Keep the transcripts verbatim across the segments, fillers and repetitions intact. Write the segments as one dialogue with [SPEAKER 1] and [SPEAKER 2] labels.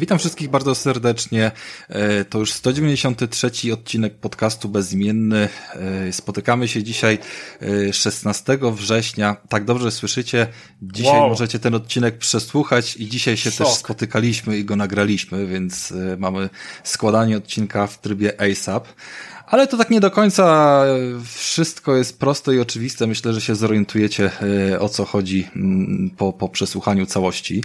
[SPEAKER 1] Witam wszystkich bardzo serdecznie. To już sto dziewięćdziesiąty trzeci odcinek podcastu Bezimienny. Spotykamy się dzisiaj szesnastego września. Tak dobrze słyszycie. Dzisiaj wow. możecie ten odcinek przesłuchać i dzisiaj się Szok. też spotykaliśmy i go nagraliśmy, więc mamy składanie odcinka w trybie A S A P. Ale to tak nie do końca wszystko jest proste i oczywiste. Myślę, że się zorientujecie, o co chodzi po, po przesłuchaniu całości.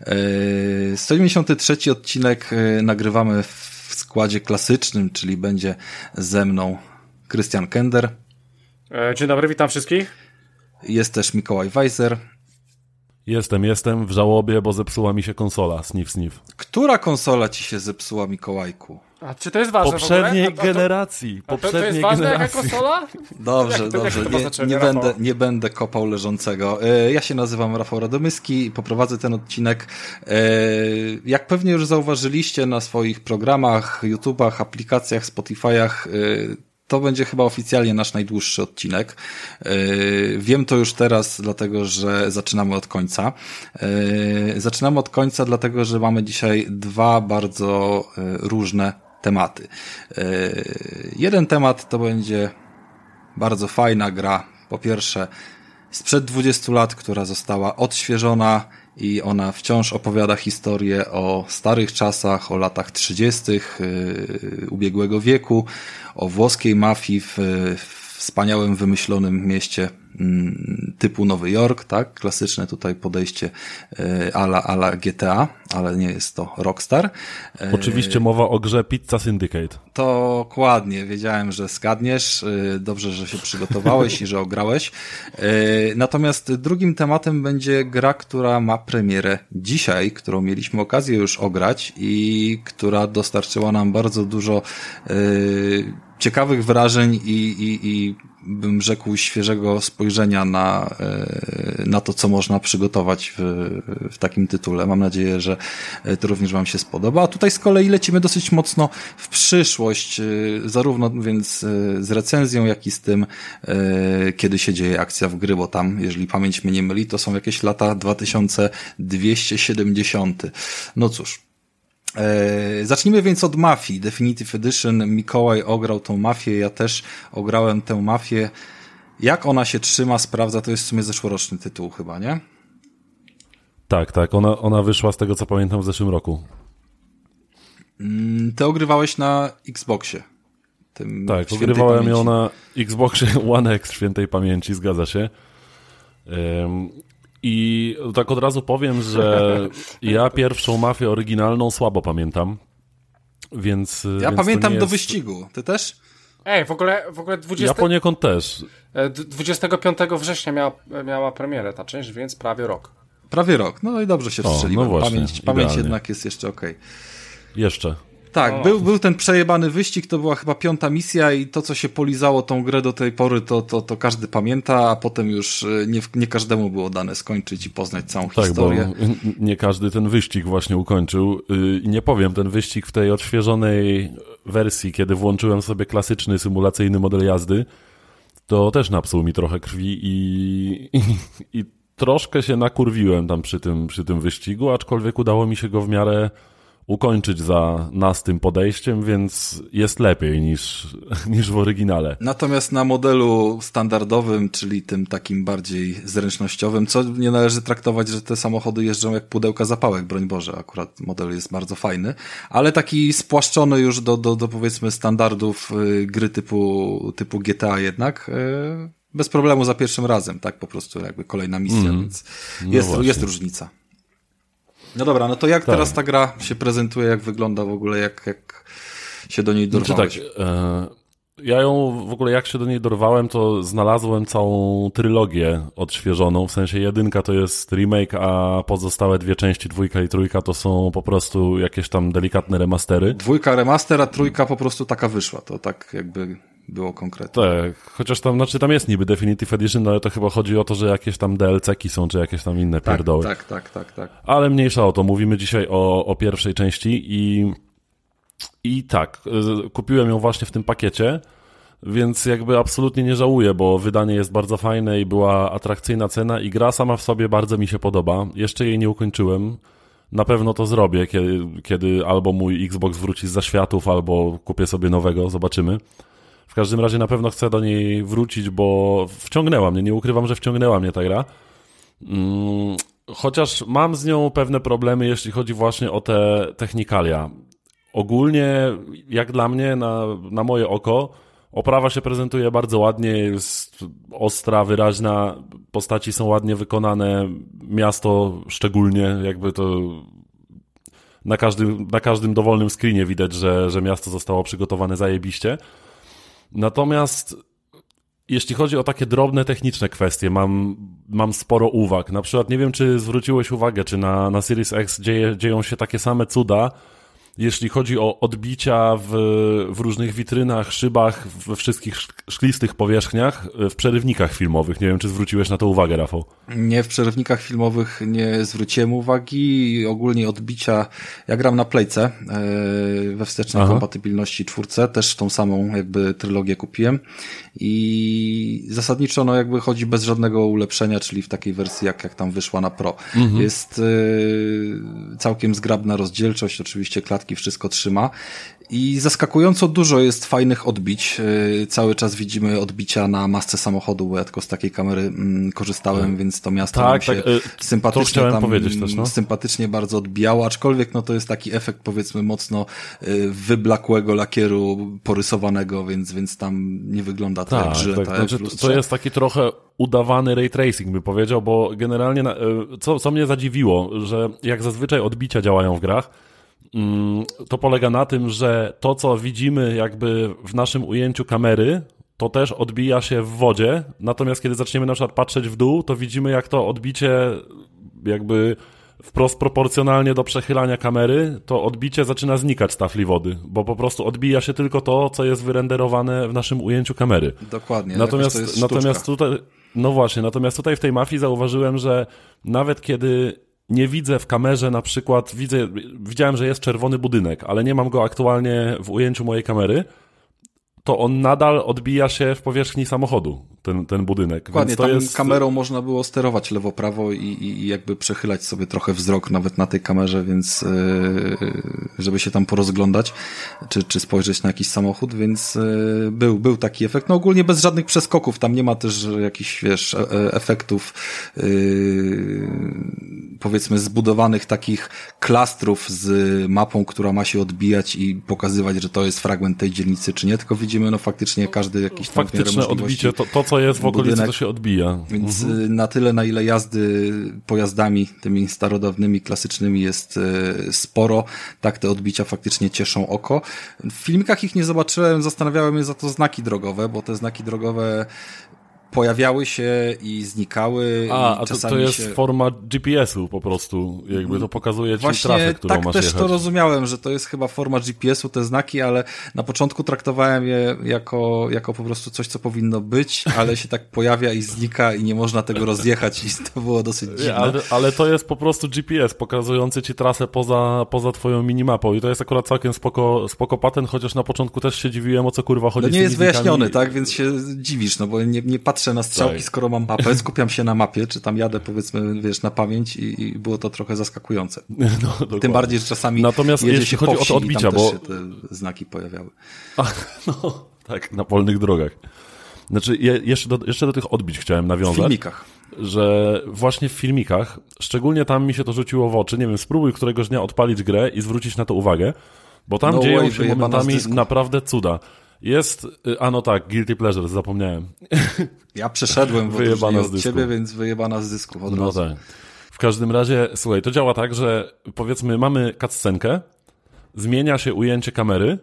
[SPEAKER 1] sto dziewięćdziesiąty trzeci odcinek nagrywamy w składzie klasycznym, czyli będzie ze mną Krystian Kender.
[SPEAKER 2] Dzień dobry, witam wszystkich.
[SPEAKER 1] Jest też Mikołaj Weiser.
[SPEAKER 3] Jestem, jestem w żałobie, bo zepsuła mi się konsola, sniff, sniff.
[SPEAKER 1] Która konsola ci się zepsuła, Mikołajku?
[SPEAKER 2] A czy to jest ważne
[SPEAKER 3] Poprzedniej
[SPEAKER 2] w ogóle?
[SPEAKER 3] generacji.
[SPEAKER 2] A to,
[SPEAKER 3] poprzedniej
[SPEAKER 2] to jest ważne
[SPEAKER 3] generacji.
[SPEAKER 2] jaka konsola?
[SPEAKER 1] Dobrze,
[SPEAKER 2] jak to,
[SPEAKER 1] dobrze.
[SPEAKER 2] jak
[SPEAKER 1] nie, nie, będę, nie będę kopał leżącego. Ja się nazywam Rafał Radomyski i poprowadzę ten odcinek. Jak pewnie już zauważyliście na swoich programach, YouTubach, aplikacjach, Spotify'ach, to będzie chyba oficjalnie nasz najdłuższy odcinek. Wiem to już teraz, dlatego że zaczynamy od końca. Zaczynamy od końca, dlatego że mamy dzisiaj dwa bardzo różne tematy. Jeden temat to będzie bardzo fajna gra. Po pierwsze, sprzed dwudziestu lat, która została odświeżona i ona wciąż opowiada historię o starych czasach, o latach trzydziestych ubiegłego wieku, o włoskiej mafii w, w wspaniałym, wymyślonym mieście typu Nowy Jork, tak? Klasyczne tutaj podejście ala, ala G T A, ale nie jest to Rockstar.
[SPEAKER 3] Oczywiście mowa o grze Pizza Syndicate.
[SPEAKER 1] Dokładnie, wiedziałem, że zgadniesz. Dobrze, że się przygotowałeś i że ograłeś. Natomiast drugim tematem będzie gra, która ma premierę dzisiaj, którą mieliśmy okazję już ograć i która dostarczyła nam bardzo dużo ciekawych wrażeń i, i, i bym rzekł świeżego spojrzenia na, na to, co można przygotować w, w takim tytule. Mam nadzieję, że to również wam się spodoba. A tutaj z kolei lecimy dosyć mocno w przyszłość, zarówno więc z recenzją, jak i z tym, kiedy się dzieje akcja w gry, bo tam, jeżeli pamięć mnie nie myli, to są jakieś lata dwa tysiące dwieście siedemdziesiąt. No cóż. Eee, zacznijmy więc od Mafii Definitive Edition. Mikołaj ograł tą Mafię, ja też ograłem tę Mafię. Jak ona się trzyma, sprawdza, to jest w sumie zeszłoroczny tytuł chyba, nie?
[SPEAKER 3] Tak, tak, ona, ona wyszła z tego, co pamiętam, w zeszłym roku.
[SPEAKER 1] Mm, ty ogrywałeś na Xboxie. Tym
[SPEAKER 3] tak, ogrywałem pamięci. ją na Xboxie One X świętej pamięci, zgadza się. Um, I tak od razu powiem, że ja pierwszą Mafię oryginalną słabo pamiętam, więc...
[SPEAKER 1] Ja
[SPEAKER 3] więc
[SPEAKER 1] pamiętam
[SPEAKER 3] jest...
[SPEAKER 1] do wyścigu, ty też?
[SPEAKER 2] Ej, w ogóle, w ogóle dwudziestego...
[SPEAKER 3] Ja poniekąd też.
[SPEAKER 2] dwudziestego piątego września miała, miała premierę ta część, więc prawie rok.
[SPEAKER 1] Prawie rok, no i dobrze się wstrzeliłem.
[SPEAKER 3] No właśnie,
[SPEAKER 1] pamięć, pamięć jednak jest jeszcze okej. Okay.
[SPEAKER 3] Jeszcze.
[SPEAKER 1] Tak, no. był, był ten przejebany wyścig, to była chyba piąta misja i to, co się polizało tą grę do tej pory, to, to, to każdy pamięta, a potem już nie, nie każdemu było dane skończyć i poznać całą
[SPEAKER 3] tak,
[SPEAKER 1] historię.
[SPEAKER 3] Bo nie każdy ten wyścig właśnie ukończył. I nie powiem, ten wyścig w tej odświeżonej wersji, kiedy włączyłem sobie klasyczny symulacyjny model jazdy, to też napsuł mi trochę krwi i, i, i troszkę się nakurwiłem tam przy tym, przy tym wyścigu, aczkolwiek udało mi się go w miarę ukończyć za nas tym podejściem, więc jest lepiej niż, niż w oryginale.
[SPEAKER 1] Natomiast na modelu standardowym, czyli tym takim bardziej zręcznościowym, co nie należy traktować, że te samochody jeżdżą jak pudełka zapałek, broń Boże, akurat model jest bardzo fajny, ale taki spłaszczony już do, do, do powiedzmy standardów y, gry typu, typu G T A jednak, y, bez problemu za pierwszym razem, tak po prostu jakby kolejna misja, mm. więc
[SPEAKER 3] no
[SPEAKER 1] jest, jest różnica. No dobra, no to jak
[SPEAKER 3] tak.
[SPEAKER 1] teraz ta gra się prezentuje, jak wygląda w ogóle, jak, jak się do niej dorwałeś?
[SPEAKER 3] Znaczy tak, e, ja ją w ogóle jak się do niej dorwałem, to znalazłem całą trylogię odświeżoną, w sensie jedynka to jest remake, a pozostałe dwie części, dwójka i trójka to są po prostu jakieś tam delikatne remastery.
[SPEAKER 1] Dwójka remaster, a trójka po prostu taka wyszła, to tak jakby było konkretnie.
[SPEAKER 3] Tak, chociaż tam, znaczy tam jest niby Definitive Edition, ale to chyba chodzi o to, że jakieś tam D L C-ki są, czy jakieś tam inne
[SPEAKER 1] tak,
[SPEAKER 3] pierdoły.
[SPEAKER 1] Tak, tak, tak, tak.
[SPEAKER 3] Ale mniejsza o to, mówimy dzisiaj o, o pierwszej części i, i tak, kupiłem ją właśnie w tym pakiecie, więc jakby absolutnie nie żałuję, bo wydanie jest bardzo fajne i była atrakcyjna cena i gra sama w sobie bardzo mi się podoba. Jeszcze jej nie ukończyłem. na pewno to zrobię, kiedy, kiedy albo mój Xbox wróci z zaświatów, albo kupię sobie nowego, zobaczymy. W każdym razie na pewno chcę do niej wrócić, bo wciągnęła mnie, nie ukrywam, że wciągnęła mnie ta gra. Hmm, chociaż mam z nią pewne problemy, jeśli chodzi właśnie o te technikalia. Ogólnie, jak dla mnie, na, na moje oko, oprawa się prezentuje bardzo ładnie, jest ostra, wyraźna, postaci są ładnie wykonane, miasto szczególnie, jakby to na każdym, na każdym dowolnym screenie widać, że, że miasto zostało przygotowane zajebiście. Natomiast jeśli chodzi o takie drobne techniczne kwestie, mam, mam sporo uwag. Na przykład nie wiem, czy zwróciłeś uwagę, czy na, na Series X dzieje, dzieją się takie same cuda, jeśli chodzi o odbicia w, w różnych witrynach, szybach, we wszystkich szklistych powierzchniach, w przerywnikach filmowych. Nie wiem, czy zwróciłeś na to uwagę, Rafał?
[SPEAKER 1] Nie, w przerywnikach filmowych nie zwróciłem uwagi. Ogólnie odbicia, ja gram na Playce yy, we wstecznej Aha. kompatybilności czwórce, też tą samą jakby trylogię kupiłem i zasadniczo no jakby chodzi bez żadnego ulepszenia, czyli w takiej wersji jak, jak tam wyszła na Pro. Mhm. Jest yy, całkiem zgrabna rozdzielczość, oczywiście klatki wszystko trzyma i zaskakująco dużo jest fajnych odbić. Yy, cały czas widzimy odbicia na masce samochodu, bo ja tylko z takiej kamery mm, korzystałem, więc to miasto
[SPEAKER 3] tak,
[SPEAKER 1] się
[SPEAKER 3] tak, yy,
[SPEAKER 1] sympatycznie tam
[SPEAKER 3] powiedzieć też, no.
[SPEAKER 1] sympatycznie bardzo odbijało, aczkolwiek no to jest taki efekt powiedzmy mocno yy, wyblakłego lakieru porysowanego, więc, więc tam nie wygląda to
[SPEAKER 3] tak,
[SPEAKER 1] jak żyleta.
[SPEAKER 3] Tak, znaczy, to jest taki trochę udawany ray tracing, bym powiedział, bo generalnie co, co mnie zadziwiło, że jak zazwyczaj odbicia działają w grach, to polega na tym, że to, co widzimy jakby w naszym ujęciu kamery, to też odbija się w wodzie, natomiast kiedy zaczniemy na przykład patrzeć w dół, to widzimy, jak to odbicie jakby wprost proporcjonalnie do przechylania kamery, to odbicie zaczyna znikać z tafli wody, bo po prostu odbija się tylko to, co jest wyrenderowane w naszym ujęciu kamery.
[SPEAKER 1] Dokładnie.
[SPEAKER 3] Natomiast,
[SPEAKER 1] to jest
[SPEAKER 3] natomiast tutaj, no właśnie, natomiast tutaj w tej mafii zauważyłem, że nawet kiedy nie widzę w kamerze na przykład, widzę, widziałem, że jest czerwony budynek, ale nie mam go aktualnie w ujęciu mojej kamery, to on nadal odbija się w powierzchni samochodu, ten, ten budynek.
[SPEAKER 1] Dokładnie,
[SPEAKER 3] Więc to
[SPEAKER 1] tam
[SPEAKER 3] jest...
[SPEAKER 1] kamerą można było sterować lewo-prawo i, i, i jakby przechylać sobie trochę wzrok nawet na tej kamerze, więc yy, żeby się tam porozglądać, czy, czy spojrzeć na jakiś samochód, więc yy, był, był taki efekt. No ogólnie bez żadnych przeskoków, tam nie ma też jakichś, wiesz, e- efektów yy, powiedzmy zbudowanych takich klastrów z mapą, która ma się odbijać i pokazywać, że to jest fragment tej dzielnicy, czy nie, tylko widzimy no faktycznie każdy jakiś tam
[SPEAKER 3] faktyczne odbicie, to, to co jest w okolicy, budynek, to się odbija.
[SPEAKER 1] Więc
[SPEAKER 3] mhm.
[SPEAKER 1] na tyle, na ile jazdy pojazdami tymi starodawnymi, klasycznymi jest sporo, tak te odbicia faktycznie cieszą oko. W filmikach ich nie zobaczyłem, zastanawiałem się za to znaki drogowe, bo te znaki drogowe pojawiały się i znikały.
[SPEAKER 3] A,
[SPEAKER 1] i
[SPEAKER 3] a to,
[SPEAKER 1] czasami
[SPEAKER 3] to jest
[SPEAKER 1] się...
[SPEAKER 3] forma G P S-u po prostu, jakby to pokazuje ci
[SPEAKER 1] Właśnie
[SPEAKER 3] trasę, którą
[SPEAKER 1] tak
[SPEAKER 3] masz
[SPEAKER 1] też
[SPEAKER 3] jechać.
[SPEAKER 1] to rozumiałem, że to jest chyba forma G P S-u, te znaki, ale na początku traktowałem je jako, jako po prostu coś, co powinno być, ale się tak pojawia i znika i nie można tego rozjechać i to było dosyć dziwne.
[SPEAKER 3] Ale, ale to jest po prostu G P S pokazujący ci trasę poza, poza twoją minimapą i to jest akurat całkiem spoko, spoko patent, chociaż na początku też się dziwiłem, o co kurwa chodzi.
[SPEAKER 1] No nie
[SPEAKER 3] z
[SPEAKER 1] jest
[SPEAKER 3] znikami.
[SPEAKER 1] wyjaśniony, tak, więc się dziwisz, no bo nie, nie patrzę na strzałki, tak. Skoro mam mapę, skupiam się na mapie, czy tam jadę powiedzmy, wiesz, na pamięć i, i było to trochę zaskakujące.
[SPEAKER 3] No,
[SPEAKER 1] tym bardziej, że czasami
[SPEAKER 3] natomiast
[SPEAKER 1] jedzie
[SPEAKER 3] jeśli
[SPEAKER 1] się
[SPEAKER 3] chodzi
[SPEAKER 1] po wsi
[SPEAKER 3] o te odbicia,
[SPEAKER 1] i tam
[SPEAKER 3] bo
[SPEAKER 1] też się te znaki pojawiały.
[SPEAKER 3] A, no, tak, na polnych drogach. Znaczy, ja jeszcze, do, jeszcze do tych odbić chciałem nawiązać.
[SPEAKER 1] W filmikach.
[SPEAKER 3] Że właśnie w filmikach, szczególnie tam mi się to rzuciło w oczy, nie wiem, spróbuj któregoś dnia odpalić grę i zwrócić na to uwagę, bo tam
[SPEAKER 1] no
[SPEAKER 3] dzieją
[SPEAKER 1] way,
[SPEAKER 3] się momentami naprawdę cuda. Jest, a no tak, Guilty Pleasure, zapomniałem.
[SPEAKER 1] Ja przeszedłem w
[SPEAKER 3] wyjebana
[SPEAKER 1] od ciebie, więc wyjebana z dysków od
[SPEAKER 3] no
[SPEAKER 1] razu.
[SPEAKER 3] Tak. W każdym razie, słuchaj, to działa tak, że powiedzmy mamy cutscenkę, zmienia się ujęcie kamery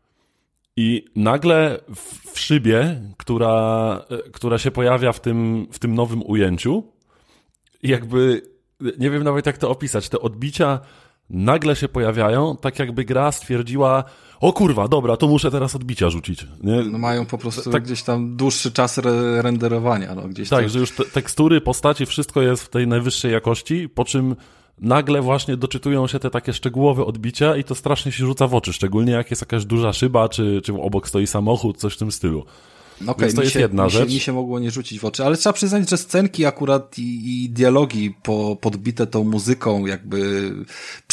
[SPEAKER 3] i nagle w, w szybie, która, która się pojawia w tym, w tym nowym ujęciu, jakby, nie wiem nawet jak to opisać, te odbicia nagle się pojawiają, tak jakby gra stwierdziła, o kurwa, dobra, to muszę teraz odbicia rzucić. Nie?
[SPEAKER 1] No mają po prostu
[SPEAKER 3] tak,
[SPEAKER 1] gdzieś tam dłuższy czas re- renderowania. No, gdzieś
[SPEAKER 3] tak,
[SPEAKER 1] to...
[SPEAKER 3] że już te, tekstury, postaci, wszystko jest w tej najwyższej jakości, po czym nagle właśnie doczytują się te takie szczegółowe odbicia i to strasznie się rzuca w oczy, szczególnie jak jest jakaś duża szyba, czy, czy obok stoi samochód, coś w tym stylu.
[SPEAKER 1] No okej, okay, to jest się, jedna mi się, rzecz. Mi się mogło nie rzucić w oczy, ale trzeba przyznać, że scenki akurat i, i dialogi po, podbite tą muzyką jakby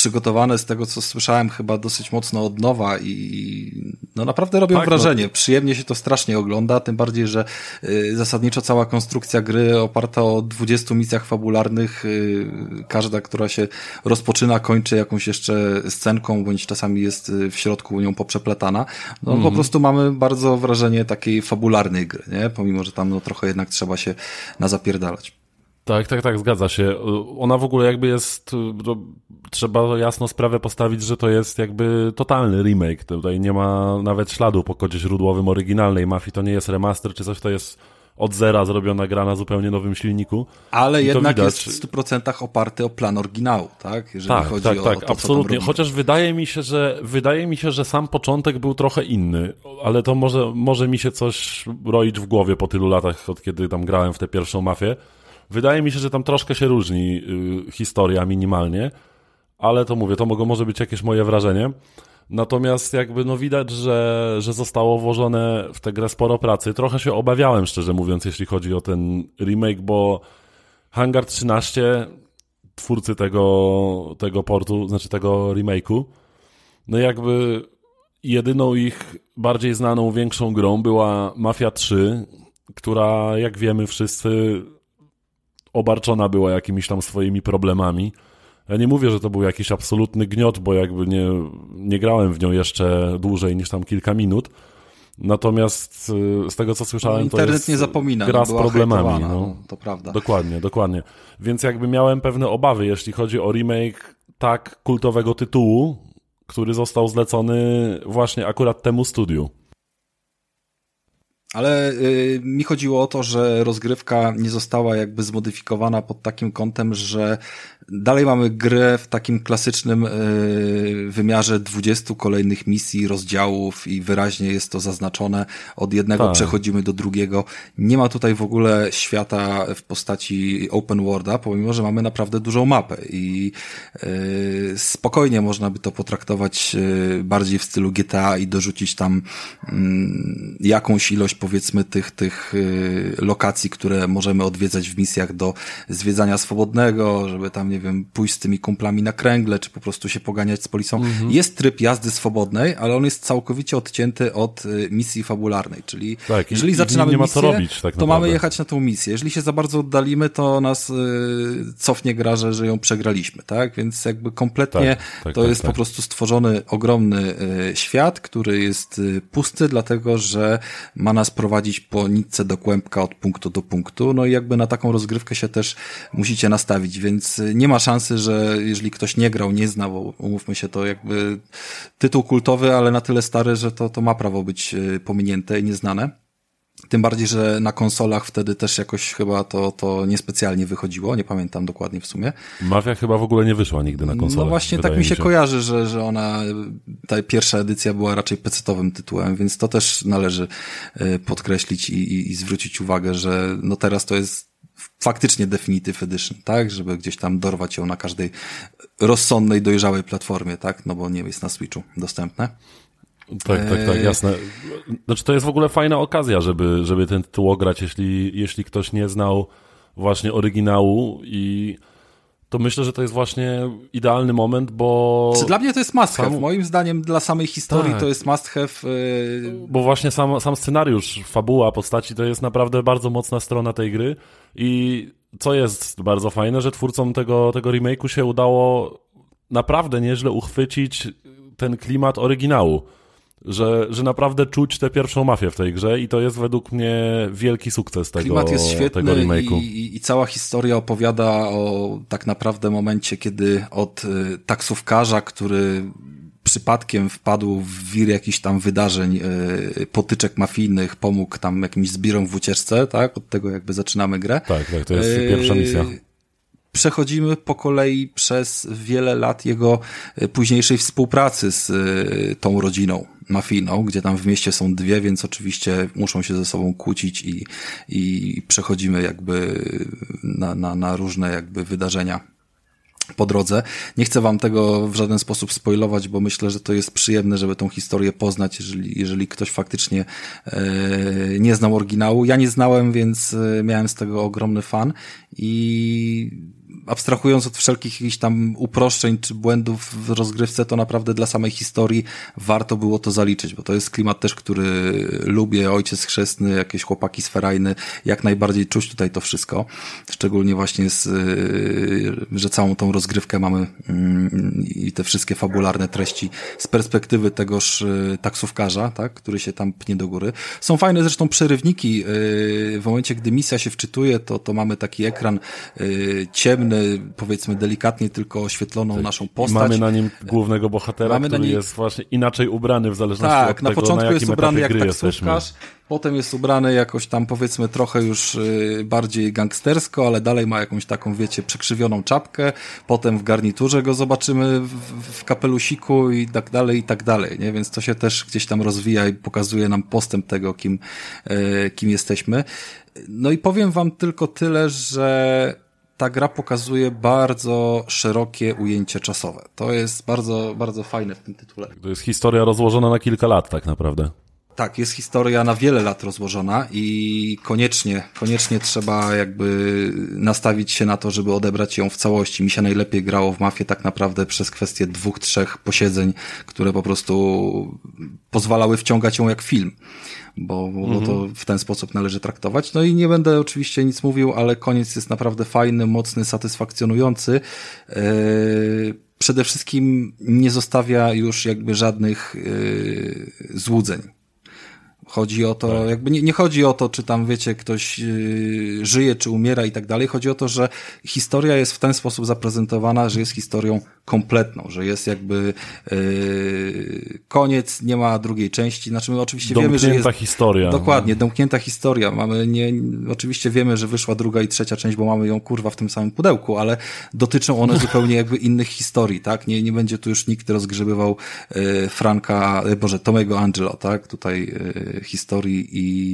[SPEAKER 1] przygotowane z tego, co słyszałem, chyba dosyć mocno od nowa i no naprawdę robią
[SPEAKER 3] tak,
[SPEAKER 1] wrażenie.
[SPEAKER 3] No.
[SPEAKER 1] Przyjemnie się to strasznie ogląda, tym bardziej, że y, zasadniczo cała konstrukcja gry oparta o dwudziestu misjach fabularnych, y, każda, która się rozpoczyna, kończy jakąś jeszcze scenką, bądź czasami jest w środku nią poprzeplatana. No mm. po prostu mamy bardzo wrażenie takiej fabularnej gry, nie? Pomimo, że tam no, trochę jednak trzeba się nazapierdalać.
[SPEAKER 3] Tak, tak, tak, zgadza się. Ona w ogóle jakby jest, to trzeba jasno sprawę postawić, że to jest jakby totalny remake. Tutaj nie ma nawet śladu po kodzie źródłowym oryginalnej Mafii. To nie jest remaster czy coś, to jest od zera zrobiona gra na zupełnie nowym silniku.
[SPEAKER 1] Ale
[SPEAKER 3] I
[SPEAKER 1] jednak
[SPEAKER 3] widać...
[SPEAKER 1] jest w stu procentach oparty o plan oryginału, tak? Jeżeli
[SPEAKER 3] tak,
[SPEAKER 1] chodzi
[SPEAKER 3] tak,
[SPEAKER 1] o
[SPEAKER 3] tak,
[SPEAKER 1] to,
[SPEAKER 3] absolutnie.
[SPEAKER 1] Co
[SPEAKER 3] Chociaż wydaje mi się, że wydaje mi się, że sam początek był trochę inny, ale to może, może mi się coś roić w głowie po tylu latach, od kiedy tam grałem w tę pierwszą Mafię. Wydaje mi się, że tam troszkę się różni y, historia minimalnie, ale to mówię, to mogło, może być jakieś moje wrażenie. Natomiast jakby no widać, że, że zostało włożone w tę grę sporo pracy. Trochę się obawiałem, szczerze mówiąc, jeśli chodzi o ten remake, bo Hangar trzynaście, twórcy tego, tego portu, znaczy tego remake'u, no jakby jedyną ich bardziej znaną, większą grą była Mafia trzy, która, jak wiemy wszyscy, obarczona była jakimiś tam swoimi problemami. Ja nie mówię, że to był jakiś absolutny gniot, bo jakby nie, nie grałem w nią jeszcze dłużej niż tam kilka minut. Natomiast z tego, co słyszałem, no,
[SPEAKER 1] internet
[SPEAKER 3] to jest
[SPEAKER 1] nie zapomina,
[SPEAKER 3] gra
[SPEAKER 1] no,
[SPEAKER 3] z problemami.
[SPEAKER 1] No, to prawda.
[SPEAKER 3] Dokładnie, dokładnie. Więc jakby miałem pewne obawy, jeśli chodzi o remake tak kultowego tytułu, który został zlecony właśnie akurat temu studiu.
[SPEAKER 1] Ale y, mi chodziło o to, że rozgrywka nie została jakby zmodyfikowana pod takim kątem, że dalej mamy grę w takim klasycznym y, wymiarze dwudziestu kolejnych misji, rozdziałów i wyraźnie jest to zaznaczone. Od jednego
[SPEAKER 3] tak.
[SPEAKER 1] przechodzimy do drugiego. Nie ma tutaj w ogóle świata w postaci open worlda, pomimo, że mamy naprawdę dużą mapę i y, spokojnie można by to potraktować y, bardziej w stylu G T A i dorzucić tam y, jakąś ilość powiedzmy tych, tych y, lokacji, które możemy odwiedzać w misjach do zwiedzania swobodnego, żeby tam, nie wiem, pójść z tymi kumplami na kręgle, czy po prostu się poganiać z policją. Mhm. Jest tryb jazdy swobodnej, ale on jest całkowicie odcięty od y, misji fabularnej, czyli
[SPEAKER 3] tak,
[SPEAKER 1] jeżeli
[SPEAKER 3] i,
[SPEAKER 1] zaczynamy
[SPEAKER 3] nie ma
[SPEAKER 1] misję,
[SPEAKER 3] co robić, tak
[SPEAKER 1] to mamy jechać na tą misję. Jeżeli się za bardzo oddalimy, to nas y, cofnie gra, że, że ją przegraliśmy, tak? Więc jakby kompletnie
[SPEAKER 3] tak, tak,
[SPEAKER 1] to
[SPEAKER 3] tak,
[SPEAKER 1] jest
[SPEAKER 3] tak.
[SPEAKER 1] po prostu stworzony ogromny y, świat, który jest y, pusty, dlatego, że ma nas prowadzić po nitce do kłębka od punktu do punktu, no i jakby na taką rozgrywkę się też musicie nastawić, więc nie ma szansy, że jeżeli ktoś nie grał, nie zna, bo umówmy się, to jakby tytuł kultowy, ale na tyle stary, że to, to ma prawo być pominięte i nieznane. Tym bardziej, że na konsolach wtedy też jakoś chyba to, to niespecjalnie wychodziło, nie pamiętam dokładnie w sumie.
[SPEAKER 3] Mafia chyba w ogóle nie wyszła nigdy na konsolę.
[SPEAKER 1] No właśnie tak mi się, się kojarzy, że, że ona, ta pierwsza edycja była raczej pecetowym tytułem, więc to też należy podkreślić i, i, i zwrócić uwagę, że no teraz to jest faktycznie Definitive Edition, tak? Żeby gdzieś tam dorwać ją na każdej rozsądnej, dojrzałej platformie, tak? No bo nie jest na Switchu dostępne.
[SPEAKER 3] Tak, tak, tak, jasne. Znaczy to jest w ogóle fajna okazja, żeby, żeby ten tytuł ograć, jeśli, jeśli ktoś nie znał właśnie oryginału i to myślę, że to jest właśnie idealny moment, bo...
[SPEAKER 1] Czy dla mnie to jest must have.
[SPEAKER 3] Sam...
[SPEAKER 1] Moim zdaniem dla samej historii
[SPEAKER 3] tak.
[SPEAKER 1] to jest must have. Yy...
[SPEAKER 3] Bo właśnie sam, sam scenariusz, fabuła postaci to jest naprawdę bardzo mocna strona tej gry i co jest bardzo fajne, że twórcom tego, tego remake'u się udało naprawdę nieźle uchwycić ten klimat oryginału. Że, że naprawdę czuć tę pierwszą mafię w tej grze i to jest według mnie wielki sukces tego,
[SPEAKER 1] Klimat jest świetny
[SPEAKER 3] tego remake'u.
[SPEAKER 1] I, i, i cała historia opowiada o tak naprawdę momencie, kiedy od y, taksówkarza, który przypadkiem wpadł w wir jakichś tam wydarzeń, y, potyczek mafijnych, pomógł tam jakimś zbirom w ucieczce, tak? Od tego jakby zaczynamy grę.
[SPEAKER 3] Tak, tak, to jest y, pierwsza misja.
[SPEAKER 1] Przechodzimy po kolei przez wiele lat jego późniejszej współpracy z y, tą rodziną mafijną, gdzie tam w mieście są dwie, więc oczywiście muszą się ze sobą kłócić i, i przechodzimy jakby na, na, na różne jakby wydarzenia po drodze. Nie chcę wam tego w żaden sposób spoilować, bo myślę, że to jest przyjemne, żeby tą historię poznać, jeżeli, jeżeli ktoś faktycznie e, nie znał oryginału. Ja nie znałem, więc miałem z tego ogromny fan i abstrahując od wszelkich jakichś tam uproszczeń czy błędów w rozgrywce, to naprawdę dla samej historii warto było to zaliczyć, bo to jest klimat też, który lubię, ojciec chrzestny, jakieś chłopaki z Ferajny, jak najbardziej czuć tutaj to wszystko, szczególnie właśnie z, że całą tą rozgrywkę mamy i te wszystkie fabularne treści z perspektywy tegoż taksówkarza, tak, który się tam pnie do góry. Są fajne zresztą przerywniki, w momencie, gdy misja się wczytuje, to, to mamy taki ekran ciemny, powiedzmy delikatnie tylko oświetloną tak. naszą postać.
[SPEAKER 3] Mamy na nim głównego bohatera, mamy który nim... jest właśnie inaczej ubrany w zależności tak, od
[SPEAKER 1] na
[SPEAKER 3] tego,
[SPEAKER 1] początku
[SPEAKER 3] na jakim
[SPEAKER 1] jest ubrany
[SPEAKER 3] etapie
[SPEAKER 1] jak
[SPEAKER 3] gry
[SPEAKER 1] taksówkarz,
[SPEAKER 3] jesteśmy.
[SPEAKER 1] Potem jest ubrany jakoś tam powiedzmy trochę już bardziej gangstersko, ale dalej ma jakąś taką, wiecie, przekrzywioną czapkę. Potem w garniturze go zobaczymy w, w kapelusiku i tak dalej, i tak dalej, nie? Więc to się też gdzieś tam rozwija i pokazuje nam postęp tego, kim, kim jesteśmy. No i powiem wam tylko tyle, że ta gra pokazuje bardzo szerokie ujęcie czasowe. To jest bardzo, bardzo fajne w tym tytule.
[SPEAKER 3] To jest historia rozłożona na kilka lat tak naprawdę.
[SPEAKER 1] Tak, jest historia na wiele lat rozłożona i koniecznie, koniecznie trzeba jakby nastawić się na to, żeby odebrać ją w całości. Mi się najlepiej grało w Mafię tak naprawdę przez kwestię dwóch, trzech posiedzeń, które po prostu pozwalały wciągać ją jak film, bo, bo mhm. to w ten sposób należy traktować. No i nie będę oczywiście nic mówił, ale koniec jest naprawdę fajny, mocny, satysfakcjonujący. Yy... Przede wszystkim nie zostawia już jakby żadnych yy, złudzeń. Chodzi o to, jakby nie, nie chodzi o to, czy tam, wiecie, ktoś yy, żyje, czy umiera i tak dalej. Chodzi o to, że historia jest w ten sposób zaprezentowana, że jest historią kompletną, że jest jakby yy, koniec, nie ma drugiej części. Znaczy my oczywiście wiemy, że jest...
[SPEAKER 3] Domknięta historia.
[SPEAKER 1] Dokładnie, domknięta historia. Mamy nie, oczywiście wiemy, że wyszła druga i trzecia część, bo mamy ją kurwa w tym samym pudełku, ale dotyczą one zupełnie jakby innych historii, tak? Nie, nie będzie tu już nikt rozgrzebywał yy, Franka, yy, Boże, Tomego Angelo, tak? Tutaj yy, historii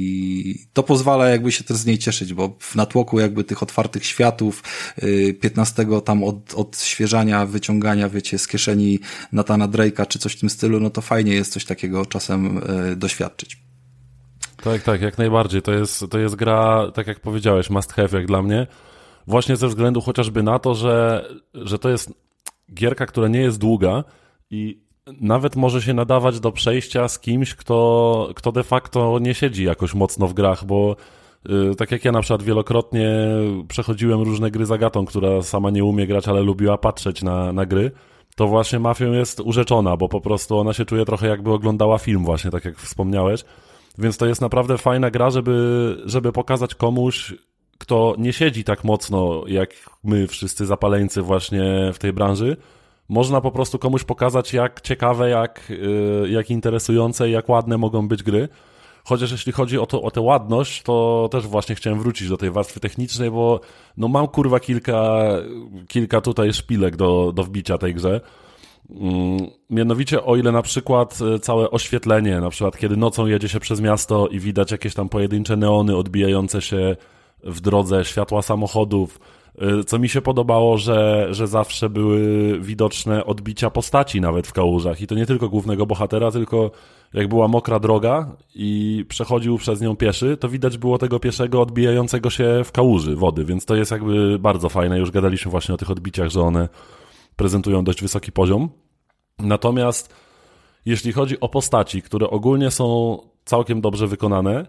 [SPEAKER 1] i to pozwala jakby się też z niej cieszyć, bo w natłoku jakby tych otwartych światów, piętnastego tam od, odświeżania, wyciągania, wiecie, z kieszeni Nathana Drake'a czy coś w tym stylu, no to fajnie jest coś takiego czasem y, doświadczyć.
[SPEAKER 3] Tak, tak, jak najbardziej. To jest, to jest gra, tak jak powiedziałeś, must have jak dla mnie. Właśnie ze względu chociażby na to, że, że to jest gierka, która nie jest długa i nawet może się nadawać do przejścia z kimś, kto, kto de facto nie siedzi jakoś mocno w grach, bo yy, tak jak ja na przykład wielokrotnie przechodziłem różne gry z Agatą, która sama nie umie grać, ale lubiła patrzeć na, na gry, to właśnie Mafią jest urzeczona, bo po prostu ona się czuje trochę jakby oglądała film właśnie, tak jak wspomniałeś, więc to jest naprawdę fajna gra, żeby, żeby pokazać komuś, kto nie siedzi tak mocno jak my wszyscy zapaleńcy właśnie w tej branży. Można po prostu komuś pokazać, jak ciekawe, jak, yy, jak interesujące i jak ładne mogą być gry. Chociaż jeśli chodzi o, to, o tę ładność, to też właśnie chciałem wrócić do tej warstwy technicznej, bo no mam kurwa kilka, kilka tutaj szpilek do, do wbicia tej grze. Yy, mianowicie o ile na przykład całe oświetlenie, na przykład kiedy nocą jedzie się przez miasto i widać jakieś tam pojedyncze neony odbijające się w drodze, światła samochodów. Co mi się podobało, że, że zawsze były widoczne odbicia postaci nawet w kałużach. I to nie tylko głównego bohatera, tylko jak była mokra droga i przechodził przez nią pieszy, to widać było tego pieszego odbijającego się w kałuży wody. Więc to jest jakby bardzo fajne. Już gadaliśmy właśnie o tych odbiciach, że one prezentują dość wysoki poziom. Natomiast jeśli chodzi o postaci, które ogólnie są całkiem dobrze wykonane,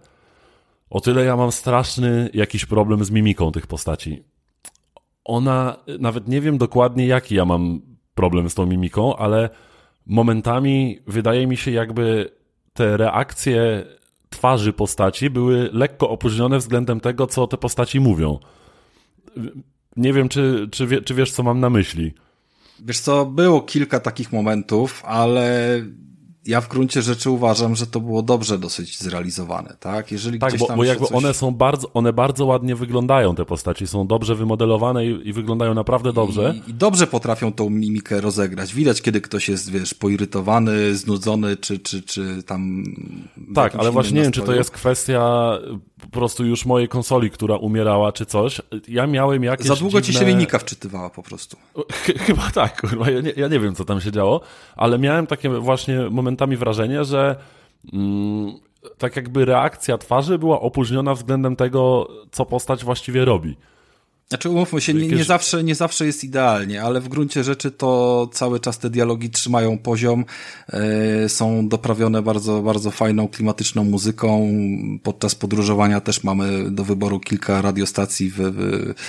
[SPEAKER 3] o tyle ja mam straszny jakiś problem z mimiką tych postaci. Ona, nawet nie wiem dokładnie jaki ja mam problem z tą mimiką, ale momentami wydaje mi się jakby te reakcje twarzy postaci były lekko opóźnione względem tego, co te postaci mówią. Nie wiem, czy, czy, wie, czy wiesz, co mam na myśli.
[SPEAKER 1] Wiesz co, było kilka takich momentów, ale ja w gruncie rzeczy uważam, że to było dobrze dosyć zrealizowane, tak? Jeżeli
[SPEAKER 3] tak,
[SPEAKER 1] gdzieś
[SPEAKER 3] bo,
[SPEAKER 1] tam
[SPEAKER 3] bo jakby
[SPEAKER 1] coś...
[SPEAKER 3] one są bardzo, one bardzo ładnie wyglądają, te postaci, są dobrze wymodelowane i, i wyglądają naprawdę dobrze.
[SPEAKER 1] I, I dobrze potrafią tą mimikę rozegrać. Widać, kiedy ktoś jest, wiesz, poirytowany, znudzony, czy, czy, czy tam...
[SPEAKER 3] Tak, ale właśnie nie wiem, czy to jest kwestia po prostu już mojej konsoli, która umierała, czy coś. Ja miałem jakieś
[SPEAKER 1] Za długo
[SPEAKER 3] dziwne...
[SPEAKER 1] ci się mimika wczytywała po prostu.
[SPEAKER 3] Chyba tak, kurwa. Ja nie, ja nie wiem, co tam się działo, ale miałem takie właśnie momentami wrażenie, że mm, tak jakby reakcja twarzy była opóźniona względem tego, co postać właściwie robi.
[SPEAKER 1] Znaczy umówmy się, nie, nie, zawsze, nie zawsze jest idealnie, ale w gruncie rzeczy to cały czas te dialogi trzymają poziom, yy, są doprawione bardzo, bardzo fajną, klimatyczną muzyką. Podczas podróżowania też mamy do wyboru kilka radiostacji, w, w,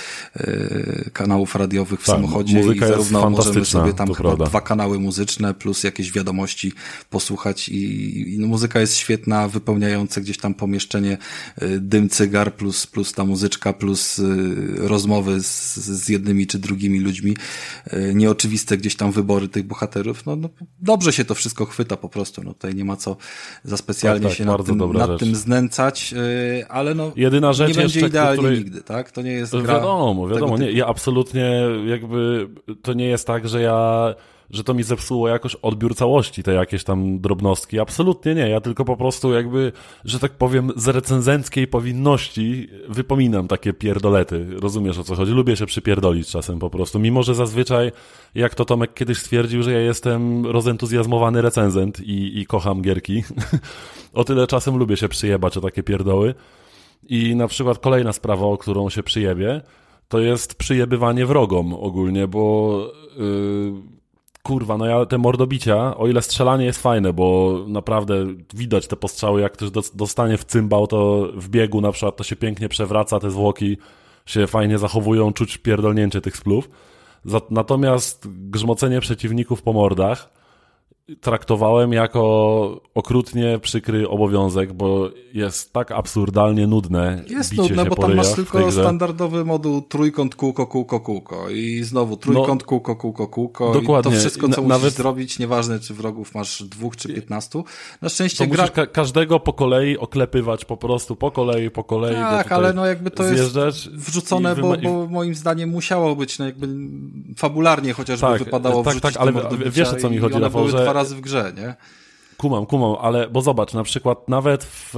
[SPEAKER 1] yy, kanałów radiowych w tak, samochodzie i zarówno możemy sobie tam chyba prawda. dwa kanały muzyczne plus jakieś wiadomości posłuchać i, i no, muzyka jest świetna, wypełniająca gdzieś tam pomieszczenie, yy, dym cygar plus, plus ta muzyczka plus yy, rozmowa z, z jednymi czy drugimi ludźmi, nieoczywiste gdzieś tam wybory tych bohaterów, no, no dobrze się to wszystko chwyta po prostu, no tutaj nie ma co za specjalnie tak, tak, się nad, tym, nad tym znęcać, ale no
[SPEAKER 3] jedyna rzecz
[SPEAKER 1] nie będzie
[SPEAKER 3] jeszcze,
[SPEAKER 1] idealnie
[SPEAKER 3] której...
[SPEAKER 1] nigdy, tak? To nie jest gra
[SPEAKER 3] wiadomo, wiadomo, nie, ja absolutnie jakby, to nie jest tak, że ja że to mi zepsuło jakoś odbiór całości, te jakieś tam drobnostki. Absolutnie nie. Ja tylko po prostu jakby, że tak powiem, z recenzenckiej powinności wypominam takie pierdolety. Rozumiesz, o co chodzi? Lubię się przypierdolić czasem po prostu. Mimo, że zazwyczaj, jak to Tomek kiedyś stwierdził, że ja jestem rozentuzjazmowany recenzent i, i kocham gierki, o tyle czasem lubię się przyjebać o takie pierdoły. I na przykład kolejna sprawa, o którą się przyjebie, to jest przyjebywanie wrogom ogólnie, bo... Yy, Kurwa, no ja te mordobicia, o ile strzelanie jest fajne, bo naprawdę widać te postrzały, jak ktoś dostanie w cymbał, to w biegu na przykład to się pięknie przewraca, te zwłoki się fajnie zachowują, czuć pierdolnięcie tych splów. Natomiast grzmocenie przeciwników po mordach traktowałem jako okrutnie przykry obowiązek, bo jest tak absurdalnie nudne.
[SPEAKER 1] Jest
[SPEAKER 3] bicie
[SPEAKER 1] nudne,
[SPEAKER 3] się
[SPEAKER 1] bo
[SPEAKER 3] po
[SPEAKER 1] tam masz
[SPEAKER 3] ryjach
[SPEAKER 1] tylko standardowy moduł trójkąt, kółko, kółko, kółko i znowu trójkąt, no, kółko, kółko, kółko
[SPEAKER 3] dokładnie.
[SPEAKER 1] I to wszystko, co
[SPEAKER 3] N-
[SPEAKER 1] musisz
[SPEAKER 3] nawet...
[SPEAKER 1] zrobić, nieważne czy wrogów masz dwóch czy piętnastu. Na szczęście
[SPEAKER 3] to
[SPEAKER 1] gra...
[SPEAKER 3] musisz ka- każdego po kolei oklepywać po prostu, po kolei, po kolei.
[SPEAKER 1] Tak, ale no jakby to jest wrzucone,
[SPEAKER 3] wyma-
[SPEAKER 1] bo, bo moim zdaniem musiało być, no jakby fabularnie chociażby
[SPEAKER 3] tak,
[SPEAKER 1] wypadało
[SPEAKER 3] tak,
[SPEAKER 1] wrzucić
[SPEAKER 3] tak, ale
[SPEAKER 1] mordobicia
[SPEAKER 3] wiesz, o co mi chodzi,
[SPEAKER 1] one
[SPEAKER 3] Rafał,
[SPEAKER 1] były
[SPEAKER 3] że...
[SPEAKER 1] dwa razy w grze, nie?
[SPEAKER 3] Kumam, kumam, ale bo zobacz, na przykład nawet w,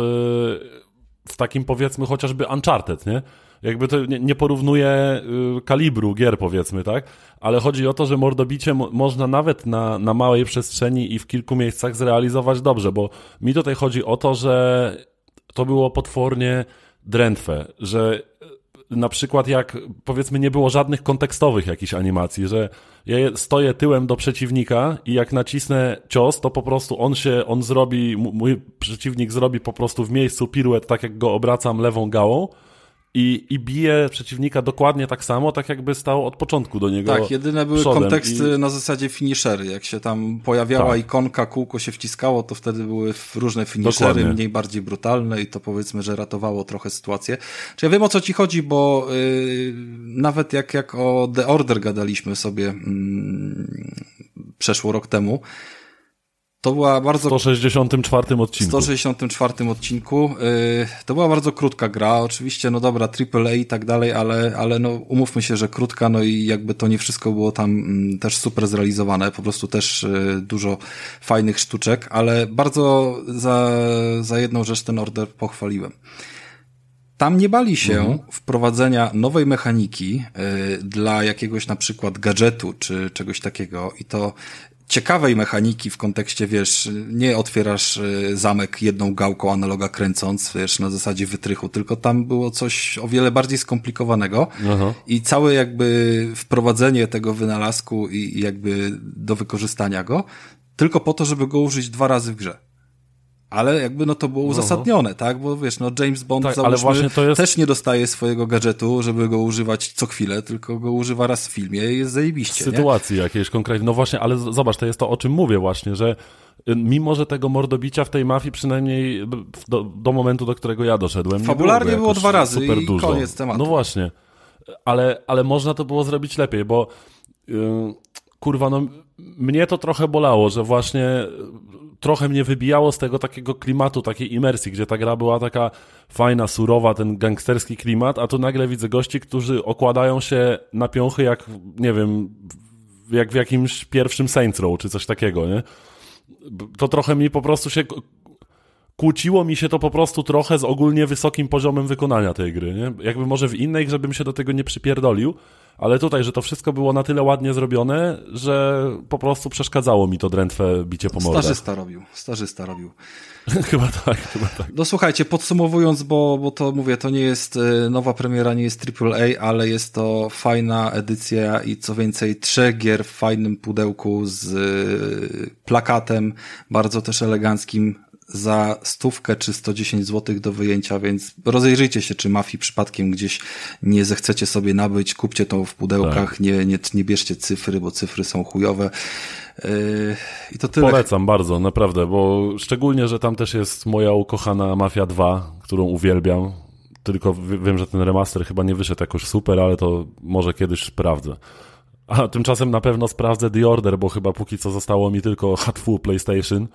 [SPEAKER 3] w takim powiedzmy chociażby Uncharted, nie? Jakby to nie, nie porównuje y, kalibru gier, powiedzmy, tak? Ale chodzi o to, że mordobicie mo- można nawet na, na małej przestrzeni i w kilku miejscach zrealizować dobrze, bo mi tutaj chodzi o to, że to było potwornie drętwe, że na przykład jak powiedzmy nie było żadnych kontekstowych jakichś animacji, że ja stoję tyłem do przeciwnika i jak nacisnę cios, to po prostu on się, on zrobi, mój przeciwnik zrobi po prostu w miejscu piruet, tak jak go obracam lewą gałą i, i bije przeciwnika dokładnie tak samo, tak jakby stał od początku do niego.
[SPEAKER 1] Tak, jedyne były
[SPEAKER 3] przodem.
[SPEAKER 1] konteksty
[SPEAKER 3] I...
[SPEAKER 1] na zasadzie finishery. Jak się tam pojawiała
[SPEAKER 3] tak.
[SPEAKER 1] ikonka, kółko się wciskało, to wtedy były różne finishery, dokładnie. Mniej bardziej brutalne i to powiedzmy, że ratowało trochę sytuację. Czy ja wiem, o co ci chodzi, bo yy, nawet jak, jak o The Order gadaliśmy sobie yy, przeszło rok temu, to była bardzo...
[SPEAKER 3] W sto sześćdziesiątym czwartym odcinku.
[SPEAKER 1] W sto sześćdziesiątym czwartym odcinku. Yy, to była bardzo krótka gra. Oczywiście, no dobra, triple A i tak dalej, ale, ale no umówmy się, że krótka, no i jakby to nie wszystko było tam mm, też super zrealizowane. Po prostu też yy, dużo fajnych sztuczek, ale bardzo za, za jedną rzecz ten Order pochwaliłem. Tam nie bali się mhm. wprowadzenia nowej mechaniki yy, dla jakiegoś na przykład gadżetu czy czegoś takiego i to ciekawej mechaniki w kontekście, wiesz, nie otwierasz zamek jedną gałką analoga kręcąc, wiesz, na zasadzie wytrychu, tylko tam było coś o wiele bardziej skomplikowanego. Aha. I całe jakby wprowadzenie tego wynalazku i, i jakby do wykorzystania go, tylko po to, żeby go użyć dwa razy w grze. Ale jakby no to było uzasadnione, Aha. tak? Bo wiesz, no James Bond tak, załóżmy, ale to jest... też nie dostaje swojego gadżetu, żeby go używać co chwilę, tylko go używa raz w filmie i jest zajebiście,
[SPEAKER 3] w sytuacji nie? Jakiejś konkretnej. No właśnie, ale zobacz, to jest to, o czym mówię właśnie, że mimo, że tego mordobicia w tej mafii przynajmniej do, do momentu, do którego ja doszedłem,
[SPEAKER 1] fabularnie
[SPEAKER 3] nie było,
[SPEAKER 1] było dwa razy
[SPEAKER 3] super
[SPEAKER 1] i
[SPEAKER 3] dużo.
[SPEAKER 1] koniec tematu.
[SPEAKER 3] No właśnie, ale, ale można to było zrobić lepiej, bo yy, kurwa, no mnie to trochę bolało, że właśnie trochę mnie wybijało z tego takiego klimatu, takiej imersji, gdzie ta gra była taka fajna, surowa, ten gangsterski klimat, a tu nagle widzę gości, którzy okładają się na piąchy jak, nie wiem, jak w jakimś pierwszym Saints Row, czy coś takiego, nie? To trochę mi po prostu się... Kłóciło mi się to po prostu trochę z ogólnie wysokim poziomem wykonania tej gry, nie? Jakby może w innej grze bym się do tego nie przypierdolił, ale tutaj, że to wszystko było na tyle ładnie zrobione, że po prostu przeszkadzało mi to drętwe bicie po mordach.
[SPEAKER 1] Starzysta robił, starzysta robił.
[SPEAKER 3] Chyba tak, chyba tak.
[SPEAKER 1] No słuchajcie, podsumowując, bo, bo to mówię, to nie jest nowa premiera, nie jest triple A, ale jest to fajna edycja i co więcej trzech gier w fajnym pudełku z plakatem, bardzo też eleganckim, za stówkę czy sto dziesięć złotych do wyjęcia, więc rozejrzyjcie się, czy Mafii przypadkiem gdzieś nie zechcecie sobie nabyć, kupcie to w pudełkach, tak. nie, nie, nie bierzcie cyfry, bo cyfry są chujowe. Yy, I to tyle.
[SPEAKER 3] Polecam bardzo, naprawdę, bo szczególnie, że tam też jest moja ukochana Mafia dwa, którą uwielbiam, tylko wiem, że ten remaster chyba nie wyszedł jakoś super, ale to może kiedyś sprawdzę. A tymczasem na pewno sprawdzę The Order, bo chyba póki co zostało mi tylko Hatfu PlayStation,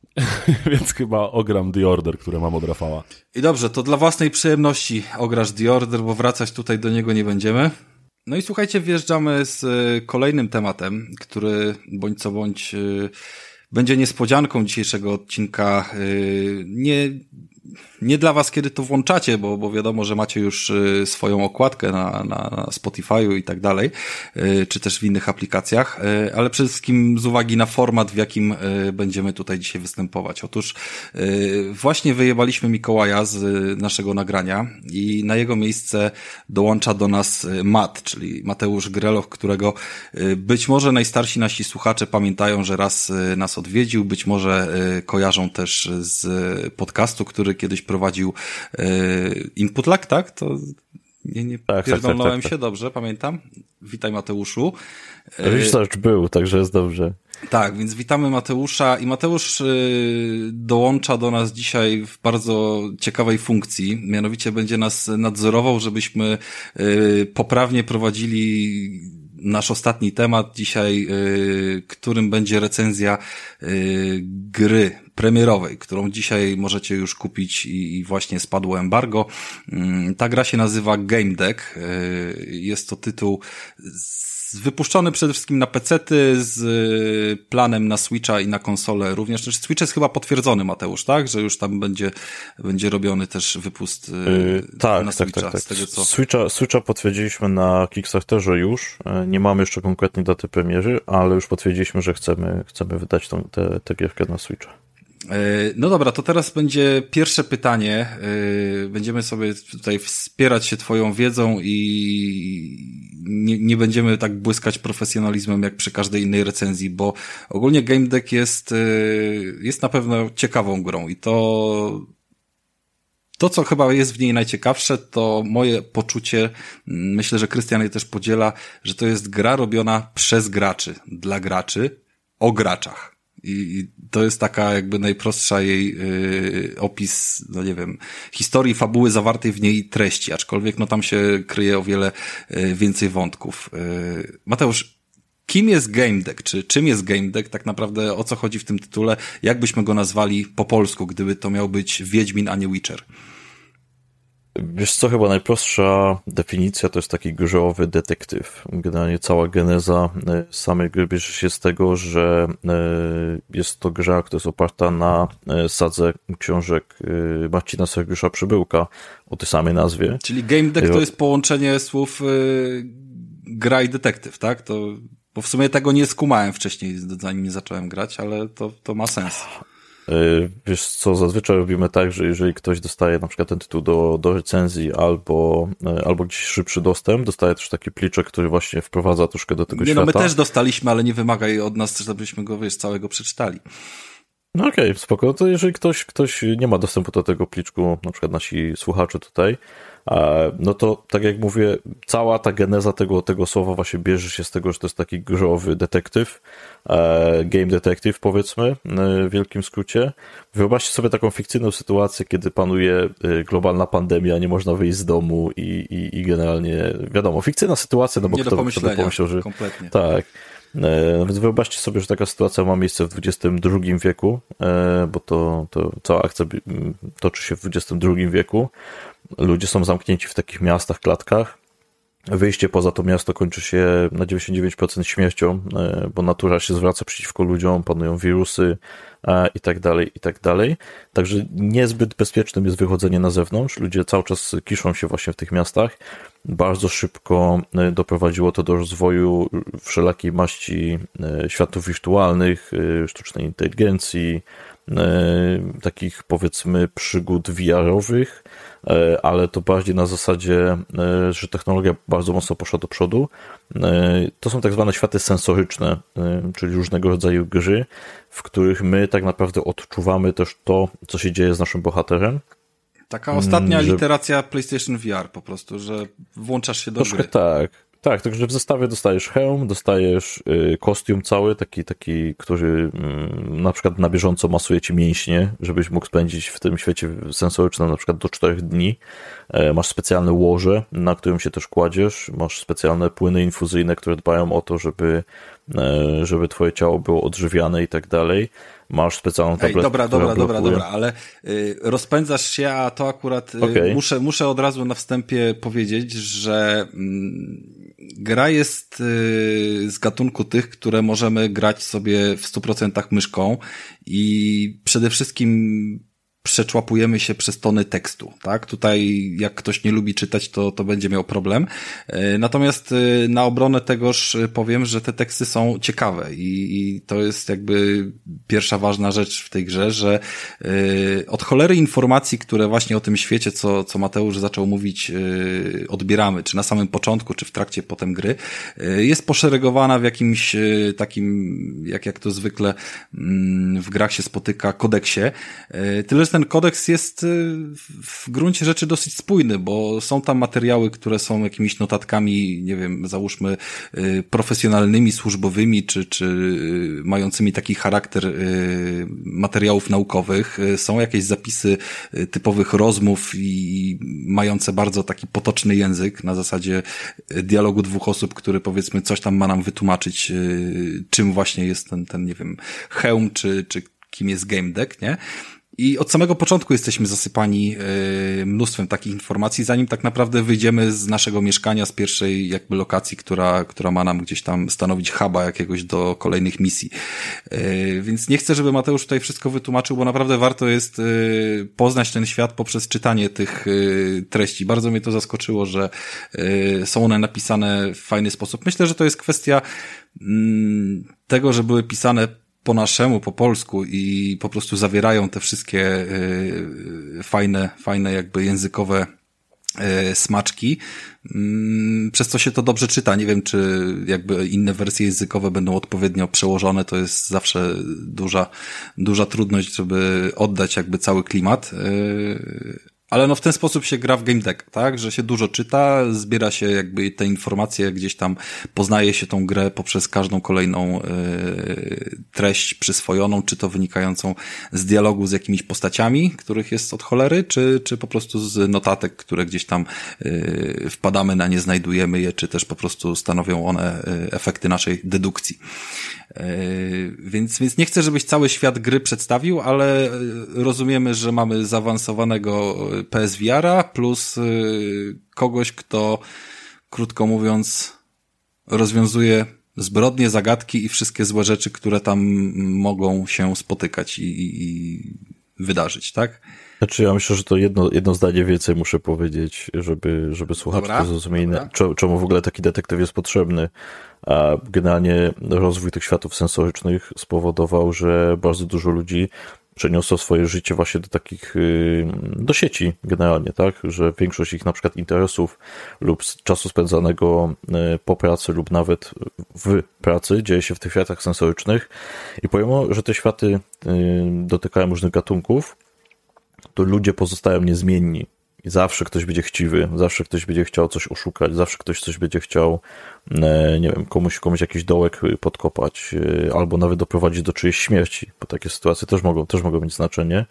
[SPEAKER 3] więc chyba ogram The Order, które mam od Rafała.
[SPEAKER 1] I dobrze, to dla własnej przyjemności ograsz The Order, bo wracać tutaj do niego nie będziemy. No i słuchajcie, wjeżdżamy z kolejnym tematem, który bądź co bądź będzie niespodzianką dzisiejszego odcinka. Nie, nie dla was, kiedy to włączacie, bo, bo wiadomo, że macie już swoją okładkę na, na, na Spotify'u i tak dalej, czy też w innych aplikacjach, ale przede wszystkim z uwagi na format, w jakim będziemy tutaj dzisiaj występować. Otóż właśnie wyjebaliśmy Mikołaja z naszego nagrania i na jego miejsce dołącza do nas Matt, czyli Mateusz Greloch, którego być może najstarsi nasi słuchacze pamiętają, że raz nas odwiedził, być może kojarzą też z podcastu, który kiedyś prowadził yy, Input Lag, tak? To nie, nie
[SPEAKER 4] tak,
[SPEAKER 1] pierdolnąłem
[SPEAKER 4] tak, tak,
[SPEAKER 1] się,
[SPEAKER 4] tak.
[SPEAKER 1] Dobrze, pamiętam. Witaj Mateuszu.
[SPEAKER 4] Research był, także jest dobrze.
[SPEAKER 1] Tak, więc witamy Mateusza i Mateusz yy, dołącza do nas dzisiaj w bardzo ciekawej funkcji, mianowicie będzie nas nadzorował, żebyśmy yy, poprawnie prowadzili nasz ostatni temat dzisiaj, yy, którym będzie recenzja yy, gry premierowej, którą dzisiaj możecie już kupić i, i właśnie spadło embargo. Yy, ta gra się nazywa Game Deck. Yy, jest to tytuł z, wypuszczony przede wszystkim na pecety z yy, planem na Switcha i na konsolę również. Znaczy, Switch jest chyba potwierdzony, Mateusz, tak? Że już tam będzie będzie robiony też wypust yy,
[SPEAKER 4] yy, tak,
[SPEAKER 1] na
[SPEAKER 4] tak,
[SPEAKER 1] Switcha.
[SPEAKER 4] tak, tak.
[SPEAKER 1] Z tego, co...
[SPEAKER 4] Switcha, Switcha potwierdziliśmy na Kickstarterze już. Nie mamy jeszcze konkretnej daty premiery, ale już potwierdziliśmy, że chcemy, chcemy wydać tą, tę, tę gierkę na Switcha.
[SPEAKER 1] No dobra, to teraz będzie pierwsze pytanie. Będziemy sobie tutaj wspierać się twoją wiedzą i nie, nie będziemy tak błyskać profesjonalizmem jak przy każdej innej recenzji, bo ogólnie Game Deck jest, jest na pewno ciekawą grą i to To, co chyba jest w niej najciekawsze, to moje poczucie, myślę, że Krystian je też podziela, że to jest gra robiona przez graczy, dla graczy, o graczach. I to jest taka jakby najprostsza jej yy, opis, no nie wiem, historii, fabuły zawartej w niej treści, aczkolwiek no tam się kryje o wiele yy, więcej wątków. Yy, Mateusz, kim jest Game Deck? Czy czym jest Game Deck? Tak naprawdę o co chodzi w tym tytule? Jak byśmy go nazwali po polsku, gdyby to miał być Wiedźmin, a nie Witcher?
[SPEAKER 4] Wiesz co, chyba najprostsza definicja to jest taki grzowy detektyw. Generalnie cała geneza samej gry bierze się z tego, że jest to gra, która jest oparta na sadze książek Marcina Sergiusza Przybyłka o tej samej nazwie.
[SPEAKER 1] Czyli Game Deck to jest połączenie słów yy, gra i detektyw, tak? To, bo w sumie tego nie skumałem wcześniej, zanim nie zacząłem grać, ale to, to ma sens.
[SPEAKER 4] Wiesz co, zazwyczaj robimy tak, że jeżeli ktoś dostaje na przykład ten tytuł do, do recenzji albo, albo gdzieś szybszy dostęp, dostaje też taki pliczek, który właśnie wprowadza troszkę do tego
[SPEAKER 1] nie,
[SPEAKER 4] świata.
[SPEAKER 1] No my też dostaliśmy, ale nie wymagaj od nas, żebyśmy go, wiesz, całego przeczytali.
[SPEAKER 4] No okej, okay, spoko. To jeżeli ktoś, ktoś nie ma dostępu do tego pliczku, na przykład nasi słuchacze tutaj, no to tak jak mówię, cała ta geneza tego, tego słowa właśnie bierze się z tego, że to jest taki grzowy detektyw, game detective powiedzmy, w wielkim skrócie. Wyobraźcie sobie taką fikcyjną sytuację, kiedy panuje globalna pandemia, nie można wyjść z domu i, i, i generalnie, wiadomo, fikcyjna sytuacja, no bo
[SPEAKER 1] nie
[SPEAKER 4] kto
[SPEAKER 1] by
[SPEAKER 4] pomyślał, że...
[SPEAKER 1] Kompletnie.
[SPEAKER 4] Tak. Więc wyobraźcie sobie, że taka sytuacja ma miejsce w dwudziestym drugim wieku, bo to, to cała akcja toczy się w dwudziestym drugim wieku. Ludzie są zamknięci w takich miastach, klatkach wyjście poza to miasto kończy się na dziewięćdziesiąt dziewięć procent śmiercią, bo natura się zwraca przeciwko ludziom, panują wirusy i tak dalej, i tak dalej. Także niezbyt bezpiecznym jest wychodzenie na zewnątrz. Ludzie cały czas kiszą się właśnie w tych miastach. Bardzo szybko doprowadziło to do rozwoju wszelakiej maści światów wirtualnych, sztucznej inteligencji, takich powiedzmy przygód V R-owych, ale to bardziej na zasadzie, że technologia bardzo mocno poszła do przodu. To są tak zwane światy sensoryczne, czyli różnego rodzaju gry, w których my tak naprawdę odczuwamy też to, co się dzieje z naszym bohaterem.
[SPEAKER 1] Taka ostatnia
[SPEAKER 4] że...
[SPEAKER 1] literacja PlayStation V R po prostu, że włączasz się do
[SPEAKER 4] Troszkę
[SPEAKER 1] gry.
[SPEAKER 4] tak. Tak, także w zestawie dostajesz hełm, dostajesz y, kostium cały, taki, taki, który y, na przykład na bieżąco masuje ci mięśnie, żebyś mógł spędzić w tym świecie sensorycznym na przykład do czterech dni. E, masz specjalne łoże, na którym się też kładziesz, masz specjalne płyny infuzyjne, które dbają o to, żeby, e, żeby twoje ciało było odżywiane i tak dalej. Masz specjalną tabletkę,
[SPEAKER 1] Ej, dobra, dobra,
[SPEAKER 4] która
[SPEAKER 1] dobra,
[SPEAKER 4] blokuje.
[SPEAKER 1] dobra, ale y, rozpędzasz się, a to akurat y,
[SPEAKER 4] Okay.
[SPEAKER 1] muszę, muszę od razu na wstępie powiedzieć, że y, gra jest y, z gatunku tych, które możemy grać sobie w stu procentach myszką i przede wszystkim przeczłapujemy się przez tony tekstu, tak? Tutaj jak ktoś nie lubi czytać, to, to będzie miał problem. Natomiast na obronę tegoż powiem, że te teksty są ciekawe i, i to jest jakby pierwsza ważna rzecz w tej grze, że y, od cholery informacji, które właśnie o tym świecie, co, co Mateusz zaczął mówić, y, odbieramy, czy na samym początku, czy w trakcie potem gry, y, jest poszeregowana w jakimś y, takim, jak, jak to zwykle y, w grach się spotyka, kodeksie. Y, tyle, że ten kodeks jest w gruncie rzeczy dosyć spójny, bo są tam materiały, które są jakimiś notatkami, nie wiem, załóżmy profesjonalnymi, służbowymi, czy, czy mającymi taki charakter materiałów naukowych. Są jakieś zapisy typowych rozmów i mające bardzo taki potoczny język na zasadzie dialogu dwóch osób, który powiedzmy coś tam ma nam wytłumaczyć, czym właśnie jest ten, ten nie wiem, hełm, czy, czy kim jest game deck, nie? I od samego początku jesteśmy zasypani y, mnóstwem takich informacji, zanim tak naprawdę wyjdziemy z naszego mieszkania, z pierwszej jakby lokacji, która, która ma nam gdzieś tam stanowić huba jakiegoś do kolejnych misji. Y, więc nie chcę, żeby Mateusz tutaj wszystko wytłumaczył, bo naprawdę warto jest y, poznać ten świat poprzez czytanie tych y, treści. Bardzo mnie to zaskoczyło, że y, są one napisane w fajny sposób. Myślę, że to jest kwestia y, tego, że były pisane po naszemu, po polsku i po prostu zawierają te wszystkie y, fajne, fajne jakby językowe y, smaczki, y, przez co się to dobrze czyta. Nie wiem, czy jakby inne wersje językowe będą odpowiednio przełożone, to jest zawsze duża, duża trudność, żeby oddać jakby cały klimat. Y, Ale no w ten sposób się gra w game deck, tak? Że się dużo czyta, zbiera się jakby te informacje, gdzieś tam poznaje się tą grę poprzez każdą kolejną yy, treść przyswojoną, czy to wynikającą z dialogu z jakimiś postaciami, których jest od cholery, czy, czy po prostu z notatek, które gdzieś tam yy, wpadamy na nie, znajdujemy je, czy też po prostu stanowią one yy, efekty naszej dedukcji. Yy, więc, więc nie chcę, żebyś cały świat gry przedstawił, ale rozumiemy, że mamy zaawansowanego P S V R-a plus yy, kogoś, kto, krótko mówiąc, rozwiązuje zbrodnie, zagadki i wszystkie złe rzeczy, które tam mogą się spotykać i, i, i wydarzyć, tak?
[SPEAKER 4] Znaczy ja myślę, że to jedno, jedno zdanie więcej muszę powiedzieć, żeby, żeby słuchacze
[SPEAKER 1] Dobra,
[SPEAKER 4] zrozumieli,
[SPEAKER 1] dobra.
[SPEAKER 4] czemu w ogóle taki detektyw jest potrzebny. A generalnie rozwój tych światów sensorycznych spowodował, że bardzo dużo ludzi przeniosło swoje życie właśnie do takich, do sieci generalnie, tak, że większość ich na przykład interesów lub czasu spędzanego po pracy lub nawet w pracy dzieje się w tych światach sensorycznych i pomimo, że te światy dotykają różnych gatunków, to ludzie pozostają niezmienni. I zawsze ktoś będzie chciwy, zawsze ktoś będzie chciał coś oszukać, zawsze ktoś coś będzie chciał, nie wiem, komuś, komuś jakiś dołek podkopać, albo nawet doprowadzić do czyjejś śmierci, bo takie sytuacje też mogą, też mogą mieć znaczenie.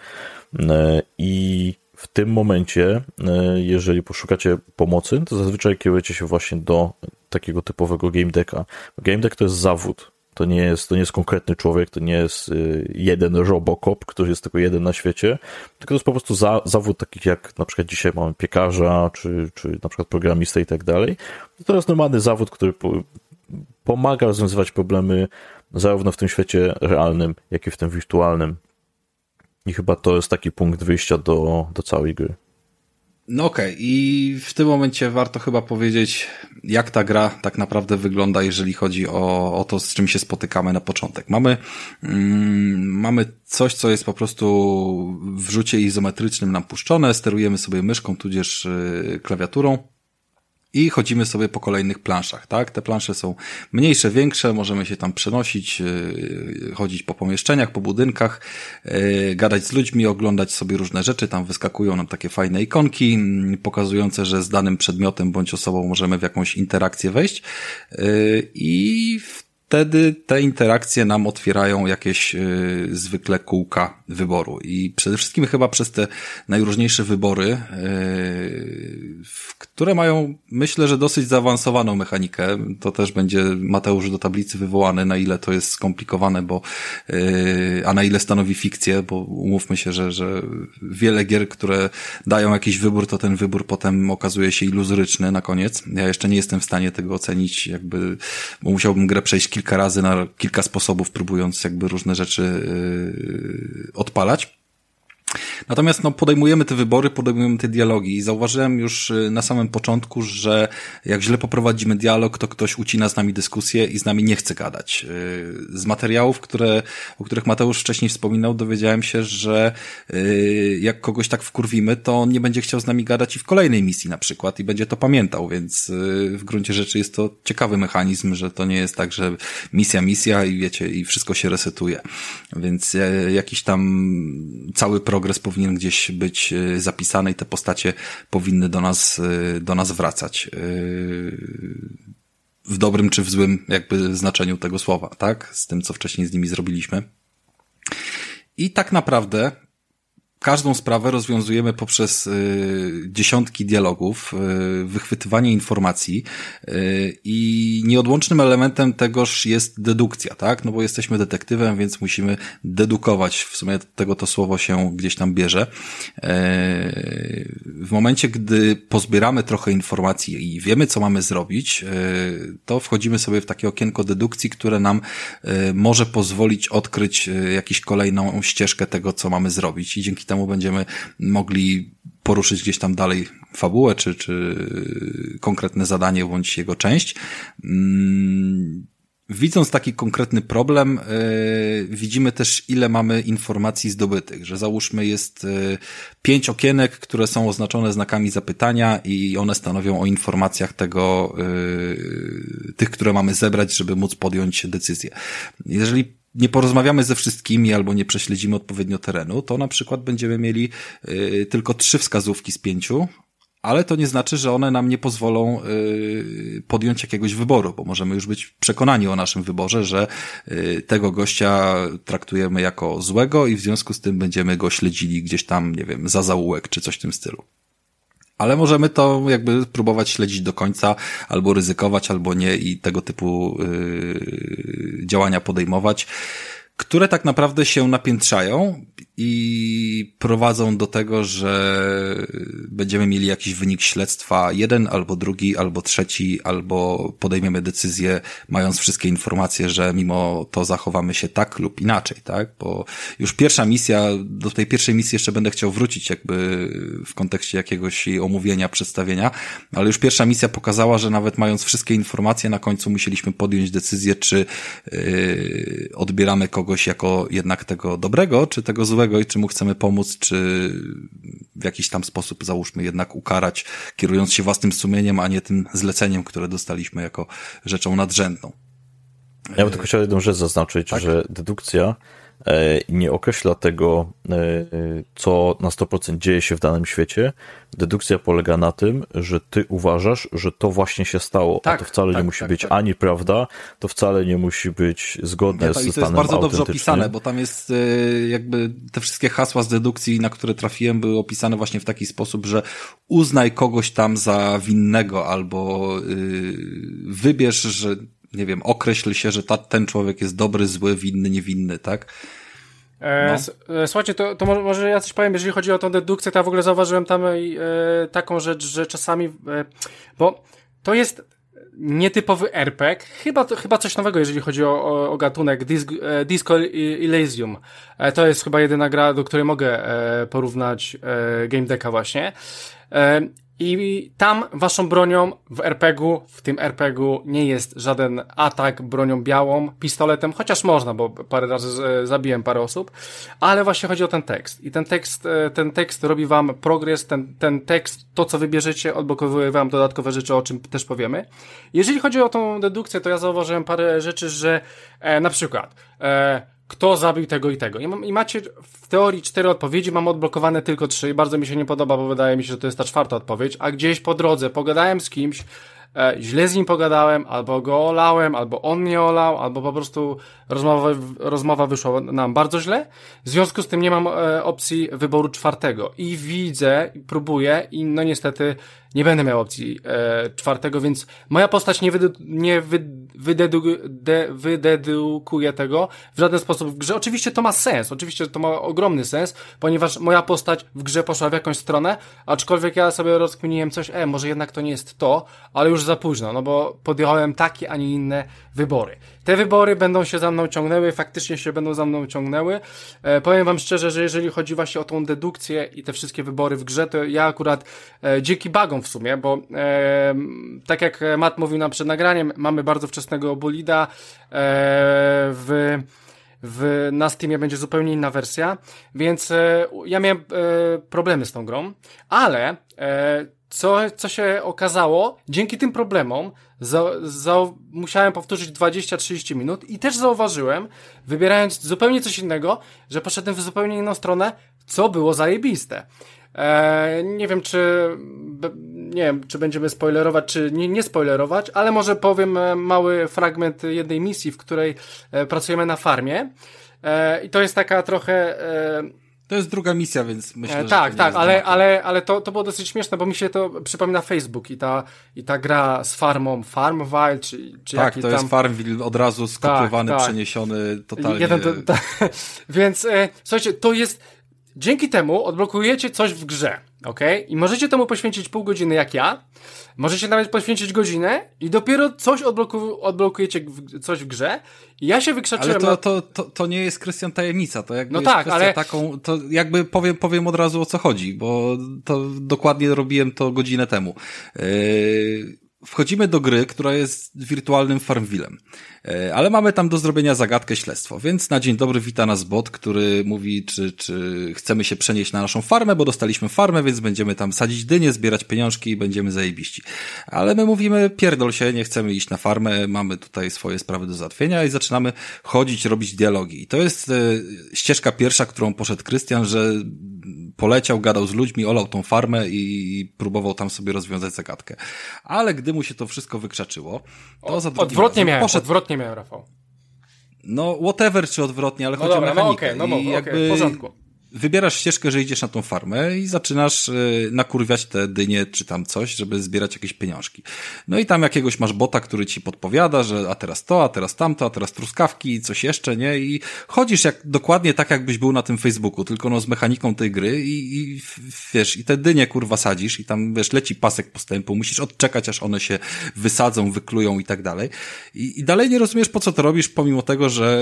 [SPEAKER 4] I w tym momencie, jeżeli poszukacie pomocy, to zazwyczaj kierujecie się właśnie do takiego typowego game decka. Game deck to jest zawód. To nie jest, to nie jest konkretny człowiek, to nie jest jeden Robocop, który jest tylko jeden na świecie, tylko to jest po prostu za, zawód takich jak na przykład dzisiaj mamy piekarza, czy, czy na przykład programistę i tak dalej. To jest normalny zawód, który po, pomaga rozwiązywać problemy zarówno w tym świecie realnym, jak i w tym wirtualnym. I chyba to jest taki punkt wyjścia do, do całej gry.
[SPEAKER 1] No okej, okay. I w tym momencie warto chyba powiedzieć, jak ta gra tak naprawdę wygląda, jeżeli chodzi o, o to, z czym się spotykamy na początek. Mamy, mm, mamy coś, co jest po prostu w rzucie izometrycznym nam puszczone, sterujemy sobie myszką, tudzież yy, klawiaturą. I chodzimy sobie po kolejnych planszach, tak? Te plansze są mniejsze, większe, możemy się tam przenosić, yy, chodzić po pomieszczeniach, po budynkach, yy, gadać z ludźmi, oglądać sobie różne rzeczy, tam wyskakują nam takie fajne ikonki, yy, pokazujące, że z danym przedmiotem bądź osobą możemy w jakąś interakcję wejść yy, i w Wtedy te interakcje nam otwierają jakieś yy, zwykle kółka wyboru i przede wszystkim chyba przez te najróżniejsze wybory, yy, które mają, myślę, że dosyć zaawansowaną mechanikę. To też będzie Mateusz do tablicy wywołany, na ile to jest skomplikowane, bo yy, a na ile stanowi fikcję, bo umówmy się, że, że wiele gier, które dają jakiś wybór, to ten wybór potem okazuje się iluzoryczny na koniec. Ja jeszcze nie jestem w stanie tego ocenić, jakby, bo musiałbym grę przejść kilka razy na kilka sposobów, próbując jakby różne rzeczy yy, odpalać. Natomiast no, podejmujemy te wybory, podejmujemy te dialogi i zauważyłem już na samym początku, że jak źle poprowadzimy dialog, to ktoś ucina z nami dyskusję i z nami nie chce gadać. Z materiałów, które, o których Mateusz wcześniej wspominał, dowiedziałem się, że jak kogoś tak wkurwimy, to on nie będzie chciał z nami gadać i w kolejnej misji na przykład i będzie to pamiętał, więc w gruncie rzeczy jest to ciekawy mechanizm, że to nie jest tak, że misja, misja i wiecie, i wszystko się resetuje. Więc jakiś tam cały progres powinien gdzieś być zapisany i te postacie powinny do nas, do nas wracać. W dobrym czy w złym jakby znaczeniu tego słowa, tak? Z tym, co wcześniej z nimi zrobiliśmy. I tak naprawdę każdą sprawę rozwiązujemy poprzez y, dziesiątki dialogów, y, wychwytywanie informacji y, i nieodłącznym elementem tegoż jest dedukcja, tak? No bo jesteśmy detektywem, więc musimy dedukować. W sumie tego to słowo się gdzieś tam bierze. Y, w momencie, gdy pozbieramy trochę informacji i wiemy, co mamy zrobić, y, to wchodzimy sobie w takie okienko dedukcji, które nam y, może pozwolić odkryć y, jakąś kolejną ścieżkę tego, co mamy zrobić i dzięki temu będziemy mogli poruszyć gdzieś tam dalej fabułę, czy, czy konkretne zadanie, bądź jego część. Widząc taki konkretny problem, yy, widzimy też, ile mamy informacji zdobytych, że załóżmy jest yy, pięć okienek, które są oznaczone znakami zapytania i one stanowią o informacjach tego, yy, tych, które mamy zebrać, żeby móc podjąć decyzję. Jeżeli nie porozmawiamy ze wszystkimi albo nie prześledzimy odpowiednio terenu, to na przykład będziemy mieli y, tylko trzy wskazówki z pięciu, ale to nie znaczy, że one nam nie pozwolą y, podjąć jakiegoś wyboru, bo możemy już być przekonani o naszym wyborze, że y, tego gościa traktujemy jako złego i w związku z tym będziemy go śledzili gdzieś tam, nie wiem, za zaułek czy coś w tym stylu. Ale możemy to jakby próbować śledzić do końca, albo ryzykować, albo nie i tego typu yy, działania podejmować, które tak naprawdę się napiętrzają i prowadzą do tego, że będziemy mieli jakiś wynik śledztwa, jeden albo drugi, albo trzeci, albo podejmiemy decyzję, mając wszystkie informacje, że mimo to zachowamy się tak lub inaczej, tak? Bo już pierwsza misja, do tej pierwszej misji jeszcze będę chciał wrócić jakby w kontekście jakiegoś omówienia, przedstawienia, ale już pierwsza misja pokazała, że nawet mając wszystkie informacje, na końcu musieliśmy podjąć decyzję, czy yy, odbieramy kogoś jako jednak tego dobrego, czy tego złego i czy mu chcemy pomóc, czy w jakiś tam sposób, załóżmy, jednak ukarać, kierując się własnym sumieniem, a nie tym zleceniem, które dostaliśmy jako rzeczą nadrzędną.
[SPEAKER 4] Ja bym tylko chciał jedną rzecz zaznaczyć, tak? Że dedukcja nie określa tego, co na sto procent dzieje się w danym świecie. Dedukcja polega na tym, że ty uważasz, że to właśnie się stało, tak, a to wcale tak, nie musi tak, być tak. ani prawda, to wcale nie musi być zgodne ja, to, ze stanem autentycznym. To jest bardzo dobrze opisane, bo tam jest jakby te wszystkie hasła z dedukcji, na które trafiłem, były opisane właśnie w taki sposób, że uznaj kogoś tam za winnego albo wybierz, że
[SPEAKER 1] nie wiem, określ się, że ta, ten człowiek jest dobry, zły, winny, niewinny, tak?
[SPEAKER 2] E, no. Słuchajcie, to, to może, może ja coś powiem, jeżeli chodzi o tą dedukcję, to ja w ogóle zauważyłem tam e, taką rzecz, że czasami, e, bo to jest nietypowy er pe gie, chyba, to, chyba coś nowego, jeżeli chodzi o, o, o gatunek Disc, e, Disco Elysium. E, to jest chyba jedyna gra, do której mogę e, porównać e, Game Decka właśnie. E, I tam waszą bronią w er pe gie u, w tym er pe gie u nie jest żaden atak bronią białą, pistoletem, chociaż można, bo parę razy zabiłem parę osób, ale właśnie chodzi o ten tekst. I ten tekst, ten tekst robi wam progres, ten, ten tekst, to co wybierzecie, odblokowuje wam dodatkowe rzeczy, o czym też powiemy. Jeżeli chodzi o tą dedukcję, to ja zauważyłem parę rzeczy, że e, na przykład e, kto zabił tego i tego. I, mam, I macie w teorii cztery odpowiedzi, mam odblokowane tylko trzy i bardzo mi się nie podoba, bo wydaje mi się, że to jest ta czwarta odpowiedź, a gdzieś po drodze pogadałem z kimś, e, źle z nim pogadałem, albo go olałem, albo on mnie olał, albo po prostu rozmowa, rozmowa wyszła nam bardzo źle. W związku z tym nie mam e, opcji wyboru czwartego i widzę, i próbuję i no niestety nie będę miał opcji e, czwartego, więc moja postać nie, wydu, nie wy, wydedu, de, wydedukuje tego w żaden sposób w grze. Oczywiście to ma sens, oczywiście to ma ogromny sens, ponieważ moja postać w grze poszła w jakąś stronę, aczkolwiek ja sobie rozkminiłem coś, e, może jednak to nie jest to, ale już za późno, no bo podjąłem takie, a nie inne wybory. Te wybory będą się za mną ciągnęły, faktycznie się będą za mną ciągnęły. E, powiem wam szczerze, że jeżeli chodzi właśnie o tą dedukcję i te wszystkie wybory w grze, to ja akurat e, dzięki bugom w sumie, bo e, tak jak Matt mówił nam przed nagraniem, mamy bardzo wczesnego bolida, e, w W, na Steamie będzie zupełnie inna wersja, więc e, ja miałem e, problemy z tą grą, ale e, co, co się okazało, dzięki tym problemom za, za, musiałem powtórzyć dwadzieścia trzydzieści minut i też zauważyłem, wybierając zupełnie coś innego, że poszedłem w zupełnie inną stronę, co było zajebiste. E, nie wiem, czy nie wiem, czy będziemy spoilerować, czy nie, nie spoilerować, ale może powiem mały fragment jednej misji, w której e, pracujemy na farmie e, i to jest taka trochę... E,
[SPEAKER 1] To jest druga misja, więc myślę,
[SPEAKER 2] e,
[SPEAKER 1] że
[SPEAKER 2] tak,
[SPEAKER 1] to nie
[SPEAKER 2] tak,
[SPEAKER 1] jest
[SPEAKER 2] ale,
[SPEAKER 1] dramatem.
[SPEAKER 2] ale, ale to, to było dosyć śmieszne, bo mi się to przypomina Facebook i ta, i ta gra z farmą Farmville, czy, czy
[SPEAKER 1] Tak,
[SPEAKER 2] jaki
[SPEAKER 1] to
[SPEAKER 2] tam...
[SPEAKER 1] jest Farmville od razu skopiowany,
[SPEAKER 2] tak, tak.
[SPEAKER 1] przeniesiony totalnie.
[SPEAKER 2] Jeden to, to, więc e, słuchajcie, to jest... Dzięki temu odblokujecie coś w grze, okej? I możecie temu poświęcić pół godziny jak ja, możecie nawet poświęcić godzinę i dopiero coś odbloku, odblokujecie w, coś w grze i ja się wykrzaczyłem...
[SPEAKER 1] Ale to,
[SPEAKER 2] na...
[SPEAKER 1] to, to, to nie jest Krystian tajemnica, to jakby
[SPEAKER 2] No
[SPEAKER 1] jest
[SPEAKER 2] tak,
[SPEAKER 1] kwestia
[SPEAKER 2] ale-
[SPEAKER 1] taką, to jakby powiem, powiem od razu o co chodzi, bo to dokładnie robiłem to godzinę temu. Yy... Wchodzimy do gry, która jest wirtualnym Farmvillem, ale mamy tam do zrobienia zagadkę śledztwo, więc na dzień dobry wita nas bot, który mówi, czy, czy chcemy się przenieść na naszą farmę, bo dostaliśmy farmę, więc będziemy tam sadzić dynie, zbierać pieniążki i będziemy zajebiści. Ale my mówimy, pierdol się, nie chcemy iść na farmę, mamy tutaj swoje sprawy do załatwienia i zaczynamy chodzić, robić dialogi. I to jest e, ścieżka pierwsza, którą poszedł Krystian, że poleciał, gadał z ludźmi, olał tą farmę i, i próbował tam sobie rozwiązać zagadkę. Ale gdy mu się to wszystko wykrzaczyło, to za drugim
[SPEAKER 2] Odwrotnie
[SPEAKER 1] razem
[SPEAKER 2] miałem,
[SPEAKER 1] poszedł...
[SPEAKER 2] odwrotnie miałem, Rafał.
[SPEAKER 1] No, whatever, czy odwrotnie, ale
[SPEAKER 2] No
[SPEAKER 1] chodzi
[SPEAKER 2] dobra,
[SPEAKER 1] o
[SPEAKER 2] no
[SPEAKER 1] mechanikę.
[SPEAKER 2] okej, no
[SPEAKER 1] I
[SPEAKER 2] mów, okej,
[SPEAKER 1] jakby
[SPEAKER 2] w porządku.
[SPEAKER 1] wybierasz ścieżkę, że idziesz na tą farmę i zaczynasz y, nakurwiać te dynie czy tam coś, żeby zbierać jakieś pieniążki. No i tam jakiegoś masz bota, który ci podpowiada, że a teraz to, a teraz tamto, a teraz truskawki, coś jeszcze, nie? I chodzisz jak dokładnie tak, jakbyś był na tym Facebooku, tylko no z mechaniką tej gry i, i wiesz, i te dynie kurwa sadzisz i tam, wiesz, leci pasek postępu, musisz odczekać, aż one się wysadzą, wyklują i tak dalej. I, i dalej nie rozumiesz, po co to robisz, pomimo tego, że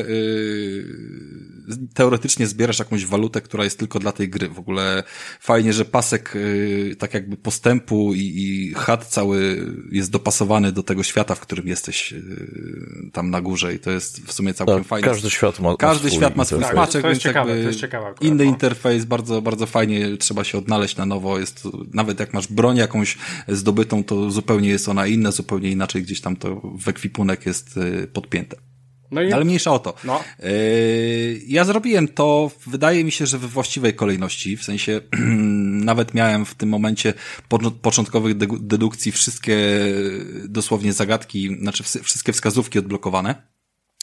[SPEAKER 1] yy, teoretycznie zbierasz jakąś walutę, która jest tylko dla tej gry. W ogóle fajnie, że pasek yy, tak jakby postępu i, i chat cały jest dopasowany do tego świata, w którym jesteś yy, tam na górze i to jest w sumie całkiem
[SPEAKER 4] Tak,
[SPEAKER 1] fajne.
[SPEAKER 4] każdy świat ma, ma
[SPEAKER 1] Każdy
[SPEAKER 4] swój
[SPEAKER 1] świat ma swój
[SPEAKER 4] interfejs.
[SPEAKER 1] smaczek,
[SPEAKER 2] To jest
[SPEAKER 1] więc
[SPEAKER 2] ciekawe,
[SPEAKER 1] jakby
[SPEAKER 2] to jest ciekawe akurat,
[SPEAKER 1] inny
[SPEAKER 2] no.
[SPEAKER 1] interfejs, bardzo, bardzo fajnie, trzeba się odnaleźć na nowo. Jest to, nawet jak masz broń jakąś zdobytą, to zupełnie jest ona inna, zupełnie inaczej gdzieś tam to w ekwipunek jest yy, podpięte.
[SPEAKER 2] No i
[SPEAKER 1] Ale mniejsza o to.
[SPEAKER 2] No.
[SPEAKER 1] Yy, ja zrobiłem to, wydaje mi się, że we właściwej kolejności, w sensie nawet miałem w tym momencie po, początkowych de- dedukcji wszystkie dosłownie zagadki, znaczy ws- wszystkie wskazówki odblokowane.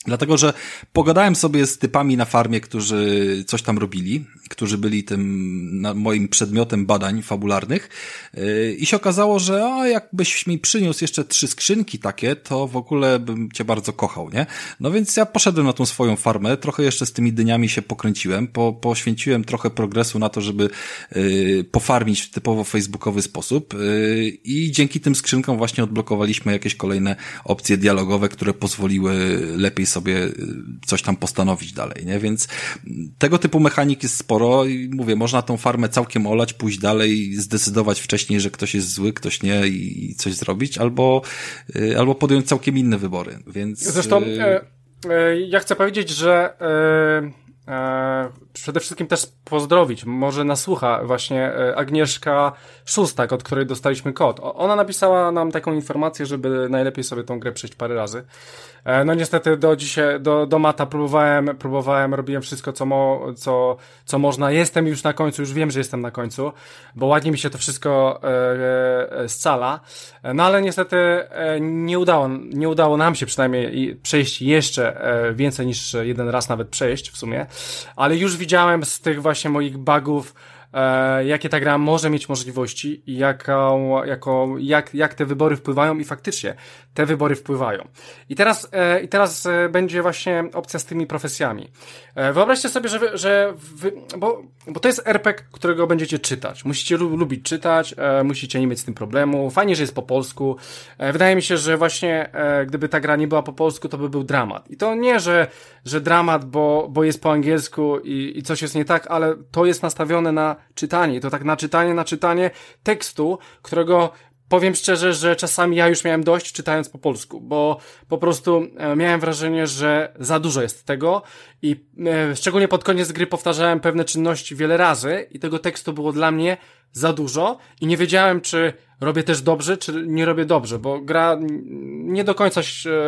[SPEAKER 1] Dlatego, że pogadałem sobie z typami na farmie, którzy coś tam robili, którzy byli tym na, moim przedmiotem badań fabularnych yy, i się okazało, że a, jakbyś mi przyniósł jeszcze trzy skrzynki takie, to w ogóle bym cię bardzo kochał, nie? No więc ja poszedłem na tą swoją farmę, trochę jeszcze z tymi dyniami się pokręciłem, po, poświęciłem trochę progresu na to, żeby yy, pofarmić w typowo facebookowy sposób yy, i dzięki tym skrzynkom właśnie odblokowaliśmy jakieś kolejne opcje dialogowe, które pozwoliły lepiej sobie coś tam postanowić dalej, nie? Więc tego typu mechanik jest sporo i mówię, można tą farmę całkiem olać, pójść dalej, zdecydować wcześniej, że ktoś jest zły, ktoś nie i coś zrobić, albo, albo podjąć całkiem inne wybory, więc...
[SPEAKER 2] Zresztą e, e, ja chcę powiedzieć, że e... Eee, przede wszystkim też pozdrowić, może nas słucha właśnie e, Agnieszka Szóstak, od której dostaliśmy kod. O, ona napisała nam taką informację, żeby najlepiej sobie tą grę przejść parę razy. E, no niestety do dzisiaj, do, do mata próbowałem, próbowałem, robiłem wszystko, co, mo, co, co można. Jestem już na końcu, już wiem, że jestem na końcu, bo ładnie mi się to wszystko e, e, scala. E, no ale niestety e, nie udało, nie udało nam się przynajmniej przejść jeszcze e, więcej niż jeden raz nawet przejść w sumie. Ale już widziałem z tych właśnie moich bugów, e, jakie ta gra może mieć możliwości i jaką, jaką, jak, jak te wybory wpływają i faktycznie te wybory wpływają. I teraz, e, i teraz e, będzie właśnie opcja z tymi profesjami. E, wyobraźcie sobie, że, wy, że wy, bo, bo to jest er pe gie, którego będziecie czytać. Musicie lu, lubić czytać, e, musicie nie mieć z tym problemu. Fajnie, że jest po polsku. E, wydaje mi się, że właśnie e, gdyby ta gra nie była po polsku, to by był dramat. I to nie, że, że dramat, bo, bo jest po angielsku i, i coś jest nie tak, ale to jest nastawione na czytanie. I to tak na czytanie, na czytanie tekstu, którego powiem szczerze, że czasami ja już miałem dość czytając po polsku, bo po prostu miałem wrażenie, że za dużo jest tego i e, szczególnie pod koniec gry powtarzałem pewne czynności wiele razy i tego tekstu było dla mnie za dużo i nie wiedziałem, czy robię też dobrze, czy nie robię dobrze, bo gra nie do końca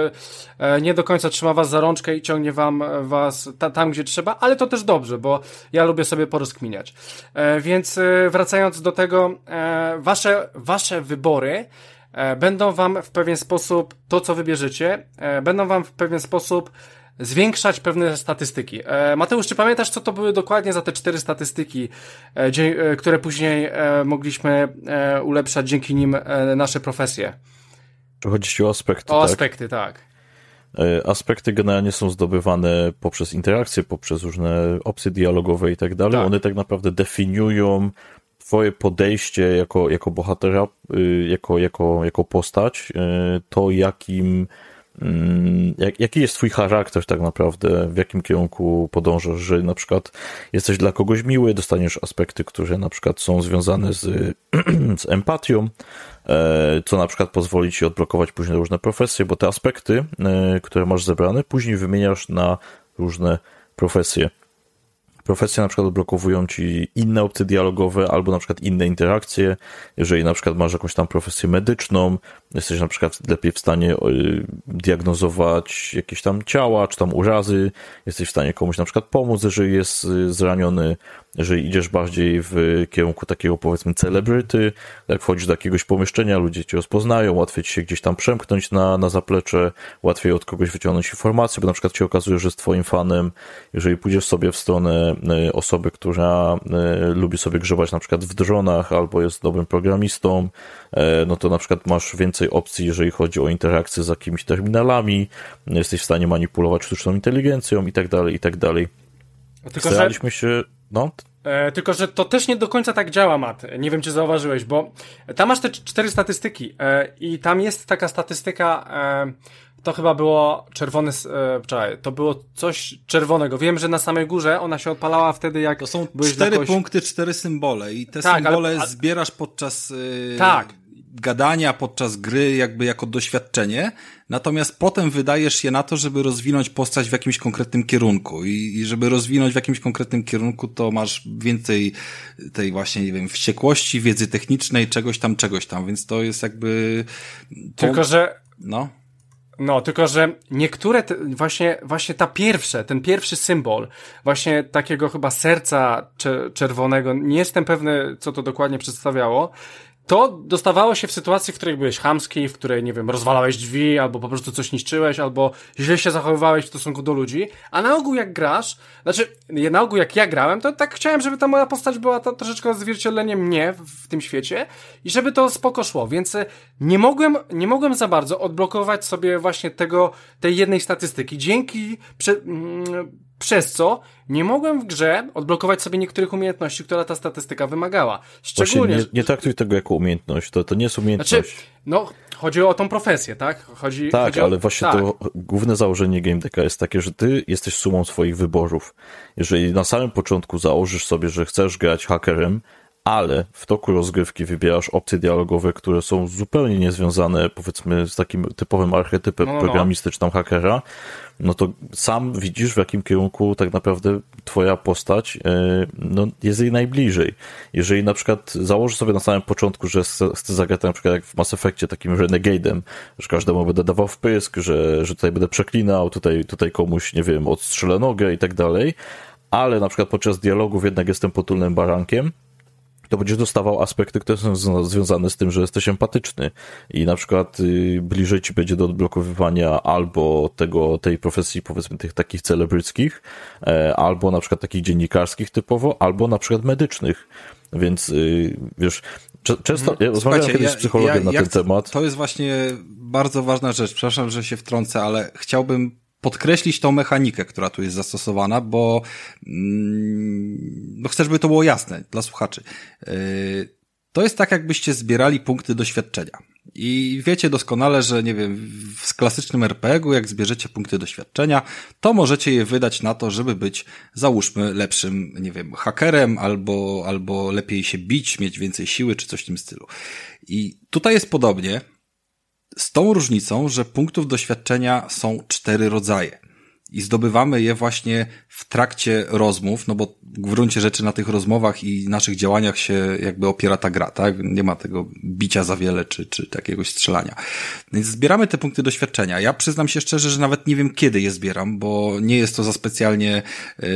[SPEAKER 2] e, nie do końca trzyma was za rączkę i ciągnie wam was ta, tam, gdzie trzeba, ale to też dobrze, bo ja lubię sobie porozkminiać. E, więc e, wracając do tego, e, wasze, wasze wybory e, będą wam w pewien sposób, to co wybierzecie, e, będą wam w pewien sposób zwiększać pewne statystyki. E, Mateusz, czy pamiętasz, co to były dokładnie za te cztery statystyki, e, dzie- e, które później e, mogliśmy e, ulepszać dzięki nim e, nasze profesje?
[SPEAKER 4] Czy chodzi ci o aspekty,
[SPEAKER 2] O
[SPEAKER 4] tak?
[SPEAKER 2] aspekty, tak.
[SPEAKER 4] E, aspekty generalnie są zdobywane poprzez interakcje, poprzez różne opcje dialogowe i tak dalej. One tak naprawdę definiują twoje podejście jako, jako bohatera, y, jako, jako, jako postać, y, to jakim Jak, jaki jest twój charakter tak naprawdę, w jakim kierunku podążasz, że na przykład jesteś dla kogoś miły, dostaniesz aspekty, które na przykład są związane z, z empatią, co na przykład pozwoli ci odblokować później różne profesje, bo te aspekty, które masz zebrane, później wymieniasz na różne profesje. Profesje na przykład odblokowują ci inne opcje dialogowe albo na przykład inne interakcje. Jeżeli na przykład masz jakąś tam profesję medyczną, jesteś na przykład lepiej w stanie diagnozować jakieś tam ciała, czy tam urazy, jesteś w stanie komuś na przykład pomóc, jeżeli jest zraniony, jeżeli idziesz bardziej w kierunku takiego powiedzmy celebryty, jak wchodzisz do jakiegoś pomieszczenia, ludzie cię rozpoznają, łatwiej ci się gdzieś tam przemknąć na, na zaplecze, łatwiej od kogoś wyciągnąć informację, bo na przykład się okazuje, że jest twoim fanem, jeżeli pójdziesz sobie w stronę osoby, która lubi sobie grzebać na przykład w dronach albo jest dobrym programistą, no to na przykład masz więcej opcji, jeżeli chodzi o interakcję z jakimiś terminalami, jesteś w stanie manipulować sztuczną inteligencją i tak dalej, i tak dalej.
[SPEAKER 2] Tylko,
[SPEAKER 4] Staraliśmy
[SPEAKER 2] że...
[SPEAKER 4] się... No,
[SPEAKER 2] E, tylko, że to też nie do końca tak działa, Matt. Nie wiem, czy zauważyłeś, bo tam masz te cztery statystyki e, i tam jest taka statystyka, e, to chyba było czerwony, e, czekaj, to było coś czerwonego. Wiem, że na samej górze ona się odpalała wtedy, jak
[SPEAKER 1] to są
[SPEAKER 2] byłeś
[SPEAKER 1] cztery
[SPEAKER 2] kogoś...
[SPEAKER 1] punkty, cztery symbole i te
[SPEAKER 2] tak,
[SPEAKER 1] symbole
[SPEAKER 2] ale, ale...
[SPEAKER 1] zbierasz podczas yy,
[SPEAKER 2] tak.
[SPEAKER 1] gadania, podczas gry jakby jako doświadczenie, natomiast potem wydajesz je na to, żeby rozwinąć postać w jakimś konkretnym kierunku i, i żeby rozwinąć w jakimś konkretnym kierunku, to masz więcej tej właśnie, nie wiem, wściekłości, wiedzy technicznej, czegoś tam, czegoś tam, więc to jest jakby... To...
[SPEAKER 2] Tylko, że...
[SPEAKER 1] No...
[SPEAKER 2] No, tylko, że niektóre, te, właśnie, właśnie ta pierwsze, ten pierwszy symbol, właśnie takiego chyba serca czerwonego, nie jestem pewny, co to dokładnie przedstawiało, to dostawało się w sytuacji, w której byłeś chamski, w której, nie wiem, rozwalałeś drzwi, albo po prostu coś niszczyłeś, albo źle się zachowywałeś w stosunku do ludzi, a na ogół jak grasz, znaczy, na ogół jak ja grałem, to tak chciałem, żeby ta moja postać była to, troszeczkę odzwierciedleniem mnie w, w tym świecie i żeby to spoko szło, więc nie mogłem, nie mogłem za bardzo odblokować sobie właśnie tego, tej jednej statystyki, dzięki, prze, mm, przez co nie mogłem w grze odblokować sobie niektórych umiejętności, która ta statystyka wymagała. Szczególnie...
[SPEAKER 4] Nie, nie traktuj tego jako umiejętność, to, to nie jest umiejętność.
[SPEAKER 2] Znaczy, no, chodzi o tą profesję, tak? Chodzi,
[SPEAKER 4] tak,
[SPEAKER 2] chodzi
[SPEAKER 4] ale
[SPEAKER 2] o...
[SPEAKER 4] właśnie
[SPEAKER 2] tak.
[SPEAKER 4] to główne założenie Game Decka jest takie, że ty jesteś sumą swoich wyborów. Jeżeli na samym początku założysz sobie, że chcesz grać hakerem, ale w toku rozgrywki wybierasz opcje dialogowe, które są zupełnie niezwiązane, powiedzmy, z takim typowym archetypem
[SPEAKER 2] no, no.
[SPEAKER 4] programistycznym hakera, no to sam widzisz, w jakim kierunku tak naprawdę twoja postać no, jest jej najbliżej. Jeżeli na przykład założysz sobie na samym początku, że chcę zagrać na przykład jak w Mass Effectie takim renegade'em, że każdemu będę dawał wpysk, że, że tutaj będę przeklinał, tutaj, tutaj komuś, nie wiem, odstrzelę nogę i tak dalej, ale na przykład podczas dialogów jednak jestem potulnym barankiem, to będziesz dostawał aspekty, które są związane z tym, że jesteś empatyczny i na przykład y, bliżej ci będzie do odblokowywania albo tego, tej profesji, powiedzmy, tych takich celebryckich, e, albo na przykład takich dziennikarskich typowo, albo na przykład medycznych. Więc y, wiesz, c- często ja rozmawiałem kiedyś
[SPEAKER 1] ja,
[SPEAKER 4] z psychologiem
[SPEAKER 1] ja,
[SPEAKER 4] na
[SPEAKER 1] ja
[SPEAKER 4] ten
[SPEAKER 1] chcę,
[SPEAKER 4] temat.
[SPEAKER 1] To jest właśnie bardzo ważna rzecz. Przepraszam, że się wtrącę, ale chciałbym podkreślić tą mechanikę, która tu jest zastosowana, bo, bo chcę, żeby to było jasne dla słuchaczy. To jest tak, jakbyście zbierali punkty doświadczenia. I wiecie doskonale, że nie wiem, w klasycznym er pe gu, jak zbierzecie punkty doświadczenia, to możecie je wydać na to, żeby być, załóżmy, lepszym, nie wiem, hakerem, albo, albo lepiej się bić, mieć więcej siły, czy coś w tym stylu. I tutaj jest podobnie, z tą różnicą, że punktów doświadczenia są cztery rodzaje. I zdobywamy je właśnie w trakcie rozmów, no bo w gruncie rzeczy na tych rozmowach i naszych działaniach się jakby opiera ta gra, tak? Nie ma tego bicia za wiele, czy, czy takiegoś strzelania. Więc zbieramy te punkty doświadczenia. Ja przyznam się szczerze, że nawet nie wiem, kiedy je zbieram, bo nie jest to za specjalnie yy,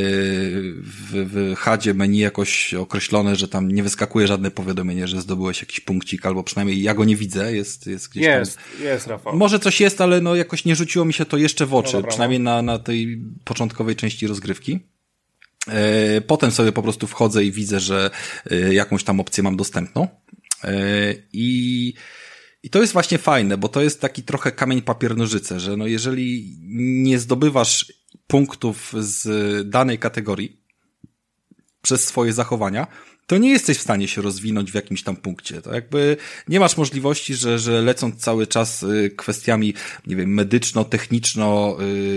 [SPEAKER 1] w, w hadzie menu jakoś określone, że tam nie wyskakuje żadne powiadomienie, że zdobyłeś jakiś punkcik, albo przynajmniej ja go nie widzę, jest, jest gdzieś
[SPEAKER 2] jest,
[SPEAKER 1] tam.
[SPEAKER 2] Jest, jest, Rafał.
[SPEAKER 1] Może coś jest, ale no jakoś nie rzuciło mi się to jeszcze w oczy,
[SPEAKER 2] no dobra,
[SPEAKER 1] przynajmniej na, na tej początkowej części rozgrywki. Potem sobie po prostu wchodzę i widzę, że jakąś tam opcję mam dostępną. I, i to jest właśnie fajne, bo to jest taki trochę kamień papier nożyce, że no jeżeli nie zdobywasz punktów z danej kategorii przez swoje zachowania, to nie jesteś w stanie się rozwinąć w jakimś tam punkcie. To jakby nie masz możliwości, że, że lecąc cały czas kwestiami, nie wiem, medyczno-techniczno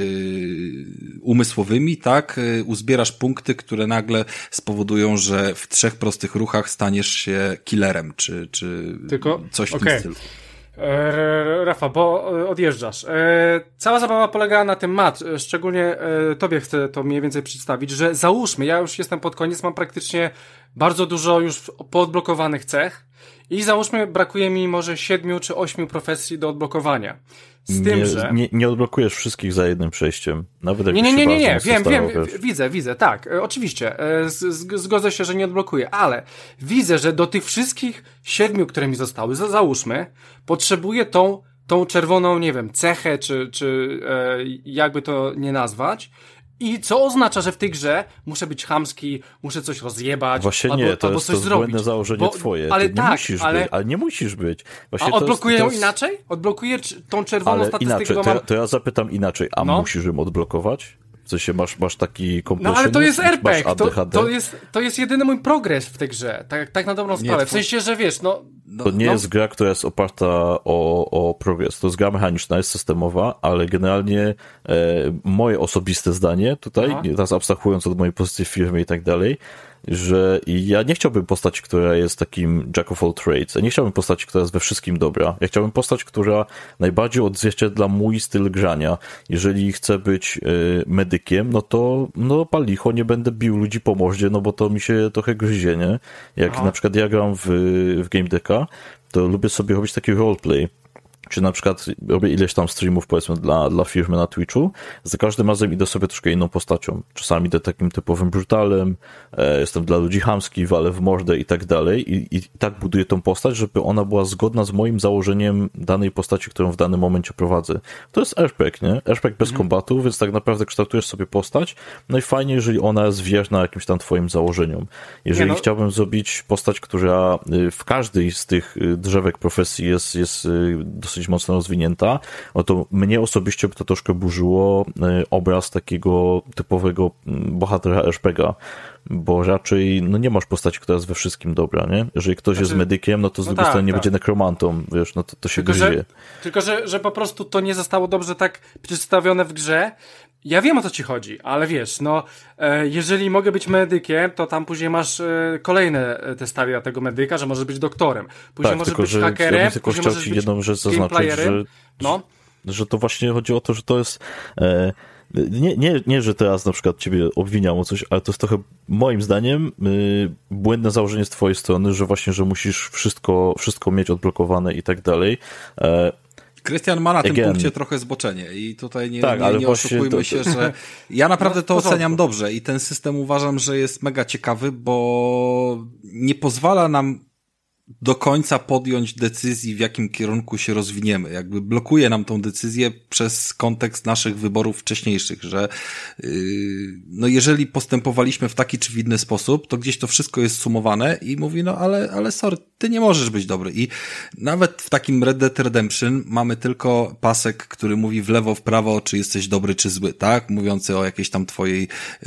[SPEAKER 1] yy, umysłowymi, tak, yy, uzbierasz punkty, które nagle spowodują, że w trzech prostych ruchach staniesz się killerem, czy, czy
[SPEAKER 2] Tylko?
[SPEAKER 1] coś w
[SPEAKER 2] okay.
[SPEAKER 1] tym stylu.
[SPEAKER 2] E, Rafa, bo odjeżdżasz. E, cała zabawa polegała na tym, Matt, szczególnie e, tobie chcę to mniej więcej przedstawić, że załóżmy, ja już jestem pod koniec, mam praktycznie bardzo dużo już poodblokowanych cech i załóżmy brakuje mi może siedmiu czy ośmiu profesji do odblokowania. Z
[SPEAKER 4] nie,
[SPEAKER 2] tym, że...
[SPEAKER 4] Nie, nie odblokujesz wszystkich za jednym przejściem. Nawet jak
[SPEAKER 2] nie, nie, nie, nie, nie. wiem,
[SPEAKER 4] starał,
[SPEAKER 2] wiem,
[SPEAKER 4] wiesz.
[SPEAKER 2] widzę, widzę, tak, e, oczywiście, e, z, z, zgodzę się, że nie odblokuję, ale widzę, że do tych wszystkich siedmiu, które mi zostały, za, załóżmy, potrzebuję tą, tą czerwoną, nie wiem, cechę, czy, czy e, jakby to nie nazwać. I co oznacza, że w tej grze muszę być chamski, muszę coś rozjebać,
[SPEAKER 4] Właśnie
[SPEAKER 2] albo,
[SPEAKER 4] nie, to
[SPEAKER 2] albo
[SPEAKER 4] jest
[SPEAKER 2] coś
[SPEAKER 4] to
[SPEAKER 2] zrobić.
[SPEAKER 4] błędne założenie
[SPEAKER 2] Bo,
[SPEAKER 4] twoje.
[SPEAKER 2] Ale
[SPEAKER 4] Ty
[SPEAKER 2] tak,
[SPEAKER 4] nie musisz
[SPEAKER 2] ale...
[SPEAKER 4] być, ale nie musisz być. Właśnie
[SPEAKER 2] A
[SPEAKER 4] to
[SPEAKER 2] odblokuję
[SPEAKER 4] jest,
[SPEAKER 2] ją
[SPEAKER 4] to jest...
[SPEAKER 2] inaczej? Odblokuję tą czerwoną
[SPEAKER 4] ale
[SPEAKER 2] statystykę,
[SPEAKER 4] inaczej,
[SPEAKER 2] bo
[SPEAKER 4] to,
[SPEAKER 2] mam...
[SPEAKER 4] ja, to ja zapytam inaczej, a
[SPEAKER 2] no.
[SPEAKER 4] musisz ją odblokować? W sensie masz, masz taki
[SPEAKER 2] No ale to jest er pe gie,
[SPEAKER 4] masz
[SPEAKER 2] to, to, jest, to jest jedyny mój progres w tej grze, tak, tak na dobrą sprawę,
[SPEAKER 1] Nie,
[SPEAKER 2] w sensie, że wiesz, no...
[SPEAKER 4] To nie
[SPEAKER 2] no.
[SPEAKER 4] jest gra, która jest oparta o, o progres. To jest gra mechaniczna, jest systemowa, ale generalnie e, moje osobiste zdanie tutaj,
[SPEAKER 2] Aha.
[SPEAKER 4] teraz abstrahując od mojej pozycji w firmie i tak dalej, że ja nie chciałbym postać, która jest takim jack of all trades. Ja nie chciałbym postać, która jest we wszystkim dobra. Ja chciałbym postać, która najbardziej odzwierciedla mój styl grania. Jeżeli chcę być y, medykiem, no to no pal licho, nie będę bił ludzi po mordzie, no bo to mi się trochę gryzie, nie? Jak
[SPEAKER 2] Aha.
[SPEAKER 4] na przykład ja gram w, w Game Decka, to lubię sobie robić taki roleplay. czy na przykład robię ileś tam streamów, powiedzmy, dla, dla firmy na Twitchu, za każdym razem idę sobie troszkę inną postacią. Czasami idę takim typowym brutalem, e, jestem dla ludzi chamski, walę w mordę i tak dalej i, i tak buduję tą postać, żeby ona była zgodna z moim założeniem danej postaci, którą w danym momencie prowadzę. To jest R P G, nie? R P G bez mhm. kombatu, więc tak naprawdę kształtujesz sobie postać, no i fajnie, jeżeli ona jest wierna jakimś tam twoim założeniom. Jeżeli no. chciałbym zrobić postać, która w każdej z tych drzewek profesji jest, jest dosyć mocno rozwinięta, no to mnie osobiście by to troszkę burzyło obraz takiego typowego bohatera R P G a, bo raczej no nie masz postaci, która jest we wszystkim dobra, nie? Jeżeli ktoś znaczy, jest medykiem, no to z no drugiej tak, strony nie tak. będzie nekromantą, wiesz, no to, to się tylko, gryzie.
[SPEAKER 2] Że, tylko, że, że po prostu to nie zostało dobrze tak przedstawione w grze. Ja wiem, o co ci chodzi, ale wiesz, no, e, jeżeli mogę być medykiem, to tam później masz e, kolejne te stadia tego medyka, że możesz być doktorem. Później
[SPEAKER 4] tak,
[SPEAKER 2] możesz
[SPEAKER 4] tylko,
[SPEAKER 2] być
[SPEAKER 4] że
[SPEAKER 2] hakerem,
[SPEAKER 4] ja bym tylko
[SPEAKER 2] później
[SPEAKER 4] chciał
[SPEAKER 2] możesz
[SPEAKER 4] ci
[SPEAKER 2] być
[SPEAKER 4] jedną rzecz zaznaczyć, że,
[SPEAKER 2] no.
[SPEAKER 4] że, że to właśnie chodzi o to, że to jest... E, Nie, nie, nie, że teraz na przykład ciebie obwiniam o coś, ale to jest trochę moim zdaniem yy, błędne założenie z twojej strony, że właśnie, że musisz wszystko, wszystko mieć odblokowane i tak dalej. E,
[SPEAKER 1] Krystian ma na
[SPEAKER 4] Again.
[SPEAKER 1] tym punkcie trochę zboczenie i tutaj nie,
[SPEAKER 4] tak,
[SPEAKER 1] nie, nie oszukujmy
[SPEAKER 4] to...
[SPEAKER 1] się, że ja naprawdę to oceniam dobrze i ten system uważam, że jest mega ciekawy, bo nie pozwala nam do końca podjąć decyzji, w jakim kierunku się rozwiniemy. Jakby blokuje nam tą decyzję przez kontekst naszych wyborów wcześniejszych, że yy, no jeżeli postępowaliśmy w taki czy w inny sposób, to gdzieś to wszystko jest sumowane i mówi, no ale, ale sorry, ty nie możesz być dobry. I nawet w takim Red Dead Redemption mamy tylko pasek, który mówi w lewo, w prawo, czy jesteś dobry, czy zły, tak? Mówiący o jakiejś tam twojej,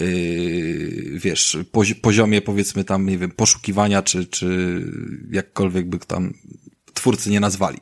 [SPEAKER 1] yy, wiesz, pozi- poziomie, powiedzmy tam, nie wiem, poszukiwania, czy, czy jakkolwiek by tam twórcy nie nazwali.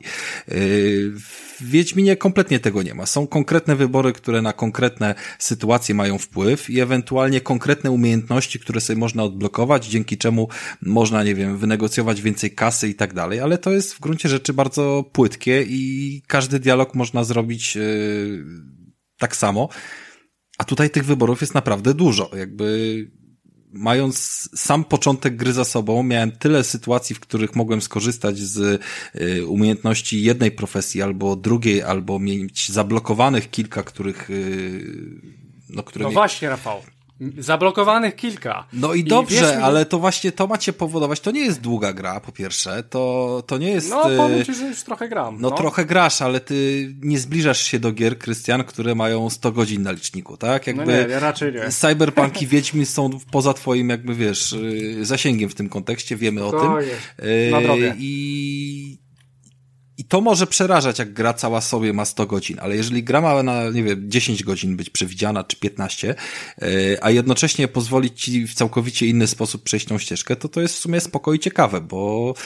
[SPEAKER 1] W Wiedźminie kompletnie tego nie ma. Są konkretne wybory, które na konkretne sytuacje mają wpływ i ewentualnie konkretne umiejętności, które sobie można odblokować, dzięki czemu można, nie wiem, wynegocjować więcej kasy i tak dalej, ale to jest w gruncie rzeczy bardzo płytkie i każdy dialog można zrobić yy, tak samo. A tutaj tych wyborów jest naprawdę dużo. Jakby mając sam początek gry za sobą, miałem tyle sytuacji, w których mogłem skorzystać z y, umiejętności jednej profesji albo drugiej, albo mieć zablokowanych kilka, których... Y, no, które
[SPEAKER 2] no
[SPEAKER 1] mnie...
[SPEAKER 2] właśnie, Rafał. Zablokowanych kilka.
[SPEAKER 1] No i, I dobrze, mi... ale to właśnie to ma cię powodować. To nie jest długa gra, po pierwsze. To, to nie jest...
[SPEAKER 2] No, powiem ci, że już trochę gram.
[SPEAKER 1] No,
[SPEAKER 2] no
[SPEAKER 1] trochę grasz, ale ty nie zbliżasz się do gier, Krystian, które mają sto godzin na liczniku, tak? Jakby
[SPEAKER 2] no nie, raczej nie.
[SPEAKER 1] Cyberpunk i Wiedźmin są poza twoim, jakby wiesz, zasięgiem w tym kontekście, wiemy o
[SPEAKER 2] to
[SPEAKER 1] tym.
[SPEAKER 2] Jest. Na drogę.
[SPEAKER 1] I... I to może przerażać, jak gra cała sobie ma sto godzin, ale jeżeli gra ma na, nie wiem, dziesięć godzin być przewidziana, czy piętnaście, a jednocześnie pozwolić ci w całkowicie inny sposób przejść tą ścieżkę, to to jest w sumie spoko i ciekawe, bo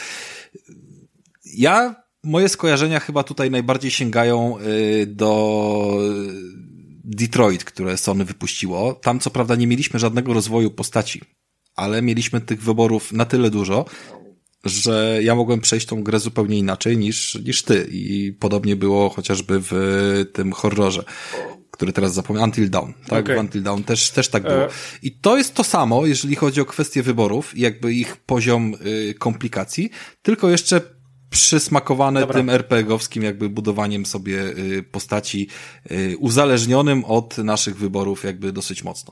[SPEAKER 1] ja, moje skojarzenia chyba tutaj najbardziej sięgają do Detroit, które Sony wypuściło. Tam co prawda nie mieliśmy żadnego rozwoju postaci, ale mieliśmy tych wyborów na tyle dużo, że ja mogłem przejść tą grę zupełnie inaczej niż, niż ty. I podobnie było chociażby w tym horrorze, który teraz zapomniałem, Until Dawn. Tak, okay. W Until Dawn też, też tak było. I to jest to samo, jeżeli chodzi o kwestię wyborów i jakby ich poziom y, komplikacji, tylko jeszcze przysmakowane Dobra. tym er pe gie-owskim jakby budowaniem sobie y, postaci y, uzależnionym od naszych wyborów jakby dosyć mocno.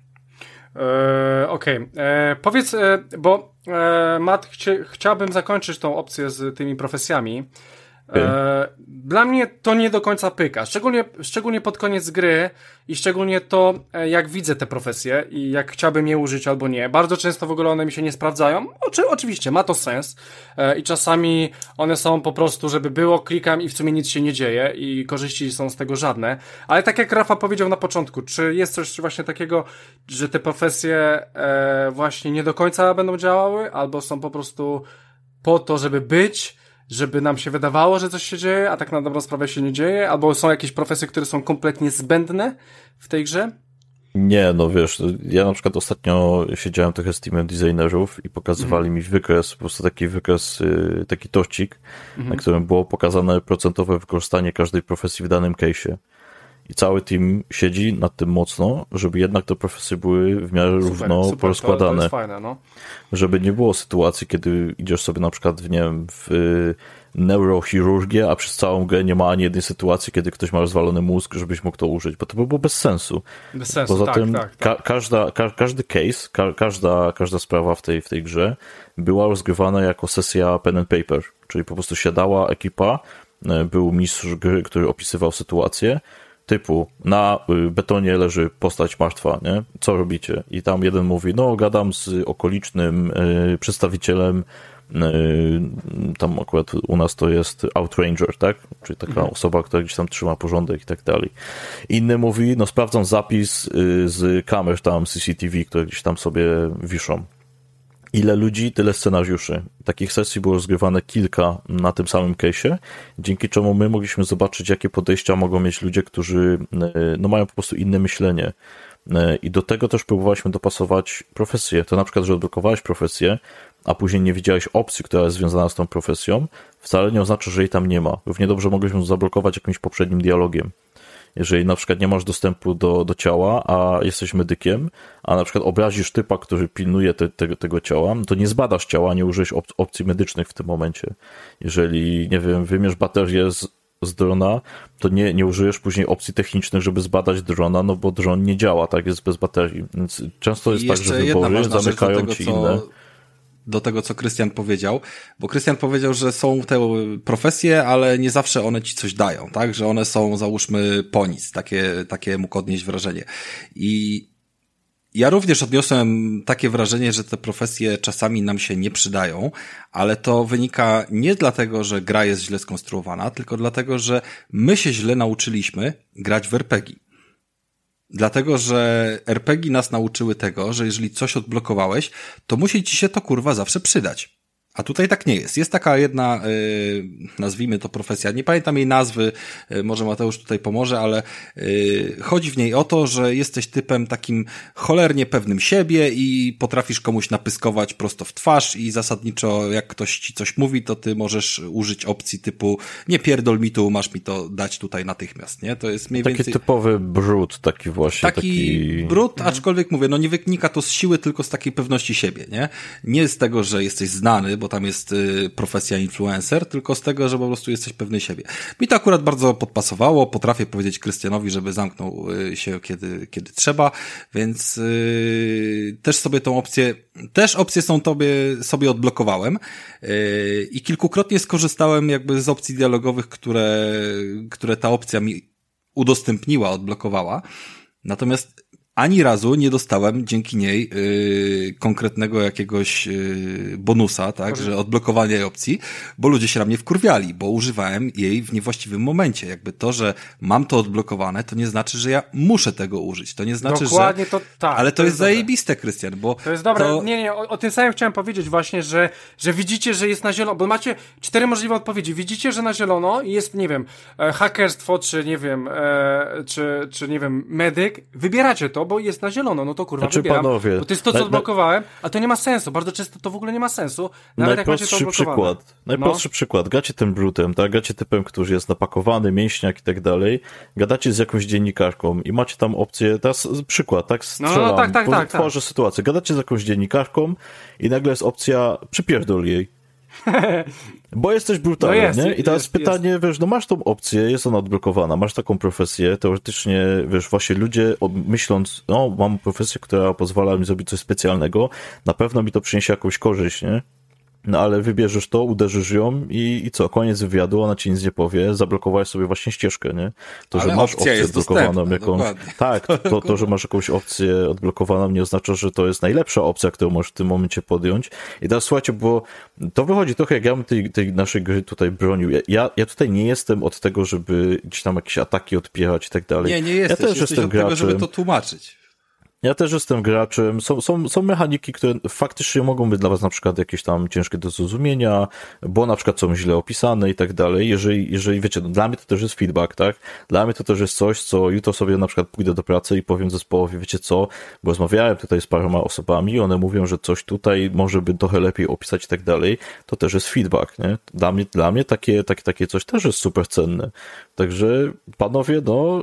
[SPEAKER 2] Eee, Okej, okay. Powiedz, e, bo e, Matt, chcie, chciałbym zakończyć tą opcję z tymi profesjami. E, dla mnie to nie do końca pyka, szczególnie, szczególnie pod koniec gry i szczególnie to, jak widzę te profesje i jak chciałbym je użyć albo nie. Bardzo często w ogóle one mi się nie sprawdzają. Oczy, oczywiście, ma to sens e, i czasami one są po prostu, żeby było, klikam i w sumie nic się nie dzieje i korzyści są z tego żadne. Ale tak jak Rafa powiedział na początku, czy jest coś właśnie takiego, że te profesje e, właśnie nie do końca będą działały albo są po prostu po to, żeby być, żeby nam się wydawało, że coś się dzieje, a tak na dobrą sprawę się nie dzieje? Albo są jakieś profesje, które są kompletnie zbędne w tej grze?
[SPEAKER 4] Nie, no wiesz, ja na przykład ostatnio siedziałem trochę z teamem designerów i pokazywali mm. mi wykres, po prostu taki wykres, taki tościk, mm. na którym było pokazane procentowe wykorzystanie każdej profesji w danym case'ie. I cały team siedzi nad tym mocno, żeby jednak te profesje były w miarę super, równo super, porozkładane. To, to jest
[SPEAKER 2] fajne, no.
[SPEAKER 4] Żeby nie było sytuacji, kiedy idziesz sobie na przykład w, nie wiem, w neurochirurgię, a przez całą grę nie ma ani jednej sytuacji, kiedy ktoś ma rozwalony mózg, żebyś mógł to użyć, bo to by było bez sensu.
[SPEAKER 2] Bez sensu,
[SPEAKER 4] Poza
[SPEAKER 2] tak,
[SPEAKER 4] tym
[SPEAKER 2] tak, tak.
[SPEAKER 4] Ka- każda, ka- każdy case, ka- każda, każda sprawa w tej, w tej grze była rozgrywana jako sesja pen and paper, czyli po prostu siadała ekipa, był mistrz gry, który opisywał sytuację, typu na betonie leży postać martwa, nie? Co robicie? I tam jeden mówi, no gadam z okolicznym y, przedstawicielem, y, tam akurat u nas to jest Outranger, tak? Czyli taka mhm. osoba, która gdzieś tam trzyma porządek i tak dalej. Inny mówi, no sprawdzam zapis y, z kamer tam C C T V, które gdzieś tam sobie wiszą. Ile ludzi, tyle scenariuszy. Takich sesji było rozgrywane kilka na tym samym case'ie, dzięki czemu my mogliśmy zobaczyć, jakie podejścia mogą mieć ludzie, którzy no, mają po prostu inne myślenie. I do tego też próbowaliśmy dopasować profesję. To na przykład, że odblokowałeś profesję, a później nie widziałeś opcji, która jest związana z tą profesją, wcale nie oznacza, że jej tam nie ma. Równie dobrze mogliśmy zablokować jakimś poprzednim dialogiem. Jeżeli na przykład nie masz dostępu do, do ciała, a jesteś medykiem, a na przykład obrazisz typa, który pilnuje te, te, tego ciała, to nie zbadasz ciała, nie użyjesz op- opcji medycznych w tym momencie. Jeżeli, nie wiem, wyjmiesz baterię z, z drona, to nie, nie użyjesz później opcji technicznych, żeby zbadać drona, no bo dron nie działa, tak, jest bez baterii. Więc często jest tak, że wybory zamykają tego, ci co... inne.
[SPEAKER 1] Do tego, co Krystian powiedział, bo Krystian powiedział, że są te profesje, ale nie zawsze one ci coś dają, tak? Że one są, załóżmy, po nic. Takie, takie mógł odnieść wrażenie. I ja również odniosłem takie wrażenie, że te profesje czasami nam się nie przydają, ale to wynika nie dlatego, że gra jest źle skonstruowana, tylko dlatego, że my się źle nauczyliśmy grać w er pe gie. Dlatego, że er pe gie nas nauczyły tego, że jeżeli coś odblokowałeś, to musi ci się to kurwa zawsze przydać. A tutaj tak nie jest. Jest taka jedna, yy, nazwijmy to profesja, nie pamiętam jej nazwy, yy, może Mateusz tutaj pomoże, ale yy, chodzi w niej o to, że jesteś typem takim cholernie pewnym siebie i potrafisz komuś napyskować prosto w twarz i zasadniczo jak ktoś ci coś mówi, to ty możesz użyć opcji typu nie pierdol mi tu, masz mi to dać tutaj natychmiast, nie? To jest mniej
[SPEAKER 4] taki
[SPEAKER 1] więcej...
[SPEAKER 4] Taki typowy brud, taki właśnie.
[SPEAKER 1] Taki,
[SPEAKER 4] taki...
[SPEAKER 1] brud, aczkolwiek mówię, no nie wynika to z siły, tylko z takiej pewności siebie, nie? Nie z tego, że jesteś znany, bo tam jest y, profesja influencer, tylko z tego, że po prostu jesteś pewny siebie. Mi to akurat bardzo podpasowało, potrafię powiedzieć Krystianowi, żeby zamknął y, się kiedy, kiedy trzeba, więc y, też sobie tą opcję, też opcje są tobie, sobie odblokowałem y, i kilkukrotnie skorzystałem jakby z opcji dialogowych, które, które ta opcja mi udostępniła, odblokowała. Natomiast ani razu nie dostałem dzięki niej yy, konkretnego jakiegoś yy, bonusa, tak, że odblokowania opcji, bo ludzie się na mnie wkurwiali, bo używałem jej w niewłaściwym momencie. Jakby to, że mam to odblokowane, to nie znaczy, że ja muszę tego użyć. To nie znaczy,
[SPEAKER 2] Dokładnie
[SPEAKER 1] że...
[SPEAKER 2] to tak.
[SPEAKER 1] Ale to, to jest,
[SPEAKER 2] jest
[SPEAKER 1] zajebiste, Krystian, bo...
[SPEAKER 2] To jest dobre.
[SPEAKER 1] To...
[SPEAKER 2] Nie, nie, o, o tym samym chciałem powiedzieć właśnie, że, że widzicie, że jest na zielono, bo macie cztery możliwe odpowiedzi. Widzicie, że na zielono jest, nie wiem, e, hakerstwo, czy nie wiem, e, czy, czy nie wiem, medyk. Wybieracie to, bo jest na zielono, no to kurwa
[SPEAKER 4] znaczy,
[SPEAKER 2] wybieram,
[SPEAKER 4] panowie,
[SPEAKER 2] bo to jest to, co
[SPEAKER 4] na,
[SPEAKER 2] odblokowałem, a to nie ma sensu, bardzo często to w ogóle nie ma sensu, nawet jak macie to odblokowane.
[SPEAKER 4] Przykład, najprostszy no. przykład, gacie tym brutem, tak, gacie typem, który jest napakowany, mięśniak i tak dalej, gadacie z jakąś dziennikarką i macie tam opcję, teraz przykład, tak, strzelam,
[SPEAKER 2] no, no, tak, tak, tak,
[SPEAKER 4] tworzę tak. sytuację, gadacie z jakąś dziennikarką i nagle jest opcja przypierdol jej. Bo jesteś brutalny, no jest, nie? I teraz jest, pytanie, jest. wiesz, no masz tą opcję, jest ona odblokowana, masz taką profesję, teoretycznie, wiesz, właśnie ludzie myśląc, no mam profesję, która pozwala mi zrobić coś specjalnego, na pewno mi to przyniesie jakąś korzyść, nie? No ale wybierzesz to, uderzysz ją i, i co, koniec wywiadu, ona ci nic nie powie, zablokowałeś sobie właśnie ścieżkę, nie? To,
[SPEAKER 1] ale
[SPEAKER 4] że masz
[SPEAKER 1] opcja
[SPEAKER 4] opcję odblokowaną jakąś...
[SPEAKER 1] Dokładnie.
[SPEAKER 4] Tak, to, to, że masz jakąś opcję odblokowaną nie oznacza, że to jest najlepsza opcja, którą możesz w tym momencie podjąć. I teraz słuchajcie, bo to wychodzi trochę, jak ja bym tej, tej naszej gry tutaj bronił. Ja, ja tutaj nie jestem od tego, żeby gdzieś tam jakieś ataki odpierać i tak dalej.
[SPEAKER 1] Nie, nie jesteś.
[SPEAKER 4] Ja też
[SPEAKER 1] jesteś
[SPEAKER 4] jestem
[SPEAKER 1] od
[SPEAKER 4] graczem.
[SPEAKER 1] tego, żeby to tłumaczyć.
[SPEAKER 4] Ja też jestem graczem. Są, są, są mechaniki, które faktycznie mogą być dla was na przykład jakieś tam ciężkie do zrozumienia, bo na przykład są źle opisane i tak dalej. Jeżeli, jeżeli wiecie, no dla mnie to też jest feedback, tak? Dla mnie to też jest coś, co jutro sobie na przykład pójdę do pracy i powiem zespołowi, wiecie co, bo rozmawiałem tutaj z paroma osobami i one mówią, że coś tutaj może by trochę lepiej opisać i tak dalej. To też jest feedback, nie? Dla mnie, dla mnie takie, takie, takie coś też jest super cenne. Także panowie, no,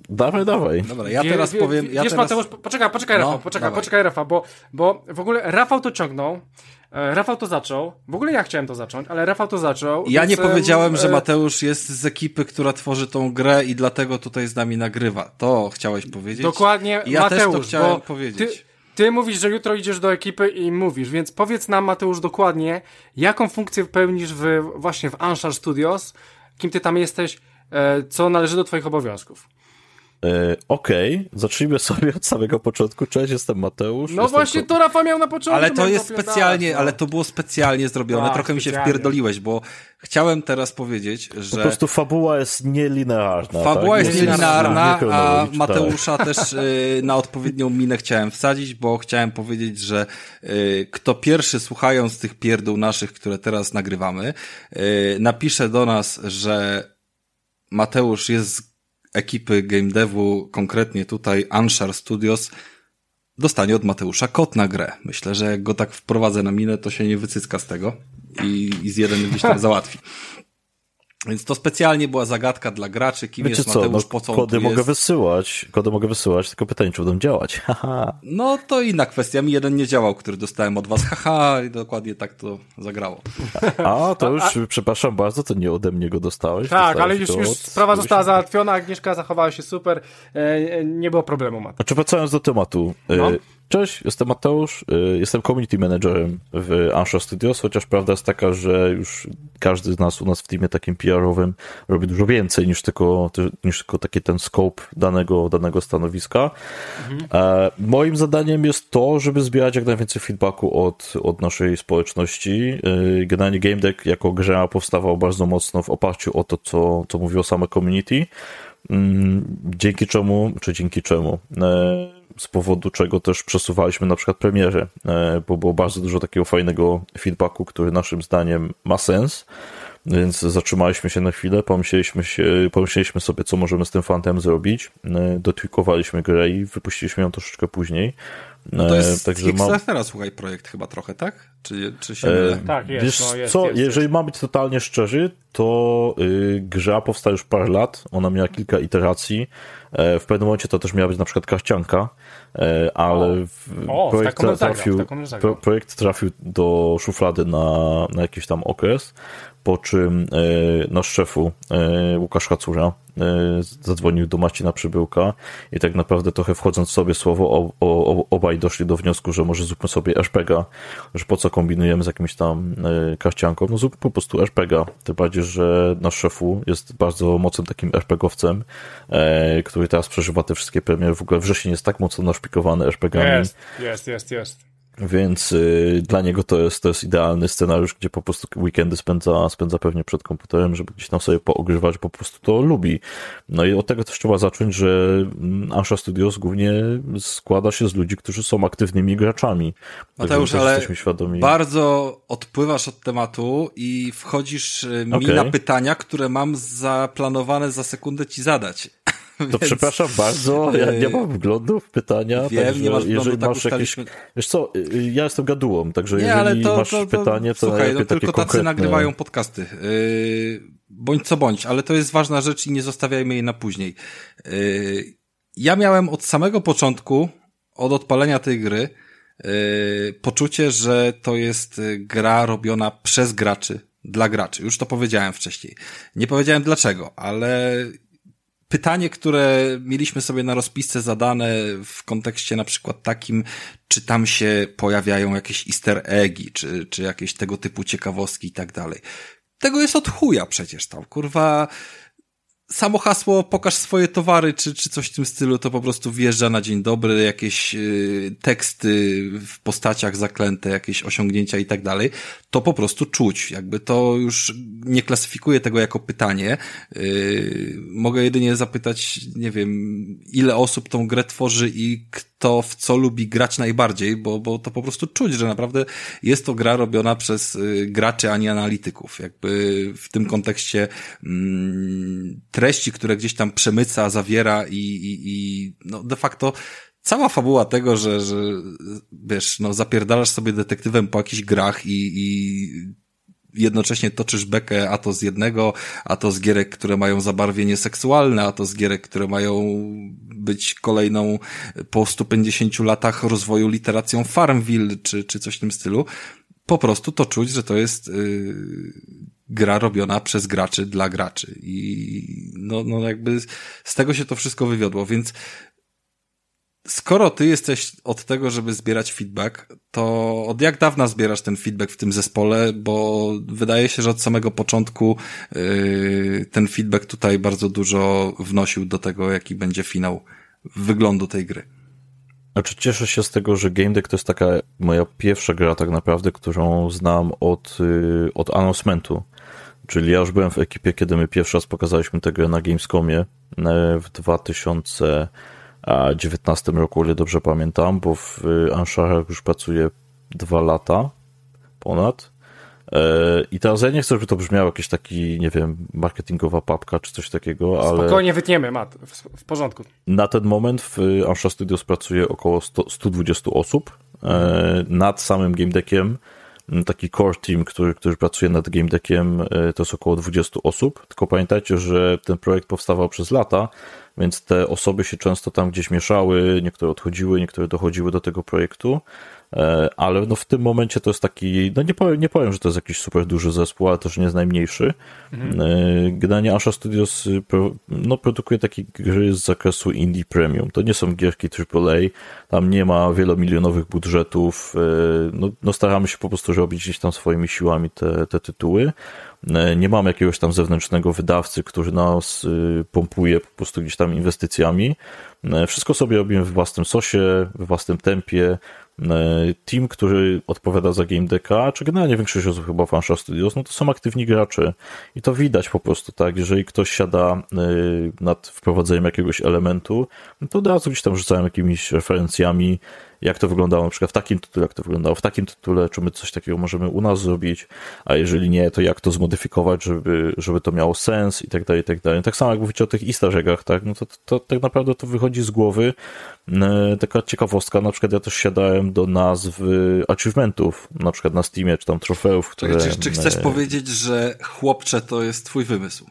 [SPEAKER 4] Dawaj, dawaj.
[SPEAKER 1] Dobra, ja teraz
[SPEAKER 2] wie,
[SPEAKER 1] powiem...
[SPEAKER 2] Wie,
[SPEAKER 1] ja
[SPEAKER 2] wiesz,
[SPEAKER 1] teraz...
[SPEAKER 2] Mateusz, poczekaj, poczekaj, Rafał,
[SPEAKER 1] no,
[SPEAKER 2] poczekaj,
[SPEAKER 1] dawaj.
[SPEAKER 2] poczekaj, Rafał, bo, bo w ogóle Rafał to ciągnął, e, Rafał to zaczął, w ogóle ja chciałem to zacząć, ale Rafał to zaczął.
[SPEAKER 1] Ja
[SPEAKER 2] więc,
[SPEAKER 1] nie powiedziałem,
[SPEAKER 2] e,
[SPEAKER 1] że Mateusz jest z ekipy, która tworzy tą grę i dlatego tutaj z nami nagrywa. To chciałeś powiedzieć?
[SPEAKER 2] Dokładnie,
[SPEAKER 1] ja
[SPEAKER 2] Mateusz,
[SPEAKER 1] też to chciałem
[SPEAKER 2] bo
[SPEAKER 1] powiedzieć.
[SPEAKER 2] Ty, ty mówisz, że jutro idziesz do ekipy i mówisz, więc powiedz nam, Mateusz, dokładnie, jaką funkcję pełnisz w, właśnie w Uncharted Studios, kim ty tam jesteś, e, co należy do twoich obowiązków.
[SPEAKER 4] E, Okej, okay. Zacznijmy sobie od samego początku. Cześć, jestem Mateusz.
[SPEAKER 2] No
[SPEAKER 4] jestem
[SPEAKER 2] właśnie,
[SPEAKER 4] ko-
[SPEAKER 2] to Rafał miał na początku.
[SPEAKER 1] Ale to jest
[SPEAKER 2] zapierdalać,
[SPEAKER 1] specjalnie,
[SPEAKER 2] no.
[SPEAKER 1] ale to było specjalnie zrobione.
[SPEAKER 2] Tak,
[SPEAKER 1] Trochę mi się
[SPEAKER 2] specjalnie.
[SPEAKER 1] wpierdoliłeś, bo chciałem teraz powiedzieć, że...
[SPEAKER 4] Po prostu fabuła jest nielinearna.
[SPEAKER 1] Fabuła
[SPEAKER 4] tak?
[SPEAKER 1] jest
[SPEAKER 2] Nie
[SPEAKER 1] linearna,
[SPEAKER 4] nie
[SPEAKER 1] a
[SPEAKER 4] chronologiczna,
[SPEAKER 1] Mateusza też y, na odpowiednią minę chciałem wsadzić, bo chciałem powiedzieć, że y, kto pierwszy, słuchając tych pierdół naszych, które teraz nagrywamy, y, napisze do nas, że Mateusz jest z ekipy game devu, konkretnie tutaj Uncharted Studios, dostanie od Mateusza kod na grę. Myślę, że jak go tak wprowadzę na minę, to się nie wycycka z tego i, i z jeden gdzieś tam załatwi. Więc to specjalnie była zagadka dla graczy, kim
[SPEAKER 4] Wiecie
[SPEAKER 1] jest
[SPEAKER 4] co,
[SPEAKER 1] Mateusz,
[SPEAKER 4] no,
[SPEAKER 1] po co on
[SPEAKER 4] kody
[SPEAKER 1] tu
[SPEAKER 4] mogę
[SPEAKER 1] jest.
[SPEAKER 4] wysyłać, kody mogę wysyłać, tylko pytanie, czy będą działać. Haha.
[SPEAKER 1] No to inna kwestia. Mi jeden nie działał, który dostałem od was. Haha, i dokładnie tak to zagrało.
[SPEAKER 4] A, to już, przepraszam bardzo, to nie ode mnie go dostałeś.
[SPEAKER 2] Tak,
[SPEAKER 4] dostałeś
[SPEAKER 2] ale już,
[SPEAKER 4] go
[SPEAKER 2] już
[SPEAKER 4] od-
[SPEAKER 2] sprawa została załatwiona, Agnieszka zachowała się super, e, nie było problemu, Mateusz.
[SPEAKER 4] Znaczy, wracając do tematu.
[SPEAKER 2] No.
[SPEAKER 4] Y, Cześć, jestem Mateusz, y, jestem community managerem w Uncharted Studios, chociaż prawda jest taka, że już każdy z nas u nas w teamie takim P R-owym robi dużo więcej niż tylko, niż tylko taki ten scope danego, danego stanowiska. Mhm. E, moim zadaniem jest to, żeby zbierać jak najwięcej feedbacku od, od naszej społeczności. Y, generalnie Game Deck jako gra powstawał bardzo mocno w oparciu o to, co, co mówiło same community. Dzięki czemu, czy dzięki czemu, z powodu czego też przesuwaliśmy na przykład premierę, bo było bardzo dużo takiego fajnego feedbacku, który naszym zdaniem ma sens, więc zatrzymaliśmy się na chwilę, pomyśleliśmy, się, pomyśleliśmy sobie, co możemy z tym fantem zrobić, dotwikowaliśmy grę i wypuściliśmy ją troszeczkę później.
[SPEAKER 1] No to jest
[SPEAKER 4] Także
[SPEAKER 1] Kickstartera, mam... słuchaj, projekt chyba trochę, tak? Czy, czy się mylę?
[SPEAKER 2] Tak, jest,
[SPEAKER 4] Wiesz
[SPEAKER 2] no, jest,
[SPEAKER 4] co,
[SPEAKER 2] jest,
[SPEAKER 4] jeżeli
[SPEAKER 2] jest.
[SPEAKER 4] ma być totalnie szczerzy, to y, gra powstała już parę lat, ona miała kilka iteracji, e, w pewnym momencie to też miała być na przykład karcianka, e, ale w,
[SPEAKER 2] o,
[SPEAKER 4] projekt,
[SPEAKER 2] w taką
[SPEAKER 4] trafił,
[SPEAKER 2] zagrał, w taką
[SPEAKER 4] pro, projekt trafił do szuflady na, na jakiś tam okres, po czym e, nasz szefu, e, Łukasz Hacura, e, zadzwonił do Marcina Przybyłka i tak naprawdę trochę wchodząc w sobie słowo, o, o, obaj doszli do wniosku, że może zróbmy sobie er pe gie a, że po co kombinujemy z jakimś tam e, karcianką, no zróbmy po prostu er pe gie a, tym bardziej, że nasz szefu jest bardzo mocnym takim er pe gie owcem, e, który teraz przeżywa te wszystkie premiery, w ogóle wrzesień jest tak mocno naszpikowany er pe gie ami.
[SPEAKER 2] Jest, jest, jest, jest.
[SPEAKER 4] Więc y, dla niego to jest, to jest idealny scenariusz, gdzie po prostu weekendy spędza, spędza pewnie przed komputerem, żeby gdzieś tam sobie poogrywać, po prostu to lubi. No i od tego też trzeba zacząć, że Uncharted Studios głównie składa się z ludzi, którzy są aktywnymi graczami.
[SPEAKER 1] Mateusz,
[SPEAKER 4] też
[SPEAKER 1] ale
[SPEAKER 4] jesteśmy świadomi.
[SPEAKER 1] bardzo odpływasz od tematu i wchodzisz mi
[SPEAKER 4] Okay.
[SPEAKER 1] na pytania, które mam zaplanowane za sekundę ci zadać.
[SPEAKER 4] To
[SPEAKER 1] Więc...
[SPEAKER 4] przepraszam bardzo, ja nie mam wglądów w pytania.
[SPEAKER 1] Wiem,
[SPEAKER 4] także
[SPEAKER 1] nie masz wglądu,
[SPEAKER 4] jeżeli
[SPEAKER 1] tak
[SPEAKER 4] masz jakieś...
[SPEAKER 1] ustaliśmy.
[SPEAKER 4] Wiesz co, ja jestem gadułą, także
[SPEAKER 1] Nie,
[SPEAKER 4] jeżeli
[SPEAKER 1] ale to,
[SPEAKER 4] masz
[SPEAKER 1] to, to,
[SPEAKER 4] pytanie, to
[SPEAKER 1] słuchaj,
[SPEAKER 4] najlepiej
[SPEAKER 1] no,
[SPEAKER 4] takie
[SPEAKER 1] tylko tacy
[SPEAKER 4] konkretne...
[SPEAKER 1] nagrywają podcasty. Yy, bądź co bądź, ale to jest ważna rzecz i nie zostawiajmy jej na później. Yy, ja miałem od samego początku, od odpalenia tej gry, yy, poczucie, że to jest gra robiona przez graczy, dla graczy. Już to powiedziałem wcześniej. Nie powiedziałem dlaczego, ale pytanie, które mieliśmy sobie na rozpisce zadane w kontekście na przykład takim, czy tam się pojawiają jakieś easter eggi, czy, czy jakieś tego typu ciekawostki i tak dalej. Tego jest od chuja przecież tam, kurwa. Samo hasło pokaż swoje towary, czy, czy coś w tym stylu, to po prostu wjeżdża na dzień dobry, jakieś y, teksty w postaciach zaklęte, jakieś osiągnięcia i tak dalej. To po prostu czuć. Jakby to już nie klasyfikuję tego jako pytanie. Y, mogę jedynie zapytać, nie wiem, ile osób tą grę tworzy i kto w co lubi grać najbardziej, bo, bo to po prostu czuć, że naprawdę jest to gra robiona przez y, graczy, a nie analityków. Jakby w tym kontekście mm, treści, które gdzieś tam przemyca, zawiera i, i, i no de facto cała fabuła tego, że, że wiesz, no zapierdalasz sobie detektywem po jakichś grach i, i jednocześnie toczysz bekę a to z jednego, a to z gierek, które mają zabarwienie seksualne, a to z gierek, które mają być kolejną po stu pięćdziesięciu latach rozwoju literacją Farmville, czy, czy coś w tym stylu. Po prostu to czuć, że to jest yy, gra robiona przez graczy dla graczy. I no, no jakby z tego się to wszystko wywiodło, więc skoro ty jesteś od tego, żeby zbierać feedback, to od jak dawna zbierasz ten feedback w tym zespole? Bo wydaje się, że od samego początku yy, ten feedback tutaj bardzo dużo wnosił do tego, jaki będzie finał wyglądu tej gry.
[SPEAKER 4] Znaczy cieszę się z tego, że Game Deck to jest taka moja pierwsza gra tak naprawdę, którą znam od, yy, od announcementu. Czyli ja już byłem w ekipie, kiedy my pierwszy raz pokazaliśmy tę grę na Gamescomie w dwa tysiące dziewiętnastym roku, o ile dobrze pamiętam, bo w Uncharted już pracuję dwa lata ponad. I teraz ja nie chcę, żeby to brzmiało jakieś taki, nie wiem, marketingowa papka czy coś takiego, ale...
[SPEAKER 2] Spokojnie wytniemy, Matt, w, w porządku.
[SPEAKER 4] Na ten moment w Uncharted Studios pracuje około sto, sto dwadzieścia osób. Nad samym Game Deckiem taki core team, który, który pracuje nad Game Deckiem, to jest około dwadzieścia osób. Tylko pamiętajcie, że ten projekt powstawał przez lata, więc te osoby się często tam gdzieś mieszały, niektóre odchodziły, niektóre dochodziły do tego projektu, ale no w tym momencie to jest taki, no nie powiem, nie powiem, że to jest jakiś super duży zespół, ale też nie jest najmniejszy. Mhm. Generalnie Uncharted Studios no, produkuje takie gry z zakresu indie premium. To nie są gierki triple A, tam nie ma wielomilionowych budżetów, no, no staramy się po prostu robić gdzieś tam swoimi siłami te, te tytuły. Nie mamy jakiegoś tam zewnętrznego wydawcy, który nas pompuje po prostu gdzieś tam inwestycjami. Wszystko sobie robimy w własnym sosie, w własnym tempie. Team, który odpowiada za Game Decka, czy generalnie większość osób chyba w Uncharted Studios, no to są aktywni gracze i to widać po prostu, tak, jeżeli ktoś siada nad wprowadzeniem jakiegoś elementu, no to od razu gdzieś tam rzucają jakimiś referencjami, jak to wyglądało na przykład w takim tytule, jak to wyglądało w takim tytule, czy my coś takiego możemy u nas zrobić, a jeżeli nie, to jak to zmodyfikować, żeby, żeby to miało sens i tak dalej, i tak dalej. Tak samo jak mówicie o tych easter eggach, tak, no to, to, to tak naprawdę to wychodzi z głowy. Taka ciekawostka, na przykład ja też siadałem do nazw achievementów, na przykład na Steamie, czy tam trofeów, które...
[SPEAKER 1] Czy, czy chcesz powiedzieć, że chłopcze to jest twój wymysł?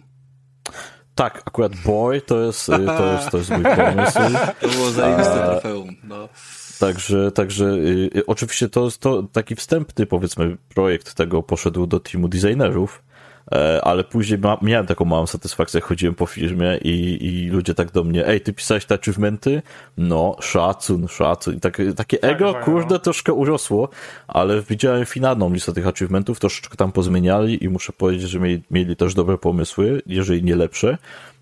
[SPEAKER 4] Tak, akurat boy to jest, to jest, to jest mój pomysł.
[SPEAKER 1] To było zajebiste trofeum, no.
[SPEAKER 4] Także, także y, oczywiście to jest to taki wstępny, powiedzmy, projekt tego poszedł do teamu designerów, e, ale później ma, miałem taką małą satysfakcję, jak chodziłem po firmie i, i ludzie tak do mnie, ej, ty pisałeś te achievementy? No, szacun, szacun. I tak, takie ego, tak, kurde, no. Troszkę urosło, ale widziałem finalną listę tych achievementów, troszeczkę tam pozmieniali i muszę powiedzieć, że mieli, mieli też dobre pomysły, jeżeli nie lepsze.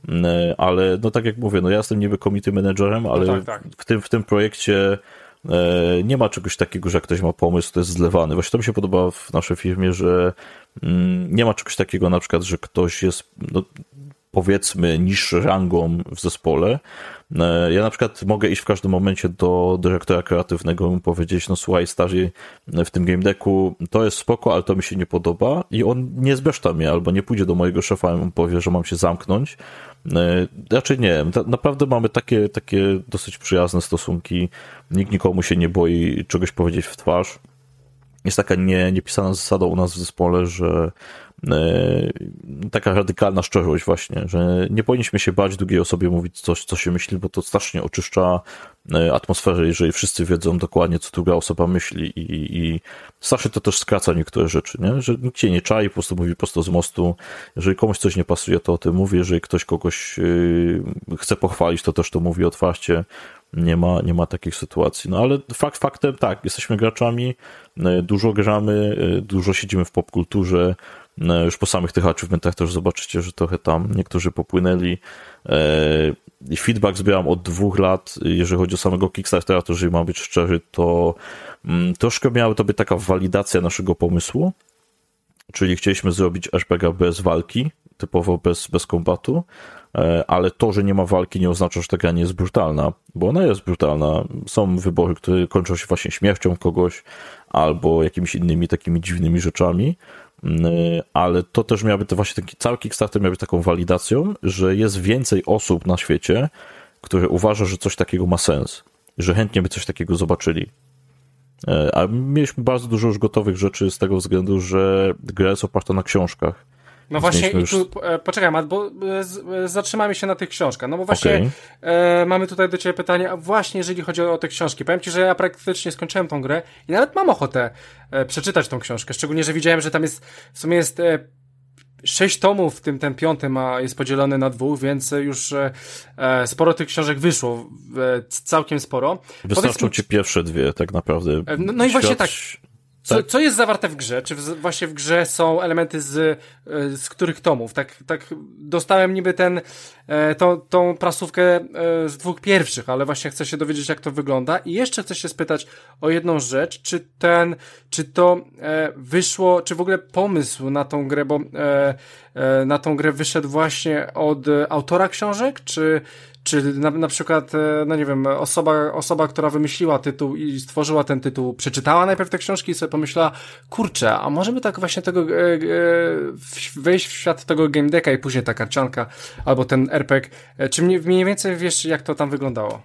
[SPEAKER 4] Ale no tak jak mówię, no ja jestem niby committee managerem, ale no tak, tak. W, tym, w tym projekcie e, nie ma czegoś takiego, że jak ktoś ma pomysł, to jest zlewany. Właśnie to mi się podoba w naszej firmie, że mm, nie ma czegoś takiego na przykład, że ktoś jest no, powiedzmy niższy rangą w zespole. E, ja na przykład mogę iść w każdym momencie do dyrektora kreatywnego i mu powiedzieć, no słuchaj stary, w tym game decku to jest spoko, ale to mi się nie podoba i on nie zbeszta mnie albo nie pójdzie do mojego szefa i mu powie, że mam się zamknąć. Raczej nie, naprawdę mamy takie, takie dosyć przyjazne stosunki, nikt nikomu się nie boi czegoś powiedzieć w twarz. Jest taka nie, niepisana zasada u nas w zespole, że e, taka radykalna szczerość właśnie, że nie powinniśmy się bać drugiej osobie mówić coś, co się myśli, bo to strasznie oczyszcza atmosferę, jeżeli wszyscy wiedzą dokładnie, co druga osoba myśli i, i strasznie to też skraca niektóre rzeczy, nie? Że nikt się nie czai, po prostu mówi prosto z mostu. Jeżeli komuś coś nie pasuje, to o tym mówi, jeżeli ktoś kogoś yy, chce pochwalić, to też to mówi otwarcie. Nie ma, nie ma takich sytuacji. No ale fakt faktem, tak, jesteśmy graczami, dużo gramy, dużo siedzimy w popkulturze, już po samych tych achievementach też zobaczycie, że trochę tam niektórzy popłynęli. Feedback zbieram od dwóch lat, jeżeli chodzi o samego Kickstartera, to jeżeli mam być szczery, to troszkę miała to być taka walidacja naszego pomysłu, czyli chcieliśmy zrobić er pe gie bez walki, typowo bez, bez kombatu, ale to, że nie ma walki, nie oznacza, że ta gra nie jest brutalna, bo ona jest brutalna. Są wybory, które kończą się właśnie śmiercią kogoś albo jakimiś innymi takimi dziwnymi rzeczami, ale to też miałaby to właśnie taki cały Kickstarter miał być taką walidacją, że jest więcej osób na świecie, które uważa, że coś takiego ma sens, że chętnie by coś takiego zobaczyli. A mieliśmy bardzo dużo już gotowych rzeczy z tego względu, że gra jest oparta na książkach.
[SPEAKER 2] No właśnie, i tu, e, poczekaj Matt, bo e, z, e, zatrzymamy się na tych książkach, no bo właśnie okay. e, mamy tutaj do ciebie pytanie, a właśnie jeżeli chodzi o, o te książki, powiem ci, że ja praktycznie skończyłem tą grę i nawet mam ochotę e, przeczytać tą książkę, szczególnie, że widziałem, że tam jest, w sumie jest e, sześć tomów, w tym ten piąty ma, jest podzielony na dwóch, więc już e, sporo tych książek wyszło, e, całkiem sporo.
[SPEAKER 4] Wystarczą ci pierwsze dwie, tak naprawdę.
[SPEAKER 2] E, no, no i
[SPEAKER 4] Świat...
[SPEAKER 2] właśnie tak. Co, co jest zawarte w grze? Czy w, właśnie w grze są elementy z, z których tomów? Tak, tak dostałem niby ten, tą, tą prasówkę z dwóch pierwszych, ale właśnie chcę się dowiedzieć, jak to wygląda. I jeszcze chcę się spytać o jedną rzecz, czy ten, czy to wyszło, czy w ogóle pomysł na tą grę, bo na tą grę wyszedł właśnie od autora książek, czy Czy na, na przykład, no nie wiem, osoba, osoba, która wymyśliła tytuł i stworzyła ten tytuł, przeczytała najpierw te książki i sobie pomyślała, kurczę, a możemy tak właśnie tego, e, e, wejść w świat tego game decka i później ta karcianka, albo ten er pe gie. Czy mniej, mniej więcej wiesz, jak to tam wyglądało?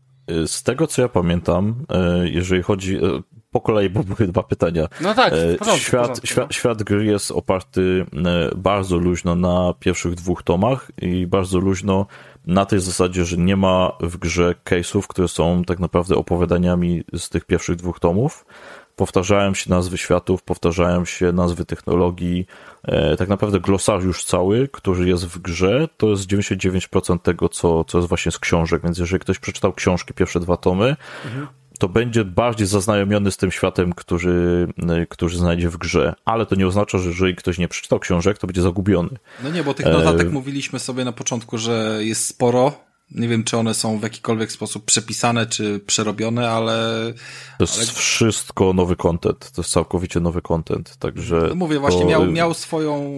[SPEAKER 4] Z tego, co ja pamiętam, jeżeli chodzi... Po kolei, bo były dwa pytania.
[SPEAKER 2] No tak, w porządku,
[SPEAKER 4] świat,
[SPEAKER 2] w porządku,
[SPEAKER 4] świat,
[SPEAKER 2] no.
[SPEAKER 4] świat gry jest oparty bardzo luźno na pierwszych dwóch tomach i bardzo luźno na tej zasadzie, że nie ma w grze case'ów, które są tak naprawdę opowiadaniami z tych pierwszych dwóch tomów. Powtarzają się nazwy światów, powtarzają się nazwy technologii. Tak naprawdę glosariusz cały, który jest w grze, to jest dziewięćdziesiąt dziewięć procent tego, co, co jest właśnie z książek. Więc jeżeli ktoś przeczytał książki, pierwsze dwa tomy, mhm. to będzie bardziej zaznajomiony z tym światem, który, który znajdzie w grze. Ale to nie oznacza, że jeżeli ktoś nie przeczytał książek, to będzie zagubiony.
[SPEAKER 1] No nie, bo tych notatek
[SPEAKER 4] e...
[SPEAKER 1] mówiliśmy sobie na początku, że jest sporo. Nie wiem, czy one są w jakikolwiek sposób przepisane, czy przerobione, ale...
[SPEAKER 4] To jest
[SPEAKER 1] ale...
[SPEAKER 4] wszystko nowy content. To jest całkowicie nowy content, także...
[SPEAKER 1] No mówię, właśnie
[SPEAKER 4] to...
[SPEAKER 1] miał, miał swoją...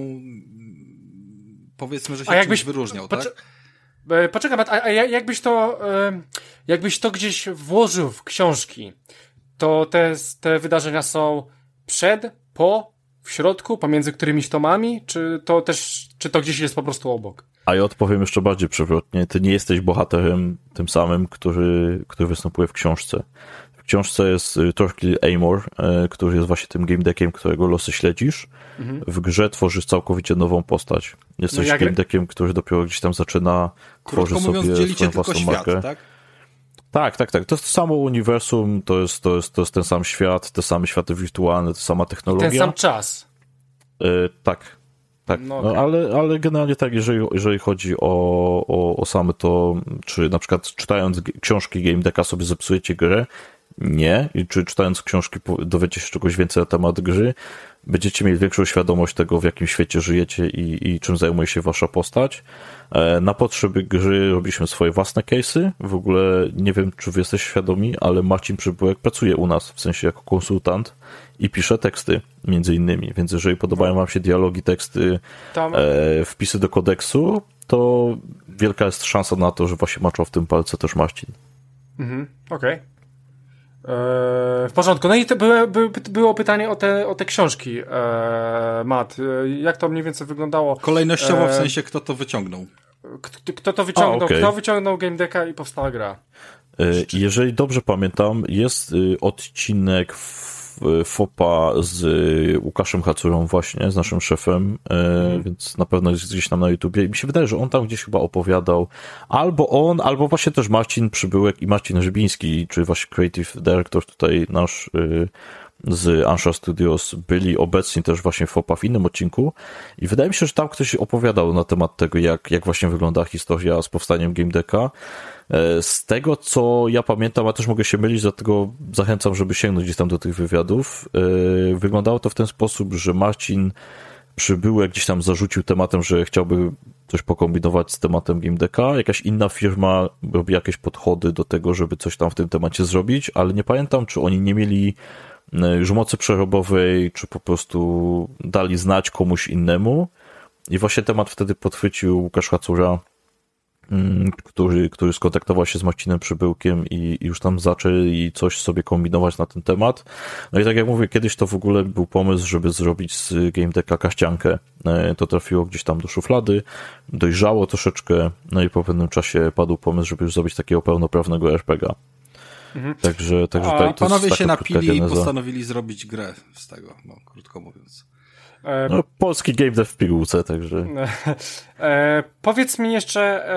[SPEAKER 1] Powiedzmy, że się
[SPEAKER 2] a jakbyś...
[SPEAKER 1] czymś wyróżniał,
[SPEAKER 2] Poczy...
[SPEAKER 1] tak?
[SPEAKER 2] Poczekaj, a jakbyś to, jakbyś to gdzieś włożył w książki, to te, te wydarzenia są przed, po, w środku, pomiędzy którymiś tomami, czy to też, czy to gdzieś jest po prostu obok?
[SPEAKER 4] A ja odpowiem jeszcze bardziej przewrotnie. Ty nie jesteś bohaterem tym samym, który, który występuje w książce. W książce jest Torquil Amor, który jest właśnie tym game deckiem, którego losy śledzisz. Mhm. W grze tworzysz całkowicie nową postać. Jesteś no game deckiem, który dopiero gdzieś tam zaczyna tworzyć sobie
[SPEAKER 1] mówiąc,
[SPEAKER 4] swoją własną
[SPEAKER 1] świat,
[SPEAKER 4] markę.
[SPEAKER 1] Tak?
[SPEAKER 4] Tak, tak, tak. To jest to samo uniwersum, to jest, to jest, to jest ten sam świat, te same światy wirtualne, ta sama technologia.
[SPEAKER 2] I ten sam czas.
[SPEAKER 4] Yy, tak, tak. No, okay. no, ale, ale generalnie tak, jeżeli, jeżeli chodzi o, o, o same to, czy na przykład czytając książki game decka sobie zepsujecie grę, nie. I czy czytając książki dowiecie się czegoś więcej na temat gry, będziecie mieli większą świadomość tego, w jakim świecie żyjecie i, i czym zajmuje się wasza postać. Na potrzeby gry robiliśmy swoje własne case'y. W ogóle nie wiem, czy wy jesteście świadomi, ale Marcin Przybyłek pracuje u nas, w sensie jako konsultant i pisze teksty, między innymi. Więc jeżeli podobają wam się dialogi, teksty, Tam... e, wpisy do kodeksu, to wielka jest szansa na to, że właśnie maczał w tym palce też Marcin.
[SPEAKER 2] Mhm, okej. Okay. W porządku. No i to było, było pytanie o te, o te książki, eee, Matt. Jak to mniej więcej wyglądało?
[SPEAKER 1] Kolejnościowo, w sensie kto to wyciągnął.
[SPEAKER 2] Kto, kto to wyciągnął? A, okay. Kto wyciągnął game decka i powstała gra?
[SPEAKER 4] Jeżeli dobrze pamiętam, jest odcinek fopa z Łukaszem Hacurą właśnie, z naszym szefem, hmm. więc na pewno jest gdzieś tam na YouTubie i mi się wydaje, że on tam gdzieś chyba opowiadał, albo on, albo właśnie też Marcin Przybyłek i Marcin Żybiński, czy właśnie Creative Director tutaj nasz z Ansha Studios byli obecni też właśnie w fopa w innym odcinku i wydaje mi się, że tam ktoś opowiadał na temat tego, jak, jak właśnie wygląda historia z powstaniem game decka. Z tego, co ja pamiętam, a też mogę się mylić, dlatego zachęcam, żeby sięgnąć gdzieś tam do tych wywiadów. Wyglądało to w ten sposób, że Marcin Przybyłek gdzieś tam zarzucił tematem, że chciałby coś pokombinować z tematem game decka. Jakaś inna firma robi jakieś podchody do tego, żeby coś tam w tym temacie zrobić, ale nie pamiętam, czy oni nie mieli już mocy przerobowej, czy po prostu dali znać komuś innemu. I właśnie temat wtedy podchwycił Łukasz Hacura, który, który skontaktował się z Marcinem Przybyłkiem i, i już tam zaczęli coś sobie kombinować na ten temat. No i tak jak mówię, kiedyś to w ogóle był pomysł, żeby zrobić z game decka kaściankę. To trafiło gdzieś tam do szuflady, dojrzało troszeczkę, no i po pewnym czasie padł pomysł, żeby już zrobić takiego pełnoprawnego er pe gie a. Mhm. Także, także
[SPEAKER 1] A,
[SPEAKER 4] tutaj
[SPEAKER 1] panowie
[SPEAKER 4] to
[SPEAKER 1] się napili i postanowili zrobić grę z tego, no, krótko mówiąc.
[SPEAKER 4] No, polski game dev w pigułce, także...
[SPEAKER 2] E, powiedz mi jeszcze,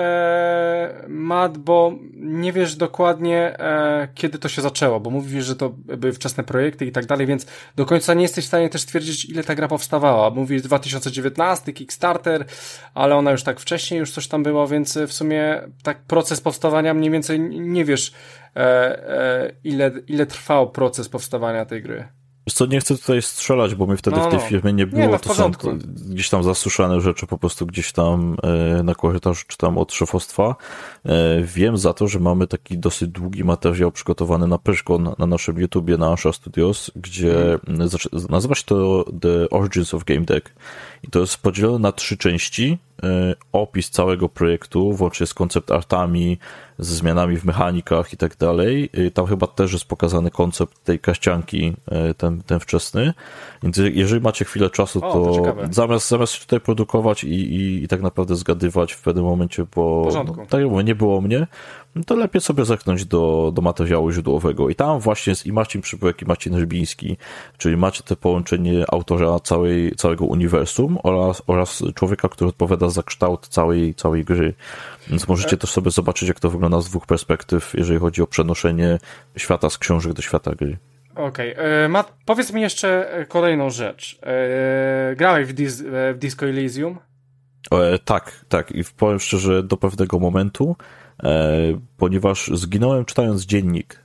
[SPEAKER 2] e, Matt, bo nie wiesz dokładnie, e, kiedy to się zaczęło, bo mówisz, że to były wczesne projekty i tak dalej, więc do końca nie jesteś w stanie też stwierdzić, ile ta gra powstawała. Mówisz dwa tysiące dziewiętnasty, Kickstarter, ale ona już tak wcześniej już coś tam było, więc w sumie tak proces powstawania mniej więcej nie wiesz, e, e, ile, ile trwał proces powstawania tej gry.
[SPEAKER 4] Wiesz co, nie chcę tutaj strzelać, bo mnie wtedy
[SPEAKER 2] no,
[SPEAKER 4] w tej
[SPEAKER 2] no.
[SPEAKER 4] firmie nie było,
[SPEAKER 2] nie, no,
[SPEAKER 4] to są to, gdzieś tam zasłyszane rzeczy po prostu gdzieś tam e, na korytarzu czy tam od szefostwa. E, wiem za to, że mamy taki dosyć długi materiał przygotowany na Pyszkon na naszym YouTubie, na Asha Studios, gdzie hmm. nazywa się to The Origins of Game Deck i to jest podzielone na trzy części. E, opis całego projektu, włącznie z koncept artami, ze zmianami w mechanikach i tak dalej. Tam chyba też jest pokazany koncept tej kaścianki, ten, ten wczesny. Więc jeżeli macie chwilę czasu, to,
[SPEAKER 2] o, to
[SPEAKER 4] zamiast, zamiast się tutaj produkować i, i, i tak naprawdę zgadywać w pewnym momencie, bo no, tak jak mówię, nie było mnie, to lepiej sobie zerknąć do, do materiału źródłowego. I tam właśnie jest i Marcin Przybyłek, i Marcin Rybiński, czyli macie te połączenie autora całej, całego uniwersum oraz, oraz człowieka, który odpowiada za kształt całej, całej gry. Więc możecie też sobie zobaczyć, jak to wygląda z dwóch perspektyw, jeżeli chodzi o przenoszenie świata z książek do świata gry.
[SPEAKER 2] Okej. Okay. Matt, powiedz mi jeszcze kolejną rzecz. E, grałeś w, Dis, w Disco Elysium?
[SPEAKER 4] E, tak, tak. I powiem szczerze, do pewnego momentu, e, ponieważ zginąłem czytając dziennik.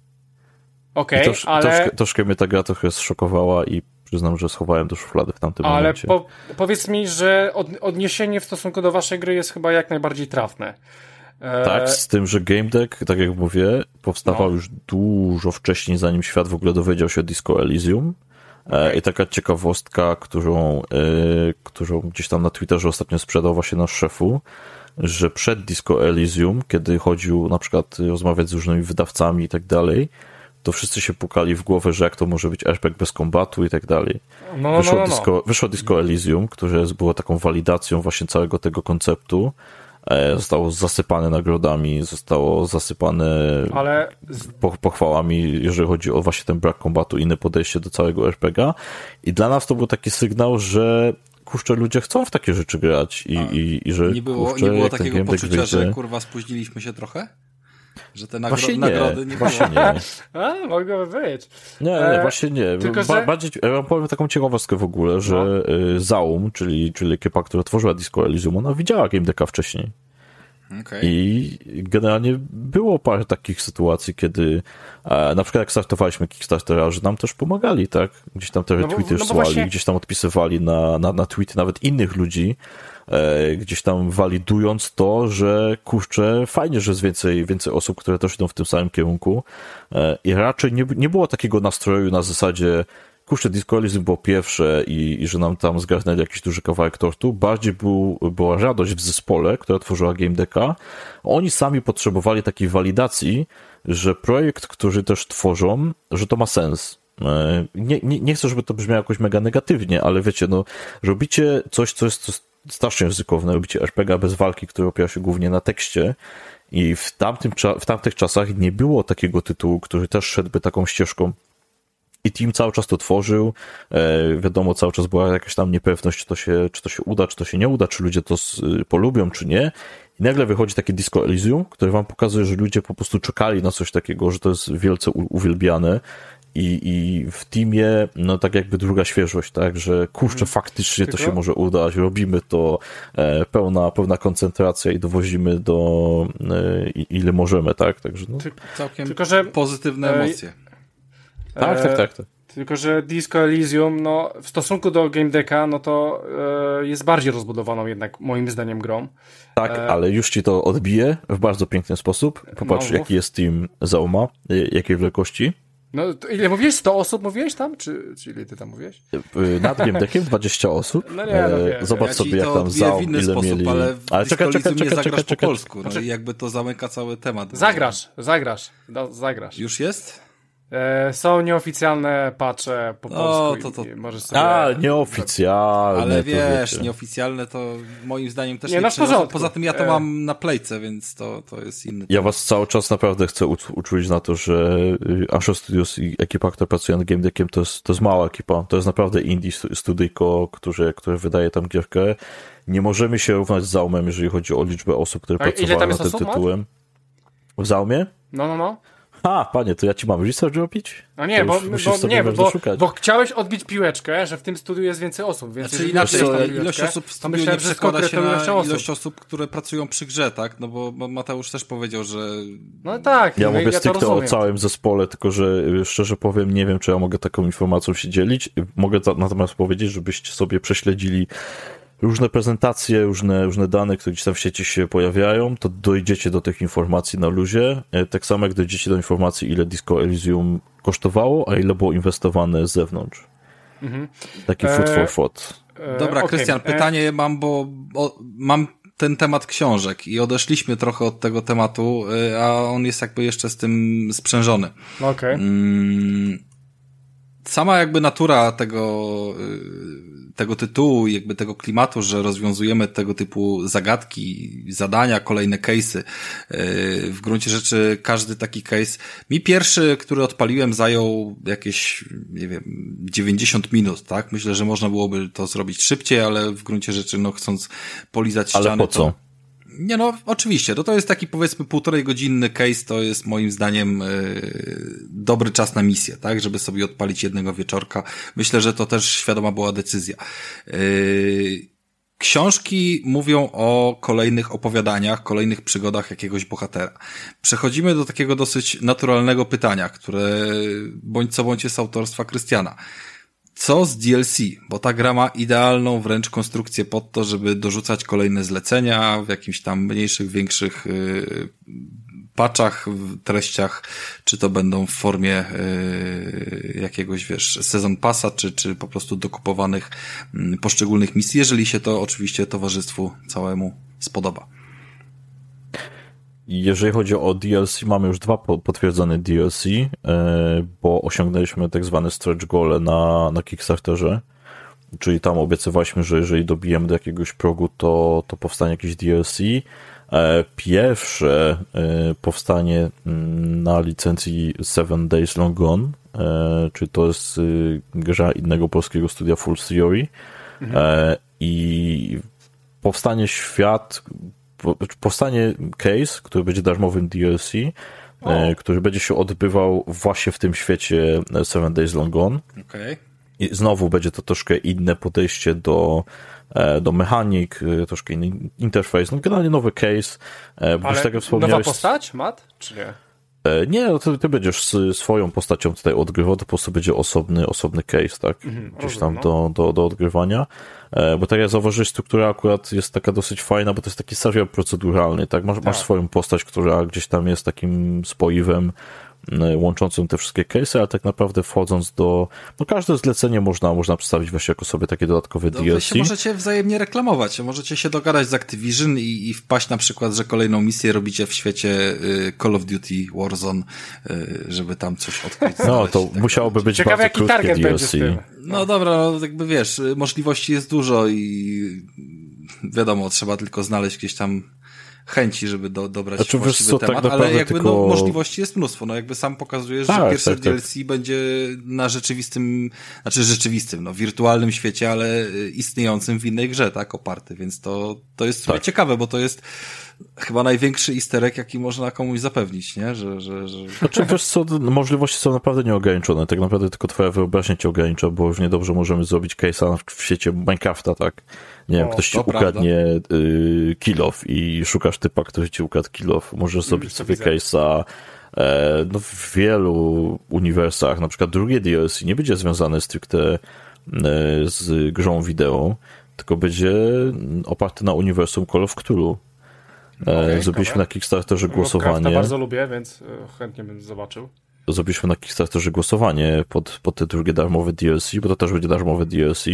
[SPEAKER 2] Okej, okay,
[SPEAKER 4] trosz,
[SPEAKER 2] ale...
[SPEAKER 4] Troszkę, troszkę mnie ta gra trochę zszokowała i przyznam, że schowałem do szuflady w tamtym
[SPEAKER 2] ale
[SPEAKER 4] momencie.
[SPEAKER 2] Ale po, powiedz mi, że od, odniesienie w stosunku do waszej gry jest chyba jak najbardziej trafne. E...
[SPEAKER 4] Tak, z tym, że Game Deck, tak jak mówię, powstawał no. już dużo wcześniej, zanim świat w ogóle dowiedział się o Disco Elysium. Okay. I taka ciekawostka, którą, y, którą gdzieś tam na Twitterze ostatnio sprzedał właśnie nasz szefu, że przed Disco Elysium, kiedy chodził na przykład rozmawiać z różnymi wydawcami i tak dalej, to wszyscy się pukali w głowę, że jak to może być R P G bez kombatu i tak dalej.
[SPEAKER 2] No,
[SPEAKER 4] wyszło,
[SPEAKER 2] no, no, no.
[SPEAKER 4] Disco, wyszło Disco Elysium, które było taką walidacją właśnie całego tego konceptu. Zostało zasypane nagrodami, zostało zasypane
[SPEAKER 2] Ale...
[SPEAKER 4] pochwałami, jeżeli chodzi o właśnie ten brak kombatu, inne podejście do całego R P G. I dla nas to był taki sygnał, że kurczę, ludzie chcą w takie rzeczy grać i, i, i że
[SPEAKER 1] nie było,
[SPEAKER 4] kurczę,
[SPEAKER 1] nie było takiego poczucia,
[SPEAKER 4] wyjdzie...
[SPEAKER 1] że kurwa spóźniliśmy się trochę? Że te nagro-
[SPEAKER 4] właśnie nie,
[SPEAKER 1] nagrody nie
[SPEAKER 4] właśnie
[SPEAKER 1] było.
[SPEAKER 4] nie.
[SPEAKER 2] A, mogłoby być.
[SPEAKER 4] Nie, nie,
[SPEAKER 2] e,
[SPEAKER 4] właśnie nie.
[SPEAKER 2] Tylko,
[SPEAKER 4] ba-
[SPEAKER 2] że...
[SPEAKER 4] bardziej, ja wam powiem taką ciekawostkę w ogóle, że no. Zaum, czyli, czyli ekipa, która tworzyła Disco Elysium, ona widziała Game Decka wcześniej. Okay. I generalnie było parę takich sytuacji, kiedy e, na przykład jak startowaliśmy Kickstartera, że nam też pomagali, tak? Gdzieś tam te retweety no, no słali, właśnie... gdzieś tam odpisywali na, na, na tweety nawet innych ludzi, e, gdzieś tam walidując to, że kurczę, fajnie, że jest więcej, więcej osób, które też idą w tym samym kierunku e, i raczej nie, nie było takiego nastroju na zasadzie kurczę, Disco Elysium było pierwsze i, i że nam tam zgarnęli jakiś duży kawałek tortu. Bardziej był, była radość w zespole, która tworzyła Game Decka. Oni sami potrzebowali takiej walidacji, że projekt, który też tworzą, że to ma sens. Nie, nie, nie chcę, żeby to brzmiało jakoś mega negatywnie, ale wiecie, no, robicie coś, co jest, co jest strasznie ryzykowne, robicie R P G bez walki, który opiera się głównie na tekście i w, tamtym, w tamtych czasach nie było takiego tytułu, który też szedłby taką ścieżką. I team cały czas to tworzył, e, wiadomo, cały czas była jakaś tam niepewność, czy to się, czy to się uda, czy to się nie uda, czy ludzie to z, polubią, czy nie. I nagle wychodzi takie Disco Elysium, które wam pokazuje, że ludzie po prostu czekali na coś takiego, że to jest wielce u, uwielbiane i, i w teamie, no tak jakby druga świeżość, tak, że kurczę, faktycznie Tylko? to się może udać, robimy to, e, pełna, pełna koncentracja i dowozimy do e, ile możemy, tak, także no.
[SPEAKER 1] Ty, całkiem
[SPEAKER 2] Tylko, że,
[SPEAKER 1] pozytywne emocje.
[SPEAKER 4] Tak, tak, tak, tak.
[SPEAKER 2] Tylko, że Disco Elysium, no, w stosunku do Game Decka, no to e, jest bardziej rozbudowaną jednak, moim zdaniem, grą.
[SPEAKER 4] Tak, e... ale już ci to odbije w bardzo piękny sposób. Popatrz, no, jaki jest team Zauma, jakiej wielkości.
[SPEAKER 2] No, ile mówiłeś? sto osób mówiłeś tam? Czy, czy ile ty tam mówiłeś?
[SPEAKER 4] Nad Game Deckiem dwadzieścia osób.
[SPEAKER 2] No nie, no wiem,
[SPEAKER 4] Zobacz
[SPEAKER 1] ja
[SPEAKER 4] sobie, jak tam Zaum, ile
[SPEAKER 1] sposób,
[SPEAKER 4] mieli...
[SPEAKER 1] Ale w
[SPEAKER 4] ale czekaj, czekaj, czekaj,
[SPEAKER 1] nie zagrasz
[SPEAKER 4] czekaj,
[SPEAKER 1] po
[SPEAKER 4] czekaj.
[SPEAKER 1] polsku, no i jakby to zamyka cały temat.
[SPEAKER 2] Zagrasz, zagrasz, no, zagrasz.
[SPEAKER 1] Już jest?
[SPEAKER 2] E, są nieoficjalne patche po polsku.
[SPEAKER 1] O, to, to...
[SPEAKER 2] I możesz sobie...
[SPEAKER 4] A, nieoficjalne.
[SPEAKER 1] Ale wiesz, nieoficjalne to moim zdaniem też
[SPEAKER 2] nie,
[SPEAKER 1] nie
[SPEAKER 2] no
[SPEAKER 1] przyniosło. Poza tym ja to e... mam na Playce, więc to, to jest inny.
[SPEAKER 4] Ja was cały czas naprawdę chcę uczulić na to, że Asher Studios i ekipa, która pracuje nad Game Deckiem, to jest, to jest mała ekipa. To jest naprawdę indie studyjko, które, które wydaje tam gierkę. Nie możemy się równać z Zaumem, jeżeli chodzi o liczbę osób, które A pracowały nad tym osób, tytułem. W Zaumie?
[SPEAKER 2] No, no, no.
[SPEAKER 4] A, panie, to ja ci mam research robić?
[SPEAKER 2] No nie, bo, bo, nie bo, bo chciałeś odbić piłeczkę, że w tym studiu jest więcej osób, więc
[SPEAKER 1] znaczy inaczej, piłeczkę, ilość osób w studiu myślałem, nie przekłada się na osób. ilość osób, które pracują przy grze, tak? No bo, bo Mateusz też powiedział, że...
[SPEAKER 2] No tak.
[SPEAKER 4] Ja
[SPEAKER 2] no
[SPEAKER 4] mówię
[SPEAKER 2] ja
[SPEAKER 4] stricte o całym zespole, tylko że szczerze powiem, nie wiem, czy ja mogę taką informacją się dzielić. Mogę natomiast powiedzieć, żebyście sobie prześledzili różne prezentacje, różne, różne dane, które gdzieś tam w sieci się pojawiają, to dojdziecie do tych informacji na luzie. Tak samo jak dojdziecie do informacji, ile Disco Elysium kosztowało, a ile było inwestowane z zewnątrz. Mhm. Taki food for thought.
[SPEAKER 1] Dobra, okay. Krystian, pytanie mam, bo o, mam ten temat książek i odeszliśmy trochę od tego tematu, a on jest jakby jeszcze z tym sprzężony.
[SPEAKER 2] Okej. Okay.
[SPEAKER 1] Sama jakby natura tego tego tytułu i jakby tego klimatu, że rozwiązujemy tego typu zagadki, zadania, kolejne case'y. W gruncie rzeczy każdy taki case. Mi pierwszy, który odpaliłem, zajął jakieś, nie wiem, dziewięćdziesiąt minut, tak? Myślę, że można byłoby to zrobić szybciej, ale w gruncie rzeczy, no chcąc polizać ściany.
[SPEAKER 4] Ale po co?
[SPEAKER 1] To... Nie no, oczywiście, to, to jest taki powiedzmy półtorej godzinny case, to jest moim zdaniem yy, dobry czas na misję, tak, żeby sobie odpalić jednego wieczorka. Myślę, że to też świadoma była decyzja. Yy, książki mówią o kolejnych opowiadaniach, kolejnych przygodach jakiegoś bohatera. Przechodzimy do takiego dosyć naturalnego pytania, które bądź co bądź jest autorstwa Krystiana. Co z D L C? Bo ta gra ma idealną wręcz konstrukcję pod to, żeby dorzucać kolejne zlecenia w jakimś tam mniejszych, większych yy, patchach, treściach, czy to będą w formie yy, jakiegoś, wiesz, sezon passa, czy, czy po prostu dokupowanych yy, poszczególnych misji, jeżeli się to oczywiście towarzystwu całemu spodoba.
[SPEAKER 4] Jeżeli chodzi o D L C, mamy już dwa potwierdzone D L C, bo osiągnęliśmy tak zwane stretch goale na, na Kickstarterze, czyli tam obiecywaliśmy, że jeżeli dobijemy do jakiegoś progu, to, to powstanie jakieś D L C. Pierwsze powstanie na licencji Seven Days Long Gone, czyli to jest gra innego polskiego studia Full Theory, mhm. i powstanie świat, powstanie case, który będzie darmowym D L C, o. który będzie się odbywał właśnie w tym świecie Seven Days Long Gone.
[SPEAKER 1] Okay.
[SPEAKER 4] I znowu będzie to troszkę inne podejście do, do mechanik, troszkę inny interfejs, no generalnie nowy case.
[SPEAKER 2] Ale tak jak nowa postać, Matt, czy nie?
[SPEAKER 4] Nie, no ty, ty będziesz swoją postacią tutaj odgrywał, to po prostu będzie osobny, osobny case, tak? Mhm, gdzieś tam no. do, do, do odgrywania. Bo tak jak zauważyłeś, struktura akurat jest taka dosyć fajna, bo to jest taki serial proceduralny, tak? Masz, tak. masz swoją postać, która gdzieś tam jest takim spoiwem łączącym te wszystkie case'y, ale tak naprawdę wchodząc do... No każde zlecenie można, można przedstawić właśnie jako sobie takie dodatkowe
[SPEAKER 1] no,
[SPEAKER 4] D L C.
[SPEAKER 1] Wy się możecie wzajemnie reklamować, możecie się dogadać z Activision i, i wpaść na przykład, że kolejną misję robicie w świecie y, Call of Duty Warzone, y, żeby tam coś odkryć.
[SPEAKER 4] No to tak musiałoby być
[SPEAKER 2] ciekawe,
[SPEAKER 4] bardzo krótkie D L C.
[SPEAKER 1] No dobra, no, jakby wiesz, możliwości jest dużo i wiadomo, trzeba tylko znaleźć gdzieś tam chęci, żeby do, dobrać
[SPEAKER 4] znaczy,
[SPEAKER 1] właściwy
[SPEAKER 4] co,
[SPEAKER 1] temat,
[SPEAKER 4] tak
[SPEAKER 1] ale jakby
[SPEAKER 4] tylko...
[SPEAKER 1] no, możliwości jest mnóstwo. No jakby sam pokazujesz, tak, że pierwszy tak, D L C tak. będzie na rzeczywistym, znaczy rzeczywistym, no wirtualnym świecie, ale istniejącym w innej grze, tak, oparty, więc to, to jest tak. ciekawe, bo to jest chyba największy easter egg, jaki można komuś zapewnić, nie? Że, że, że...
[SPEAKER 4] Znaczy, wiesz co, możliwości są naprawdę nieograniczone, tak naprawdę tylko twoja wyobraźnia cię ogranicza, bo już niedobrze możemy zrobić case'a w świecie Minecrafta, tak? Nie wiem, o, ktoś ci ukradnie y, kill off i szukasz typa, który ci ukradł kill off. Możesz zrobić sobie case'a e, no, w wielu uniwersach, na przykład drugie D L C nie będzie związane stricte e, z grą wideo, tylko będzie oparte na uniwersum Call of Cthulhu. Okay, Zrobiliśmy na Kickstarterze głosowanie.
[SPEAKER 2] Ja bardzo lubię, więc chętnie bym zobaczył.
[SPEAKER 4] Zrobiliśmy na Kickstarterze głosowanie pod, pod te drugie darmowe D L C, bo to też będzie darmowe D L C.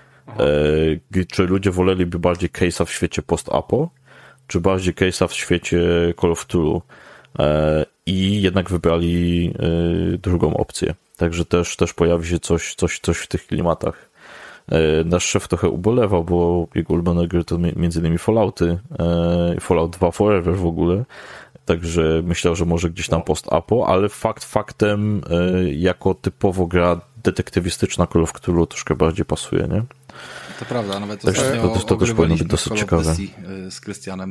[SPEAKER 4] E, czy ludzie woleliby bardziej case'a w świecie post-apo, czy bardziej case'a w świecie Call of Cthulhu? E, i jednak wybrali drugą opcję. Także też, też pojawi się coś, coś, coś w tych klimatach. Nasz szef trochę ubolewał, bo jego ulubione gry to między innymi Fallouty, Fallout dwa Forever w ogóle, także myślał, że może gdzieś tam post-apo, ale fakt faktem jako typowo gra detektywistyczna Call of Cthulhu troszkę bardziej pasuje, nie?
[SPEAKER 1] To prawda, nawet
[SPEAKER 4] tak,
[SPEAKER 1] ostatnio
[SPEAKER 4] to, to, to też powinno być dosyć ciekawe.
[SPEAKER 1] Z Krystianem.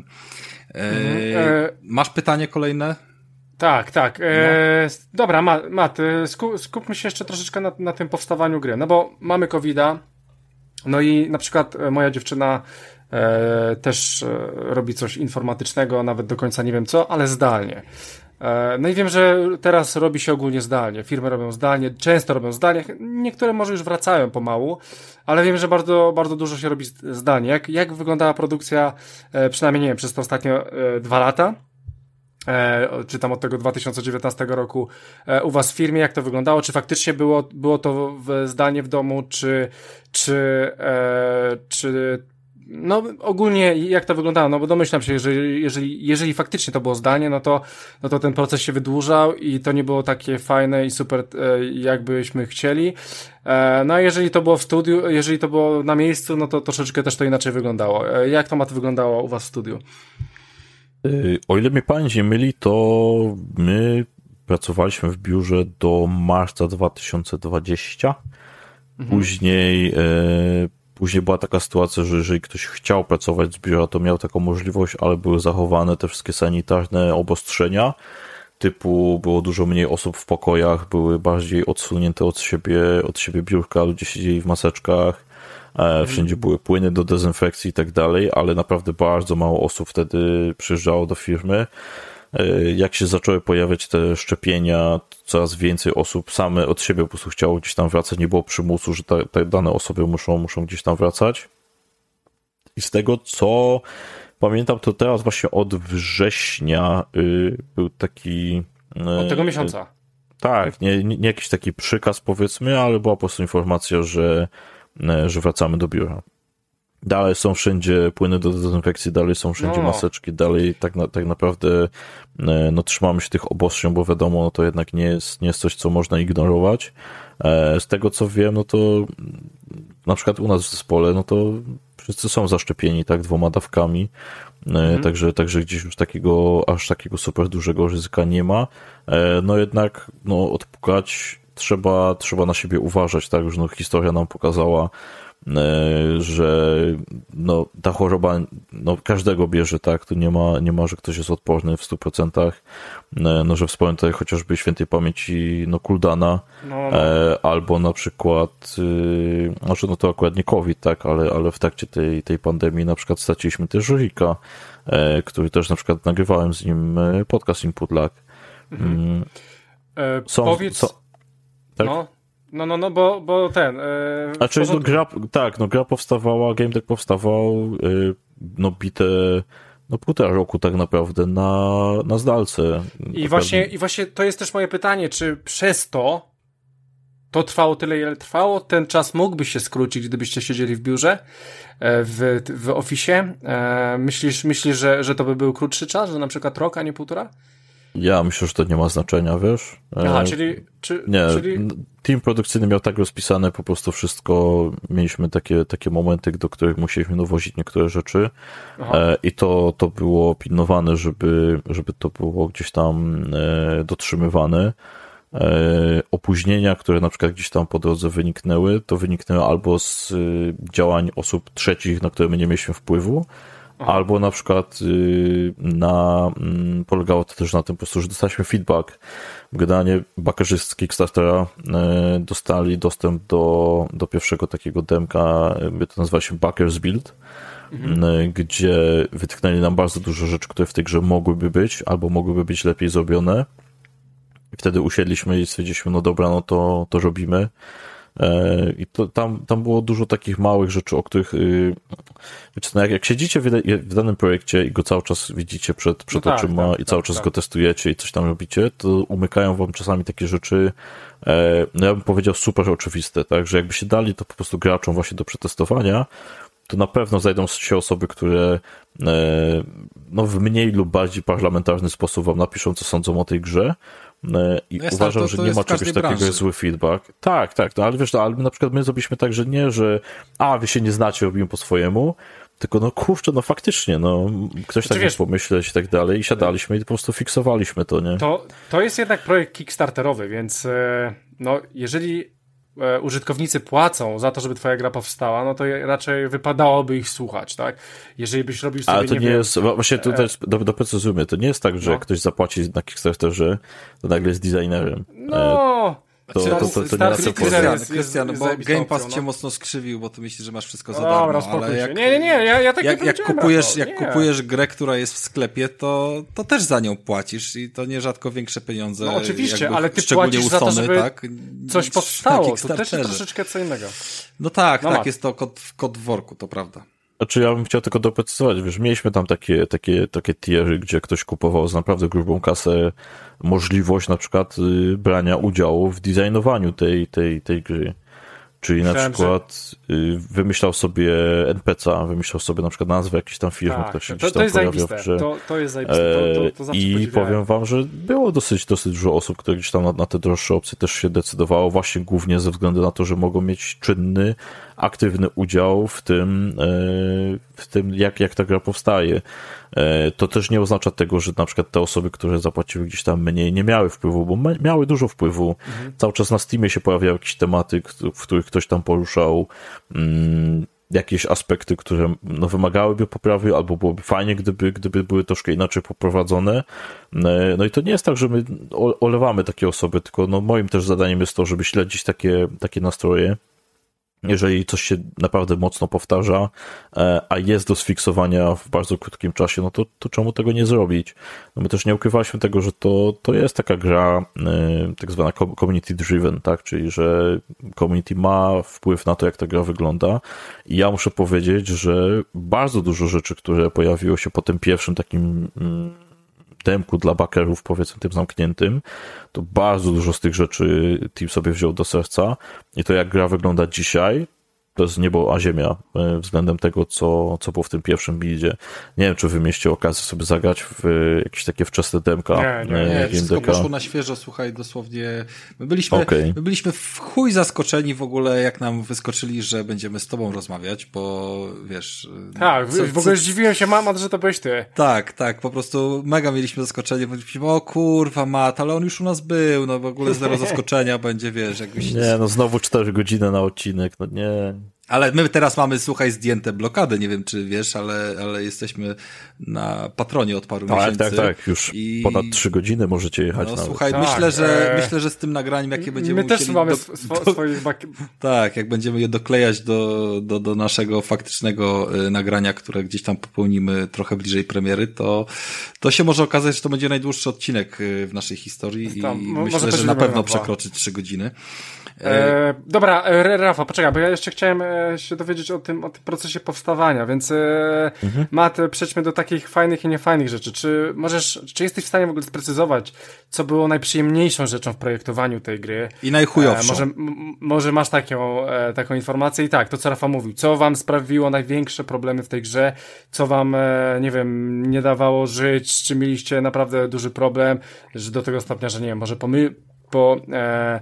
[SPEAKER 1] E, masz pytanie kolejne?
[SPEAKER 2] Tak, tak. E, no. Dobra, Mat, skup, skupmy się jeszcze troszeczkę na, na tym powstawaniu gry, no bo mamy kowida, no i na przykład moja dziewczyna e, też e, robi coś informatycznego, nawet do końca nie wiem co, ale zdalnie. E, no i wiem, że teraz robi się ogólnie zdalnie, firmy robią zdalnie, często robią zdalnie, niektóre może już wracają pomału, ale wiem, że bardzo, bardzo dużo się robi zdalnie. Jak, jak wyglądała produkcja, e, przynajmniej nie wiem, przez te ostatnie e, dwa lata? E, czy tam od tego dwa tysiące dziewiętnastego roku e, u was w firmie, jak to wyglądało, czy faktycznie było, było to w, zdalnie w domu, czy, czy, e, czy no ogólnie jak to wyglądało, no bo domyślam się, że jeżeli, jeżeli faktycznie to było zdalnie, no to, no to ten proces się wydłużał i to nie było takie fajne i super, e, jakbyśmy chcieli. E, no a jeżeli to było w studiu, jeżeli to było na miejscu, no to troszeczkę też to inaczej wyglądało. E, jak to, Mat, wyglądało u was w studiu?
[SPEAKER 4] O ile mnie pamięć nie myli, to my pracowaliśmy w biurze do marca dwa tysiące dwudziestego. Mhm. Później, e, później była taka sytuacja, że jeżeli ktoś chciał pracować z biura, to miał taką możliwość, ale były zachowane te wszystkie sanitarne obostrzenia. Typu było dużo mniej osób w pokojach, były bardziej odsunięte od siebie, od siebie biurka, ludzie siedzieli w maseczkach. Wszędzie były płyny do dezynfekcji i tak dalej, ale naprawdę bardzo mało osób wtedy przyjeżdżało do firmy. Jak się zaczęły pojawiać te szczepienia, coraz więcej osób same od siebie po prostu chciało gdzieś tam wracać, nie było przymusu, że te, te dane osoby muszą, muszą gdzieś tam wracać. I z tego, co pamiętam, to teraz właśnie od września yy, był taki...
[SPEAKER 2] Yy, od tego miesiąca.
[SPEAKER 4] Tak, nie, nie, nie jakiś taki przykaz powiedzmy, ale była po prostu informacja, że że wracamy do biura. Dalej są wszędzie płyny do dezynfekcji, dalej są wszędzie no. maseczki, dalej tak, na, tak naprawdę no, trzymamy się tych obostrzeń, bo wiadomo, no, to jednak nie jest, nie jest coś, co można ignorować. Z tego, co wiem, no to na przykład u nas w zespole, no to wszyscy są zaszczepieni tak dwoma dawkami, mhm. także, także gdzieś już takiego, aż takiego super dużego ryzyka nie ma. No jednak, no odpukać Trzeba, trzeba na siebie uważać, tak? Już no, historia nam pokazała, że no, ta choroba no, każdego bierze, tak? Tu nie ma, nie ma, że ktoś jest odporny w stu procentach. No, że wspomnę tutaj chociażby świętej pamięci no, Kuldana, no, no. albo na przykład, znaczy no to akurat nie COVID, tak? Ale, ale w trakcie tej, tej pandemii na przykład straciliśmy też Żurika, który też na przykład nagrywałem z nim podcast Input Lag. Mhm.
[SPEAKER 2] Są, Powiedz... są,
[SPEAKER 4] Tak?
[SPEAKER 2] No, no, no, no, bo, bo ten... Yy,
[SPEAKER 4] A czyli no, gra, tak, no gra powstawała, game deck powstawał, yy, no bite, no półtora roku tak naprawdę na, na zdalce.
[SPEAKER 2] I tak właśnie, i właśnie to jest też moje pytanie, czy przez to to trwało tyle, ile trwało, ten czas mógłby się skrócić, gdybyście siedzieli w biurze, w, w oficie? Myślisz, myślisz że, że to by był krótszy czas, że na przykład rok, a nie półtora?
[SPEAKER 4] Ja myślę, że to nie ma znaczenia, wiesz?
[SPEAKER 2] Aha, czyli... Czy,
[SPEAKER 4] nie,
[SPEAKER 2] czyli...
[SPEAKER 4] team produkcyjny miał tak rozpisane po prostu wszystko, mieliśmy takie, takie momenty, do których musieliśmy dowozić niektóre rzeczy. Aha. I to, to było pilnowane, żeby, żeby to było gdzieś tam dotrzymywane. Opóźnienia, które na przykład gdzieś tam po drodze wyniknęły, to wyniknęły albo z działań osób trzecich, na które my nie mieliśmy wpływu, Aha. albo na przykład na, polegało to też na tym po prostu, że dostaliśmy feedback. Generalnie backerzy z Kickstartera dostali dostęp do, do pierwszego takiego demka, to nazywa się Backers Build, mhm. gdzie wytknęli nam bardzo dużo rzeczy, które w tej grze mogłyby być, albo mogłyby być lepiej zrobione. I wtedy usiedliśmy i stwierdziliśmy, no dobra, no to, to robimy. I to, tam, tam było dużo takich małych rzeczy, o których wiecie, no jak, jak siedzicie w, w danym projekcie i go cały czas widzicie przed, przed no oczyma tak, tak, i cały tak, czas tak. go testujecie i coś tam robicie, to umykają wam czasami takie rzeczy, no ja bym powiedział super oczywiste, tak, że jakby się dali to po prostu graczom właśnie do przetestowania, to na pewno znajdą się osoby, które no, w mniej lub bardziej parlamentarny sposób wam napiszą, co sądzą o tej grze. I no uważam, to, to że nie ma czegoś takiego, jak zły feedback. Tak, tak, no, ale wiesz, no, ale na przykład my zrobiliśmy tak, że nie, że a, wy się nie znacie, robimy po swojemu, tylko no kurczę, no faktycznie, no ktoś tak mógł pomyśleć i tak dalej i siadaliśmy i po prostu fiksowaliśmy to, nie?
[SPEAKER 2] To, to jest jednak projekt kickstarterowy, więc no jeżeli użytkownicy płacą za to, żeby twoja gra powstała, no to raczej wypadałoby ich słuchać, tak? Jeżeli byś robił sobie,
[SPEAKER 4] ale to nie, nie
[SPEAKER 2] wiem,
[SPEAKER 4] jest, właśnie tutaj do, doprecyzujmy, to nie jest tak, że no. jak ktoś zapłaci na Kickstarterze, to nagle jest designerem.
[SPEAKER 2] No...
[SPEAKER 4] To, to, to, to, to nie jest
[SPEAKER 1] Krystian, Krystian, bo Game Pass cię no. mocno skrzywił, bo ty myślisz, że masz wszystko za darmo,
[SPEAKER 2] Dobra,
[SPEAKER 1] ale jak,
[SPEAKER 2] nie, nie, nie, ja, ja tak
[SPEAKER 1] jak,
[SPEAKER 2] nie
[SPEAKER 1] jak kupujesz,
[SPEAKER 2] nie.
[SPEAKER 1] jak kupujesz grę, która jest w sklepie, to, to też za nią płacisz i to nierzadko większe pieniądze.
[SPEAKER 2] No oczywiście, ale ty płacisz
[SPEAKER 1] Sony,
[SPEAKER 2] za to, żeby
[SPEAKER 1] tak,
[SPEAKER 2] coś powstało, to też jest troszeczkę co innego.
[SPEAKER 1] No tak, no tak,
[SPEAKER 2] mat.
[SPEAKER 1] jest to kod, kod w worku, to prawda.
[SPEAKER 4] Znaczy ja bym chciał tylko doprecyzować, wiesz, mieliśmy tam takie, takie, takie tiery, gdzie ktoś kupował za naprawdę grubą kasę możliwość na przykład y, brania udziału w designowaniu tej, tej, tej gry. Czyli na Myślałem, przykład że... y, wymyślał sobie en pe ce a, wymyślał sobie na przykład nazwę jakiejś tam firmy,
[SPEAKER 2] tak,
[SPEAKER 4] która się
[SPEAKER 2] to,
[SPEAKER 4] gdzieś
[SPEAKER 2] to
[SPEAKER 4] tam
[SPEAKER 2] jest
[SPEAKER 4] pojawia w grze.
[SPEAKER 2] To, to jest zajebiste. To, to, to
[SPEAKER 4] I powiem wam, że było dosyć, dosyć dużo osób, które gdzieś tam na, na te droższe opcje też się decydowało, właśnie głównie ze względu na to, że mogą mieć czynny, aktywny udział w tym, w tym jak, jak ta gra powstaje. To też nie oznacza tego, że na przykład te osoby, które zapłaciły gdzieś tam mniej, nie miały wpływu, bo miały dużo wpływu. Mhm. Cały czas na Steamie się pojawiały jakieś tematy, w których ktoś tam poruszał mm, jakieś aspekty, które no, wymagałyby poprawy, albo byłoby fajnie, gdyby, gdyby były troszkę inaczej poprowadzone. No i to nie jest tak, że my olewamy takie osoby, tylko no, moim też zadaniem jest to, żeby śledzić takie, takie nastroje. Jeżeli coś się naprawdę mocno powtarza, a jest do sfiksowania w bardzo krótkim czasie, no to, to czemu tego nie zrobić? No my też nie ukrywaliśmy tego, że to, to jest taka gra tak zwana community driven, tak? Czyli że community ma wpływ na to, jak ta gra wygląda. I ja muszę powiedzieć, że bardzo dużo rzeczy, które pojawiło się po tym pierwszym takim demku dla backerów, powiedzmy tym zamkniętym, to bardzo dużo z tych rzeczy team sobie wziął do serca i to jak gra wygląda dzisiaj, to jest niebo a ziemia względem tego, co, co było w tym pierwszym buildzie. Nie wiem, czy wy mieliście okazję sobie zagrać w jakieś takie wczesne demka.
[SPEAKER 1] Nie, nie, nie wszystko poszło na świeżo, słuchaj, dosłownie my byliśmy, okay. my byliśmy w chuj zaskoczeni w ogóle, jak nam wyskoczyli, że będziemy z tobą rozmawiać, bo wiesz...
[SPEAKER 2] Tak, co, w ogóle co... zdziwiłem się, Mat, że to byłeś ty.
[SPEAKER 1] Tak, tak, po prostu mega mieliśmy zaskoczenie, bo myślimy, o kurwa, Mat, ale on już u nas był, no w ogóle zero zaskoczenia będzie, wiesz, jakbyś...
[SPEAKER 4] Nie, no znowu cztery godziny na odcinek, no nie...
[SPEAKER 1] Ale my teraz mamy, słuchaj, zdjęte blokady, nie wiem czy wiesz, ale, ale jesteśmy na Patronie od paru
[SPEAKER 4] tak,
[SPEAKER 1] miesięcy.
[SPEAKER 4] Tak, tak, tak, już i... ponad trzy godziny możecie jechać.
[SPEAKER 1] No
[SPEAKER 4] nawet.
[SPEAKER 1] słuchaj,
[SPEAKER 2] tak,
[SPEAKER 1] myślę, że
[SPEAKER 2] e...
[SPEAKER 1] myślę, że z tym nagraniem, jakie będziemy
[SPEAKER 2] My
[SPEAKER 1] musieli...
[SPEAKER 2] też mamy
[SPEAKER 1] do...
[SPEAKER 2] swo- swoich...
[SPEAKER 1] Tak, jak będziemy je doklejać do, do, do naszego faktycznego nagrania, które gdzieś tam popełnimy trochę bliżej premiery, to, to się może okazać, że to będzie najdłuższy odcinek w naszej historii
[SPEAKER 2] tam,
[SPEAKER 1] i
[SPEAKER 2] może
[SPEAKER 1] myślę, że na pewno przekroczy trzy godziny.
[SPEAKER 2] E, dobra, e, Rafa, poczekaj, bo ja jeszcze chciałem e, się dowiedzieć o tym, o tym procesie powstawania, więc e, mhm. Matt, przejdźmy do takich fajnych i niefajnych rzeczy. Czy możesz, czy jesteś w stanie w ogóle sprecyzować, co było najprzyjemniejszą rzeczą w projektowaniu tej gry?
[SPEAKER 1] I najchujowszą.
[SPEAKER 2] E, może, m, może masz taką, e, taką informację i tak, to co Rafa mówił, co wam sprawiło największe problemy w tej grze, co wam, e, nie wiem, nie dawało żyć, czy mieliście naprawdę duży problem, że do tego stopnia, że nie wiem, może pomy po, e,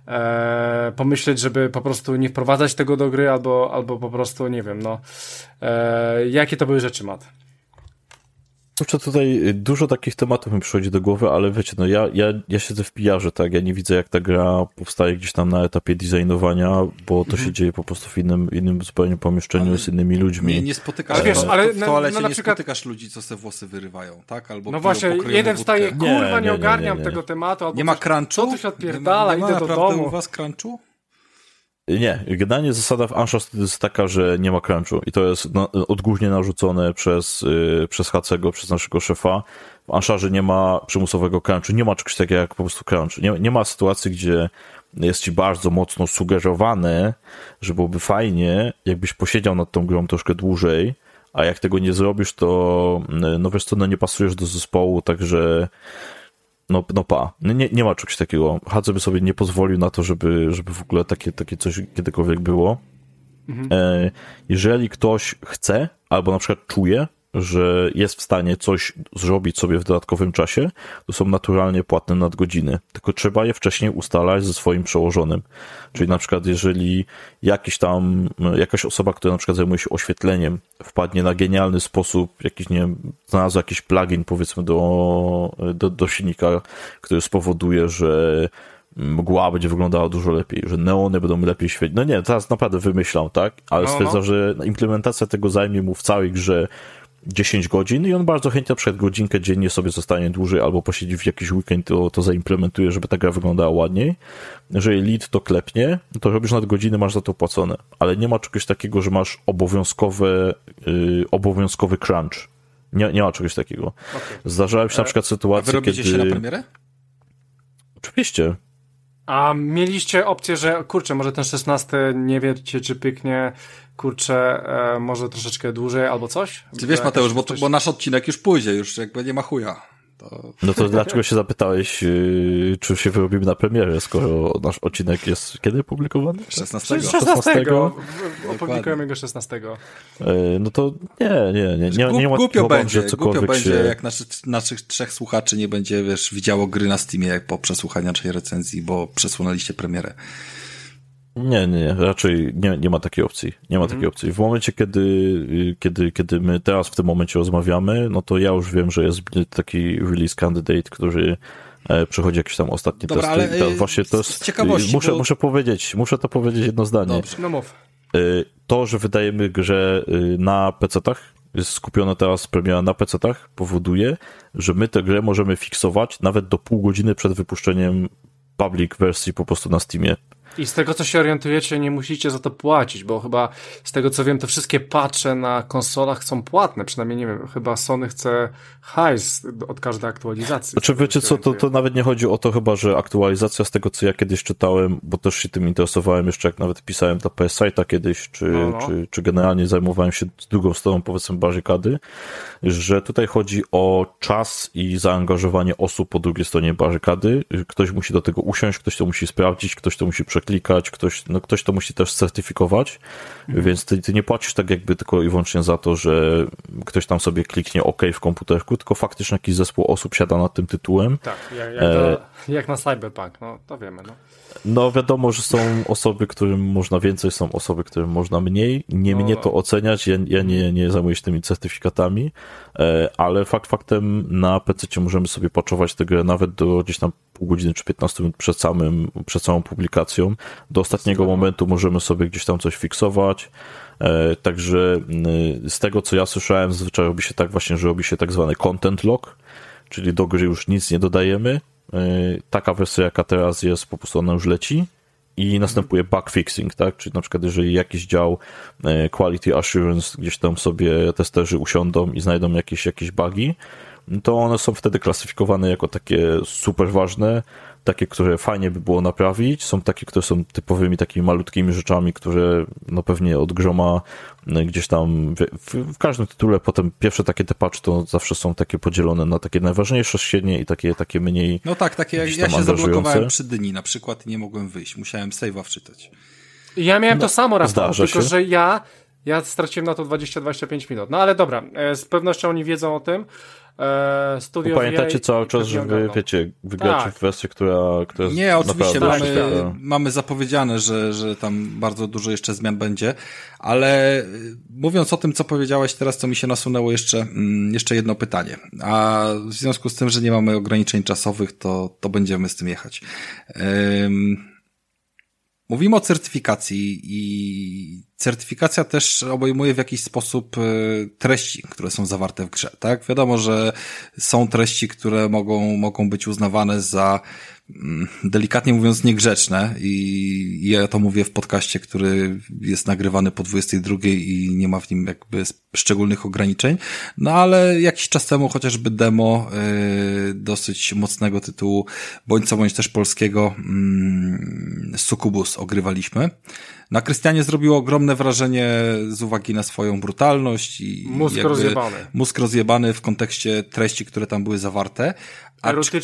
[SPEAKER 2] e, pomyśleć, żeby po prostu nie wprowadzać tego do gry, albo, albo po prostu, nie wiem, no. E, jakie to były rzeczy, Matt?
[SPEAKER 4] Kurczę, tutaj dużo takich tematów mi przychodzi do głowy, ale wiecie, no ja, ja, ja siedzę w P R-ze, tak, ja nie widzę jak ta gra powstaje gdzieś tam na etapie designowania, bo to mhm. się dzieje po prostu w innym, innym zupełnie pomieszczeniu ale z innymi ludźmi.
[SPEAKER 1] Nie, nie spotykasz,
[SPEAKER 2] ale wiesz, ale
[SPEAKER 1] w toalecie
[SPEAKER 2] no, no,
[SPEAKER 1] nie
[SPEAKER 2] przykład...
[SPEAKER 1] spotykasz ludzi, co se włosy wyrywają, tak? Albo
[SPEAKER 2] no właśnie, jeden wstaje, kurwa, nie, nie, nie ogarniam
[SPEAKER 4] nie, nie, nie.
[SPEAKER 2] tego tematu, albo
[SPEAKER 1] nie ma crunchu?
[SPEAKER 2] Co tu się odpierdala,
[SPEAKER 1] nie, nie
[SPEAKER 2] idę do domu.
[SPEAKER 1] u was crunchu?
[SPEAKER 4] Nie, generalnie zasada w Uncharted jest taka, że nie ma crunchu i to jest na, odgórnie narzucone przez, yy, przez Hacego, przez naszego szefa. W Uncharted nie ma przymusowego crunchu, nie ma czegoś takiego jak po prostu crunch. Nie, nie ma sytuacji, gdzie jest ci bardzo mocno sugerowane, że byłoby fajnie, jakbyś posiedział nad tą grą troszkę dłużej, a jak tego nie zrobisz, to no wiesz co, no nie pasujesz do zespołu, także No, no pa, nie, nie ma czegoś takiego. Hadze by sobie nie pozwolił na to, żeby, żeby w ogóle takie, takie coś kiedykolwiek było. Mhm. Jeżeli ktoś chce, albo na przykład czuje, że jest w stanie coś zrobić sobie w dodatkowym czasie, to są naturalnie płatne nadgodziny. Tylko trzeba je wcześniej ustalać ze swoim przełożonym. Czyli na przykład jeżeli jakiś tam, jakaś osoba, która na przykład zajmuje się oświetleniem, wpadnie na genialny sposób, jakiś, nie wiem, znalazł jakiś plugin, powiedzmy, do, do, do silnika, który spowoduje, że mgła będzie wyglądała dużo lepiej, że neony będą lepiej świecić. No nie, teraz naprawdę wymyślam, tak? Ale no, stwierdzam, no. że implementacja tego zajmie mu w całej grze dziesięć godzin i on bardzo chętnie na przykład godzinkę dziennie sobie zostanie dłużej albo posiedzi w jakiś weekend, to, to zaimplementuje, żeby ta gra wyglądała ładniej. Jeżeli lead to klepnie, to robisz nadgodziny, masz za to płacone. Ale nie ma czegoś takiego, że masz obowiązkowe, yy, obowiązkowy crunch. Nie, nie ma czegoś takiego. Okay. Zdarzały się na przykład sytuacje,
[SPEAKER 1] kiedy... A wy robicie
[SPEAKER 4] kiedy...
[SPEAKER 1] się na premierę?
[SPEAKER 4] Oczywiście.
[SPEAKER 2] A mieliście opcję, że kurczę, może ten szesnasty nie wiecie, czy pyknie, kurczę, e, może troszeczkę dłużej albo coś?
[SPEAKER 1] Ty wiesz, Mateusz, bo, to, bo nasz odcinek już pójdzie, już jakby nie ma chuja. To...
[SPEAKER 4] No to dlaczego się zapytałeś, yy, czy się wyrobimy na premierę, skoro nasz odcinek jest kiedy publikowany?
[SPEAKER 1] szesnastego.
[SPEAKER 2] szesnastego. Opublikujemy go szesnastego.
[SPEAKER 4] Yy, no to nie, nie, nie. nie, nie ma
[SPEAKER 1] głupio będzie,
[SPEAKER 4] że
[SPEAKER 1] głupio będzie,
[SPEAKER 4] się...
[SPEAKER 1] jak naszych, naszych trzech słuchaczy nie będzie, wiesz, widziało gry na Steamie jak po przesłuchaniu naszej recenzji, bo przesunęliście premierę. Nie,
[SPEAKER 4] nie, raczej nie, nie ma takiej opcji. Nie ma mm. takiej opcji. W momencie, kiedy, kiedy, kiedy my teraz w tym momencie rozmawiamy, no to ja już wiem, że jest taki release candidate, który przechodzi jakieś tam ostatnie
[SPEAKER 1] Dobra,
[SPEAKER 4] testy.
[SPEAKER 1] Ale,
[SPEAKER 4] to właśnie to jest,
[SPEAKER 1] z ciekawości,
[SPEAKER 4] muszę,
[SPEAKER 1] bo...
[SPEAKER 4] muszę powiedzieć, muszę to powiedzieć jedno zdanie.
[SPEAKER 1] Dobrze.
[SPEAKER 2] No mów.
[SPEAKER 4] To, że wydajemy grę na pecetach, jest skupiona teraz premiera na pecetach, powoduje, że my tę grę możemy fiksować nawet do pół godziny przed wypuszczeniem public wersji po prostu na Steamie.
[SPEAKER 2] I z tego, co się orientujecie, nie musicie za to płacić, bo chyba z tego, co wiem, to wszystkie patche na konsolach są płatne. Przynajmniej, nie wiem, chyba Sony chce hajs od każdej aktualizacji.
[SPEAKER 4] Znaczy, wiecie co, to, to nawet nie chodzi o to chyba, że aktualizacja z tego, co ja kiedyś czytałem, bo też się tym interesowałem jeszcze, jak nawet pisałem dla P S Site'a kiedyś, czy, no, no. Czy, czy generalnie zajmowałem się drugą stroną, powiedzmy, barykady, że tutaj chodzi o czas i zaangażowanie osób po drugiej stronie barykady. Ktoś musi do tego usiąść, ktoś to musi sprawdzić, ktoś to musi przeklikać, klikać, ktoś, no ktoś to musi też certyfikować, mhm. więc ty, ty nie płacisz tak jakby tylko i wyłącznie za to, że ktoś tam sobie kliknie OK w komputerku, tylko faktycznie jakiś zespół osób siada nad tym tytułem.
[SPEAKER 2] Tak, jak, jak, do, jak na Cyberpunk, no to wiemy, no.
[SPEAKER 4] No wiadomo, że są osoby, którym można więcej, są osoby, którym można mniej. Nie no, mnie to oceniać, ja, ja nie, nie zajmuję się tymi certyfikatami, ale fakt faktem na P C możemy sobie patchować tę grę nawet do gdzieś tam pół godziny czy piętnaście minut przed, samym, przed samą publikacją. Do ostatniego momentu możemy sobie gdzieś tam coś fiksować. Także z tego, co ja słyszałem, zazwyczaj robi się tak właśnie, że robi się tak zwany content log, czyli do gry już nic nie dodajemy. Taka wersja, jaka teraz jest, po prostu ona już leci i następuje bug fixing, tak? Czyli na przykład jeżeli jakiś dział quality assurance gdzieś tam sobie testerzy usiądą i znajdą jakieś, jakieś bugi, to one są wtedy klasyfikowane jako takie super ważne, takie, które fajnie by było naprawić, są takie, które są typowymi takimi malutkimi rzeczami, które no pewnie od groma gdzieś tam w, w każdym tytule potem pierwsze takie te patchy to zawsze są takie podzielone na takie najważniejsze średnie i takie, takie mniej.
[SPEAKER 1] No tak, takie jak ja się zablokowałem przy dyni na przykład i nie mogłem wyjść, musiałem save'a wczytać.
[SPEAKER 2] Ja miałem no, to samo, Rafał, tylko
[SPEAKER 4] się.
[SPEAKER 2] że ja ja straciłem na to dwadzieścia do dwudziestu pięciu minut. No ale dobra, z pewnością oni wiedzą o tym. Studio
[SPEAKER 4] Pamiętacie cały czas, że wy, wiecie, wygracie
[SPEAKER 2] tak.
[SPEAKER 4] w wersję, która, która jest
[SPEAKER 1] nie, oczywiście mamy,
[SPEAKER 4] tak.
[SPEAKER 1] mamy zapowiedziane, że, że tam bardzo dużo jeszcze zmian będzie, ale mówiąc o tym, co powiedziałeś teraz, to mi się nasunęło jeszcze, jeszcze jedno pytanie, a w związku z tym, że nie mamy ograniczeń czasowych, to, to będziemy z tym jechać. Um, Mówimy o certyfikacji i certyfikacja też obejmuje w jakiś sposób treści, które są zawarte w grze, tak? Wiadomo, że są treści, które mogą, mogą być uznawane za delikatnie mówiąc niegrzeczne i ja to mówię w podcaście, który jest nagrywany po dwudziestej drugiej i nie ma w nim jakby szczególnych ograniczeń, no ale jakiś czas temu chociażby demo yy, dosyć mocnego tytułu, bądź co bądź też polskiego yy, Succubus ogrywaliśmy. Na Krystianie zrobiło ogromne wrażenie z uwagi na swoją brutalność i
[SPEAKER 2] mózg rozjebany.
[SPEAKER 1] Mózg rozjebany w kontekście treści, które tam były zawarte.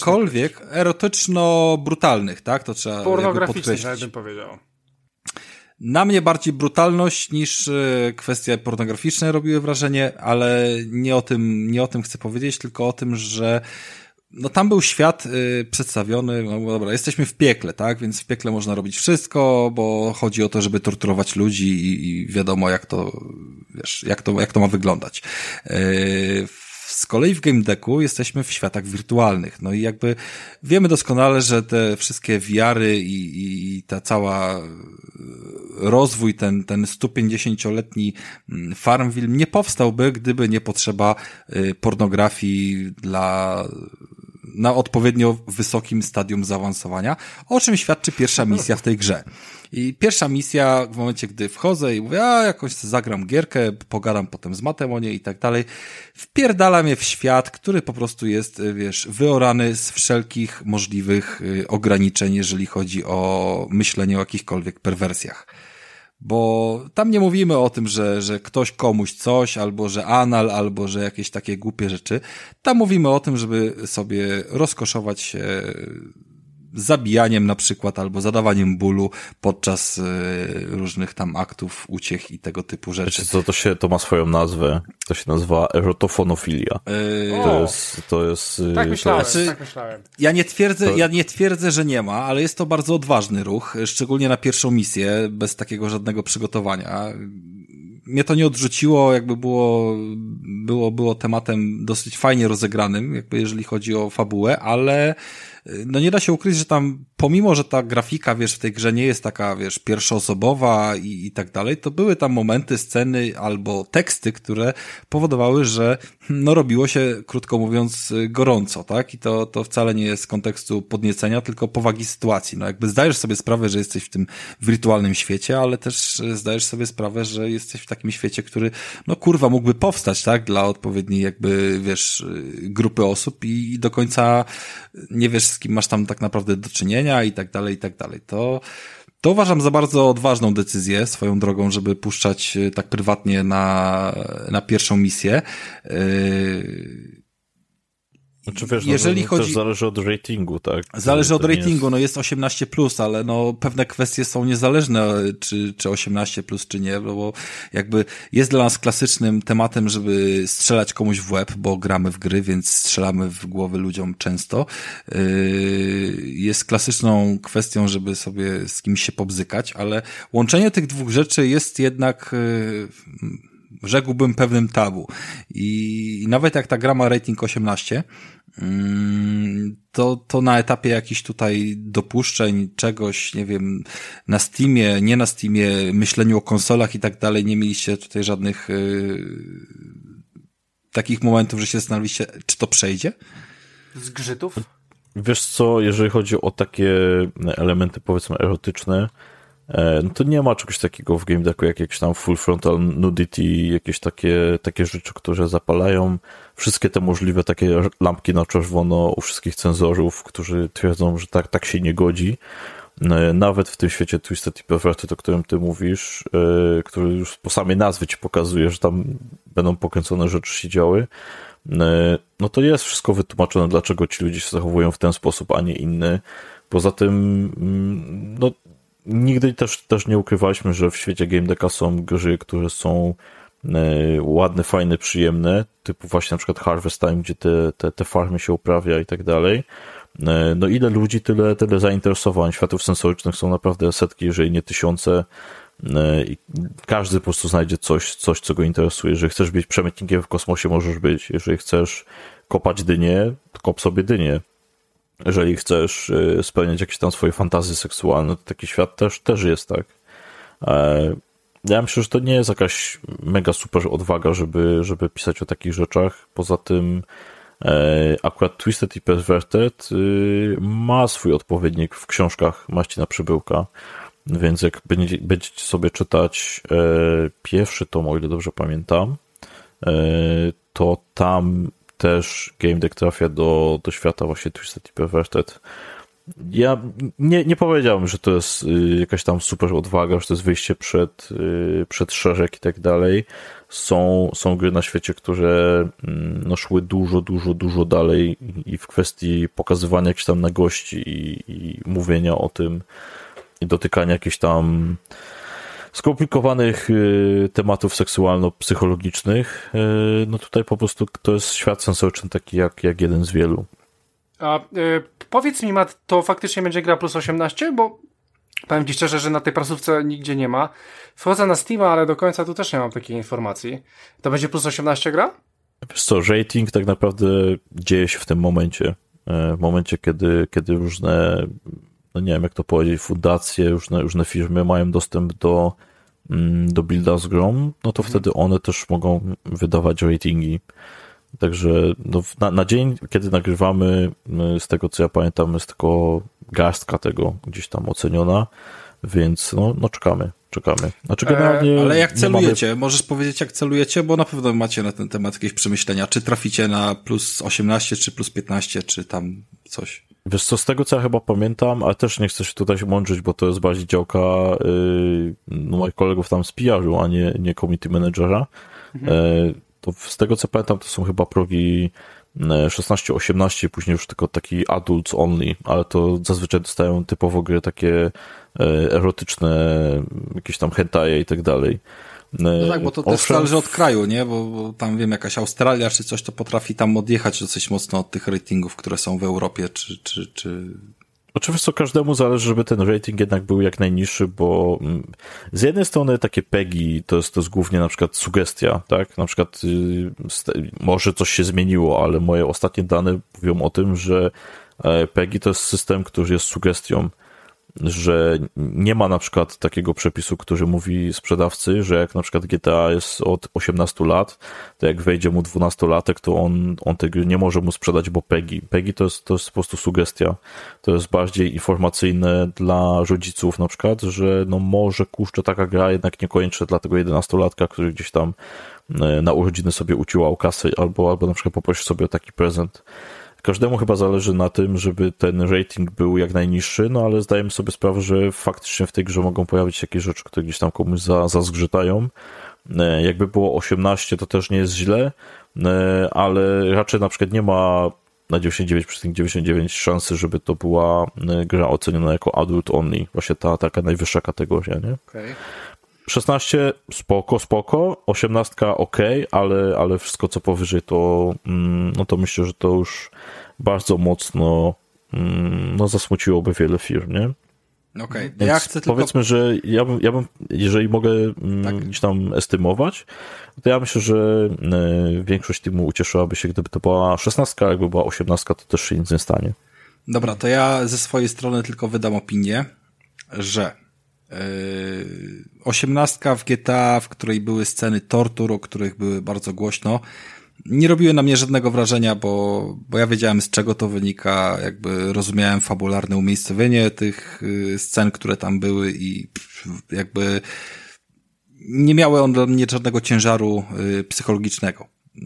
[SPEAKER 1] Aczkolwiek erotyczno-brutalnych, tak? To trzeba podkreślić.
[SPEAKER 2] Ja bym powiedział.
[SPEAKER 1] Na mnie bardziej brutalność niż kwestie pornograficzne robiły wrażenie, ale nie o tym, nie o tym chcę powiedzieć, tylko o tym, że no tam był świat y, przedstawiony, no dobra, jesteśmy w piekle, tak, więc w piekle można robić wszystko, bo chodzi o to, żeby torturować ludzi i, i wiadomo jak to, wiesz, jak to, jak to ma wyglądać. Y, z kolei w Game Decku jesteśmy w światach wirtualnych, no i jakby wiemy doskonale, że te wszystkie V R-y i, i ta cała rozwój, ten, ten sto pięćdziesięcioletni Farmville nie powstałby, gdyby nie potrzeba y, pornografii dla na odpowiednio wysokim stadium zaawansowania, o czym świadczy pierwsza misja w tej grze. I pierwsza misja, w momencie, gdy wchodzę i mówię, a jakoś zagram gierkę, pogadam potem z matem o niej i tak dalej, wpierdala mnie w świat, który po prostu jest, wiesz, wyorany z wszelkich możliwych ograniczeń, jeżeli chodzi o myślenie o jakichkolwiek perwersjach. Bo tam nie mówimy o tym, że, że ktoś komuś coś, albo że anal, albo że jakieś takie głupie rzeczy. Tam mówimy o tym, żeby sobie rozkoszować się zabijaniem na przykład, albo zadawaniem bólu podczas y, różnych tam aktów, uciech i tego typu rzeczy.
[SPEAKER 4] Wiecie co, to się, to ma swoją nazwę. To się nazywa erotofonofilia. Yy... To jest, to jest...
[SPEAKER 2] Tak myślałem,
[SPEAKER 1] to jest,
[SPEAKER 2] tak myślałem.
[SPEAKER 1] Ja nie twierdzę,
[SPEAKER 4] to...
[SPEAKER 1] ja nie twierdzę, że nie ma, ale jest to bardzo odważny ruch, szczególnie na pierwszą misję, bez takiego żadnego przygotowania. Mnie to nie odrzuciło, jakby było, było, było tematem dosyć fajnie rozegranym, jakby jeżeli chodzi o fabułę, ale no nie da się ukryć, że tam, pomimo, że ta grafika, wiesz, w tej grze nie jest taka, wiesz, pierwszoosobowa i, i tak dalej, to były tam momenty, sceny albo teksty, które powodowały, że no robiło się, krótko mówiąc, gorąco, tak? I to, to wcale nie jest z kontekstu podniecenia, tylko powagi sytuacji. No jakby zdajesz sobie sprawę, że jesteś w tym wirtualnym świecie, ale też zdajesz sobie sprawę, że jesteś w takim świecie, który, no kurwa, mógłby powstać, tak? Dla odpowiedniej jakby, wiesz, grupy osób i, i do końca nie wiesz, z kim masz tam tak naprawdę do czynienia i tak dalej, i tak dalej. To, to uważam za bardzo odważną decyzję swoją drogą, żeby puszczać tak prywatnie na, na pierwszą misję. Yy...
[SPEAKER 4] Znaczy wiesz,
[SPEAKER 1] jeżeli
[SPEAKER 4] no,
[SPEAKER 1] chodzi...
[SPEAKER 4] też zależy od ratingu, tak?
[SPEAKER 1] Zależy
[SPEAKER 4] to
[SPEAKER 1] od ratingu,
[SPEAKER 4] jest...
[SPEAKER 1] no jest osiemnaście plus, ale no pewne kwestie są niezależne, czy, czy osiemnaście plus, czy nie, bo jakby jest dla nas klasycznym tematem, żeby strzelać komuś w łeb, bo gramy w gry, więc strzelamy w głowy ludziom często. Jest klasyczną kwestią, żeby sobie z kimś się pobzykać, ale łączenie tych dwóch rzeczy jest jednak... rzekłbym pewnym tabu. I nawet jak ta gra ma rating osiemnaście, to, to na etapie jakichś tutaj dopuszczeń, czegoś, nie wiem, na Steamie, nie na Steamie, myśleniu o konsolach i tak dalej, nie mieliście tutaj żadnych yy, takich momentów, że się zastanawialiście, czy to przejdzie?
[SPEAKER 2] Zgrzytów?
[SPEAKER 4] Wiesz co, jeżeli chodzi o takie elementy, powiedzmy, erotyczne, no to nie ma czegoś takiego w Game Decku, jak jakieś tam full frontal nudity, jakieś takie, takie rzeczy, które zapalają wszystkie te możliwe takie lampki na czerwono u wszystkich cenzorów, którzy twierdzą, że tak, tak się nie godzi. Nawet w tym świecie Twisted i Perverted, o którym ty mówisz, który już po samej nazwie ci pokazuje, że tam będą pokręcone rzeczy się działy, no to jest wszystko wytłumaczone, dlaczego ci ludzie się zachowują w ten sposób, a nie inny. Poza tym, no nigdy też, też nie ukrywaliśmy, że w świecie Game Decka są gry, które są ładne, fajne, przyjemne, typu właśnie na przykład Harvest Time, gdzie te, te, te farmy się uprawia i tak dalej. No ile ludzi, tyle, tyle zainteresowań. Światów sensorycznych są naprawdę setki, jeżeli nie tysiące, i każdy po prostu znajdzie coś, coś, co go interesuje. Jeżeli chcesz być przemytnikiem w kosmosie, możesz być. Jeżeli chcesz kopać dynię, kop sobie dynię. Jeżeli chcesz spełniać jakieś tam swoje fantazje seksualne, to taki świat też, też jest, tak. Ja myślę, że to nie jest jakaś mega super odwaga, żeby, żeby pisać o takich rzeczach. Poza tym akurat Twisted i Perverted ma swój odpowiednik w książkach Marcina Przybyłka, więc jak będziecie sobie czytać pierwszy tom, o ile dobrze pamiętam, to tam też Game Deck trafia do, do świata właśnie Twisted i Perverted. Ja nie, nie powiedziałbym, że to jest jakaś tam super odwaga, że to jest wyjście przed, przed szereg i tak dalej. Są, są gry na świecie, które no, szły dużo, dużo, dużo dalej i w kwestii pokazywania jakichś tam nagości i, i mówienia o tym i dotykania jakichś tam skomplikowanych y, tematów seksualno-psychologicznych, y, no tutaj po prostu to jest świat science fiction taki jak, jak jeden z wielu.
[SPEAKER 2] A y, powiedz mi, Matt, to faktycznie będzie gra plus osiemnaście? Bo powiem ci szczerze, że na tej prasówce nigdzie nie ma. Wchodzę na Steama, ale do końca tu też nie mam takiej informacji. To będzie plus osiemnaście gra?
[SPEAKER 4] Wiesz co, rating tak naprawdę dzieje się w tym momencie. W momencie, kiedy, kiedy różne, no nie wiem jak to powiedzieć, fundacje, różne, różne firmy mają dostęp do, do builda z grą, no to wtedy one też mogą wydawać ratingi. Także no, na, na dzień, kiedy nagrywamy, z tego co ja pamiętam, jest tylko garstka tego gdzieś tam oceniona, więc no, no czekamy, czekamy. Znaczy generalnie
[SPEAKER 1] ale jak celujecie?
[SPEAKER 4] mamy...
[SPEAKER 1] Możesz powiedzieć jak celujecie, bo na pewno macie na ten temat jakieś przemyślenia. Czy traficie na plus osiemnaście, czy plus piętnaście, czy tam coś?
[SPEAKER 4] Wiesz co, z tego co ja chyba pamiętam, ale też nie chcę się tutaj mądrzyć, bo to jest bardziej działka yy, no, moich kolegów tam z P R-u, a nie, nie community managera. Mhm. Yy, to z tego co pamiętam, to są chyba progi szesnaście osiemnaście, później już tylko taki adults only, ale to zazwyczaj dostają typowo gry takie erotyczne, jakieś tam hentaje i tak dalej.
[SPEAKER 1] No tak, bo to Owszem. też zależy od kraju, nie? Bo, bo tam wiem, jakaś Australia czy coś, to potrafi tam odjechać dosyć mocno od tych ratingów, które są w Europie, czy... czy, czy...
[SPEAKER 4] Oczywiście każdemu zależy, żeby ten rating jednak był jak najniższy, bo z jednej strony takie P E G I to jest, to jest głównie na przykład sugestia, tak? Na przykład yy, może coś się zmieniło, ale moje ostatnie dane mówią o tym, że P E G I to jest system, który jest sugestią, że nie ma na przykład takiego przepisu, który mówi sprzedawcy, że jak na przykład G T A jest od osiemnastu lat, to jak wejdzie mu dwunastolatek, to on, on tej gry nie może mu sprzedać, bo P E G I. P E G I to jest, to jest po prostu sugestia. To jest bardziej informacyjne dla rodziców na przykład, że no może kurczę taka gra jednak niekoniecznie dla tego jedenastolatka, który gdzieś tam na urodziny sobie uciłał kasy albo, albo na przykład poprosi sobie o taki prezent. Każdemu chyba zależy na tym, żeby ten rating był jak najniższy, no ale zdajemy sobie sprawę, że faktycznie w tej grze mogą pojawić się jakieś rzeczy, które gdzieś tam komuś za, zazgrzytają. Jakby było osiemnaście, to też nie jest źle, ale raczej na przykład nie ma na dziewięćdziesiąt dziewięć przecinek dziewięćdziesiąt dziewięć szansy, żeby to była gra oceniona jako adult only. Właśnie ta taka najwyższa kategoria, nie?
[SPEAKER 1] Okay.
[SPEAKER 4] szesnaście spoko, spoko, osiemnaście ok, ale, ale wszystko co powyżej to, no to myślę, że to już bardzo mocno no zasmuciłoby wiele firm, nie?
[SPEAKER 1] Okej, okay. Ja chcę tylko...
[SPEAKER 4] Powiedzmy, że ja bym, ja bym jeżeli mogę tak. gdzieś tam estymować, to ja myślę, że większość teamu ucieszyłaby się, gdyby to była szesnastka, a jakby była osiemnastka, to też się nic nie stanie.
[SPEAKER 1] Dobra, to ja ze swojej strony tylko wydam opinię, że osiemnastka w G T A, w której były sceny tortur, o których były bardzo głośno, nie robiły na mnie żadnego wrażenia, bo, bo ja wiedziałem z czego to wynika, jakby rozumiałem fabularne umiejscowienie tych scen, które tam były i jakby nie miały one dla mnie żadnego ciężaru psychologicznego.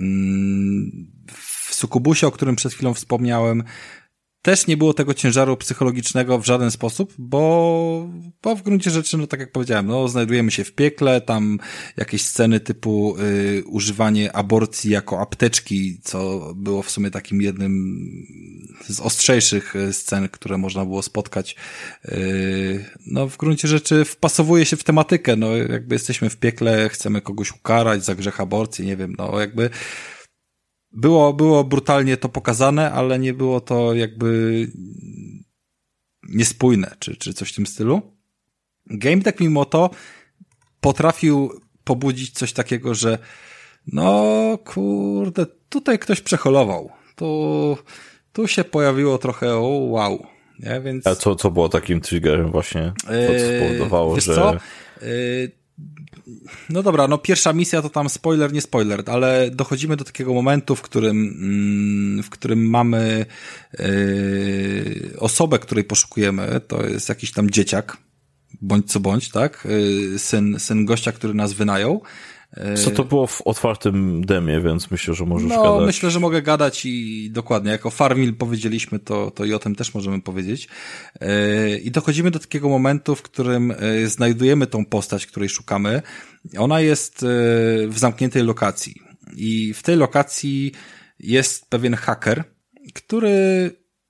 [SPEAKER 1] W Sukubusie, o którym przed chwilą wspomniałem, też nie było tego ciężaru psychologicznego w żaden sposób, bo, bo w gruncie rzeczy, no tak jak powiedziałem, no znajdujemy się w piekle, tam jakieś sceny typu y, używanie aborcji jako apteczki, co było w sumie takim jednym z ostrzejszych scen, które można było spotkać. Y, no w gruncie rzeczy wpasowuje się w tematykę, no jakby jesteśmy w piekle, chcemy kogoś ukarać za grzech aborcji, nie wiem, no jakby Było, było brutalnie to pokazane, ale nie było to jakby niespójne, czy, czy coś w tym stylu. Game tak mimo to potrafił pobudzić coś takiego, że no kurde, tutaj ktoś przeholował. Tu, tu się pojawiło trochę o wow. Nie? Więc...
[SPEAKER 4] A co, co było takim triggerem właśnie? Co spowodowało,
[SPEAKER 1] wiesz
[SPEAKER 4] że...
[SPEAKER 1] co? Yy... No dobra, no pierwsza misja to tam spoiler, nie spoiler, ale dochodzimy do takiego momentu, w którym, w którym mamy yy, osobę, której poszukujemy, to jest jakiś tam dzieciak, bądź co bądź, tak? Yy, syn, syn gościa, który nas wynajął.
[SPEAKER 4] Co to było w otwartym demie, więc myślę, że możesz
[SPEAKER 1] no,
[SPEAKER 4] gadać.
[SPEAKER 1] No, myślę, że mogę gadać i dokładnie, jako Farmville powiedzieliśmy, to, to i o tym też możemy powiedzieć. Yy, I dochodzimy do takiego momentu, w którym yy, znajdujemy tą postać, której szukamy. Ona jest yy, w zamkniętej lokacji i w tej lokacji jest pewien haker, który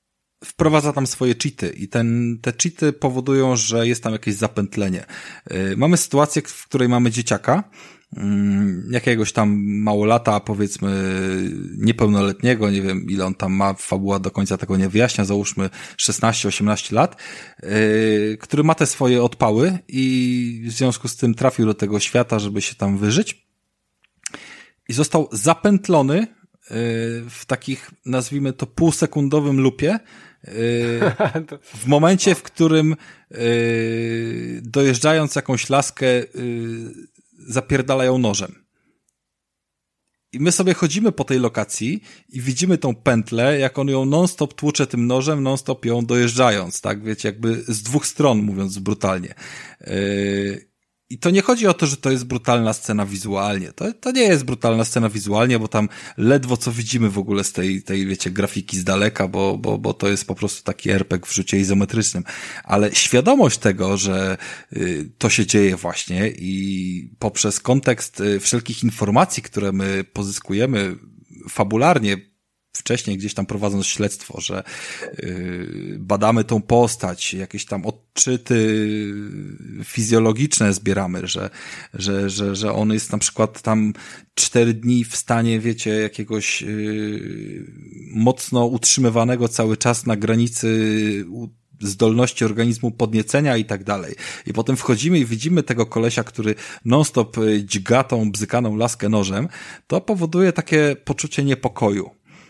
[SPEAKER 1] wprowadza tam swoje cheaty i ten, te cheaty powodują, że jest tam jakieś zapętlenie. Yy, mamy sytuację, w której mamy dzieciaka, yy, jakiegoś tam małolata, powiedzmy niepełnoletniego, nie wiem ile on tam ma, fabuła do końca tego nie wyjaśnia, załóżmy szesnaście osiemnaście lat, yy, który ma te swoje odpały i w związku z tym trafił do tego świata, żeby się tam wyżyć i został zapętlony w takich, nazwijmy to, półsekundowym lupie, w momencie, w którym dojeżdżając jakąś laskę zapierdalają nożem. I my sobie chodzimy po tej lokacji i widzimy tą pętlę, jak on ją non-stop tłucze tym nożem, non-stop ją dojeżdżając, tak, wiecie, jakby z dwóch stron, mówiąc brutalnie. I to nie chodzi o to, że to jest brutalna scena wizualnie. To, to nie jest brutalna scena wizualnie, bo tam ledwo co widzimy w ogóle z tej, tej wiecie, grafiki z daleka, bo, bo, bo to jest po prostu taki er pe gie w rzucie izometrycznym. Ale świadomość tego, że y, to się dzieje właśnie i poprzez kontekst y, wszelkich informacji, które my pozyskujemy fabularnie, wcześniej gdzieś tam prowadząc śledztwo, że yy, badamy tą postać, jakieś tam odczyty fizjologiczne zbieramy, że, że, że, że on jest na przykład tam cztery dni w stanie, wiecie, jakiegoś yy, mocno utrzymywanego cały czas na granicy zdolności organizmu podniecenia i tak dalej. I potem wchodzimy i widzimy tego kolesia, który non-stop dźga tą bzykaną laskę nożem, to powoduje takie poczucie niepokoju.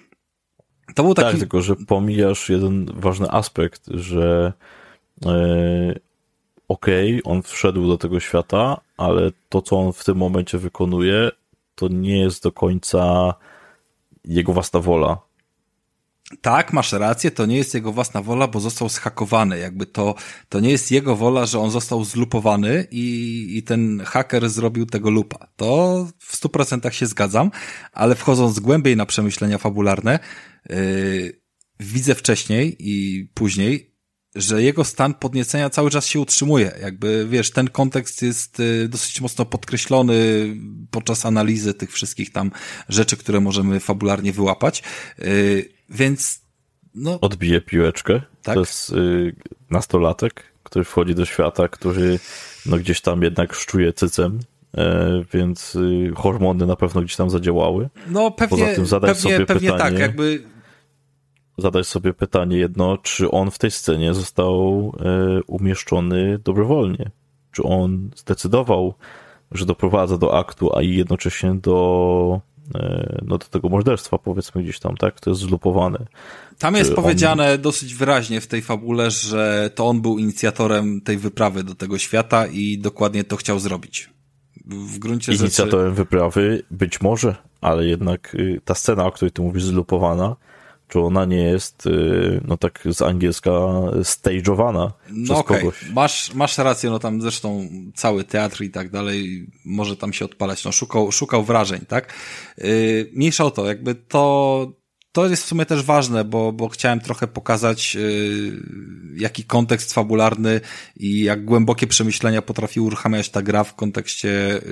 [SPEAKER 1] To był taki...
[SPEAKER 4] Tak, tylko że pomijasz jeden ważny aspekt, że e, okej, okay, on wszedł do tego świata, ale to, co on w tym momencie wykonuje, to nie jest do końca jego własna wola.
[SPEAKER 1] Tak, masz rację, to nie jest jego własna wola, bo został zhakowany. Jakby to, to nie jest jego wola, że on został zlupowany i, i ten haker zrobił tego lupa. To w stu procentach się zgadzam, ale wchodząc głębiej na przemyślenia fabularne, yy, widzę wcześniej i później, że jego stan podniecenia cały czas się utrzymuje. Jakby, wiesz, ten kontekst jest y, dosyć mocno podkreślony podczas analizy tych wszystkich tam rzeczy, które możemy fabularnie wyłapać. Y, więc, no...
[SPEAKER 4] Odbije piłeczkę. Tak? To jest y, nastolatek, który wchodzi do świata, który no gdzieś tam jednak szczuje cycem, y, więc y, hormony na pewno gdzieś tam zadziałały.
[SPEAKER 1] No pewnie,
[SPEAKER 4] Poza tym zadać
[SPEAKER 1] pewnie,
[SPEAKER 4] sobie
[SPEAKER 1] pewnie
[SPEAKER 4] pytanie,
[SPEAKER 1] tak, jakby...
[SPEAKER 4] Zadać sobie pytanie jedno, czy on w tej scenie został y, umieszczony dobrowolnie. Czy on zdecydował, że doprowadza do aktu, a i jednocześnie do, y, no, do tego morderstwa, powiedzmy gdzieś tam, tak? To jest zlupowane.
[SPEAKER 1] Tam jest
[SPEAKER 4] czy
[SPEAKER 1] powiedziane
[SPEAKER 4] on...
[SPEAKER 1] dosyć wyraźnie w tej fabule, że to on był inicjatorem tej wyprawy do tego świata i dokładnie to chciał zrobić. W gruncie rzeczy...
[SPEAKER 4] Inicjatorem wyprawy być może, ale jednak y, ta scena, o której ty mówisz, zlupowana, czy ona nie jest, no tak z angielska, stage'owana
[SPEAKER 1] no
[SPEAKER 4] przez
[SPEAKER 1] okay.
[SPEAKER 4] kogoś.
[SPEAKER 1] Masz, masz rację, no tam zresztą cały teatr i tak dalej może tam się odpalać, no szukał, szukał wrażeń, tak? Yy, mniejsza o to, jakby to, to jest w sumie też ważne, bo, bo chciałem trochę pokazać, yy, jaki kontekst fabularny i jak głębokie przemyślenia potrafi uruchamiać ta gra w kontekście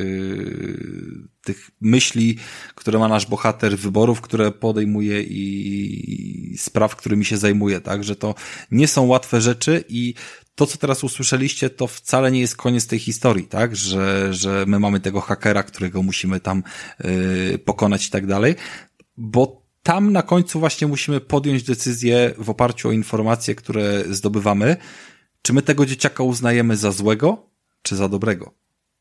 [SPEAKER 1] yy, tych myśli, które ma nasz bohater, wyborów, które podejmuje i, i spraw, którymi się zajmuje, tak? Że to nie są łatwe rzeczy i to, co teraz usłyszeliście, to wcale nie jest koniec tej historii, tak? Że, że my mamy tego hakera, którego musimy tam yy, pokonać i tak dalej, bo tam na końcu właśnie musimy podjąć decyzję w oparciu o informacje, które zdobywamy, czy my tego dzieciaka uznajemy za złego, czy za dobrego.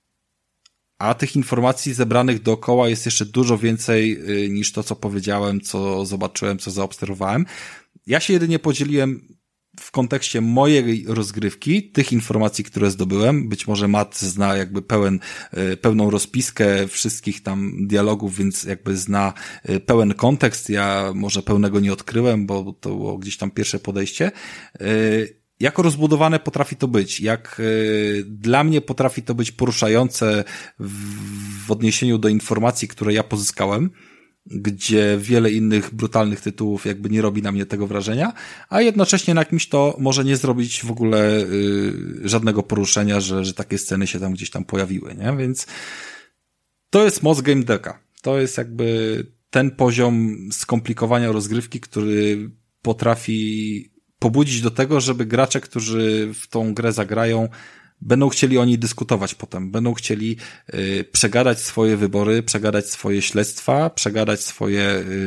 [SPEAKER 1] A tych informacji zebranych dookoła jest jeszcze dużo więcej niż to, co powiedziałem, co zobaczyłem, co zaobserwowałem. Ja się jedynie podzieliłem w kontekście mojej rozgrywki, tych informacji, które zdobyłem. Być może Matt zna jakby pełen, pełną rozpiskę wszystkich tam dialogów, więc jakby zna pełen kontekst. Ja może pełnego nie odkryłem, bo to było gdzieś tam pierwsze podejście. Jak rozbudowane potrafi to być? Jak dla mnie potrafi to być poruszające w odniesieniu do informacji, które ja pozyskałem, gdzie wiele innych brutalnych tytułów jakby nie robi na mnie tego wrażenia, a jednocześnie na kimś to może nie zrobić w ogóle y, żadnego poruszenia, że, że takie sceny się tam gdzieś tam pojawiły, nie? Więc to jest moc game decka. To jest jakby ten poziom skomplikowania rozgrywki, który potrafi pobudzić do tego, żeby gracze, którzy w tą grę zagrają, będą chcieli o niej dyskutować potem, będą chcieli y, przegadać swoje wybory, przegadać swoje śledztwa, przegadać swoje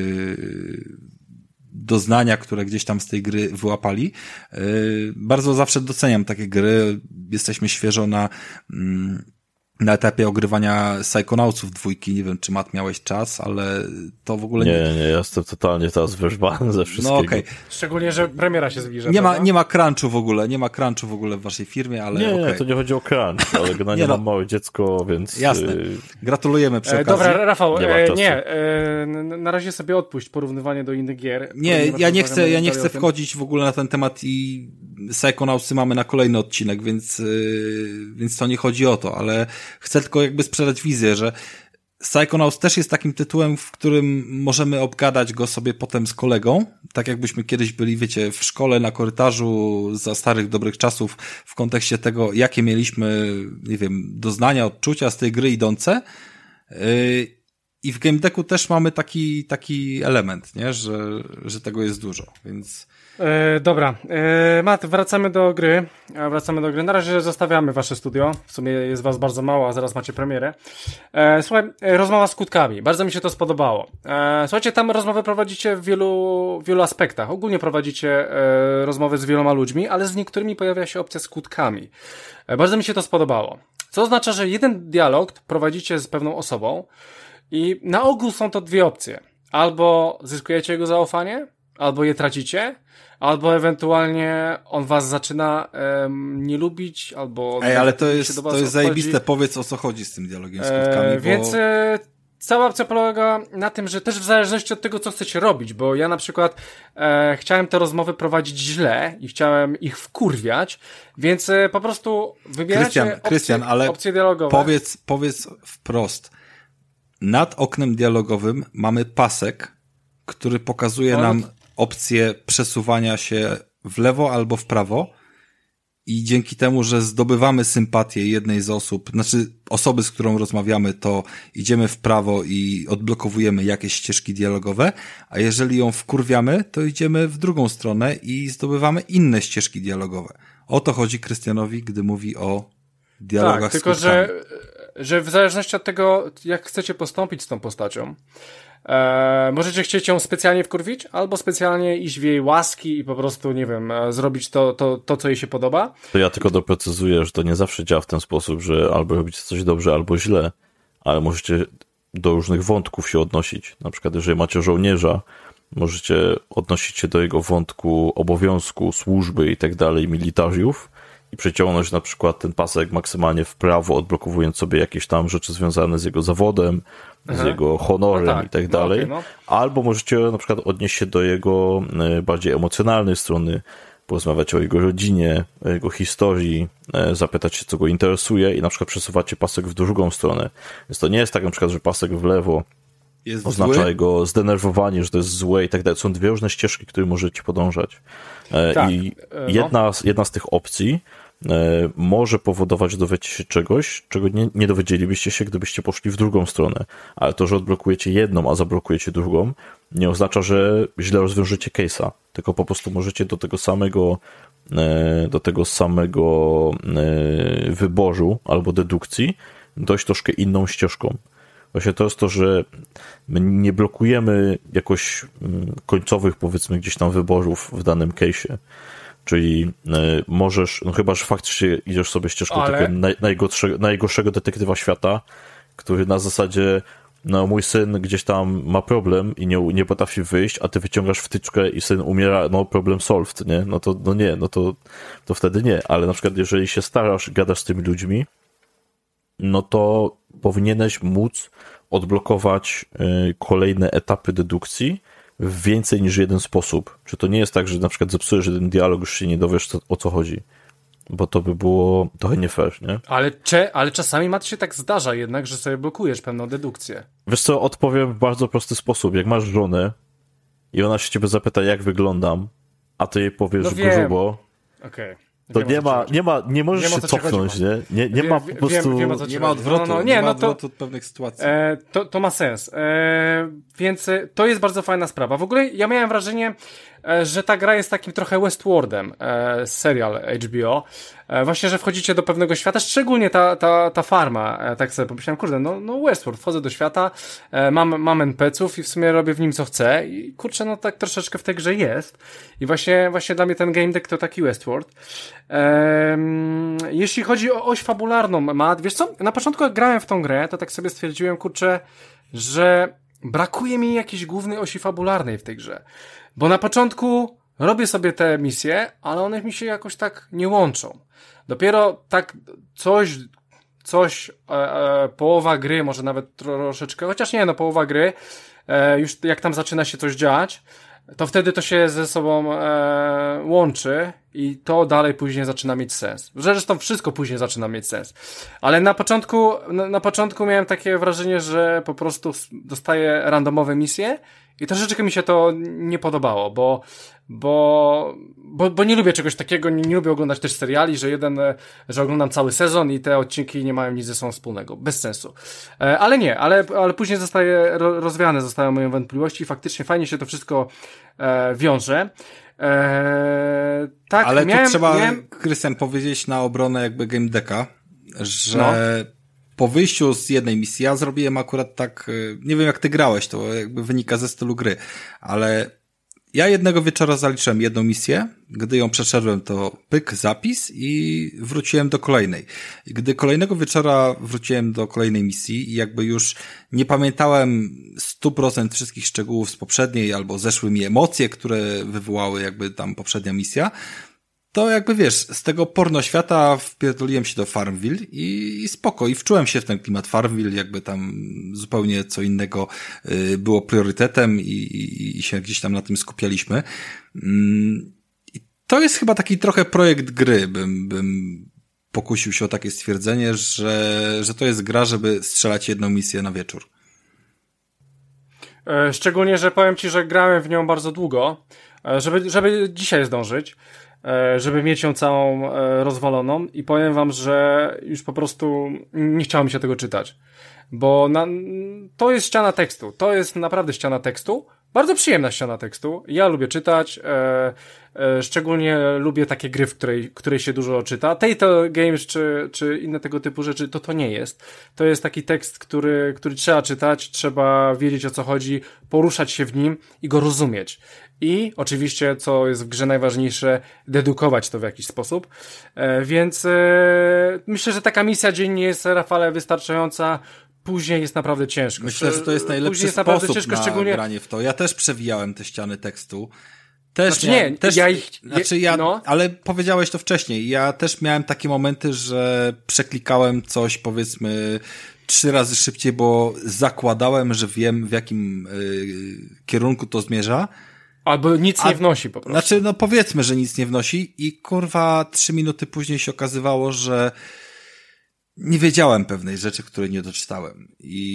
[SPEAKER 1] y, doznania, które gdzieś tam z tej gry wyłapali. Y, bardzo zawsze doceniam takie gry, jesteśmy świeżo na y, na etapie ogrywania Psychonautsów dwójki, nie wiem, czy Matt miałeś czas, ale to w ogóle...
[SPEAKER 4] Nie, nie, nie, ja jestem totalnie teraz wyżbany ze wszystkiego.
[SPEAKER 1] No okej. Okay.
[SPEAKER 2] Szczególnie, że premiera się zbliża.
[SPEAKER 1] Nie ma, nie ma crunchu w ogóle, nie ma crunchu w ogóle w waszej firmie, ale
[SPEAKER 4] Nie,
[SPEAKER 1] okay.
[SPEAKER 4] nie, to nie chodzi o crunch, ale generalnie no. mam małe dziecko, więc...
[SPEAKER 1] Jasne, gratulujemy przy okazji.
[SPEAKER 2] Dobra, Rafał,
[SPEAKER 4] nie,
[SPEAKER 2] e, nie e, na razie sobie odpuść porównywanie do innych gier.
[SPEAKER 1] Nie, ja nie chcę, ja nie chcę wchodzić w ogóle na ten temat i Psychonautsy mamy na kolejny odcinek, więc, yy, więc to nie chodzi o to, ale chcę tylko jakby sprzedać wizję, że Psychonauts też jest takim tytułem, w którym możemy obgadać go sobie potem z kolegą, tak jakbyśmy kiedyś byli, wiecie, w szkole, na korytarzu za starych, dobrych czasów w kontekście tego, jakie mieliśmy, nie wiem, doznania, odczucia z tej gry idące. Yy, I w Game Decku też mamy taki, taki element, nie, że, że tego jest dużo, więc...
[SPEAKER 2] E, dobra, e, Matt, wracamy do gry, wracamy do gry, na razie zostawiamy wasze studio, w sumie jest was bardzo mało, a zaraz macie premierę. E, słuchaj, rozmowa z skutkami, bardzo mi się to spodobało. E, słuchajcie, tam rozmowę prowadzicie w wielu, wielu aspektach, ogólnie prowadzicie e, rozmowy z wieloma ludźmi, ale z niektórymi pojawia się opcja skutkami. E, bardzo mi się to spodobało, co oznacza, że jeden dialog prowadzicie z pewną osobą i na ogół są to dwie opcje, albo zyskujecie jego zaufanie, albo je tracicie, albo ewentualnie on was zaczyna um, nie lubić, albo...
[SPEAKER 1] Ej, ale to jest, to jest zajebiste, powiedz o co chodzi z tym dialogiem, skutkami,
[SPEAKER 2] e,
[SPEAKER 1] bo...
[SPEAKER 2] Więc e, cała opcja polega na tym, że też w zależności od tego, co chcecie robić, bo ja na przykład e, chciałem te rozmowy prowadzić źle i chciałem ich wkurwiać, więc e, po prostu wybieracie
[SPEAKER 1] Krystian,
[SPEAKER 2] opcje,
[SPEAKER 1] Krystian, ale
[SPEAKER 2] opcje dialogowe.
[SPEAKER 1] Powiedz, powiedz wprost, nad oknem dialogowym mamy pasek, który pokazuje
[SPEAKER 2] no,
[SPEAKER 1] nam opcję przesuwania się w lewo albo w prawo i dzięki temu, że zdobywamy sympatię jednej z osób, znaczy osoby, z którą rozmawiamy, to idziemy w prawo i odblokowujemy jakieś ścieżki dialogowe, a jeżeli ją wkurwiamy, to idziemy w drugą stronę i zdobywamy inne ścieżki dialogowe. O to chodzi Krystianowi, gdy mówi o dialogach
[SPEAKER 2] tak,
[SPEAKER 1] z
[SPEAKER 2] tylko
[SPEAKER 1] skutkami.
[SPEAKER 2] że, że w zależności od tego, jak chcecie postąpić z tą postacią, Eee, możecie chcieć ją specjalnie wkurwić, albo specjalnie iść w jej łaski i po prostu, nie wiem, e, zrobić to, to, to, co jej się podoba.
[SPEAKER 4] To ja tylko doprecyzuję, że to nie zawsze działa w ten sposób, że albo robicie coś dobrze, albo źle, ale możecie do różnych wątków się odnosić. Na przykład, jeżeli macie żołnierza, możecie odnosić się do jego wątku obowiązku, służby i tak dalej, militariów i przeciągnąć na przykład ten pasek maksymalnie w prawo, odblokowując sobie jakieś tam rzeczy związane z jego zawodem, Aha. z jego honorem no tak. i tak dalej. No, okay, no. Albo możecie na przykład odnieść się do jego bardziej emocjonalnej strony, porozmawiać o jego rodzinie, o jego historii, zapytać się, co go interesuje i na przykład przesuwacie pasek w drugą stronę. Więc to nie jest tak na przykład, że pasek w lewo jest oznacza zły? Jego zdenerwowanie, że to jest złe i tak dalej. Są dwie różne ścieżki, które możecie podążać. Tak, I jedna, no. jedna z tych opcji może powodować, że dowiecie się czegoś, czego nie, nie dowiedzielibyście się, gdybyście poszli w drugą stronę. Ale to, że odblokujecie jedną, a zablokujecie drugą, nie oznacza, że źle rozwiążecie case'a, tylko po prostu możecie do tego samego do tego samego wyboru albo dedukcji dojść troszkę inną ścieżką. Właśnie to jest to, że my nie blokujemy jakoś końcowych, powiedzmy, gdzieś tam wyborów w danym case'ie. Czyli y, możesz, no chyba, że faktycznie idziesz sobie ścieżką Ale... takiego naj, najgorszego, najgorszego detektywa świata, który na zasadzie, no mój syn gdzieś tam ma problem i nie, nie potrafi wyjść, a ty wyciągasz wtyczkę i syn umiera, no problem solved, nie? No to no nie, no to, to wtedy nie. Ale na przykład jeżeli się starasz, gadasz z tymi ludźmi, no to powinieneś móc odblokować y, kolejne etapy dedukcji w więcej niż jeden sposób. Czy to nie jest tak, że na przykład zepsujesz jeden dialog, już się nie dowiesz, co, o co chodzi? Bo to by było trochę nie fair, nie?
[SPEAKER 2] Ale, cze, ale czasami, Matt, się tak zdarza jednak, że sobie blokujesz pewną dedukcję.
[SPEAKER 4] Wiesz co, odpowiem w bardzo prosty sposób. Jak masz żonę i ona się ciebie zapyta, jak wyglądam, a ty jej powiesz,
[SPEAKER 2] no
[SPEAKER 4] że grzubo,
[SPEAKER 2] okej.
[SPEAKER 4] To wiem, nie ma, nie ma, nie możesz wiem, się cofnąć, nie? Nie, nie wiem, ma po prostu...
[SPEAKER 2] Wiem,
[SPEAKER 1] nie ma odwrotu, no, no, nie, nie ma no to, odwrotu od pewnych sytuacji.
[SPEAKER 2] E, to, to ma sens. E, więc to jest bardzo fajna sprawa. W ogóle ja miałem wrażenie, że ta gra jest takim trochę Westworldem, e, serial H B O. E, właśnie, że wchodzicie do pewnego świata, szczególnie ta, ta, ta farma. E, tak sobie pomyślałem, kurde, no, no Westworld, wchodzę do świata, e, mam, mam en pe ców i w sumie robię w nim co chcę i kurczę, no tak troszeczkę w tej grze jest. I właśnie, właśnie dla mnie ten game deck to taki Westworld. E, jeśli chodzi o oś fabularną, Matt, wiesz co, na początku jak grałem w tą grę, to tak sobie stwierdziłem, kurczę, że brakuje mi jakiejś głównej osi fabularnej w tej grze. Bo na początku robię sobie te misje, ale one mi się jakoś tak nie łączą. Dopiero tak coś, coś, e, e, połowa gry, może nawet troszeczkę, chociaż nie, no połowa gry, e, już jak tam zaczyna się coś dziać, to wtedy to się ze sobą e, łączy i to dalej później zaczyna mieć sens. Zresztą wszystko później zaczyna mieć sens. Ale na początku, na, na początku miałem takie wrażenie, że po prostu dostaję randomowe misje i troszeczkę mi się to nie podobało, bo bo, bo, bo nie lubię czegoś takiego, nie, nie lubię oglądać też seriali, że jeden, że oglądam cały sezon i te odcinki nie mają nic ze sobą wspólnego. Bez sensu. E, ale nie, ale, ale później zostaje ro, rozwiane, zostają moje wątpliwości i faktycznie fajnie się to wszystko e, wiąże. E, tak,
[SPEAKER 1] ale
[SPEAKER 2] miałem,
[SPEAKER 1] tu trzeba,
[SPEAKER 2] miałem...
[SPEAKER 1] Krystian, powiedzieć na obronę jakby game decka, że
[SPEAKER 2] no.
[SPEAKER 1] po wyjściu z jednej misji, ja zrobiłem akurat tak, nie wiem jak ty grałeś, to jakby wynika ze stylu gry, ale ja jednego wieczora zaliczyłem jedną misję, gdy ją przeszedłem, to pyk, zapis i wróciłem do kolejnej. I gdy kolejnego wieczora wróciłem do kolejnej misji i jakby już nie pamiętałem sto procent wszystkich szczegółów z poprzedniej albo zeszły mi emocje, które wywołały jakby tam poprzednia misja, to jakby wiesz, z tego porno świata wpierdoliłem się do Farmville i, i spoko, i wczułem się w ten klimat Farmville, jakby tam zupełnie co innego y, było priorytetem i, i, i się gdzieś tam na tym skupialiśmy. Mm, i to jest chyba taki trochę projekt gry, bym, bym pokusił się o takie stwierdzenie, że, że to jest gra, żeby strzelać jedną misję na wieczór.
[SPEAKER 2] Szczególnie, że powiem ci, że grałem w nią bardzo długo, żeby, żeby dzisiaj zdążyć, żeby mieć ją całą rozwaloną i powiem wam, że już po prostu nie chciało mi się tego czytać, bo na, to jest ściana tekstu, to jest naprawdę ściana tekstu, bardzo przyjemna ściana tekstu, ja lubię czytać, e, e, szczególnie lubię takie gry, w której, której się dużo czyta, Telltale Games czy, czy inne tego typu rzeczy, to to nie jest, to jest taki tekst, który, który trzeba czytać, trzeba wiedzieć o co chodzi, poruszać się w nim i go rozumieć. I oczywiście, co jest w grze najważniejsze, dedukować to w jakiś sposób. E, więc e, myślę, że taka misja dziennie jest, Rafale, wystarczająca. Później jest naprawdę ciężko.
[SPEAKER 1] Myślę, że to jest najlepszy jest sposób ciężko, na szczególnie... granie w to. Ja też przewijałem te ściany tekstu. Też
[SPEAKER 2] znaczy
[SPEAKER 1] miałem,
[SPEAKER 2] nie,
[SPEAKER 1] też,
[SPEAKER 2] ja ich...
[SPEAKER 1] Znaczy ja,
[SPEAKER 2] no.
[SPEAKER 1] ale powiedziałeś to wcześniej. Ja też miałem takie momenty, że przeklikałem coś, powiedzmy, trzy razy szybciej, bo zakładałem, że wiem, w jakim y, kierunku to zmierza.
[SPEAKER 2] Albo nic A, nie wnosi po prostu.
[SPEAKER 1] Znaczy, no powiedzmy, że nic nie wnosi i kurwa trzy minuty później się okazywało, że nie wiedziałem pewnej rzeczy, której nie doczytałem.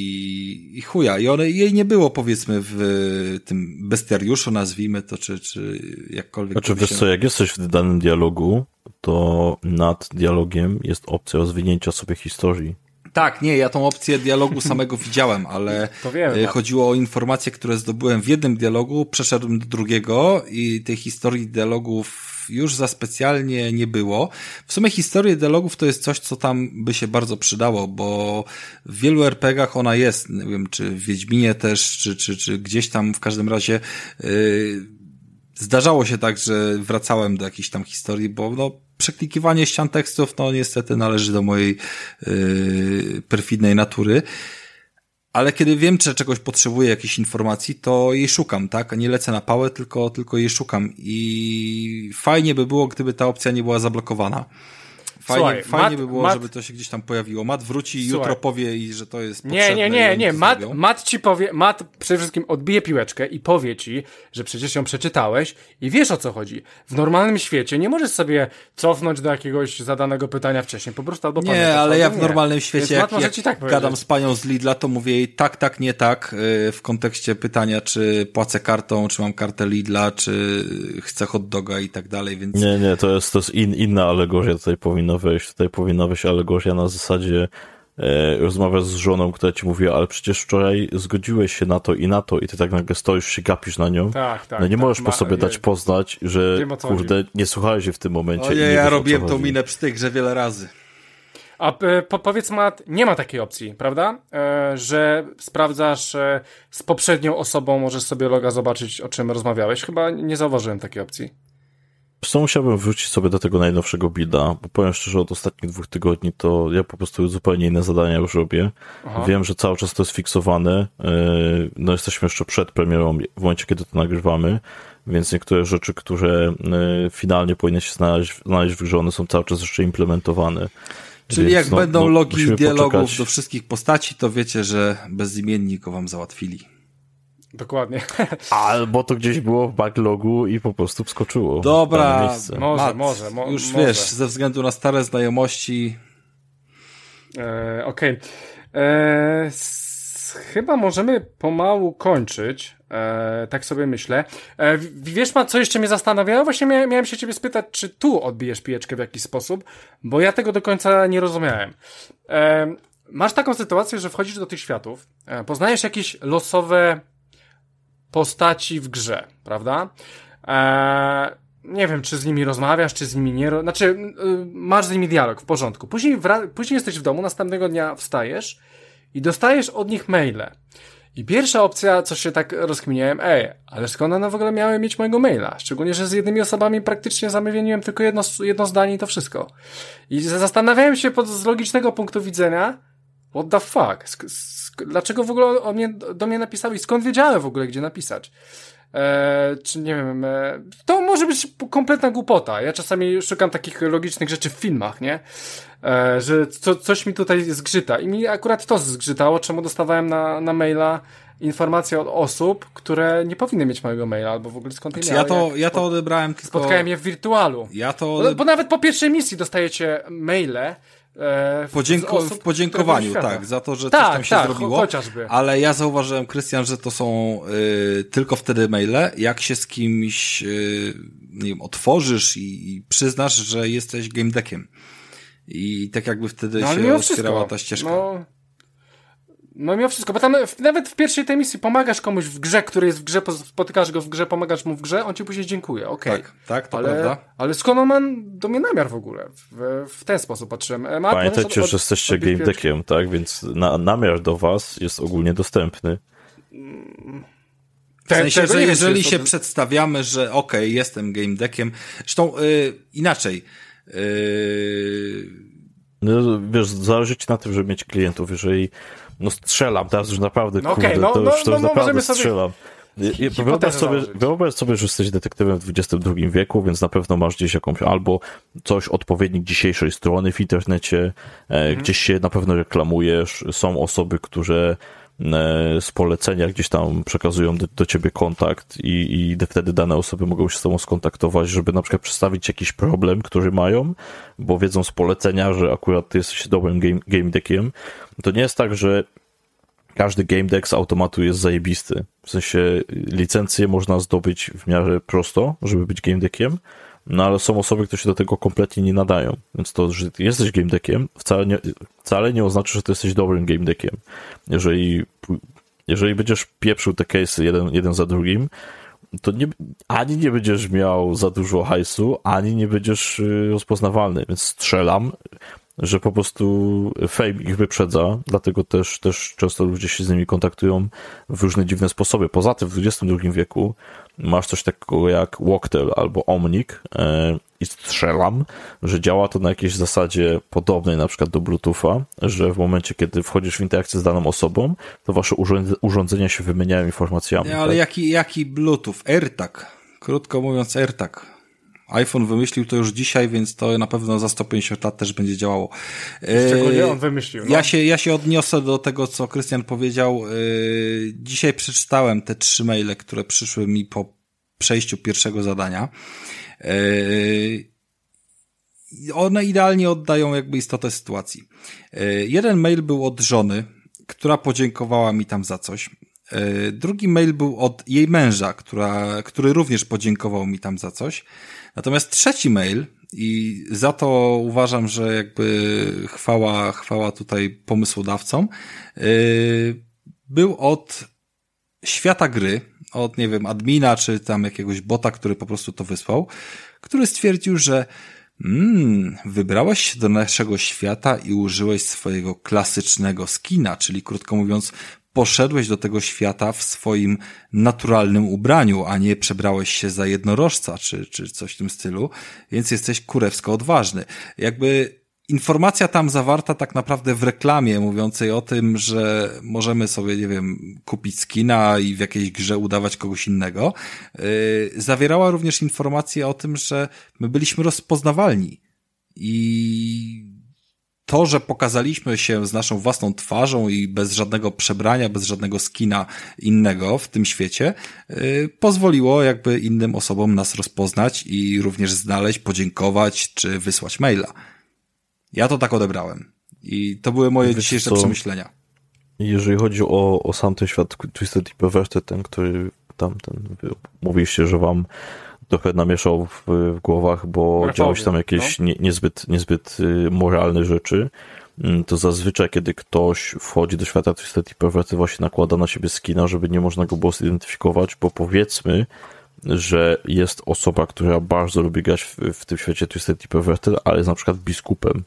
[SPEAKER 1] I, i chuja. I one, jej nie było, powiedzmy, w tym bestiariuszu, nazwijmy to, czy, czy jakkolwiek.
[SPEAKER 4] Znaczy, wiesz co, jak jesteś w danym dialogu, to nad dialogiem jest opcja zwinięcia sobie historii.
[SPEAKER 1] Tak, nie, ja tą opcję dialogu samego widziałem, ale
[SPEAKER 2] to wiem,
[SPEAKER 1] chodziło o informacje, które zdobyłem w jednym dialogu, przeszedłem do drugiego i tej historii dialogów już za specjalnie nie było. W sumie historia dialogów to jest coś, co tam by się bardzo przydało, bo w wielu er pe gach ona jest, nie wiem, czy w Wiedźminie też, czy, czy, czy gdzieś tam w każdym razie yy, zdarzało się tak, że wracałem do jakiejś tam historii, bo no przeklikiwanie ścian tekstów, no niestety należy do mojej yy, perfidnej natury. Ale kiedy wiem, że czegoś potrzebuję, jakiejś informacji, to jej szukam, tak? Nie lecę na pałę, tylko, tylko jej szukam. I fajnie by było, gdyby ta opcja nie była zablokowana. Fajnie,
[SPEAKER 2] Słuchaj,
[SPEAKER 1] fajnie
[SPEAKER 2] Matt,
[SPEAKER 1] by było,
[SPEAKER 2] Matt,
[SPEAKER 1] żeby to się gdzieś tam pojawiło. Matt wróci i jutro powie, i że to jest
[SPEAKER 2] nie,
[SPEAKER 1] potrzebne.
[SPEAKER 2] Nie, nie, nie, nie. Matt,
[SPEAKER 1] zrobią.
[SPEAKER 2] Matt ci powie, Matt przede wszystkim odbije piłeczkę i powie ci, że przecież ją przeczytałeś i wiesz o co chodzi. W normalnym świecie nie możesz sobie cofnąć do jakiegoś zadanego pytania wcześniej, po prostu albo
[SPEAKER 1] nie,
[SPEAKER 2] pamiętasz.
[SPEAKER 1] Nie, ale
[SPEAKER 2] albo
[SPEAKER 1] ja w
[SPEAKER 2] nie.
[SPEAKER 1] normalnym świecie, jak, jak
[SPEAKER 2] ci tak
[SPEAKER 1] gadam z panią z Lidla, to mówię jej tak, tak, nie tak, yy, w kontekście pytania, czy płacę kartą, czy mam kartę Lidla, czy chcę hot doga i tak dalej, więc...
[SPEAKER 4] Nie, nie, to jest, to jest in, inna alegoria tutaj powinna wejść. Tutaj powinna wejść alegoria na zasadzie e, rozmawiasz z żoną, która ci mówi, ale przecież wczoraj zgodziłeś się na to i na to i ty tak nagle stoisz, się gapisz na nią.
[SPEAKER 2] Tak, tak.
[SPEAKER 4] No nie
[SPEAKER 2] tak,
[SPEAKER 4] możesz
[SPEAKER 2] ma,
[SPEAKER 4] po sobie
[SPEAKER 2] je,
[SPEAKER 4] dać poznać, że
[SPEAKER 2] wiem,
[SPEAKER 4] kurde, nie słuchałeś się w tym momencie.
[SPEAKER 1] Ojej, ja robiłem tą minę przy tej grze wiele razy.
[SPEAKER 2] A po, powiedz, Matt, nie ma takiej opcji, prawda? E, że sprawdzasz e, z poprzednią osobą, możesz sobie loga zobaczyć, o czym rozmawiałeś. Chyba nie zauważyłem takiej opcji.
[SPEAKER 4] Co musiałbym wrócić sobie do tego najnowszego builda, bo powiem szczerze, od ostatnich dwóch tygodni to ja po prostu zupełnie inne zadania już robię. Aha. Wiem, że cały czas to jest fiksowane. No jesteśmy jeszcze przed premierą w momencie, kiedy to nagrywamy, więc niektóre rzeczy, które finalnie powinny się znaleźć, znaleźć w grze, one są cały czas jeszcze implementowane.
[SPEAKER 1] Czyli
[SPEAKER 4] więc
[SPEAKER 1] jak
[SPEAKER 4] no,
[SPEAKER 1] będą
[SPEAKER 4] no,
[SPEAKER 1] logi dialogów
[SPEAKER 4] poczekać.
[SPEAKER 1] do wszystkich postaci, to wiecie, że bezimienni go wam załatwili.
[SPEAKER 2] Dokładnie.
[SPEAKER 4] Albo to gdzieś było w backlogu i po prostu wskoczyło.
[SPEAKER 1] Dobra,
[SPEAKER 2] może,
[SPEAKER 1] Matt,
[SPEAKER 2] może, mo-
[SPEAKER 1] już
[SPEAKER 2] może.
[SPEAKER 1] wiesz, ze względu na stare znajomości.
[SPEAKER 2] E, Okej. Okay. Chyba możemy pomału kończyć. E, tak sobie myślę. E, wiesz, ma, co jeszcze mnie zastanawiało? Właśnie miałem, miałem się ciebie spytać, czy tu odbijesz pijeczkę w jakiś sposób, bo ja tego do końca nie rozumiałem. E, masz taką sytuację, że wchodzisz do tych światów, e, poznajesz jakieś losowe postaci w grze, prawda? Eee, nie wiem, czy z nimi rozmawiasz, czy z nimi nie... Ro... Znaczy, yy, masz z nimi dialog, w porządku. Później, wra... Później jesteś w domu, następnego dnia wstajesz i dostajesz od nich maile. I pierwsza opcja, co się tak rozkminiałem, ej, ale skąd one w ogóle miały mieć mojego maila? Szczególnie, że z jednymi osobami praktycznie zamieniłem tylko jedno, jedno zdanie i to wszystko. I zastanawiałem się pod, z logicznego punktu widzenia, what the fuck? Sk- sk- dlaczego w ogóle on mnie, do mnie napisał i skąd wiedziałem w ogóle, gdzie napisać? Eee, czy nie wiem, e, to może być kompletna głupota. Ja czasami szukam takich logicznych rzeczy w filmach, nie? Eee, że co, coś mi tutaj zgrzyta. I mi akurat to zgrzytało, czemu dostawałem na, na maila informacje od osób, które nie powinny mieć mojego maila, albo w ogóle skąd je
[SPEAKER 1] Znaczy,
[SPEAKER 2] miały.
[SPEAKER 1] ja to, ja to odebrałem tylko...
[SPEAKER 2] Spotkałem je w wirtualu.
[SPEAKER 1] Ja to...
[SPEAKER 2] Bo, bo nawet po pierwszej misji dostajecie maile, E,
[SPEAKER 1] Podzięko-
[SPEAKER 2] osób,
[SPEAKER 1] w podziękowaniu, tak, za to, że coś
[SPEAKER 2] tak,
[SPEAKER 1] tam się
[SPEAKER 2] tak,
[SPEAKER 1] zrobiło.
[SPEAKER 2] Chociażby.
[SPEAKER 1] Ale ja zauważyłem, Krystian, że to są y, tylko wtedy maile, jak się z kimś y, nie wiem, otworzysz i, i przyznasz, że jesteś game deckiem. I tak jakby wtedy
[SPEAKER 2] no,
[SPEAKER 1] się otwierała ta ścieżka.
[SPEAKER 2] No, no mimo wszystko, bo tam w, nawet w pierwszej tej misji pomagasz komuś w grze, który jest w grze, spotykasz go w grze, pomagasz mu w grze, on ci później dziękuje, okej. Okay.
[SPEAKER 1] Tak, tak, to
[SPEAKER 2] ale,
[SPEAKER 1] prawda.
[SPEAKER 2] Ale skąd on ma do mnie namiar w ogóle? W, w ten sposób patrzyłem. Ma,
[SPEAKER 4] Pamiętajcie, od, że jesteście od, game deckiem, tak? Więc na, namiar do was jest ogólnie dostępny.
[SPEAKER 1] W sensie, że jeżeli się
[SPEAKER 2] od...
[SPEAKER 1] przedstawiamy, że okej, okay, jestem game deckiem, zresztą yy, inaczej, yy...
[SPEAKER 4] no, wiesz, zależy ci na tym, żeby mieć klientów, jeżeli no strzelam, teraz już naprawdę,
[SPEAKER 2] no
[SPEAKER 4] kurde,
[SPEAKER 2] okay, no,
[SPEAKER 4] to już,
[SPEAKER 2] no,
[SPEAKER 4] to już
[SPEAKER 2] no,
[SPEAKER 4] naprawdę
[SPEAKER 2] sobie...
[SPEAKER 4] strzelam. Wyobraź sobie, wyobraź sobie, że jesteś detektywem w dwudziestym drugim wieku, więc na pewno masz gdzieś jakąś albo coś odpowiednik dzisiejszej strony w internecie, mhm. gdzieś się na pewno reklamujesz, są osoby, które z polecenia gdzieś tam przekazują do, do ciebie kontakt i, i wtedy dane osoby mogą się z tobą skontaktować, żeby na przykład przedstawić jakiś problem, który mają, bo wiedzą z polecenia, że akurat ty jesteś dobrym game, game deckiem. To nie jest tak, że każdy game deck z automatu jest zajebisty. W sensie licencję można zdobyć w miarę prosto, żeby być game deckiem, no ale są osoby, które się do tego kompletnie nie nadają. Więc to, że ty jesteś game deckiem, wcale nie, wcale nie oznacza, że ty jesteś dobrym game deckiem. Jeżeli, jeżeli będziesz pieprzył te case'y jeden, jeden za drugim, to nie, ani nie będziesz miał za dużo hajsu, ani nie będziesz rozpoznawalny. Więc strzelam, że po prostu fame ich wyprzedza, dlatego też, też często ludzie się z nimi kontaktują w różne dziwne sposoby. Poza tym w dwudziestym drugim wieku masz coś takiego jak Walktel albo Omnik e, i strzelam, że działa to na jakiejś zasadzie podobnej na przykład do Bluetootha, że w momencie, kiedy wchodzisz w interakcję z daną osobą, to wasze urządzenia się wymieniają informacjami.
[SPEAKER 1] Nie, ale
[SPEAKER 4] tak?
[SPEAKER 1] jaki, jaki Bluetooth? AirTag. Krótko mówiąc AirTag. iPhone wymyślił to już dzisiaj, więc to na pewno za sto pięćdziesiąt lat też będzie działało.
[SPEAKER 2] Szczególnie on wymyślił. No.
[SPEAKER 1] Ja się, ja się odniosę do tego, co Krystian powiedział. Dzisiaj przeczytałem te trzy maile, które przyszły mi po przejściu pierwszego zadania. One idealnie oddają jakby istotę sytuacji. Jeden mail był od żony, która podziękowała mi tam za coś. Drugi mail był od jej męża, która, który również podziękował mi tam za coś. Natomiast trzeci mail I za to uważam, że jakby chwała, chwała tutaj pomysłodawcom, był od świata gry, od, nie wiem, admina, czy tam jakiegoś bota, który po prostu to wysłał, który stwierdził, że mm, wybrałeś się do naszego świata i użyłeś swojego klasycznego skina, czyli krótko mówiąc, poszedłeś do tego świata w swoim naturalnym ubraniu, a nie przebrałeś się za jednorożca, czy, czy coś w tym stylu, więc jesteś kurewsko odważny. Jakby informacja tam zawarta tak naprawdę w reklamie mówiącej o tym, że możemy sobie, nie wiem, kupić skina i w jakiejś grze udawać kogoś innego, yy, zawierała również informację o tym, że my byliśmy rozpoznawalni i to, że pokazaliśmy się z naszą własną twarzą i bez żadnego przebrania, bez żadnego skina innego w tym świecie, yy, pozwoliło jakby innym osobom nas rozpoznać i również znaleźć, podziękować czy wysłać maila. Ja to tak odebrałem. I to były moje Wiesz dzisiejsze co? przemyślenia.
[SPEAKER 4] Jeżeli chodzi o, o sam ten świat Twisted i Perverted, ten, który tam, ten, mówiliście, że wam trochę namieszał w, w głowach, bo Rachowie, działy się tam jakieś no. nie, niezbyt, niezbyt moralne rzeczy, to zazwyczaj, kiedy ktoś wchodzi do świata Twisted i Perverted, właśnie nakłada na siebie skina, żeby nie można go było zidentyfikować, bo powiedzmy, że jest osoba, która bardzo lubi grać w, w tym świecie Twisted i Perverted, ale jest na przykład biskupem.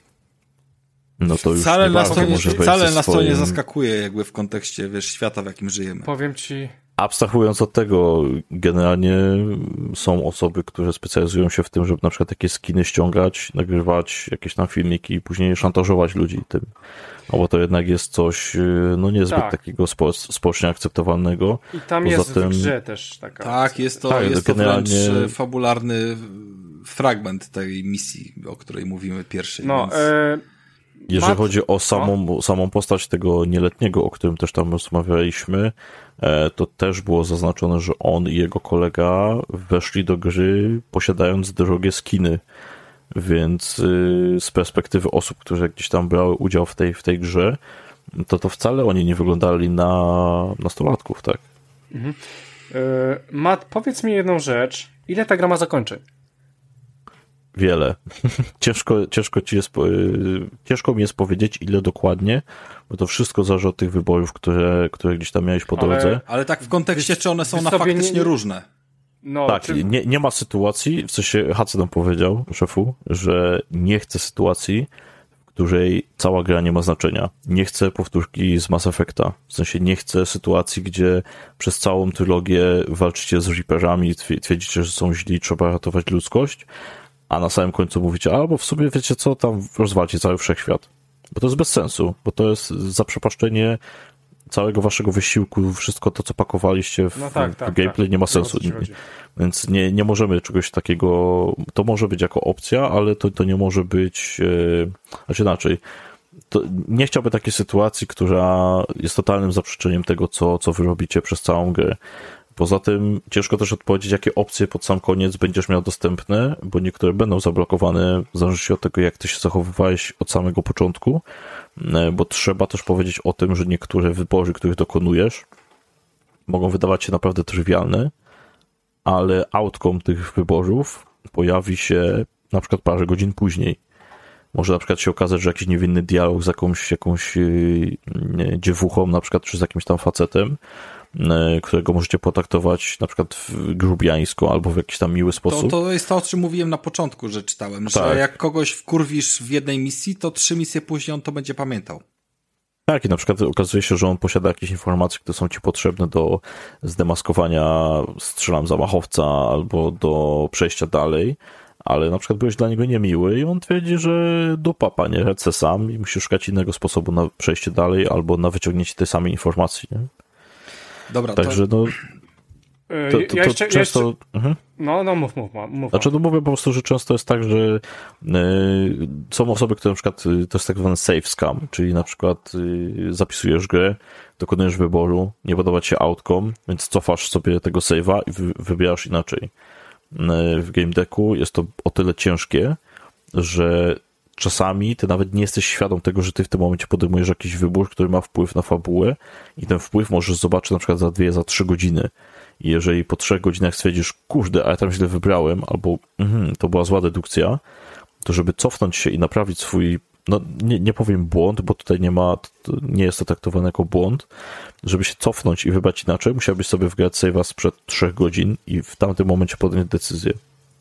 [SPEAKER 4] No to już
[SPEAKER 1] wcale
[SPEAKER 4] nie
[SPEAKER 1] nas to nie,
[SPEAKER 4] może
[SPEAKER 1] wcale nas
[SPEAKER 4] swoim...
[SPEAKER 1] to nie zaskakuje jakby w kontekście, wiesz, świata, w jakim żyjemy.
[SPEAKER 2] Powiem ci...
[SPEAKER 4] Abstrahując od tego, generalnie są osoby, które specjalizują się w tym, żeby na przykład takie skiny ściągać, nagrywać jakieś tam filmiki i później szantażować ludzi tym. No bo to jednak jest coś, no niezbyt tak. takiego spo, społecznie akceptowalnego.
[SPEAKER 2] I tam
[SPEAKER 4] Poza
[SPEAKER 2] jest
[SPEAKER 4] tym...
[SPEAKER 2] w grze też taka...
[SPEAKER 1] Tak, jest to, tak, jest to generalnie... wręcz fabularny fragment tej misji, o której mówimy pierwszej.
[SPEAKER 2] No,
[SPEAKER 1] więc...
[SPEAKER 2] e...
[SPEAKER 4] Jeżeli chodzi o samą, no. samą postać tego nieletniego, o którym też tam rozmawialiśmy, to też było zaznaczone, że on i jego kolega weszli do gry posiadając drogie skiny, więc z perspektywy osób, które gdzieś tam brały udział w tej, w tej grze, to to wcale oni nie wyglądali na nastolatków, tak?
[SPEAKER 2] Mhm. Matt, powiedz mi jedną rzecz. Ile ta gra ma zakończeń?
[SPEAKER 4] Wiele. ciężko, ciężko ci jest, ciężko mi jest powiedzieć, ile dokładnie, bo to wszystko zależy od tych wyborów, które, które gdzieś tam miałeś po drodze.
[SPEAKER 1] Ale, ale tak w kontekście, czy one są na faktycznie nie... różne.
[SPEAKER 4] No, tak, czy... nie, nie ma sytuacji, w sensie Hace nam powiedział, szefu, że nie chce sytuacji, w której cała gra nie ma znaczenia. Nie chce powtórki z Mass Effecta. W sensie nie chce sytuacji, gdzie przez całą trylogię walczycie z Reaperami, twierdzicie, że są źli, trzeba ratować ludzkość, a na samym końcu mówicie, albo w sumie wiecie co, tam rozwalcie cały wszechświat. Bo to jest bez sensu, bo to jest zaprzepaszczenie całego waszego wysiłku, wszystko to, co pakowaliście w, no tak, w tak, gameplay, tak. nie ma sensu. Więc nie, nie możemy czegoś takiego, to może być jako opcja, ale to, to nie może być, yy, znaczy inaczej, to nie chciałbym takiej sytuacji, która jest totalnym zaprzeczeniem tego, co, co wy robicie przez całą grę. Poza tym ciężko też odpowiedzieć, jakie opcje pod sam koniec będziesz miał dostępne, bo niektóre będą zablokowane w zależności od tego, jak ty się zachowywałeś od samego początku, bo trzeba też powiedzieć o tym, że niektóre wybory, których dokonujesz, mogą wydawać się naprawdę trywialne, ale outcome tych wyborów pojawi się na przykład parę godzin później. Może na przykład się okazać, że jakiś niewinny dialog z jakąś, jakąś dziewuchą, na przykład, czy z jakimś tam facetem, którego możecie potraktować na przykład grubiańsko albo w jakiś tam miły sposób.
[SPEAKER 1] To, to jest to, o czym mówiłem na początku, że czytałem, tak. że jak kogoś wkurwisz w jednej misji, to trzy misje później on to będzie pamiętał.
[SPEAKER 4] Tak, i na przykład okazuje się, że on posiada jakieś informacje, które są ci potrzebne do zdemaskowania, strzelam zamachowca albo do przejścia dalej, ale na przykład byłeś dla niego niemiły i on twierdzi, że dupa, panie, lecę sam i musisz szukać innego sposobu na przejście dalej albo na wyciągnięcie tej samej informacji, nie?
[SPEAKER 1] Dobra,
[SPEAKER 4] Także
[SPEAKER 1] to...
[SPEAKER 4] no... To, to, to
[SPEAKER 2] ja jeszcze,
[SPEAKER 4] często...
[SPEAKER 2] jeszcze... Mhm. No, no mów, mów, mów.
[SPEAKER 4] Znaczy, no mówię po prostu, że często jest tak, że y, są osoby, które na przykład, y, to jest tak zwany safe scam, czyli na przykład y, zapisujesz grę, dokonujesz wyboru, nie podoba ci się outcome, więc cofasz sobie tego save'a i wy, wybierasz inaczej. Y, w game decku jest to o tyle ciężkie, że czasami ty nawet nie jesteś świadom tego, że ty w tym momencie podejmujesz jakiś wybór, który ma wpływ na fabułę i ten wpływ możesz zobaczyć na przykład za dwie, za trzy godziny. I jeżeli po trzech godzinach stwierdzisz, kurde, a ja tam źle wybrałem, albo mm, to była zła dedukcja, to żeby cofnąć się i naprawić swój, no nie, nie powiem błąd, bo tutaj nie ma, nie jest to traktowane jako błąd, żeby się cofnąć i wybrać inaczej, musiałbyś sobie wgrać save'a sprzed trzech godzin i w tamtym momencie podjąć decyzję.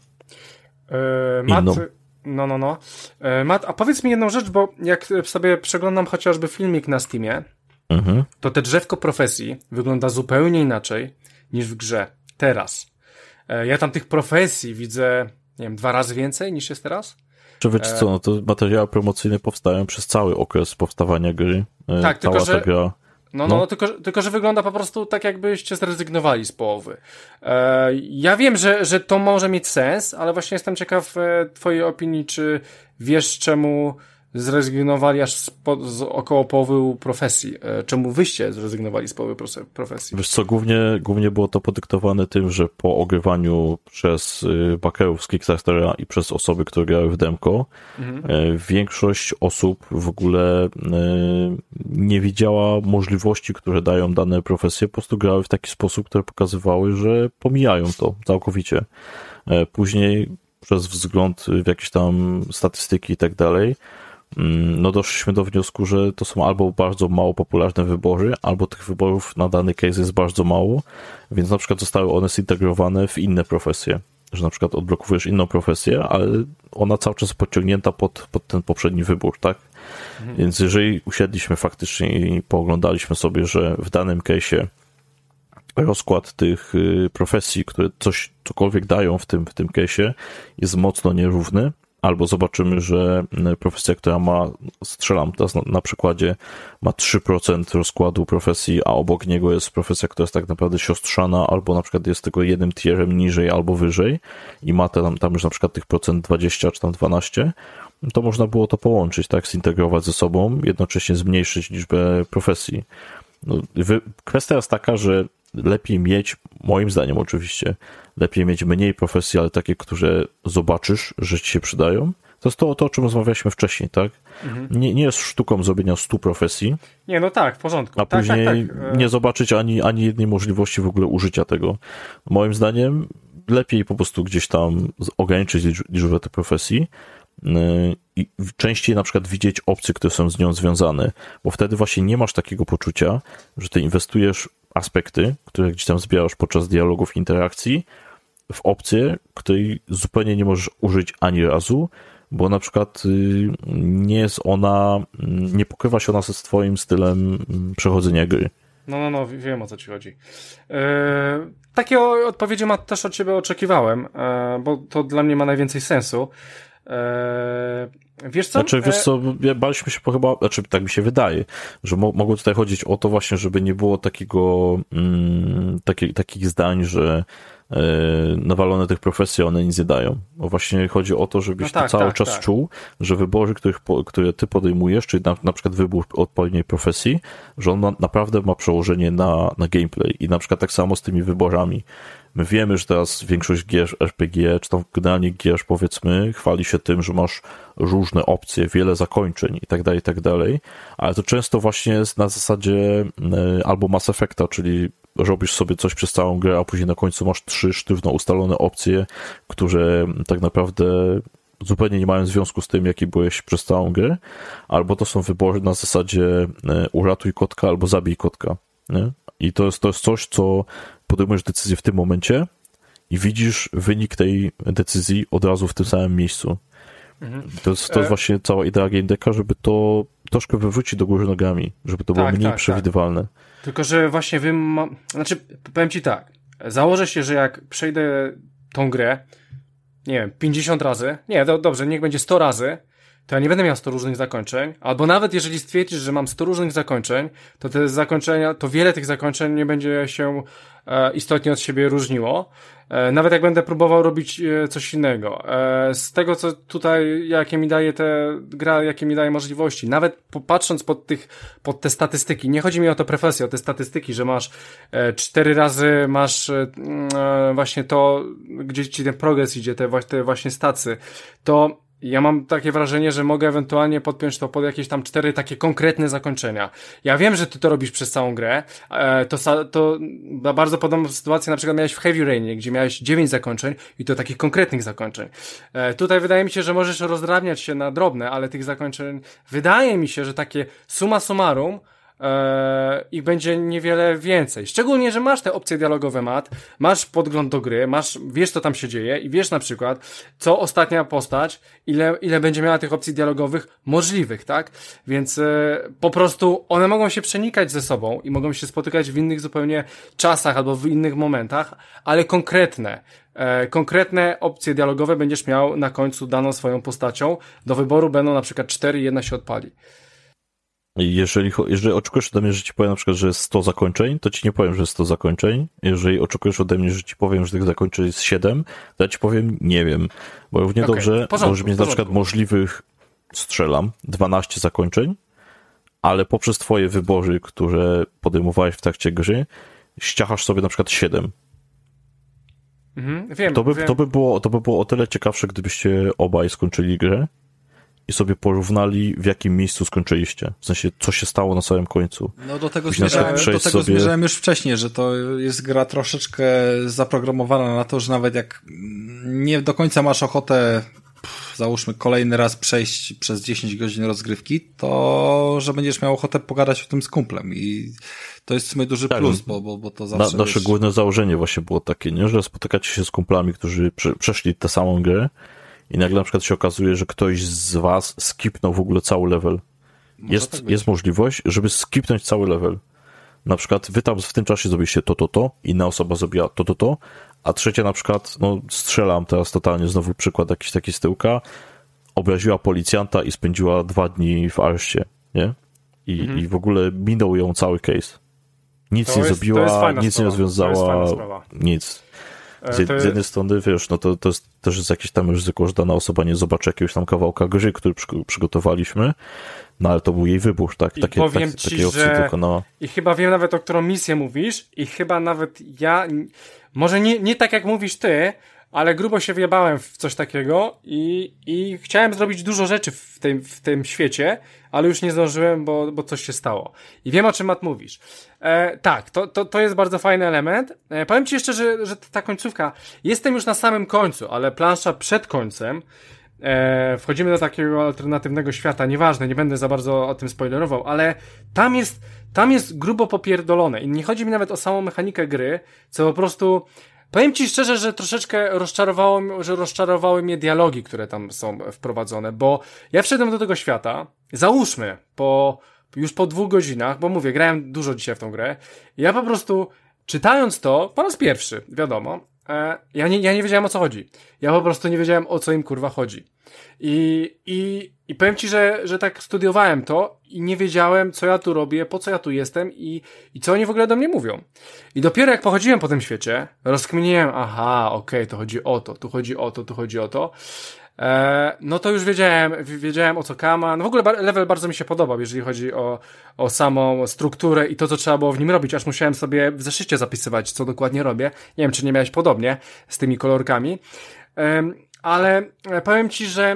[SPEAKER 2] Yy, Matt, no, no, no. Yy, Matt, a powiedz mi jedną rzecz, bo jak sobie przeglądam chociażby filmik na Steamie, mhm. to te drzewko profesji wygląda zupełnie inaczej niż w grze. Teraz. Yy, ja tam tych profesji widzę, nie wiem, dwa razy więcej niż jest teraz.
[SPEAKER 4] Czy wiecie co, no to materiały promocyjne powstają przez cały okres powstawania gry.
[SPEAKER 2] Tak,
[SPEAKER 4] Cała
[SPEAKER 2] tylko, że...
[SPEAKER 4] ta gra...
[SPEAKER 2] No, no, no. Tylko, tylko, że wygląda po prostu tak, jakbyście zrezygnowali z połowy. E, ja wiem, że, że to może mieć sens, ale właśnie jestem ciekaw e, twojej opinii, czy wiesz, czemu zrezygnowali aż z, po, z około połowy profesji. E, czemu wyście zrezygnowali z połowy profesji?
[SPEAKER 4] Wiesz co, głównie, głównie było to podyktowane tym, że po ogrywaniu przez bakerów z Kickstartera i przez osoby, które grały w demko, mhm. e, większość osób w ogóle e, nie widziała możliwości, które dają dane profesje, po prostu grały w taki sposób, które pokazywały, że pomijają to całkowicie. E, później przez wzgląd w jakieś tam statystyki i tak dalej, no doszliśmy do wniosku, że to są albo bardzo mało popularne wybory, albo tych wyborów na dany case jest bardzo mało, więc na przykład zostały one zintegrowane w inne profesje, że na przykład odblokowujesz inną profesję, ale ona cały czas podciągnięta pod, pod ten poprzedni wybór, tak? Mhm. Więc jeżeli usiedliśmy faktycznie i pooglądaliśmy sobie, że w danym case'ie rozkład tych profesji, które coś, cokolwiek dają w tym, w tym case'ie jest mocno nierówny, albo zobaczymy, że profesja, która ma, strzelam teraz na, na przykładzie, ma trzy procent rozkładu profesji, a obok niego jest profesja, która jest tak naprawdę siostrzana, albo na przykład jest tylko jednym tierem niżej albo wyżej i ma tam, tam już na przykład tych procent dwadzieścia czy tam dwanaście, to można było to połączyć, tak, zintegrować ze sobą, jednocześnie zmniejszyć liczbę profesji. No, kwestia jest taka, że lepiej mieć, moim zdaniem oczywiście, lepiej mieć mniej profesji, ale takie, które zobaczysz, że ci się przydają. To jest to, to o czym rozmawialiśmy wcześniej, tak? Mhm. Nie, nie jest sztuką zrobienia stu profesji.
[SPEAKER 2] Nie, no tak, w porządku.
[SPEAKER 4] A
[SPEAKER 2] tak,
[SPEAKER 4] później
[SPEAKER 2] tak, tak.
[SPEAKER 4] nie zobaczyć ani, ani jednej możliwości w ogóle użycia tego. Moim zdaniem lepiej po prostu gdzieś tam ograniczyć liczbę tych profesji i częściej na przykład widzieć opcje, które są z nią związane, bo wtedy właśnie nie masz takiego poczucia, że ty inwestujesz aspekty, które gdzieś tam zbierasz podczas dialogów, interakcji w opcję, której zupełnie nie możesz użyć ani razu, bo na przykład nie jest ona, nie pokrywa się ona ze twoim stylem przechodzenia gry.
[SPEAKER 2] No, no, no, wiem, o co ci chodzi. Yy, takie odpowiedzi ma też od ciebie oczekiwałem, yy, bo to dla mnie ma najwięcej sensu. Eee, wiesz co?
[SPEAKER 4] Znaczy, wiesz co, baliśmy się chyba, znaczy tak mi się wydaje, że mo- mogło tutaj chodzić o to właśnie, żeby nie było takiego mm, taki, takich zdań, że e, nawalone tych profesji, one nic nie dają. Bo właśnie chodzi o to, żebyś no tak, to cały tak, czas tak. czuł, że wybory, których, po, które ty podejmujesz, czyli na, na przykład wybór odpowiedniej profesji, że on ma, naprawdę ma przełożenie na, na gameplay i na przykład tak samo z tymi wyborami. My wiemy, że teraz większość gier R P G, czy tam generalnie gier, powiedzmy, chwali się tym, że masz różne opcje, wiele zakończeń i tak dalej, i tak dalej, ale to często właśnie jest na zasadzie albo Mass Effecta, czyli robisz sobie coś przez całą grę, a później na końcu masz trzy sztywno ustalone opcje, które tak naprawdę zupełnie nie mają związku z tym, jaki byłeś przez całą grę, albo to są wybory na zasadzie uratuj kotka albo zabij kotka, nie? I to jest, to jest coś, co podejmujesz decyzję w tym momencie i widzisz wynik tej decyzji od razu w tym samym miejscu. Mhm. To jest, to jest właśnie cała idea Game Decka, żeby to troszkę wywrócić do góry nogami, żeby to było tak, mniej tak, przewidywalne. Tak.
[SPEAKER 2] Tylko, że właśnie wy ma... Znaczy, powiem ci tak, założę się, że jak przejdę tą grę, nie wiem, pięćdziesiąt razy, nie, do, dobrze, niech będzie sto razy, to ja nie będę miał sto różnych zakończeń, albo nawet jeżeli stwierdzisz, że mam sto różnych zakończeń, to te zakończenia, to wiele tych zakończeń nie będzie się e, istotnie od siebie różniło, e, nawet jak będę próbował robić e, coś innego. E, z tego, co tutaj, jakie mi daje te gra, jakie mi daje możliwości, nawet patrząc pod tych, pod te statystyki, nie chodzi mi o to profesję, o te statystyki, że masz e, cztery razy, masz e, właśnie to, gdzie ci ten progres idzie, te, te właśnie stacy, to ja mam takie wrażenie, że mogę ewentualnie podpiąć to pod jakieś tam cztery takie konkretne zakończenia. Ja wiem, że ty to robisz przez całą grę. E, to, to bardzo podobną sytuację na przykład miałeś w Heavy Rainie, gdzie miałeś dziewięć zakończeń i to takich konkretnych zakończeń. E, tutaj wydaje mi się, że możesz rozdrabniać się na drobne, ale tych zakończeń wydaje mi się, że takie summa summarum Eee, ich będzie niewiele więcej. Szczególnie, że masz te opcje dialogowe, Matt, masz podgląd do gry, masz, wiesz co tam się dzieje i wiesz na przykład, co ostatnia postać, ile, ile będzie miała tych opcji dialogowych możliwych, tak? Więc e, po prostu one mogą się przenikać ze sobą i mogą się spotykać w innych zupełnie czasach albo w innych momentach, ale konkretne e, konkretne opcje dialogowe będziesz miał na końcu daną swoją postacią. Do wyboru będą na przykład cztery i jedna się odpali.
[SPEAKER 4] Jeżeli, jeżeli oczekujesz ode mnie, że ci powiem na przykład, że jest sto zakończeń, to ci nie powiem, że jest sto zakończeń. Jeżeli oczekujesz ode mnie, że ci powiem, że tych zakończeń jest siedem, to ja ci powiem, nie wiem. Bo równie okay, dobrze możesz mieć na przykład możliwych, strzelam, dwanaście zakończeń, ale poprzez twoje wybory, które podejmowałeś w trakcie gry, ściachasz sobie na przykład siedem.
[SPEAKER 2] Mhm, wiem,
[SPEAKER 4] to, by,
[SPEAKER 2] wiem.
[SPEAKER 4] To, by było, to by było o tyle ciekawsze, gdybyście obaj skończyli grę i sobie porównali, w jakim miejscu skończyliście. W sensie, co się stało na samym końcu.
[SPEAKER 1] No do tego, zmierzałem, do tego sobie... zmierzałem już wcześniej, że to jest gra troszeczkę zaprogramowana na to, że nawet jak nie do końca masz ochotę, pff, załóżmy, kolejny raz przejść przez dziesięć godzin rozgrywki, to że będziesz miał ochotę pogadać o tym z kumplem i to jest w sumie duży tak, plus, bo, bo, bo to zawsze...
[SPEAKER 4] Na, nasze wiesz... główne założenie właśnie było takie, nie? Że spotykacie się z kumplami, którzy prze, przeszli tę samą grę i nagle na przykład się okazuje, że ktoś z was skipnął w ogóle cały level. Jest, tak jest możliwość, żeby skipnąć cały level. Na przykład wy tam w tym czasie zrobiliście to, to, to, inna osoba zrobiła to, to, to, a trzecia na przykład, no strzelam teraz totalnie, znowu przykład jakiś taki z tyłka, obraziła policjanta i spędziła dwa dni w areszcie, nie? I, mhm. i w ogóle minął ją cały case. Nic to nie jest, zrobiła, nic sprawa. nie rozwiązała, nic. Z, z jednej strony, wiesz, no to, to jest też jest jakieś tam ryzyko, że dana osoba nie zobaczy jakiegoś tam kawałka gry, który przy, przygotowaliśmy, no ale to był jej wybór, tak?
[SPEAKER 2] I
[SPEAKER 4] takie,
[SPEAKER 2] powiem
[SPEAKER 4] tak,
[SPEAKER 2] ci,
[SPEAKER 4] takie opcje
[SPEAKER 2] że...
[SPEAKER 4] tylko na...
[SPEAKER 2] I chyba wiem nawet, o którą misję mówisz i chyba nawet ja, może nie, nie tak jak mówisz ty, ale grubo się wjebałem w coś takiego i, i chciałem zrobić dużo rzeczy w tym, w tym świecie, ale już nie zdążyłem, bo, bo coś się stało. I wiem, o czym, Matt, mówisz. E, tak, to, to, to jest bardzo fajny element. E, powiem ci jeszcze, że, że ta końcówka, jestem już na samym końcu, ale plansza przed końcem, e, wchodzimy do takiego alternatywnego świata, nieważne, nie będę za bardzo o tym spoilerował, ale tam jest, tam jest grubo popierdolone i nie chodzi mi nawet o samą mechanikę gry, co po prostu... Powiem ci szczerze, że troszeczkę rozczarowało, że rozczarowały mnie dialogi, które tam są wprowadzone, bo ja wszedłem do tego świata, załóżmy, po, już po dwóch godzinach, bo mówię, grałem dużo dzisiaj w tą grę, ja po prostu, czytając to, po raz pierwszy, wiadomo, e, ja, nie, ja nie wiedziałem, o co chodzi. Ja po prostu nie wiedziałem, o co im kurwa chodzi. I, i, i powiem ci, że, że tak studiowałem to i nie wiedziałem, co ja tu robię, po co ja tu jestem i, i co oni w ogóle do mnie mówią. I dopiero jak pochodziłem po tym świecie, rozkminiłem, aha, okej, okay, to chodzi o to, tu chodzi o to, tu chodzi o to, e, no to już wiedziałem, wiedziałem o co kama. No w ogóle level bardzo mi się podobał, jeżeli chodzi o, o samą strukturę i to, co trzeba było w nim robić, aż musiałem sobie w zeszycie zapisywać, co dokładnie robię. Nie wiem, czy nie miałeś podobnie z tymi kolorkami. E, Ale powiem ci, że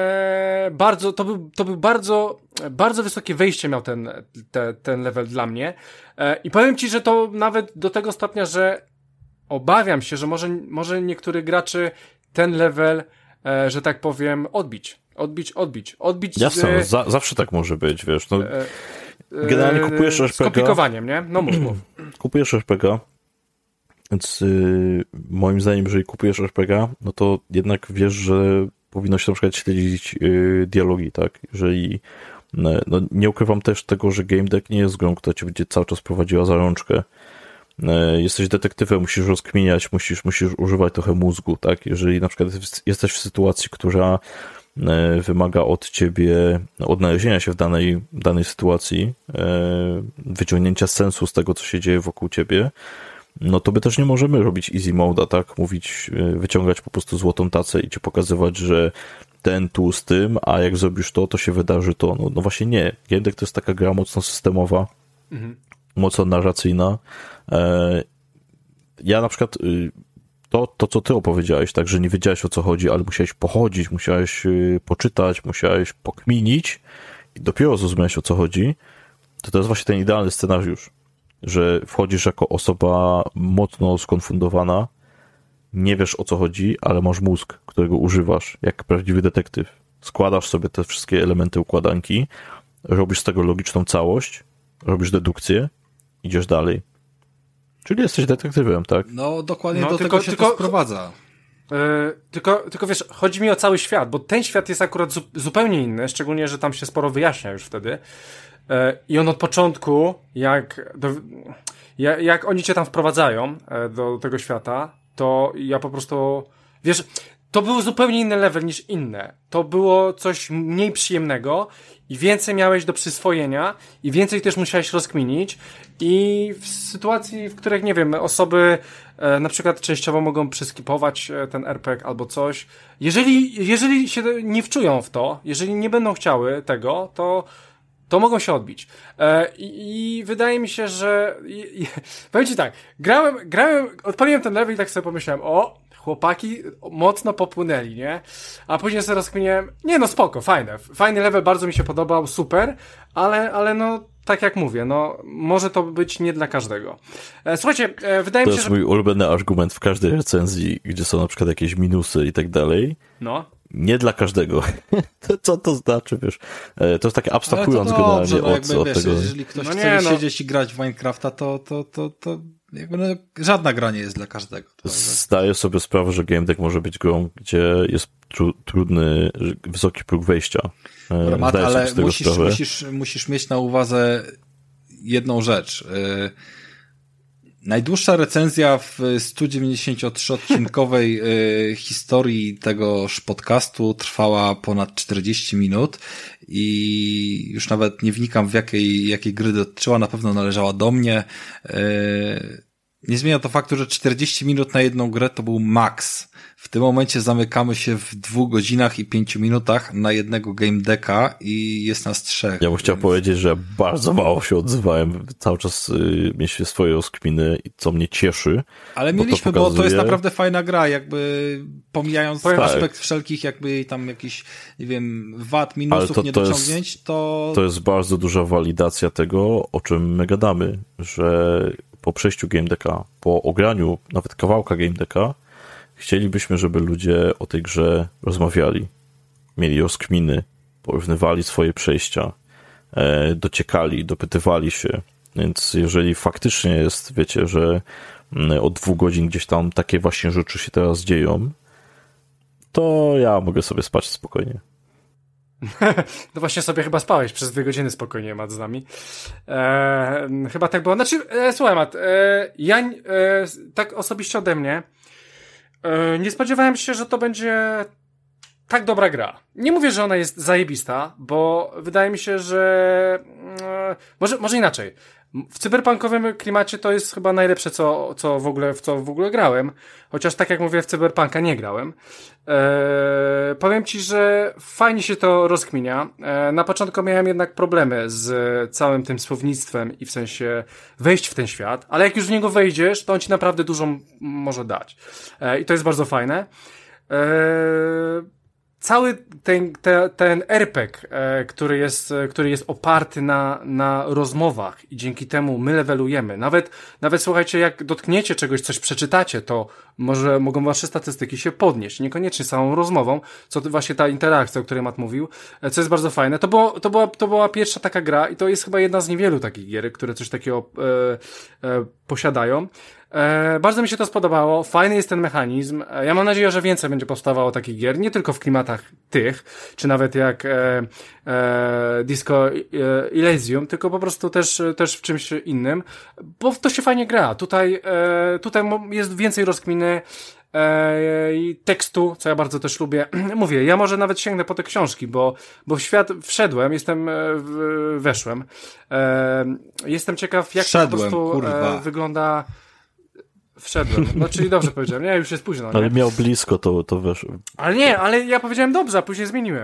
[SPEAKER 2] e, bardzo, to był, to był bardzo, bardzo wysokie wejście miał ten, te, ten level dla mnie. E, I powiem ci, że to nawet do tego stopnia, że obawiam się, że może, może niektórych graczy ten level, e, że tak powiem, odbić. Odbić, odbić, odbić.
[SPEAKER 4] Jasne, z, za, zawsze tak może być, wiesz. No, e, generalnie kupujesz R P G.
[SPEAKER 2] Z komplikowaniem, nie? No mów, mów.
[SPEAKER 4] Kupujesz R P G. Więc yy, moim zdaniem, jeżeli kupujesz R P G, no to jednak wiesz, że powinno się na przykład śledzić yy, dialogi, tak? Jeżeli, no, no nie ukrywam też tego, że Game Deck nie jest grą, która cię będzie cały czas prowadziła za rączkę. Yy, jesteś detektywem, musisz rozkminiać, musisz, musisz używać trochę mózgu, tak? Jeżeli na przykład jesteś w sytuacji, która yy, wymaga od ciebie odnalezienia się w danej, danej sytuacji, yy, wyciągnięcia sensu z tego, co się dzieje wokół ciebie, no to by też nie możemy robić easy mode'a, tak? Mówić, wyciągać po prostu złotą tacę i ci pokazywać, że ten tu z tym, a jak zrobisz to, to się wydarzy to. No, no właśnie nie. Game Deck to jest taka gra mocno systemowa, mhm. mocno narracyjna. Ja na przykład to, to, co ty opowiedziałeś, tak, że nie wiedziałeś, o co chodzi, ale musiałeś pochodzić, musiałeś yy, poczytać, musiałeś pokminić i dopiero zrozumiałeś, o co chodzi, to to jest właśnie ten idealny scenariusz, że wchodzisz jako osoba mocno skonfundowana, nie wiesz, o co chodzi, ale masz mózg, którego używasz jak prawdziwy detektyw. Składasz sobie te wszystkie elementy układanki, robisz z tego logiczną całość, robisz dedukcję, idziesz dalej. Czyli jesteś detektywem, tak?
[SPEAKER 1] No, dokładnie
[SPEAKER 2] no,
[SPEAKER 1] do
[SPEAKER 2] tylko,
[SPEAKER 1] tego się
[SPEAKER 2] tylko,
[SPEAKER 1] to sprowadza.
[SPEAKER 2] Yy, tylko, tylko wiesz, chodzi mi o cały świat, bo ten świat jest akurat zu- zupełnie inny, szczególnie, że tam się sporo wyjaśnia już wtedy. Yy, I on od początku, jak, do, jak, jak oni cię tam wprowadzają yy, do tego świata, to ja po prostu, wiesz, to był zupełnie inny level niż inne. To było coś mniej przyjemnego i więcej miałeś do przyswojenia i więcej też musiałeś rozkminić i w sytuacji, w których, nie wiem, osoby e, na przykład częściowo mogą przeskipować e, ten er pe gie albo coś, jeżeli, jeżeli się nie wczują w to, jeżeli nie będą chciały tego, to to mogą się odbić. E, i, I wydaje mi się, że i, i, powiem ci tak, grałem, grałem, odpaliłem ten level i tak sobie pomyślałem, o, chłopaki mocno popłynęli, nie? A później sobie rozkminiłem, nie no spoko, fajne, fajny level, bardzo mi się podobał, super, ale, ale no, tak jak mówię, no, może to być nie dla każdego. E, słuchajcie, e, wydaje
[SPEAKER 4] to
[SPEAKER 2] mi się, że...
[SPEAKER 4] To jest mój ulubiony argument w każdej recenzji, gdzie są na przykład jakieś minusy i tak dalej.
[SPEAKER 2] No.
[SPEAKER 4] Nie dla każdego. Co to znaczy, wiesz? To jest takie abstrahując
[SPEAKER 1] to dobrze,
[SPEAKER 4] generalnie
[SPEAKER 1] no,
[SPEAKER 4] od,
[SPEAKER 1] jakby,
[SPEAKER 4] od
[SPEAKER 1] wiesz,
[SPEAKER 4] tego.
[SPEAKER 1] Jeżeli ktoś
[SPEAKER 2] no
[SPEAKER 1] chce
[SPEAKER 2] nie, no.
[SPEAKER 1] siedzieć i grać w Minecrafta, to, to, to, to jakby no, żadna gra nie jest dla każdego. To
[SPEAKER 4] Zdaję sobie sprawę, że game deck może być grą, gdzie jest tru, trudny, wysoki próg wejścia.
[SPEAKER 1] Dobra, Matt, ale
[SPEAKER 4] z tego
[SPEAKER 1] musisz, musisz, musisz mieć na uwadze jedną rzecz. Yy, najdłuższa recenzja w sto dziewięćdziesięciotrzyodcinkowej yy, historii tegoż podcastu trwała ponad czterdzieści minut i już nawet nie wnikam, w jakiej, jakiej gry dotyczyła, na pewno należała do mnie. Yy, nie zmienia to faktu, że czterdzieści minut na jedną grę to był maks. W tym momencie zamykamy się w dwóch godzinach i pięciu minutach na jednego game decka i jest nas trzech.
[SPEAKER 4] Ja bym więc... chciał powiedzieć, że bardzo mało się odzywałem. Cały czas y, mieliśmy swoje rozkminy, co mnie cieszy.
[SPEAKER 1] Ale mieliśmy, bo to, pokazuje... bo to jest naprawdę fajna gra, jakby pomijając Powiem aspekt tak. wszelkich jakby tam jakichś, nie wiem, wad, minusów, to, niedociągnięć, to...
[SPEAKER 4] To jest bardzo duża walidacja tego, o czym my gadamy, że po przejściu game decka, po ograniu nawet kawałka game decka, chcielibyśmy, żeby ludzie o tej grze rozmawiali, mieli rozkminy, porównywali swoje przejścia, e, dociekali, dopytywali się. Więc jeżeli faktycznie jest, wiecie, że od dwóch godzin gdzieś tam takie właśnie rzeczy się teraz dzieją, to ja mogę sobie spać spokojnie.
[SPEAKER 2] No właśnie sobie chyba spałeś przez dwie godziny spokojnie, Matt, z nami. E, chyba tak było. Znaczy, e, słuchaj, Matt, e, ja e, tak osobiście ode mnie nie spodziewałem się, że to będzie tak dobra gra. Nie mówię, że ona jest zajebista, bo wydaje mi się, że może, może inaczej. W cyberpunkowym klimacie to jest chyba najlepsze, co, co w ogóle, w co w ogóle grałem. Chociaż tak jak mówię, w cyberpunka nie grałem. Eee, powiem ci, że fajnie się to rozkminia. Eee, na początku miałem jednak problemy z całym tym słownictwem i w sensie wejść w ten świat, ale jak już w niego wejdziesz, to on ci naprawdę dużo m- może dać. Eee, I to jest bardzo fajne. Eee, Cały ten, ten, ten er pe gie, e, który jest, e, który jest oparty na, na rozmowach i dzięki temu my levelujemy. Nawet, nawet słuchajcie, jak dotkniecie czegoś, coś przeczytacie, to może mogą wasze statystyki się podnieść. Niekoniecznie samą rozmową, co to właśnie ta interakcja, o której Matt mówił, e, co jest bardzo fajne. To, było, to, była, to była pierwsza taka gra i to jest chyba jedna z niewielu takich gier, które coś takiego e, e, posiadają. E, bardzo mi się to spodobało, fajny jest ten mechanizm, e, ja mam nadzieję, że więcej będzie powstawało takich gier, nie tylko w klimatach tych, czy nawet jak e, e, Disco e, Elysium, tylko po prostu też, też w czymś innym, bo to się fajnie gra, tutaj, e, tutaj jest więcej rozkminy e, i tekstu, co ja bardzo też lubię. Mówię, ja może nawet sięgnę po te książki, bo, bo w świat wszedłem, jestem, w, weszłem, e, jestem ciekaw, jak
[SPEAKER 1] Wszedłem,
[SPEAKER 2] to po prostu
[SPEAKER 1] kurwa.
[SPEAKER 2] e, wygląda. Wszedłem. No, czyli dobrze powiedziałem. Nie, już jest późno. Nie?
[SPEAKER 4] Ale miał blisko, to, to weszło.
[SPEAKER 2] Ale nie, ale ja powiedziałem dobrze, a później zmieniłem.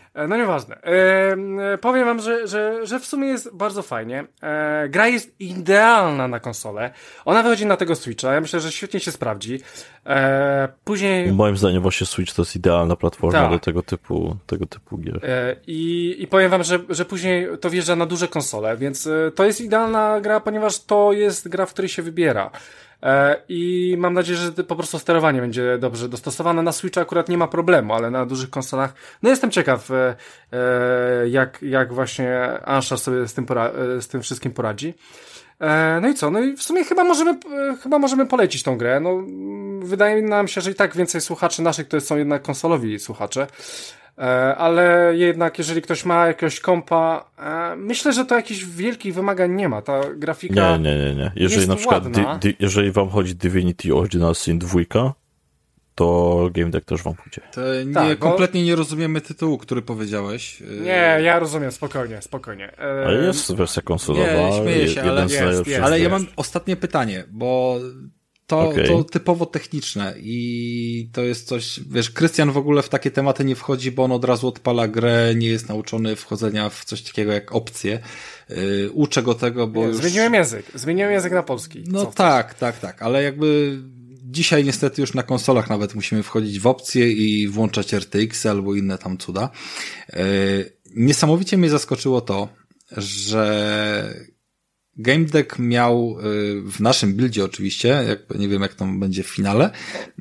[SPEAKER 2] No nieważne. E, powiem wam, że, że, że w sumie jest bardzo fajnie. E, gra jest idealna na konsolę. Ona wychodzi na tego Switcha. Ja myślę, że świetnie się sprawdzi. E, później...
[SPEAKER 4] Moim zdaniem właśnie Switch to jest idealna platforma
[SPEAKER 2] tak.
[SPEAKER 4] do tego typu, tego typu gier.
[SPEAKER 2] E, i, I powiem wam, że, że później to wjeżdża na duże konsole, więc to jest idealna gra, ponieważ to jest gra, w której się wybiera. I mam nadzieję, że po prostu sterowanie będzie dobrze dostosowane. Na Switcha akurat nie ma problemu, ale na dużych konsolach, no jestem ciekaw, jak, jak właśnie Anshar sobie z tym, pora- z tym wszystkim poradzi. No i co? No i w sumie chyba możemy, chyba możemy polecić tą grę. No, wydaje nam się, że i tak więcej słuchaczy naszych to są jednak konsolowi słuchacze. Ale jednak jeżeli ktoś ma jakiegoś kompa, myślę, że to jakichś wielkich wymagań nie ma. Ta grafika
[SPEAKER 4] nie, nie, nie, nie. Jeżeli
[SPEAKER 2] jest
[SPEAKER 4] na przykład di, di, jeżeli wam chodzi Divinity Original Sin dwa, to Game Deck też wam pójdzie.
[SPEAKER 1] To nie,
[SPEAKER 2] tak,
[SPEAKER 1] kompletnie
[SPEAKER 2] bo...
[SPEAKER 1] nie rozumiemy tytułu, który powiedziałeś.
[SPEAKER 2] Nie, ja rozumiem, spokojnie, spokojnie.
[SPEAKER 4] Eee... Ale jest wersja konsolowa.
[SPEAKER 1] Nie, śmieję się, ale,
[SPEAKER 2] jest, jest,
[SPEAKER 1] ale
[SPEAKER 2] jest.
[SPEAKER 1] ja mam ostatnie pytanie, bo to, okay. to typowo techniczne i to jest coś, wiesz, Krystian w ogóle w takie tematy nie wchodzi, bo on od razu odpala grę, nie jest nauczony wchodzenia w coś takiego jak opcje. Yy, uczę go tego, bo
[SPEAKER 2] nie,
[SPEAKER 1] już...
[SPEAKER 2] Zmieniłem język, zmieniłem język na polski.
[SPEAKER 1] No tak, tak, tak, ale jakby dzisiaj niestety już na konsolach nawet musimy wchodzić w opcje i włączać R T X albo inne tam cuda. Yy, niesamowicie mnie zaskoczyło to, że Game Deck miał w naszym buildzie oczywiście, jakby nie wiem jak to będzie w finale,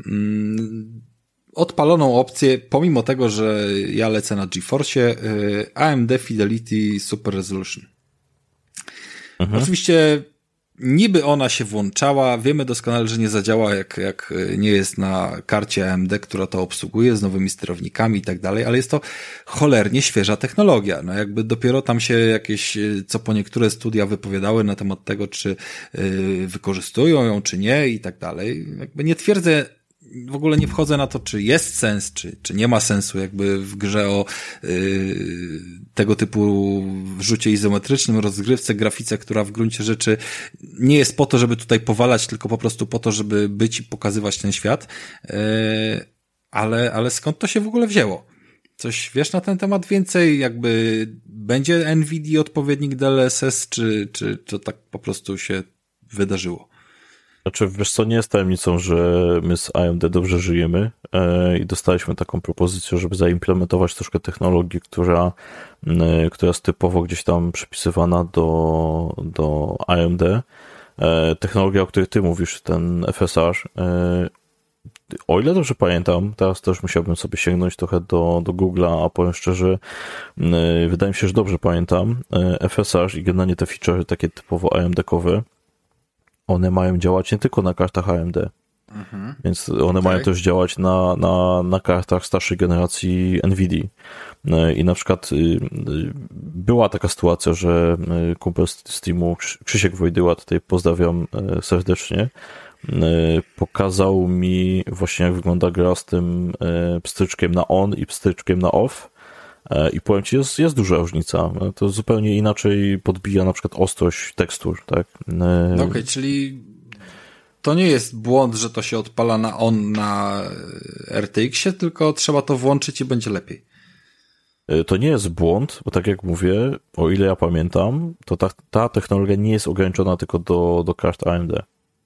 [SPEAKER 1] odpaloną opcję, pomimo tego, że ja lecę na GeForce, A M D Fidelity Super Resolution. Mhm. Oczywiście niby ona się włączała, wiemy doskonale, że nie zadziała jak, jak nie jest na karcie A M D, która to obsługuje z nowymi sterownikami i tak dalej, ale jest to cholernie świeża technologia. No jakby dopiero tam się jakieś, co po niektóre studia wypowiadały na temat tego, czy yy, wykorzystują ją, czy nie i tak dalej. Jakby nie twierdzę, w ogóle nie wchodzę na to, czy jest sens, czy, czy nie ma sensu jakby w grze o yy, tego typu rzucie izometrycznym, rozgrywce, grafice, która w gruncie rzeczy nie jest po to, żeby tutaj powalać, tylko po prostu po to, żeby być i pokazywać ten świat. Yy, ale, ale skąd to się w ogóle wzięło? Coś wiesz na ten temat więcej? Jakby będzie Nvidia odpowiednik D L S S, czy, czy to tak po prostu się wydarzyło?
[SPEAKER 4] Znaczy, wiesz co, nie jest tajemnicą, że my z A M D dobrze żyjemy e, i dostaliśmy taką propozycję, żeby zaimplementować troszkę technologię, która, e, która jest typowo gdzieś tam przypisywana do, do A M D. E, technologia, o której ty mówisz, ten F S R, e, o ile dobrze pamiętam, teraz też musiałbym sobie sięgnąć trochę do, do Google'a, a powiem szczerze, e, wydaje mi się, że dobrze pamiętam, e, F S R i generalnie te feature takie typowo A M D-kowe, one mają działać nie tylko na kartach A M D, mhm. więc one okay. mają też działać na, na, na kartach starszej generacji Nvidia. I na przykład była taka sytuacja, że kumpel z teamu, Krzysiek Wojdyła, tutaj pozdrawiam serdecznie, pokazał mi właśnie, jak wygląda gra z tym pstryczkiem na on i pstryczkiem na off. I powiem ci, jest, jest duża różnica. To zupełnie inaczej podbija na przykład ostrość tekstur, tak?
[SPEAKER 1] No okej, okay, czyli to nie jest błąd, że to się odpala na on na R T X-ie, tylko trzeba to włączyć i będzie lepiej.
[SPEAKER 4] To nie jest błąd, bo tak jak mówię, o ile ja pamiętam, to ta, ta technologia nie jest ograniczona tylko do, do kart A M D.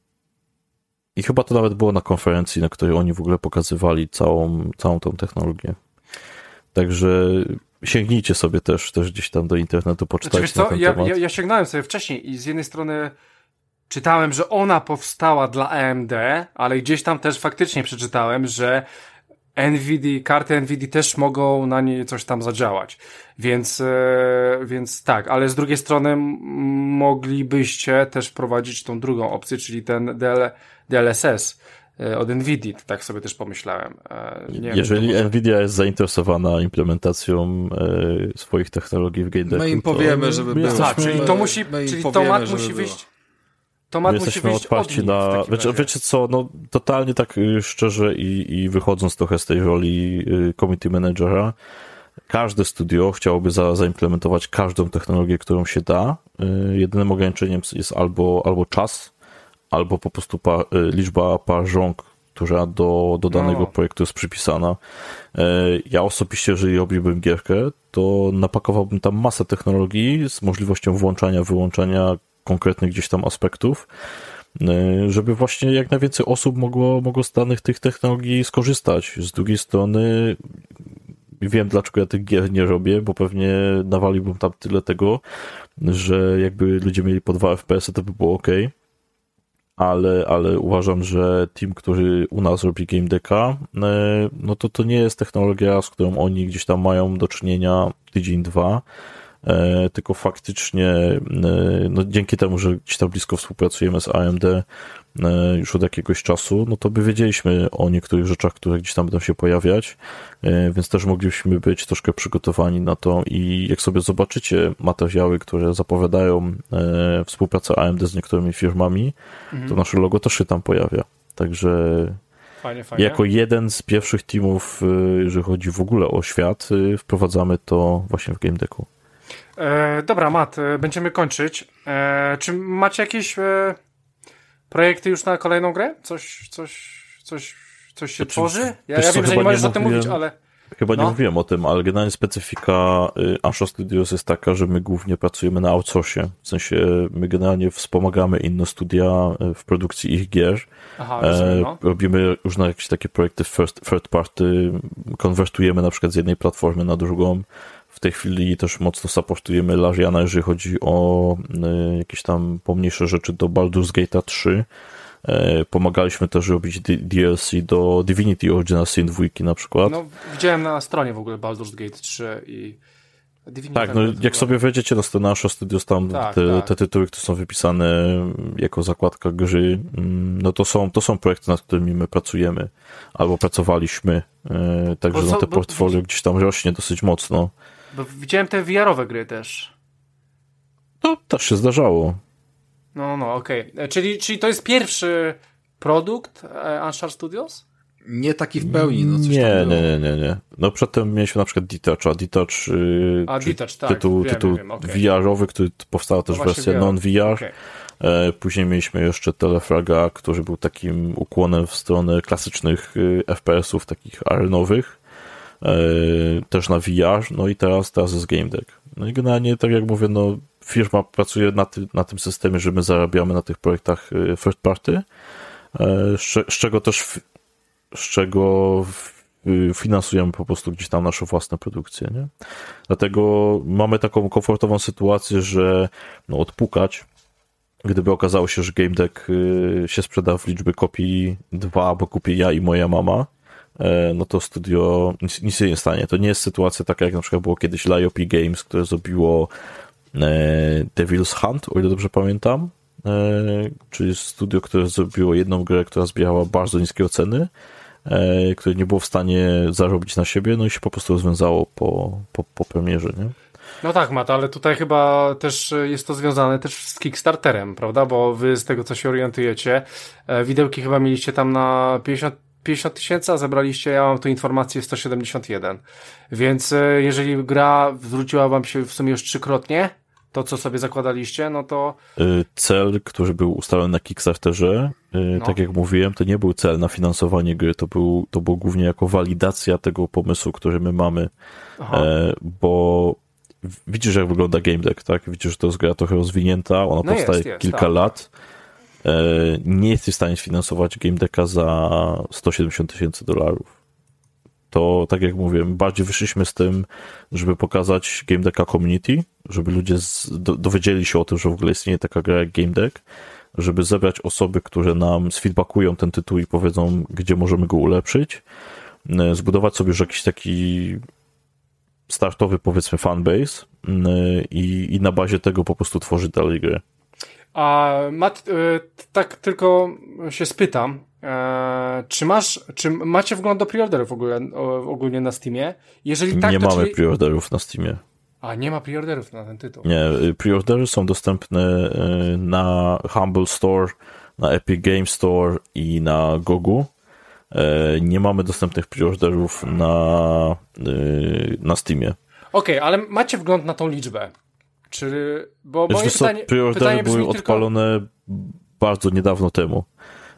[SPEAKER 4] I chyba to nawet było na konferencji, na której oni w ogóle pokazywali całą, całą tą technologię. Także sięgnijcie sobie też, też gdzieś tam do internetu, poczytajcie
[SPEAKER 2] znaczy, wiesz co?
[SPEAKER 4] na ten
[SPEAKER 2] ja,
[SPEAKER 4] temat.
[SPEAKER 2] Ja, ja sięgnąłem sobie wcześniej i z jednej strony czytałem, że ona powstała dla A M D, ale gdzieś tam też faktycznie przeczytałem, że Nvidia, karty Nvidia też mogą na niej coś tam zadziałać. Więc, e, więc tak, ale z drugiej strony m- moglibyście też wprowadzić tą drugą opcję, czyli ten D L S S od Nvidia, tak sobie też pomyślałem. Nie
[SPEAKER 4] Jeżeli
[SPEAKER 2] wiem, może...
[SPEAKER 4] Nvidia jest zainteresowana implementacją e, swoich technologii w Game Decku,
[SPEAKER 1] my im powiemy,
[SPEAKER 4] to
[SPEAKER 1] żeby
[SPEAKER 4] było.
[SPEAKER 2] Tak, czyli to musi, czyli tomat musi
[SPEAKER 1] było.
[SPEAKER 2] wyjść tomat
[SPEAKER 4] my
[SPEAKER 2] musi
[SPEAKER 4] jesteśmy
[SPEAKER 2] wyjść
[SPEAKER 4] otwarci
[SPEAKER 2] od
[SPEAKER 4] na...
[SPEAKER 2] nich
[SPEAKER 4] Wiecie, wiecie co, no totalnie tak szczerze i, i wychodząc trochę z tej roli community managera, każde studio chciałoby za, zaimplementować każdą technologię, którą się da. Jedynym ograniczeniem jest albo, albo czas, albo po prostu pa, liczba par rąk, która do, do danego
[SPEAKER 2] no.
[SPEAKER 4] projektu jest przypisana. Ja osobiście, jeżeli robiłbym gierkę, to napakowałbym tam masę technologii z możliwością włączania, wyłączania konkretnych gdzieś tam aspektów, żeby właśnie jak najwięcej osób mogło, mogło z danych tych technologii skorzystać. Z drugiej strony wiem, dlaczego ja tych gier nie robię, bo pewnie nawaliłbym tam tyle tego, że jakby ludzie mieli po dwa F P S-y, to by było ok. Ale, ale uważam, że team, który u nas robi game decka, no to to nie jest technologia, z którą oni gdzieś tam mają do czynienia tydzień, dwa, tylko faktycznie no dzięki temu, że gdzieś tam blisko współpracujemy z A M D już od jakiegoś czasu, no to by wiedzieliśmy o niektórych rzeczach, które gdzieś tam będą się pojawiać, więc też moglibyśmy być troszkę przygotowani na to i jak sobie zobaczycie materiały, które zapowiadają współpracę A M D z niektórymi firmami, mhm. to nasze logo też się tam pojawia. Także
[SPEAKER 2] fajnie, fajnie.
[SPEAKER 4] Jako jeden z pierwszych teamów, jeżeli chodzi w ogóle o świat, wprowadzamy to właśnie w game decku.
[SPEAKER 2] E, dobra, Matt, będziemy kończyć. E, czy macie jakieś e, projekty już na kolejną grę? Coś, coś, coś, coś się znaczy, tworzy? Ja, ja wiem, że nie możesz o tym mówić, ale...
[SPEAKER 4] Chyba
[SPEAKER 2] no.
[SPEAKER 4] nie mówiłem o tym, ale generalnie specyfika Ansha Studios jest taka, że my głównie pracujemy na outsourcie. W sensie my generalnie wspomagamy inne studia w produkcji ich gier.
[SPEAKER 2] Aha, rozumiem, no.
[SPEAKER 4] Robimy różne jakieś takie projekty first, third party, konwertujemy na przykład z jednej platformy na drugą. W tej chwili też mocno supportujemy Lariana, jeżeli chodzi o jakieś tam pomniejsze rzeczy do Baldur's Gate'a trzy. Pomagaliśmy też robić D L C do Divinity Original Sin dwa na przykład.
[SPEAKER 2] No, widziałem na stronie w ogóle Baldur's Gate trzy i Divinity.
[SPEAKER 4] Tak, no jak sobie wejdziecie na stronę Ansha Studios, tam
[SPEAKER 2] tak,
[SPEAKER 4] te,
[SPEAKER 2] tak.
[SPEAKER 4] te tytuły, które są wypisane jako zakładka gry, no to są, to są projekty, nad którymi my pracujemy, albo pracowaliśmy, także
[SPEAKER 2] co,
[SPEAKER 4] no te
[SPEAKER 2] bo,
[SPEAKER 4] portfolio gdzieś tam rośnie dosyć mocno.
[SPEAKER 2] Bo widziałem te V R-owe gry też.
[SPEAKER 4] To też się zdarzało.
[SPEAKER 2] No, no, okej. Okay. Czyli, czyli to jest pierwszy produkt Ansha Studios?
[SPEAKER 1] Nie taki w pełni, no coś
[SPEAKER 4] nie,
[SPEAKER 1] tam było.
[SPEAKER 4] nie, nie, nie, nie. No przedtem mieliśmy na przykład Detach, a Detach, yy,
[SPEAKER 2] a Detach, tak.
[SPEAKER 4] tytuł,
[SPEAKER 2] wiem,
[SPEAKER 4] tytuł
[SPEAKER 2] wiem, okay.
[SPEAKER 4] V R-owy, który powstała też wersja non-V R. Okay. Później mieliśmy jeszcze Telefraga, który był takim ukłonem w stronę klasycznych F P S-ów, takich arenowych, też na V R, no i teraz, teraz jest Game Deck. No i generalnie, tak jak mówię, no firma pracuje na, ty, na tym systemie, że my zarabiamy na tych projektach third party, z, z czego też z czego finansujemy po prostu gdzieś tam nasze własne produkcje, nie? Dlatego mamy taką komfortową sytuację, że no, odpukać, gdyby okazało się, że Game Deck się sprzeda w liczbie kopii dwa, bo kupię ja i moja mama, no to studio nic, nic się nie stanie. To nie jest sytuacja taka, jak na przykład było kiedyś Liope Games, które zrobiło Devil's Hunt, o ile dobrze pamiętam, czyli studio, które zrobiło jedną grę, która zbierała bardzo niskie oceny, które nie było w stanie zarobić na siebie, no i się po prostu rozwiązało po, po, po premierze, nie?
[SPEAKER 2] No tak, Matt, ale tutaj chyba też jest to związane też z Kickstarterem, prawda? Bo wy z tego, co się orientujecie, widełki chyba mieliście tam na pięćdziesiąt tysięcy, a zebraliście, ja mam tu informację, sto siedemdziesiąt jeden. Więc jeżeli gra zwróciła wam się w sumie już trzykrotnie, to, co sobie zakładaliście, no to...
[SPEAKER 4] Cel, który był ustalony na Kickstarterze, no. tak jak mówiłem, to nie był cel na finansowanie gry, to był, to był głównie jako walidacja tego pomysłu, który my mamy. E, bo widzisz, jak wygląda Game Deck, tak? Widzisz, że to jest gra trochę rozwinięta, ona no powstaje jest, jest, kilka tak. lat. E, nie jesteś w stanie sfinansować Game Decka za sto siedemdziesiąt tysięcy dolarów. To, tak jak mówiłem, bardziej wyszliśmy z tym, żeby pokazać Game Decka community, żeby ludzie z, do, dowiedzieli się o tym, że w ogóle istnieje taka gra jak Game Deck, żeby zebrać osoby, które nam sfeedbackują ten tytuł i powiedzą, gdzie możemy go ulepszyć, zbudować sobie już jakiś taki startowy, powiedzmy, fanbase i, i na bazie tego po prostu tworzyć dalej grę.
[SPEAKER 2] A Matt, tak tylko się spytam, czy masz, czy macie wgląd do preorderów w ogóle, ogólnie na Steamie? Jeżeli tak,
[SPEAKER 4] nie
[SPEAKER 2] to
[SPEAKER 4] mamy
[SPEAKER 2] czyli...
[SPEAKER 4] preorderów na Steamie.
[SPEAKER 2] A, nie ma preorderów na ten tytuł.
[SPEAKER 4] Nie, preordery są dostępne na Humble Store, na Epic Game Store i na Gogu. Nie mamy dostępnych preorderów na, na Steamie.
[SPEAKER 2] Okej, okay, ale macie wgląd na tą liczbę? Czy, bo moje
[SPEAKER 4] Wiesz,
[SPEAKER 2] pytanie,
[SPEAKER 4] preordery
[SPEAKER 2] pytanie
[SPEAKER 4] były
[SPEAKER 2] tylko...
[SPEAKER 4] odpalone bardzo niedawno temu.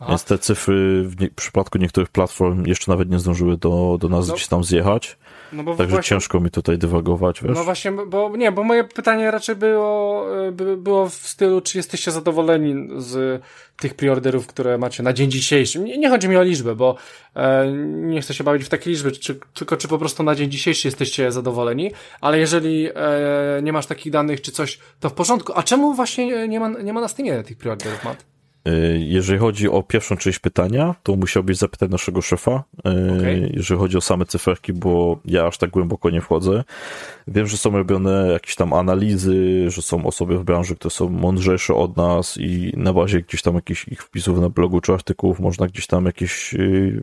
[SPEAKER 4] Aha. Więc te cyfry w, nie, w przypadku niektórych platform jeszcze nawet nie zdążyły do, do nas no. gdzieś tam zjechać. No bo Także właśnie, ciężko mi tutaj dywagować, wiesz?
[SPEAKER 2] No właśnie, bo nie, bo moje pytanie raczej było, by, było w stylu, czy jesteście zadowoleni z tych preorderów, które macie na dzień dzisiejszy. Nie, nie chodzi mi o liczbę, bo e, nie chcę się bawić w takie liczby, czy, tylko czy po prostu na dzień dzisiejszy jesteście zadowoleni, ale jeżeli e, nie masz takich danych, czy coś, to w porządku. A czemu właśnie nie ma, nie ma na Steamie tych preorderów, Matt?
[SPEAKER 4] Jeżeli chodzi o pierwszą część pytania, to musiałbyś zapytać naszego szefa, okay. Jeżeli chodzi o same cyferki, bo ja aż tak głęboko nie wchodzę. Wiem, że są robione jakieś tam analizy, że są osoby w branży, które są mądrzejsze od nas i na bazie gdzieś tam jakichś ich wpisów na blogu czy artykułów można gdzieś tam jakieś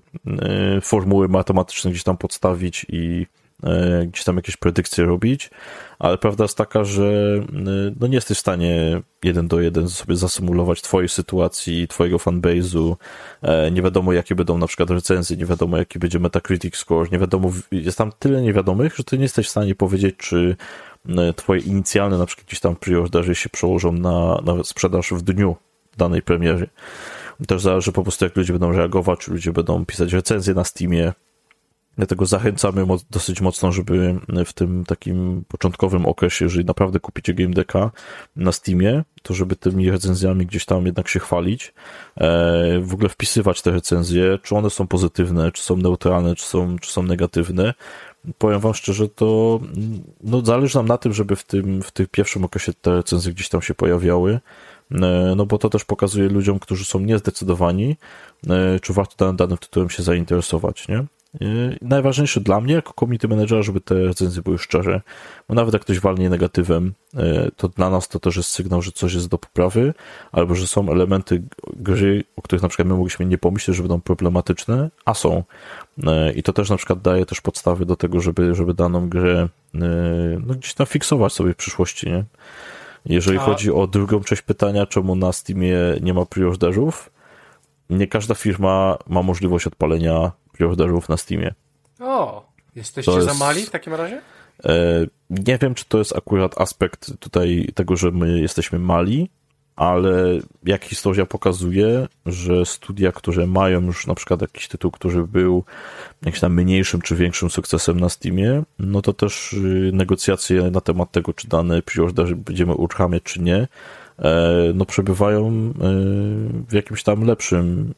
[SPEAKER 4] formuły matematyczne gdzieś tam podstawić i gdzieś tam jakieś predykcje robić, ale prawda jest taka, że no nie jesteś w stanie jeden do jeden sobie zasymulować twojej sytuacji, twojego fanbase'u, nie wiadomo jakie będą na przykład recenzje, nie wiadomo jaki będzie Metacritic score, nie wiadomo, jest tam tyle niewiadomych, że ty nie jesteś w stanie powiedzieć, czy twoje inicjalne na przykład gdzieś tam preordery się przełożą na, na sprzedaż w dniu danej premiery. Też zależy po prostu jak ludzie będą reagować, czy ludzie będą pisać recenzje na Steamie. Dlatego zachęcamy moc, dosyć mocno, żeby w tym takim początkowym okresie, jeżeli naprawdę kupicie Game Decka na Steamie, to żeby tymi recenzjami gdzieś tam jednak się chwalić, e, w ogóle wpisywać te recenzje, czy one są pozytywne, czy są neutralne, czy są, czy są negatywne. Powiem wam szczerze, to no, zależy nam na tym, żeby w tym, w tym pierwszym okresie te recenzje gdzieś tam się pojawiały, e, no bo to też pokazuje ludziom, którzy są niezdecydowani, e, czy warto danym, danym tytułem się zainteresować, nie? Najważniejsze dla mnie jako community managera, żeby te recenzje były szczere, bo nawet jak ktoś walnie negatywem, to dla nas to też jest sygnał, że coś jest do poprawy, albo że są elementy gry, o których na przykład my mogliśmy nie pomyśleć, że będą problematyczne, a są. I to też na przykład daje też podstawy do tego, żeby, żeby daną grę no, gdzieś tam fiksować sobie w przyszłości, nie? Jeżeli a... chodzi o drugą część pytania, czemu na Steamie nie ma preorderów, nie każda firma ma możliwość odpalenia preorderów na Steamie.
[SPEAKER 2] O, jesteście jest, za mali w takim razie?
[SPEAKER 4] E, nie wiem, czy to jest akurat aspekt tutaj tego, że my jesteśmy mali, ale jak historia pokazuje, że studia, które mają już na przykład jakiś tytuł, który był jakimś tam mniejszym czy większym sukcesem na Steamie, no to też negocjacje na temat tego, czy dane preordery będziemy uruchamiać, czy nie, no przebywają w jakimś tam lepszym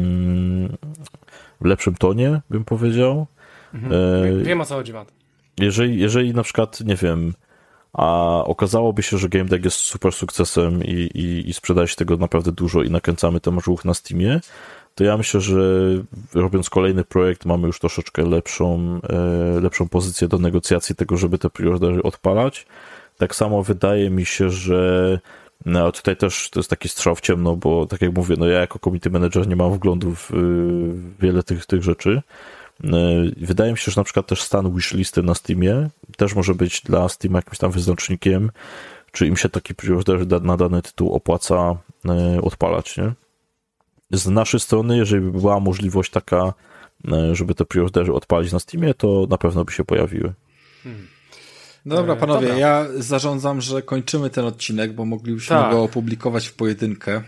[SPEAKER 4] w lepszym tonie, bym powiedział.
[SPEAKER 2] Mhm. Wiem, o co chodzi, Matt.
[SPEAKER 4] Jeżeli, jeżeli na przykład, nie wiem, a okazałoby się, że Game Deck jest super sukcesem i, i, i sprzedaje się tego naprawdę dużo i nakręcamy ten ruch na Steamie, to ja myślę, że robiąc kolejny projekt mamy już troszeczkę lepszą, e, lepszą pozycję do negocjacji tego, żeby te preordery odpalać. Tak samo wydaje mi się, że no tutaj też to jest taki strzał w ciemno, bo tak jak mówię, no ja jako community manager nie mam wglądu w, w wiele tych, tych rzeczy. Wydaje mi się, że na przykład też stan wishlisty na Steamie też może być dla Steama jakimś tam wyznacznikiem, czy im się taki preorder na dany tytuł opłaca odpalać, nie? Z naszej strony, jeżeli by była możliwość taka, żeby te preordery odpalić na Steamie, to na pewno by się pojawiły. Hmm.
[SPEAKER 1] Dobra, panowie, Dobra. ja zarządzam, że kończymy ten odcinek, bo moglibyśmy tak. go opublikować w pojedynkę.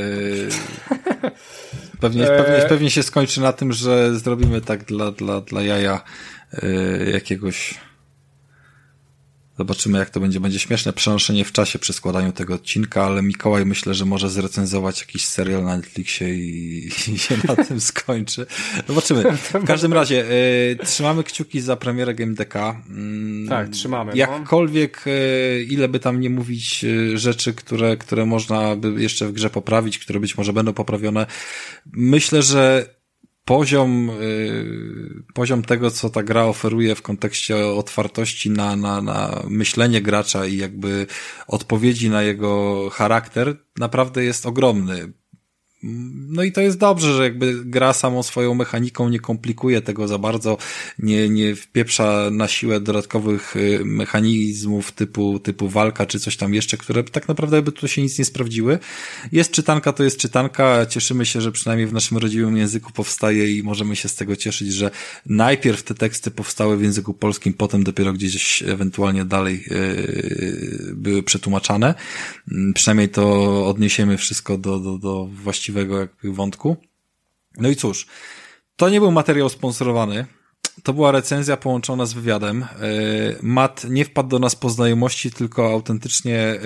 [SPEAKER 1] Pewnie, pewnie, pewnie się skończy na tym, że zrobimy tak dla, dla, dla jaja jakiegoś... Zobaczymy, jak to będzie. Będzie śmieszne przenoszenie w czasie przy składaniu tego odcinka, ale Mikołaj myślę, że może zrecenzować jakiś serial na Netflixie i, i się na tym skończy. Zobaczymy. W każdym razie y, trzymamy kciuki za premierę Game Decka. Y,
[SPEAKER 2] tak, trzymamy.
[SPEAKER 1] Jakkolwiek, y, ile by tam nie mówić y, rzeczy, które, które można by jeszcze w grze poprawić, które być może będą poprawione, myślę, że Poziom, yy, poziom tego, co ta gra oferuje w kontekście otwartości na, na, na myślenie gracza i jakby odpowiedzi na jego charakter naprawdę jest ogromny. No i to jest dobrze, że jakby gra samą swoją mechaniką nie komplikuje tego za bardzo, nie, nie wpieprza na siłę dodatkowych mechanizmów typu, typu walka czy coś tam jeszcze, które tak naprawdę by tu się nic nie sprawdziły. Jest czytanka, to jest czytanka. Cieszymy się, że przynajmniej w naszym rodzimym języku powstaje i możemy się z tego cieszyć, że najpierw te teksty powstały w języku polskim, potem dopiero gdzieś ewentualnie dalej yy, były przetłumaczane. Przynajmniej to odniesiemy wszystko do, do, do właściwego właściwego jakby wątku. No i cóż, to nie był materiał sponsorowany, to była recenzja połączona z wywiadem. Matt nie wpadł do nas po znajomości, tylko autentycznie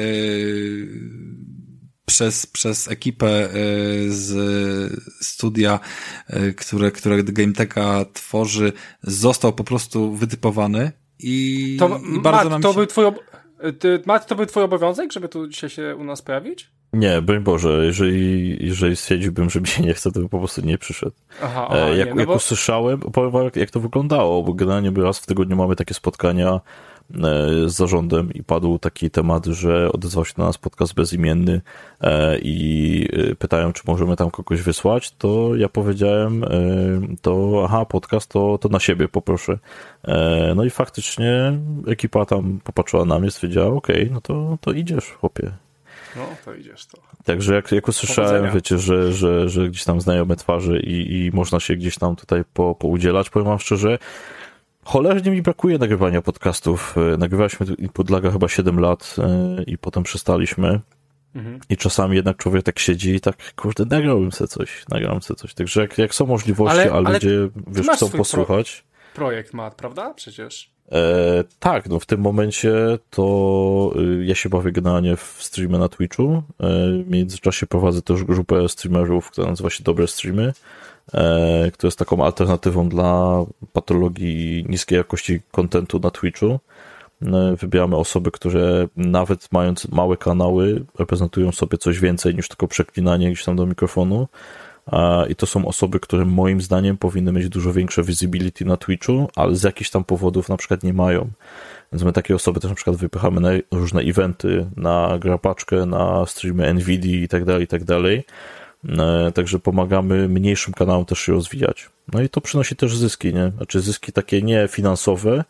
[SPEAKER 1] przez, przez ekipę z studia, które, które GameTeka tworzy, został po prostu wytypowany i,
[SPEAKER 2] to,
[SPEAKER 1] i bardzo
[SPEAKER 2] Matt,
[SPEAKER 1] nam
[SPEAKER 2] to
[SPEAKER 1] się...
[SPEAKER 2] był twój ob... Ty, Matt, to był twój obowiązek, żeby tu dzisiaj się u nas pojawić?
[SPEAKER 4] Nie, broń Boże, jeżeli, jeżeli stwierdziłbym, że mi się nie chce, to bym po prostu nie przyszedł.
[SPEAKER 2] Aha, aha,
[SPEAKER 4] e, jak
[SPEAKER 2] nie, no
[SPEAKER 4] jak
[SPEAKER 2] bo...
[SPEAKER 4] usłyszałem, powiem wam, jak, jak to wyglądało, bo generalnie raz w tygodniu mamy takie spotkania e, z zarządem i padł taki temat, że odezwał się do nas podcast bezimienny e, i e, pytają, czy możemy tam kogoś wysłać, to ja powiedziałem, e, to aha, podcast to, to na siebie poproszę. E, no i faktycznie ekipa tam popatrzyła na mnie, stwierdziła, okej, okay, no to, to idziesz, chłopie.
[SPEAKER 2] No, to idziesz to.
[SPEAKER 4] Także jak, jak usłyszałem,
[SPEAKER 2] Powodzenia.
[SPEAKER 4] wiecie, że, że, że gdzieś tam znajome twarze i, i można się gdzieś tam tutaj po, poudzielać, powiem wam szczerze, cholernie mi brakuje nagrywania podcastów. Nagrywaliśmy Podlaga chyba siedem lat i potem przestaliśmy. Mhm. I czasami jednak człowiek tak siedzi i tak, kurde, nagrałbym sobie coś, nagrałem sobie coś. Także jak, jak są możliwości,
[SPEAKER 2] ale,
[SPEAKER 4] a
[SPEAKER 2] ale
[SPEAKER 4] ludzie, wiesz, chcą posłuchać.
[SPEAKER 2] Pro, projekt Matt, prawda? Przecież.
[SPEAKER 4] E, tak, no w tym momencie to y, ja się bawię generalnie w streamy na Twitchu. E, w międzyczasie prowadzę też grupę streamerów, która nazywa się Dobre Streamy, e, która jest taką alternatywą dla patologii niskiej jakości kontentu na Twitchu. E, wybieramy osoby, które nawet mając małe kanały reprezentują sobie coś więcej niż tylko przeklinanie gdzieś tam do mikrofonu. I to są osoby, które moim zdaniem powinny mieć dużo większe visibility na Twitchu, ale z jakichś tam powodów na przykład nie mają. Więc my takie osoby też na przykład wypychamy na różne eventy, na grapaczkę, na streamy Nvidia i tak dalej, i tak dalej. Także pomagamy mniejszym kanałom też się rozwijać. No i to przynosi też zyski, nie? Znaczy zyski takie nie finansowe,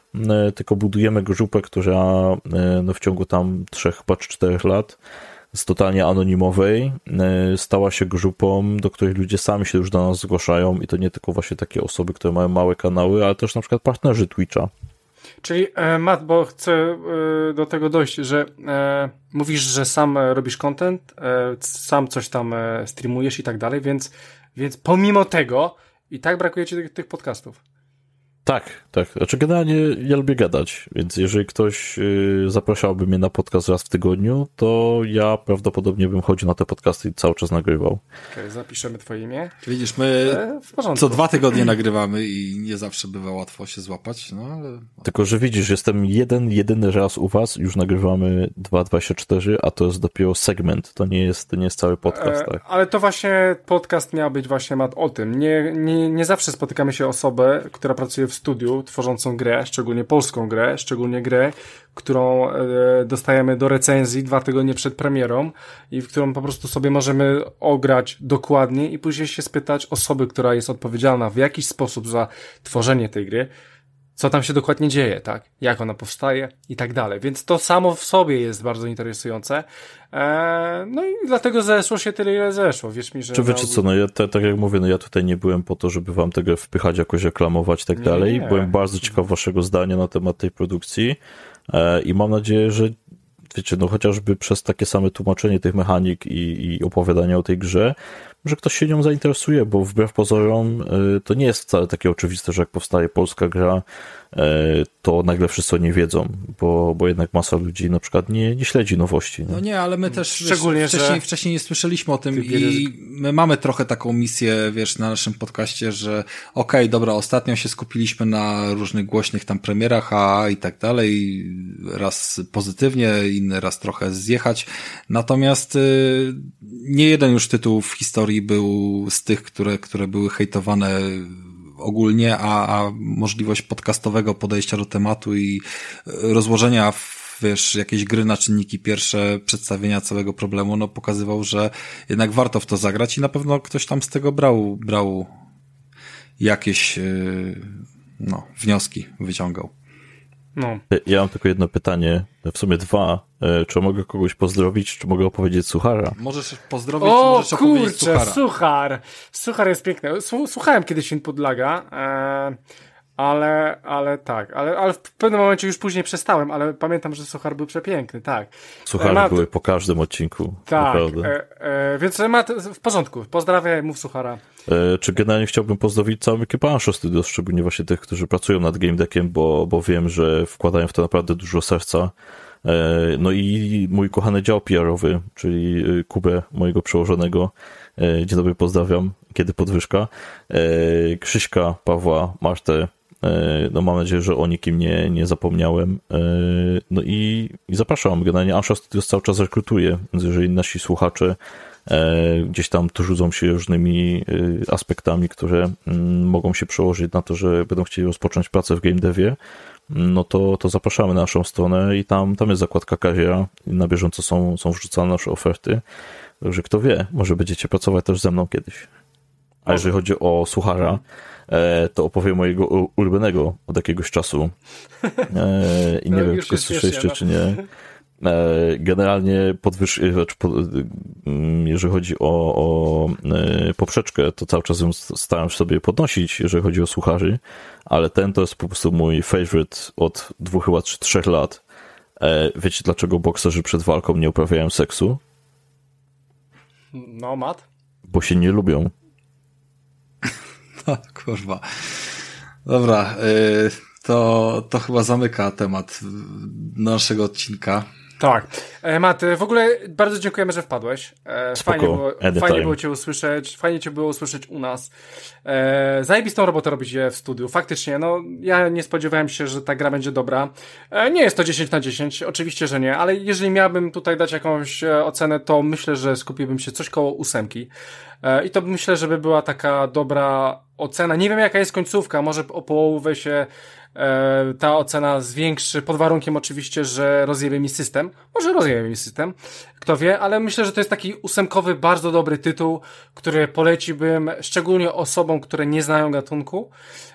[SPEAKER 4] tylko budujemy grupę, która no w ciągu tam trzech, chyba czterech lat z totalnie anonimowej stała się grupą, do której ludzie sami się już do nas zgłaszają i to nie tylko właśnie takie osoby, które mają małe kanały, ale też na przykład partnerzy Twitcha.
[SPEAKER 2] Czyli e, Matt, bo chcę e, do tego dojść, że e, mówisz, że sam robisz content, e, sam coś tam e, streamujesz i tak dalej, więc, więc pomimo tego i tak brakuje ci tych, tych podcastów.
[SPEAKER 4] Tak, tak. Znaczy generalnie ja lubię gadać, więc jeżeli ktoś yy, zapraszałby mnie na podcast raz w tygodniu, to ja prawdopodobnie bym chodził na te podcasty i cały czas nagrywał.
[SPEAKER 2] Okej, okay, zapiszemy twoje imię.
[SPEAKER 1] Widzisz, my
[SPEAKER 2] e, w porządku.
[SPEAKER 1] Co dwa tygodnie nagrywamy i nie zawsze bywa łatwo się złapać, no ale...
[SPEAKER 4] Tylko, że widzisz, jestem jeden, jedyny raz u was, już nagrywamy dwa dwadzieścia cztery, a to jest dopiero segment, to nie jest, to nie jest cały podcast, tak?
[SPEAKER 2] E, ale to właśnie podcast miał być właśnie, Matt, o tym. Nie, nie, nie zawsze spotykamy się osobę, która pracuje w studiu, tworzącą grę, szczególnie polską grę, szczególnie grę, którą e, dostajemy do recenzji dwa tygodnie przed premierą i w którą po prostu sobie możemy ograć dokładnie i później się spytać osoby, która jest odpowiedzialna w jakiś sposób za tworzenie tej gry, co tam się dokładnie dzieje, tak? Jak ona powstaje i tak dalej. Więc to samo w sobie jest bardzo interesujące. Eee, no i dlatego zeszło się tyle, ile zeszło. Wierz mi, że...
[SPEAKER 4] Czy wiecie co, no ja te, tak jak mówię, no ja tutaj nie byłem po to, żeby wam tego wpychać, jakoś reklamować i tak
[SPEAKER 2] nie,
[SPEAKER 4] dalej.
[SPEAKER 2] Nie.
[SPEAKER 4] Byłem bardzo ciekaw waszego zdania na temat tej produkcji eee, i mam nadzieję, że wiecie, no chociażby przez takie same tłumaczenie tych mechanik i, i opowiadania o tej grze, że ktoś się nią zainteresuje, bo wbrew pozorom y, to nie jest wcale takie oczywiste, że jak powstaje polska gra, y, to nagle wszyscy o niej wiedzą, bo, bo jednak masa ludzi na przykład nie, nie śledzi nowości. Nie?
[SPEAKER 1] No nie, ale my też
[SPEAKER 2] Szczególnie,
[SPEAKER 1] wiesz, wcześniej,
[SPEAKER 2] że...
[SPEAKER 1] wcześniej nie słyszeliśmy o tym i my mamy trochę taką misję, wiesz, na naszym podcaście, że okej, okay, dobra, ostatnio się skupiliśmy na różnych głośnych tam premierach, a i tak dalej, raz pozytywnie, inny raz trochę zjechać, natomiast y, nie jeden już tytuł w historii był z tych, które, które były hejtowane ogólnie, a, a możliwość podcastowego podejścia do tematu i rozłożenia w, wiesz, jakieś gry na czynniki pierwsze, przedstawienia całego problemu, no pokazywał, że jednak warto w to zagrać i na pewno ktoś tam z tego brał, brał jakieś no, wnioski, wyciągał.
[SPEAKER 2] No.
[SPEAKER 4] Ja mam tylko jedno pytanie, w sumie dwa. Czy mogę kogoś pozdrowić, czy mogę opowiedzieć suchara?
[SPEAKER 1] Możesz pozdrowić,
[SPEAKER 2] o,
[SPEAKER 1] możesz opowiedzieć
[SPEAKER 2] kurczę,
[SPEAKER 1] suchara.
[SPEAKER 2] suchar. Suchar jest piękny. Słuchałem kiedyś film Podlaga. Ale, ale tak, ale, ale w pewnym momencie już później przestałem, ale pamiętam, że suchar był przepiękny, tak.
[SPEAKER 4] Suchary
[SPEAKER 2] Mat...
[SPEAKER 4] były po każdym odcinku.
[SPEAKER 2] Tak,
[SPEAKER 4] naprawdę.
[SPEAKER 2] E, e, więc Mat, w porządku, pozdrawiam, mów suchara.
[SPEAKER 4] E, czy generalnie chciałbym pozdrowić całą ekipę Ancho Studios, szczególnie właśnie tych, którzy pracują nad Game Deckiem, bo, bo wiem, że wkładają w to naprawdę dużo serca. E, no i mój kochany dział P R-owy, czyli Kubę, mojego przełożonego. E, dzień dobry, pozdrawiam, kiedy podwyżka. E, Krzyśka, Pawła, Martę. No mam nadzieję, że o nikim nie, nie zapomniałem. No i, i zapraszam. Generalnie Ancho Studios cały czas rekrutuje, więc jeżeli nasi słuchacze gdzieś tam trudzą się różnymi aspektami, które mogą się przełożyć na to, że będą chcieli rozpocząć pracę w game devie, no to, to zapraszamy na naszą stronę i tam, tam jest zakładka kariera i na bieżąco są, są wrzucane nasze oferty. Także kto wie, może będziecie pracować też ze mną kiedyś. A jeżeli chodzi o suchara, to opowiem mojego ulubionego od jakiegoś czasu. I nie no, wiem, czy słyszeliście, no. czy nie. Generalnie podwyż... jeżeli chodzi o, o poprzeczkę, to cały czas ją staram sobie podnosić, jeżeli chodzi o suchary, ale ten to jest po prostu mój favorite od dwóch chyba czy trzech lat. Wiecie, dlaczego bokserzy przed walką nie uprawiają seksu?
[SPEAKER 2] No, Mat?
[SPEAKER 4] Bo się nie lubią.
[SPEAKER 1] No, kurwa. Dobra, yy, to, to chyba zamyka temat naszego odcinka.
[SPEAKER 2] Tak. E, Mat, w ogóle bardzo dziękujemy, że wpadłeś. E,
[SPEAKER 4] Spoko,
[SPEAKER 2] fajnie, było, fajnie było cię usłyszeć, fajnie cię było usłyszeć u nas. E, zajebistą robotę robicie w studiu. Faktycznie, no, ja nie spodziewałem się, że ta gra będzie dobra. E, nie jest to dziesięć na dziesięć, oczywiście, że nie, ale jeżeli miałbym tutaj dać jakąś ocenę, to myślę, że skupiłbym się coś koło ósemki. E, I to myślę, żeby była taka dobra ocena. Nie wiem, jaka jest końcówka, może o połowę się e, ta ocena zwiększy, pod warunkiem oczywiście, że rozjebie mi system. Może rozjebie mi system, kto wie, ale myślę, że to jest taki ósemkowy, bardzo dobry tytuł, który poleciłbym szczególnie osobom, które nie znają gatunku,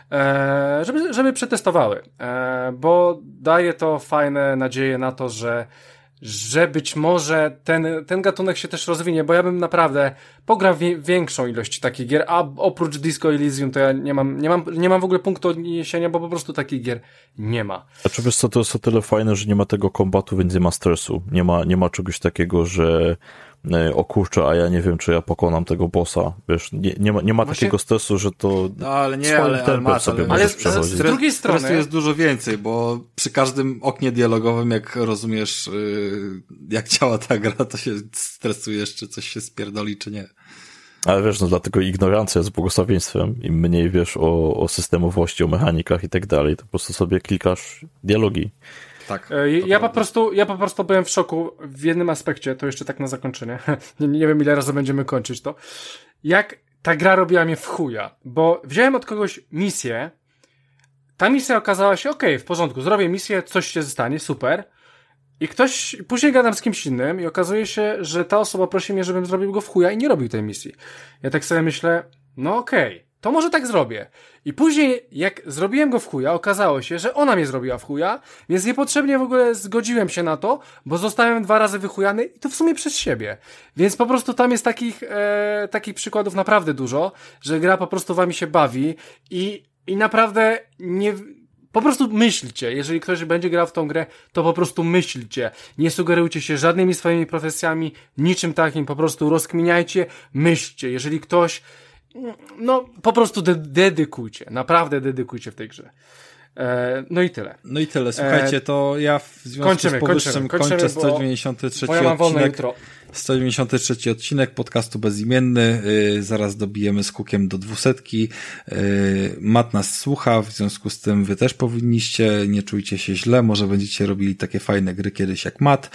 [SPEAKER 2] e, żeby, żeby przetestowały, e, bo daje to fajne nadzieje na to, że że być może ten, ten gatunek się też rozwinie, bo ja bym naprawdę pograł wie, większą ilość takich gier, a oprócz Disco Elysium to ja nie mam, nie mam, nie mam w ogóle punktu odniesienia, bo po prostu takich gier nie ma.
[SPEAKER 4] A czy wiesz co, to jest o tyle fajne, że nie ma tego kombatu, więc nie ma stresu. Nie ma, nie ma czegoś takiego, że o kurczę, a ja nie wiem, czy ja pokonam tego bossa. Wiesz, nie, nie ma, nie ma
[SPEAKER 1] Właśnie...
[SPEAKER 4] takiego stresu, że to
[SPEAKER 1] no, ale nie, ale, ale, masz,
[SPEAKER 4] sobie
[SPEAKER 1] ale,
[SPEAKER 4] ale
[SPEAKER 1] z, z drugiej strony stresu jest dużo więcej, bo przy każdym oknie dialogowym, jak rozumiesz, yy, jak działa ta gra, to się stresujesz, czy coś się spierdoli, czy nie.
[SPEAKER 4] Ale wiesz, no dlatego ignorancja jest błogosławieństwem. Im mniej wiesz o, o systemowości, o mechanikach i tak dalej, to po prostu sobie klikasz dialogi.
[SPEAKER 2] Tak, ja po prostu, ja po prostu byłem w szoku w jednym aspekcie, to jeszcze tak na zakończenie. nie, nie wiem, ile razy będziemy kończyć to. Jak ta gra robiła mnie w chuja, bo wziąłem od kogoś misję, ta misja okazała się, okej, okay, w porządku, zrobię misję, coś się stanie, super. I ktoś, później gadam z kimś innym i okazuje się, że ta osoba prosi mnie, żebym zrobił go w chuja i nie robił tej misji. Ja tak sobie myślę, no okej, okay, to może tak zrobię. I później, jak zrobiłem go w chuja, okazało się, że ona mnie zrobiła w chuja, więc niepotrzebnie w ogóle zgodziłem się na to, bo zostałem dwa razy wychujany i to w sumie przez siebie. Więc po prostu tam jest takich, e, takich przykładów naprawdę dużo, że gra po prostu wami się bawi i, i naprawdę nie... Po prostu myślcie, jeżeli ktoś będzie grał w tą grę, to po prostu myślcie. Nie sugerujcie się żadnymi swoimi profesjami, niczym takim, po prostu rozkminiajcie, myślcie. Jeżeli ktoś, no po prostu de- dedykujcie, naprawdę dedykujcie w tej grze. E, no i tyle.
[SPEAKER 1] No i tyle, słuchajcie, to ja w związku
[SPEAKER 2] kończymy,
[SPEAKER 1] z powyższym
[SPEAKER 2] kończymy,
[SPEAKER 1] kończę
[SPEAKER 2] bo,
[SPEAKER 1] sto dziewięćdziesiąty trzeci
[SPEAKER 2] bo ja mam wolne
[SPEAKER 1] odcinek.
[SPEAKER 2] jutro.
[SPEAKER 1] sto dziewięćdziesiąty trzeci odcinek podcastu Bezimienny. Yy, zaraz dobijemy z hukiem do dwusetki. Yy, Mat nas słucha, w związku z tym wy też powinniście, nie czujcie się źle, może będziecie robili takie fajne gry kiedyś jak Mat.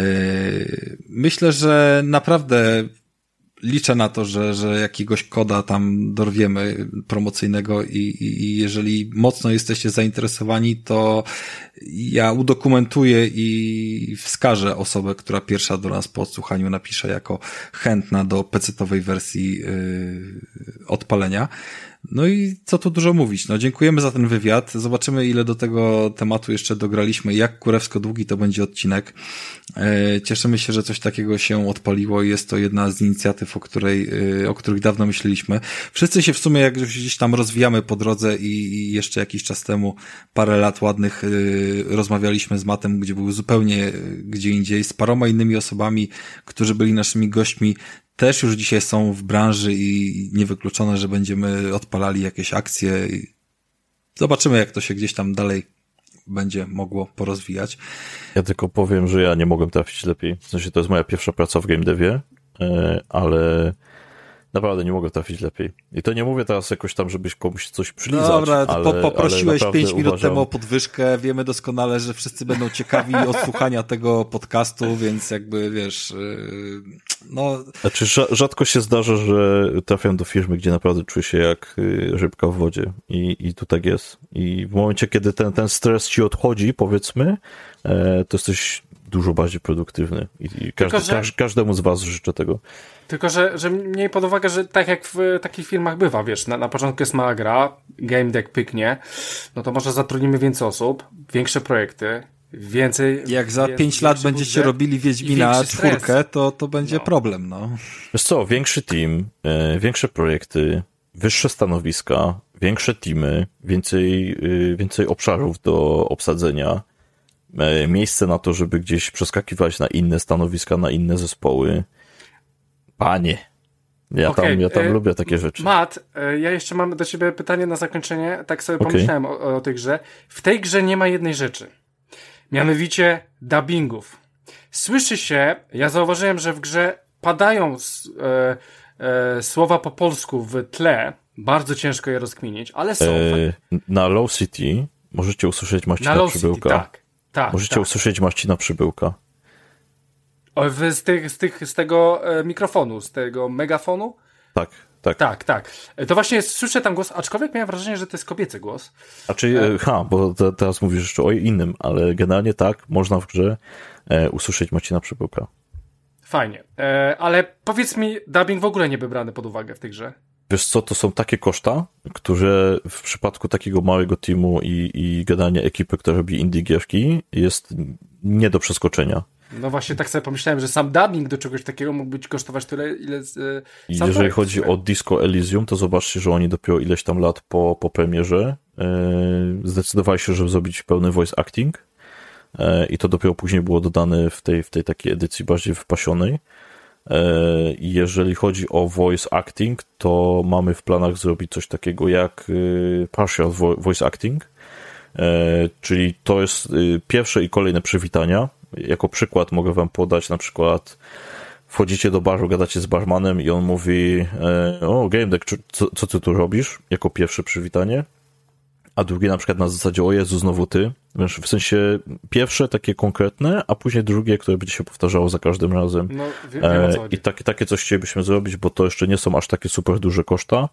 [SPEAKER 1] Yy, myślę, że naprawdę liczę na to, że, że jakiegoś koda tam dorwiemy promocyjnego i, i, i jeżeli mocno jesteście zainteresowani, to ja udokumentuję i wskażę osobę, która pierwsza do nas po odsłuchaniu napisze jako chętna do pecetowej wersji yy, odpalenia. No i co tu dużo mówić, no dziękujemy za ten wywiad, zobaczymy ile do tego tematu jeszcze dograliśmy, jak kurewsko długi to będzie odcinek. Cieszymy się, że coś takiego się odpaliło i jest to jedna z inicjatyw, o której, o których dawno myśleliśmy. Wszyscy się w sumie jak gdzieś tam rozwijamy po drodze i jeszcze jakiś czas temu, parę lat ładnych, rozmawialiśmy z Matem, gdzie był zupełnie gdzie indziej, z paroma innymi osobami, którzy byli naszymi gośćmi, też już dzisiaj są w branży i niewykluczone, że będziemy odpalali jakieś akcje. Zobaczymy, jak to się gdzieś tam dalej będzie mogło porozwijać.
[SPEAKER 4] Ja tylko powiem, że ja nie mogłem trafić lepiej. W sensie to jest moja pierwsza praca w game devie, ale naprawdę nie mogę trafić lepiej. I to nie mówię teraz jakoś tam, żebyś komuś coś przylizać.
[SPEAKER 1] Dobra,
[SPEAKER 4] ale,
[SPEAKER 1] po, poprosiłeś pięć minut
[SPEAKER 4] uważam...
[SPEAKER 1] temu o podwyżkę. Wiemy doskonale, że wszyscy będą ciekawi odsłuchania tego podcastu, więc jakby wiesz, yy, no...
[SPEAKER 4] Znaczy rzadko się zdarza, że trafiam do firmy, gdzie naprawdę czuję się jak rybka w wodzie. I, i tu tak jest. I w momencie, kiedy ten, ten stres ci odchodzi, powiedzmy, to jesteś dużo bardziej produktywny. I, i każdy, że... każ, każdemu z was życzę tego.
[SPEAKER 2] Tylko, że, że miej pod uwagę, że tak jak w takich filmach bywa, wiesz, na, na początku jest mała gra, game deck pyknie, no to może zatrudnimy więcej osób, większe projekty, więcej...
[SPEAKER 1] Jak za
[SPEAKER 2] wie,
[SPEAKER 1] pięć lat będziecie budżet, robili Wiedźmina czwórkę, to, to będzie no. problem, no.
[SPEAKER 4] Wiesz co, większy team, e, większe projekty, wyższe stanowiska, większe teamy, więcej, e, więcej obszarów do obsadzenia, e, miejsce na to, żeby gdzieś przeskakiwać na inne stanowiska, na inne zespoły. Panie, ja okay, tam, ja tam e, lubię takie rzeczy.
[SPEAKER 2] Matt, e, ja jeszcze mam do ciebie pytanie na zakończenie. Tak sobie okay. pomyślałem o, o tej grze. W tej grze nie ma jednej rzeczy. Mianowicie dubbingów. Słyszy się, ja zauważyłem, że w grze padają e, e, słowa po polsku w tle. Bardzo ciężko je rozkminić, ale są. E,
[SPEAKER 4] na Low City możecie usłyszeć Marcina na Przybyłka. City, tak, tak, możecie tak. usłyszeć Marcina Przybyłka.
[SPEAKER 2] O, z, tych, z, tych, z tego e, mikrofonu, z tego megafonu?
[SPEAKER 4] Tak, tak.
[SPEAKER 2] Tak, tak. To właśnie słyszę tam głos, aczkolwiek miałem wrażenie, że to jest kobiecy głos.
[SPEAKER 4] A czy, e... ha, bo te, teraz mówisz jeszcze o innym, ale generalnie tak, można w grze e, usłyszeć Marcina Przybyłka.
[SPEAKER 2] Fajnie, e, ale powiedz mi, dubbing w ogóle nie był brany pod uwagę w tej grze?
[SPEAKER 4] Wiesz co, to są takie koszta, które w przypadku takiego małego teamu i, i generalnie ekipy, która robi indie gierki, jest nie do przeskoczenia.
[SPEAKER 2] No właśnie tak sobie pomyślałem, że sam dubbing do czegoś takiego mógł być kosztować tyle, ile... Yy,
[SPEAKER 4] Jeżeli projekt, chodzi o Disco Elysium, to zobaczcie, że oni dopiero ileś tam lat po, po premierze yy, zdecydowali się, żeby zrobić pełny voice acting yy, i to dopiero później było dodane w tej, w tej takiej edycji bardziej wypasionej. I jeżeli chodzi o voice acting, to mamy w planach zrobić coś takiego jak partial voice acting, czyli to jest pierwsze i kolejne przywitania. Jako przykład mogę wam podać na przykład wchodzicie do baru, gadacie z barmanem i on mówi o, Game Deck, co, co ty tu robisz? Jako pierwsze przywitanie. A drugie na przykład na zasadzie o Jezu, znowu ty. Wiesz, w sensie pierwsze takie konkretne, a później drugie, które będzie się powtarzało za każdym razem.
[SPEAKER 2] No, wiem, wiem, o co chodzi.
[SPEAKER 4] I takie, takie coś chcielibyśmy zrobić, bo to jeszcze nie są aż takie super duże koszta,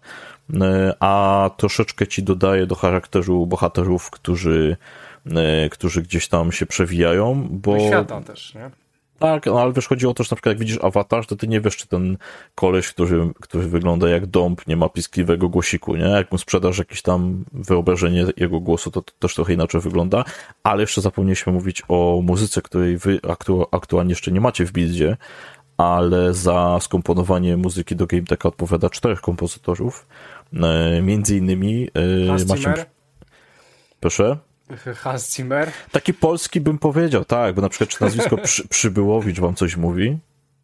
[SPEAKER 4] a troszeczkę ci dodaje do charakteru bohaterów, którzy, którzy gdzieś tam się przewijają, bo...
[SPEAKER 2] Do świata też, nie?
[SPEAKER 4] Tak, no ale wiesz, chodzi o to, że na przykład jak widzisz awatar, to ty nie wiesz, czy ten koleś, który, który wygląda jak dąb, nie ma piskliwego głosiku, nie? Jak mu sprzedasz jakieś tam wyobrażenie jego głosu, to, to też trochę inaczej wygląda, ale jeszcze zapomnieliśmy mówić o muzyce, której wy aktu aktualnie jeszcze nie macie w buildzie, ale za skomponowanie muzyki do Game Decka odpowiada czterech kompozytorów, e, między innymi e, Maciej... Proszę?
[SPEAKER 2] Hans Zimmer.
[SPEAKER 4] Taki polski bym powiedział, tak, bo na przykład czy nazwisko przy, Przybyłowicz wam coś mówi?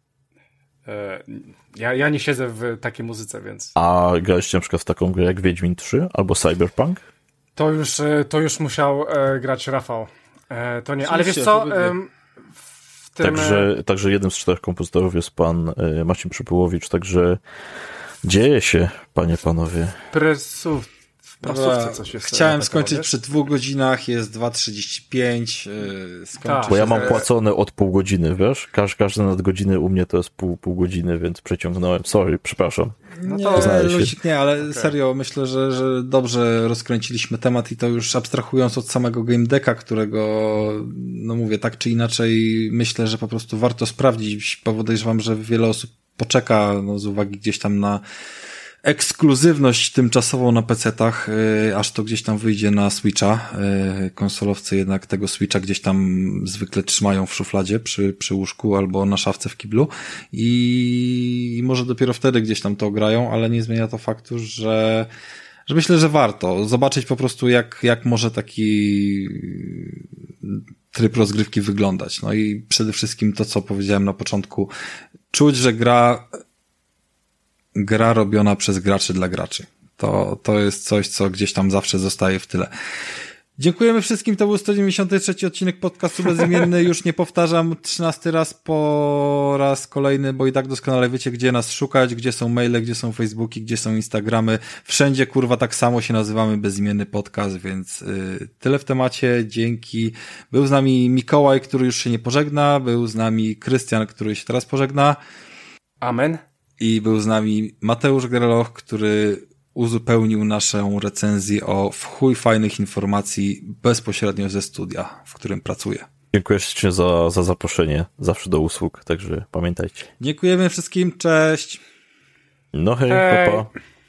[SPEAKER 2] E, ja, ja nie siedzę w takiej muzyce, więc...
[SPEAKER 4] A graliście na przykład w taką grę jak Wiedźmin trzy albo Cyberpunk?
[SPEAKER 2] To już, to już musiał e, grać Rafał. E, to nie, ale wiesz co... E, w tym...
[SPEAKER 4] także, także jednym z czterech kompozytorów jest pan e, Maciej Przybyłowicz, także dzieje się, panie, panowie.
[SPEAKER 2] Presów. Dobra, coś jest.
[SPEAKER 1] Chciałem skończyć przy dwóch godzinach, jest dwa trzydzieści pięć. Yy,
[SPEAKER 4] tak, bo ja mam płacone od pół godziny, wiesz? Każ, każde nadgodziny u mnie to jest pół, pół godziny, więc przeciągnąłem. Sorry, przepraszam.
[SPEAKER 1] No to nie, Lucik, nie, ale okay. Serio, myślę, że, że dobrze rozkręciliśmy temat i to już abstrahując od samego Game Decka, którego, no mówię, tak czy inaczej, myślę, że po prostu warto sprawdzić, bo podejrzewam, że wiele osób poczeka, no z uwagi gdzieś tam na ekskluzywność tymczasową na pecetach, yy, aż to gdzieś tam wyjdzie na Switcha. Yy, konsolowcy jednak tego Switcha gdzieś tam zwykle trzymają w szufladzie przy, przy łóżku albo na szafce w kiblu i, i może dopiero wtedy gdzieś tam to grają, ale nie zmienia to faktu, że że myślę, że warto zobaczyć po prostu jak, jak może taki tryb rozgrywki wyglądać. No i przede wszystkim to, co powiedziałem na początku, czuć, że gra gra robiona przez graczy dla graczy. To, to jest coś, co gdzieś tam zawsze zostaje w tyle. Dziękujemy wszystkim, to był sto dziewięćdziesiąty trzeci odcinek podcastu Bezimienny, już nie powtarzam trzynasty raz po raz kolejny, bo i tak doskonale wiecie, gdzie nas szukać, gdzie są maile, gdzie są Facebooki, gdzie są Instagramy, wszędzie kurwa tak samo się nazywamy Bezimienny Podcast, więc yy, tyle w temacie, dzięki. Był z nami Mikołaj, który już się nie pożegna, był z nami Krystian, który się teraz pożegna.
[SPEAKER 2] Amen.
[SPEAKER 1] I był z nami Mateusz Greloch, który uzupełnił naszą recenzję o w chuj fajnych informacji bezpośrednio ze studia, w którym pracuję.
[SPEAKER 4] Dziękuję ślicznie za, za zaproszenie. Zawsze do usług, także pamiętajcie.
[SPEAKER 1] Dziękujemy wszystkim, cześć!
[SPEAKER 4] No hej,
[SPEAKER 2] hej.
[SPEAKER 4] pa pa.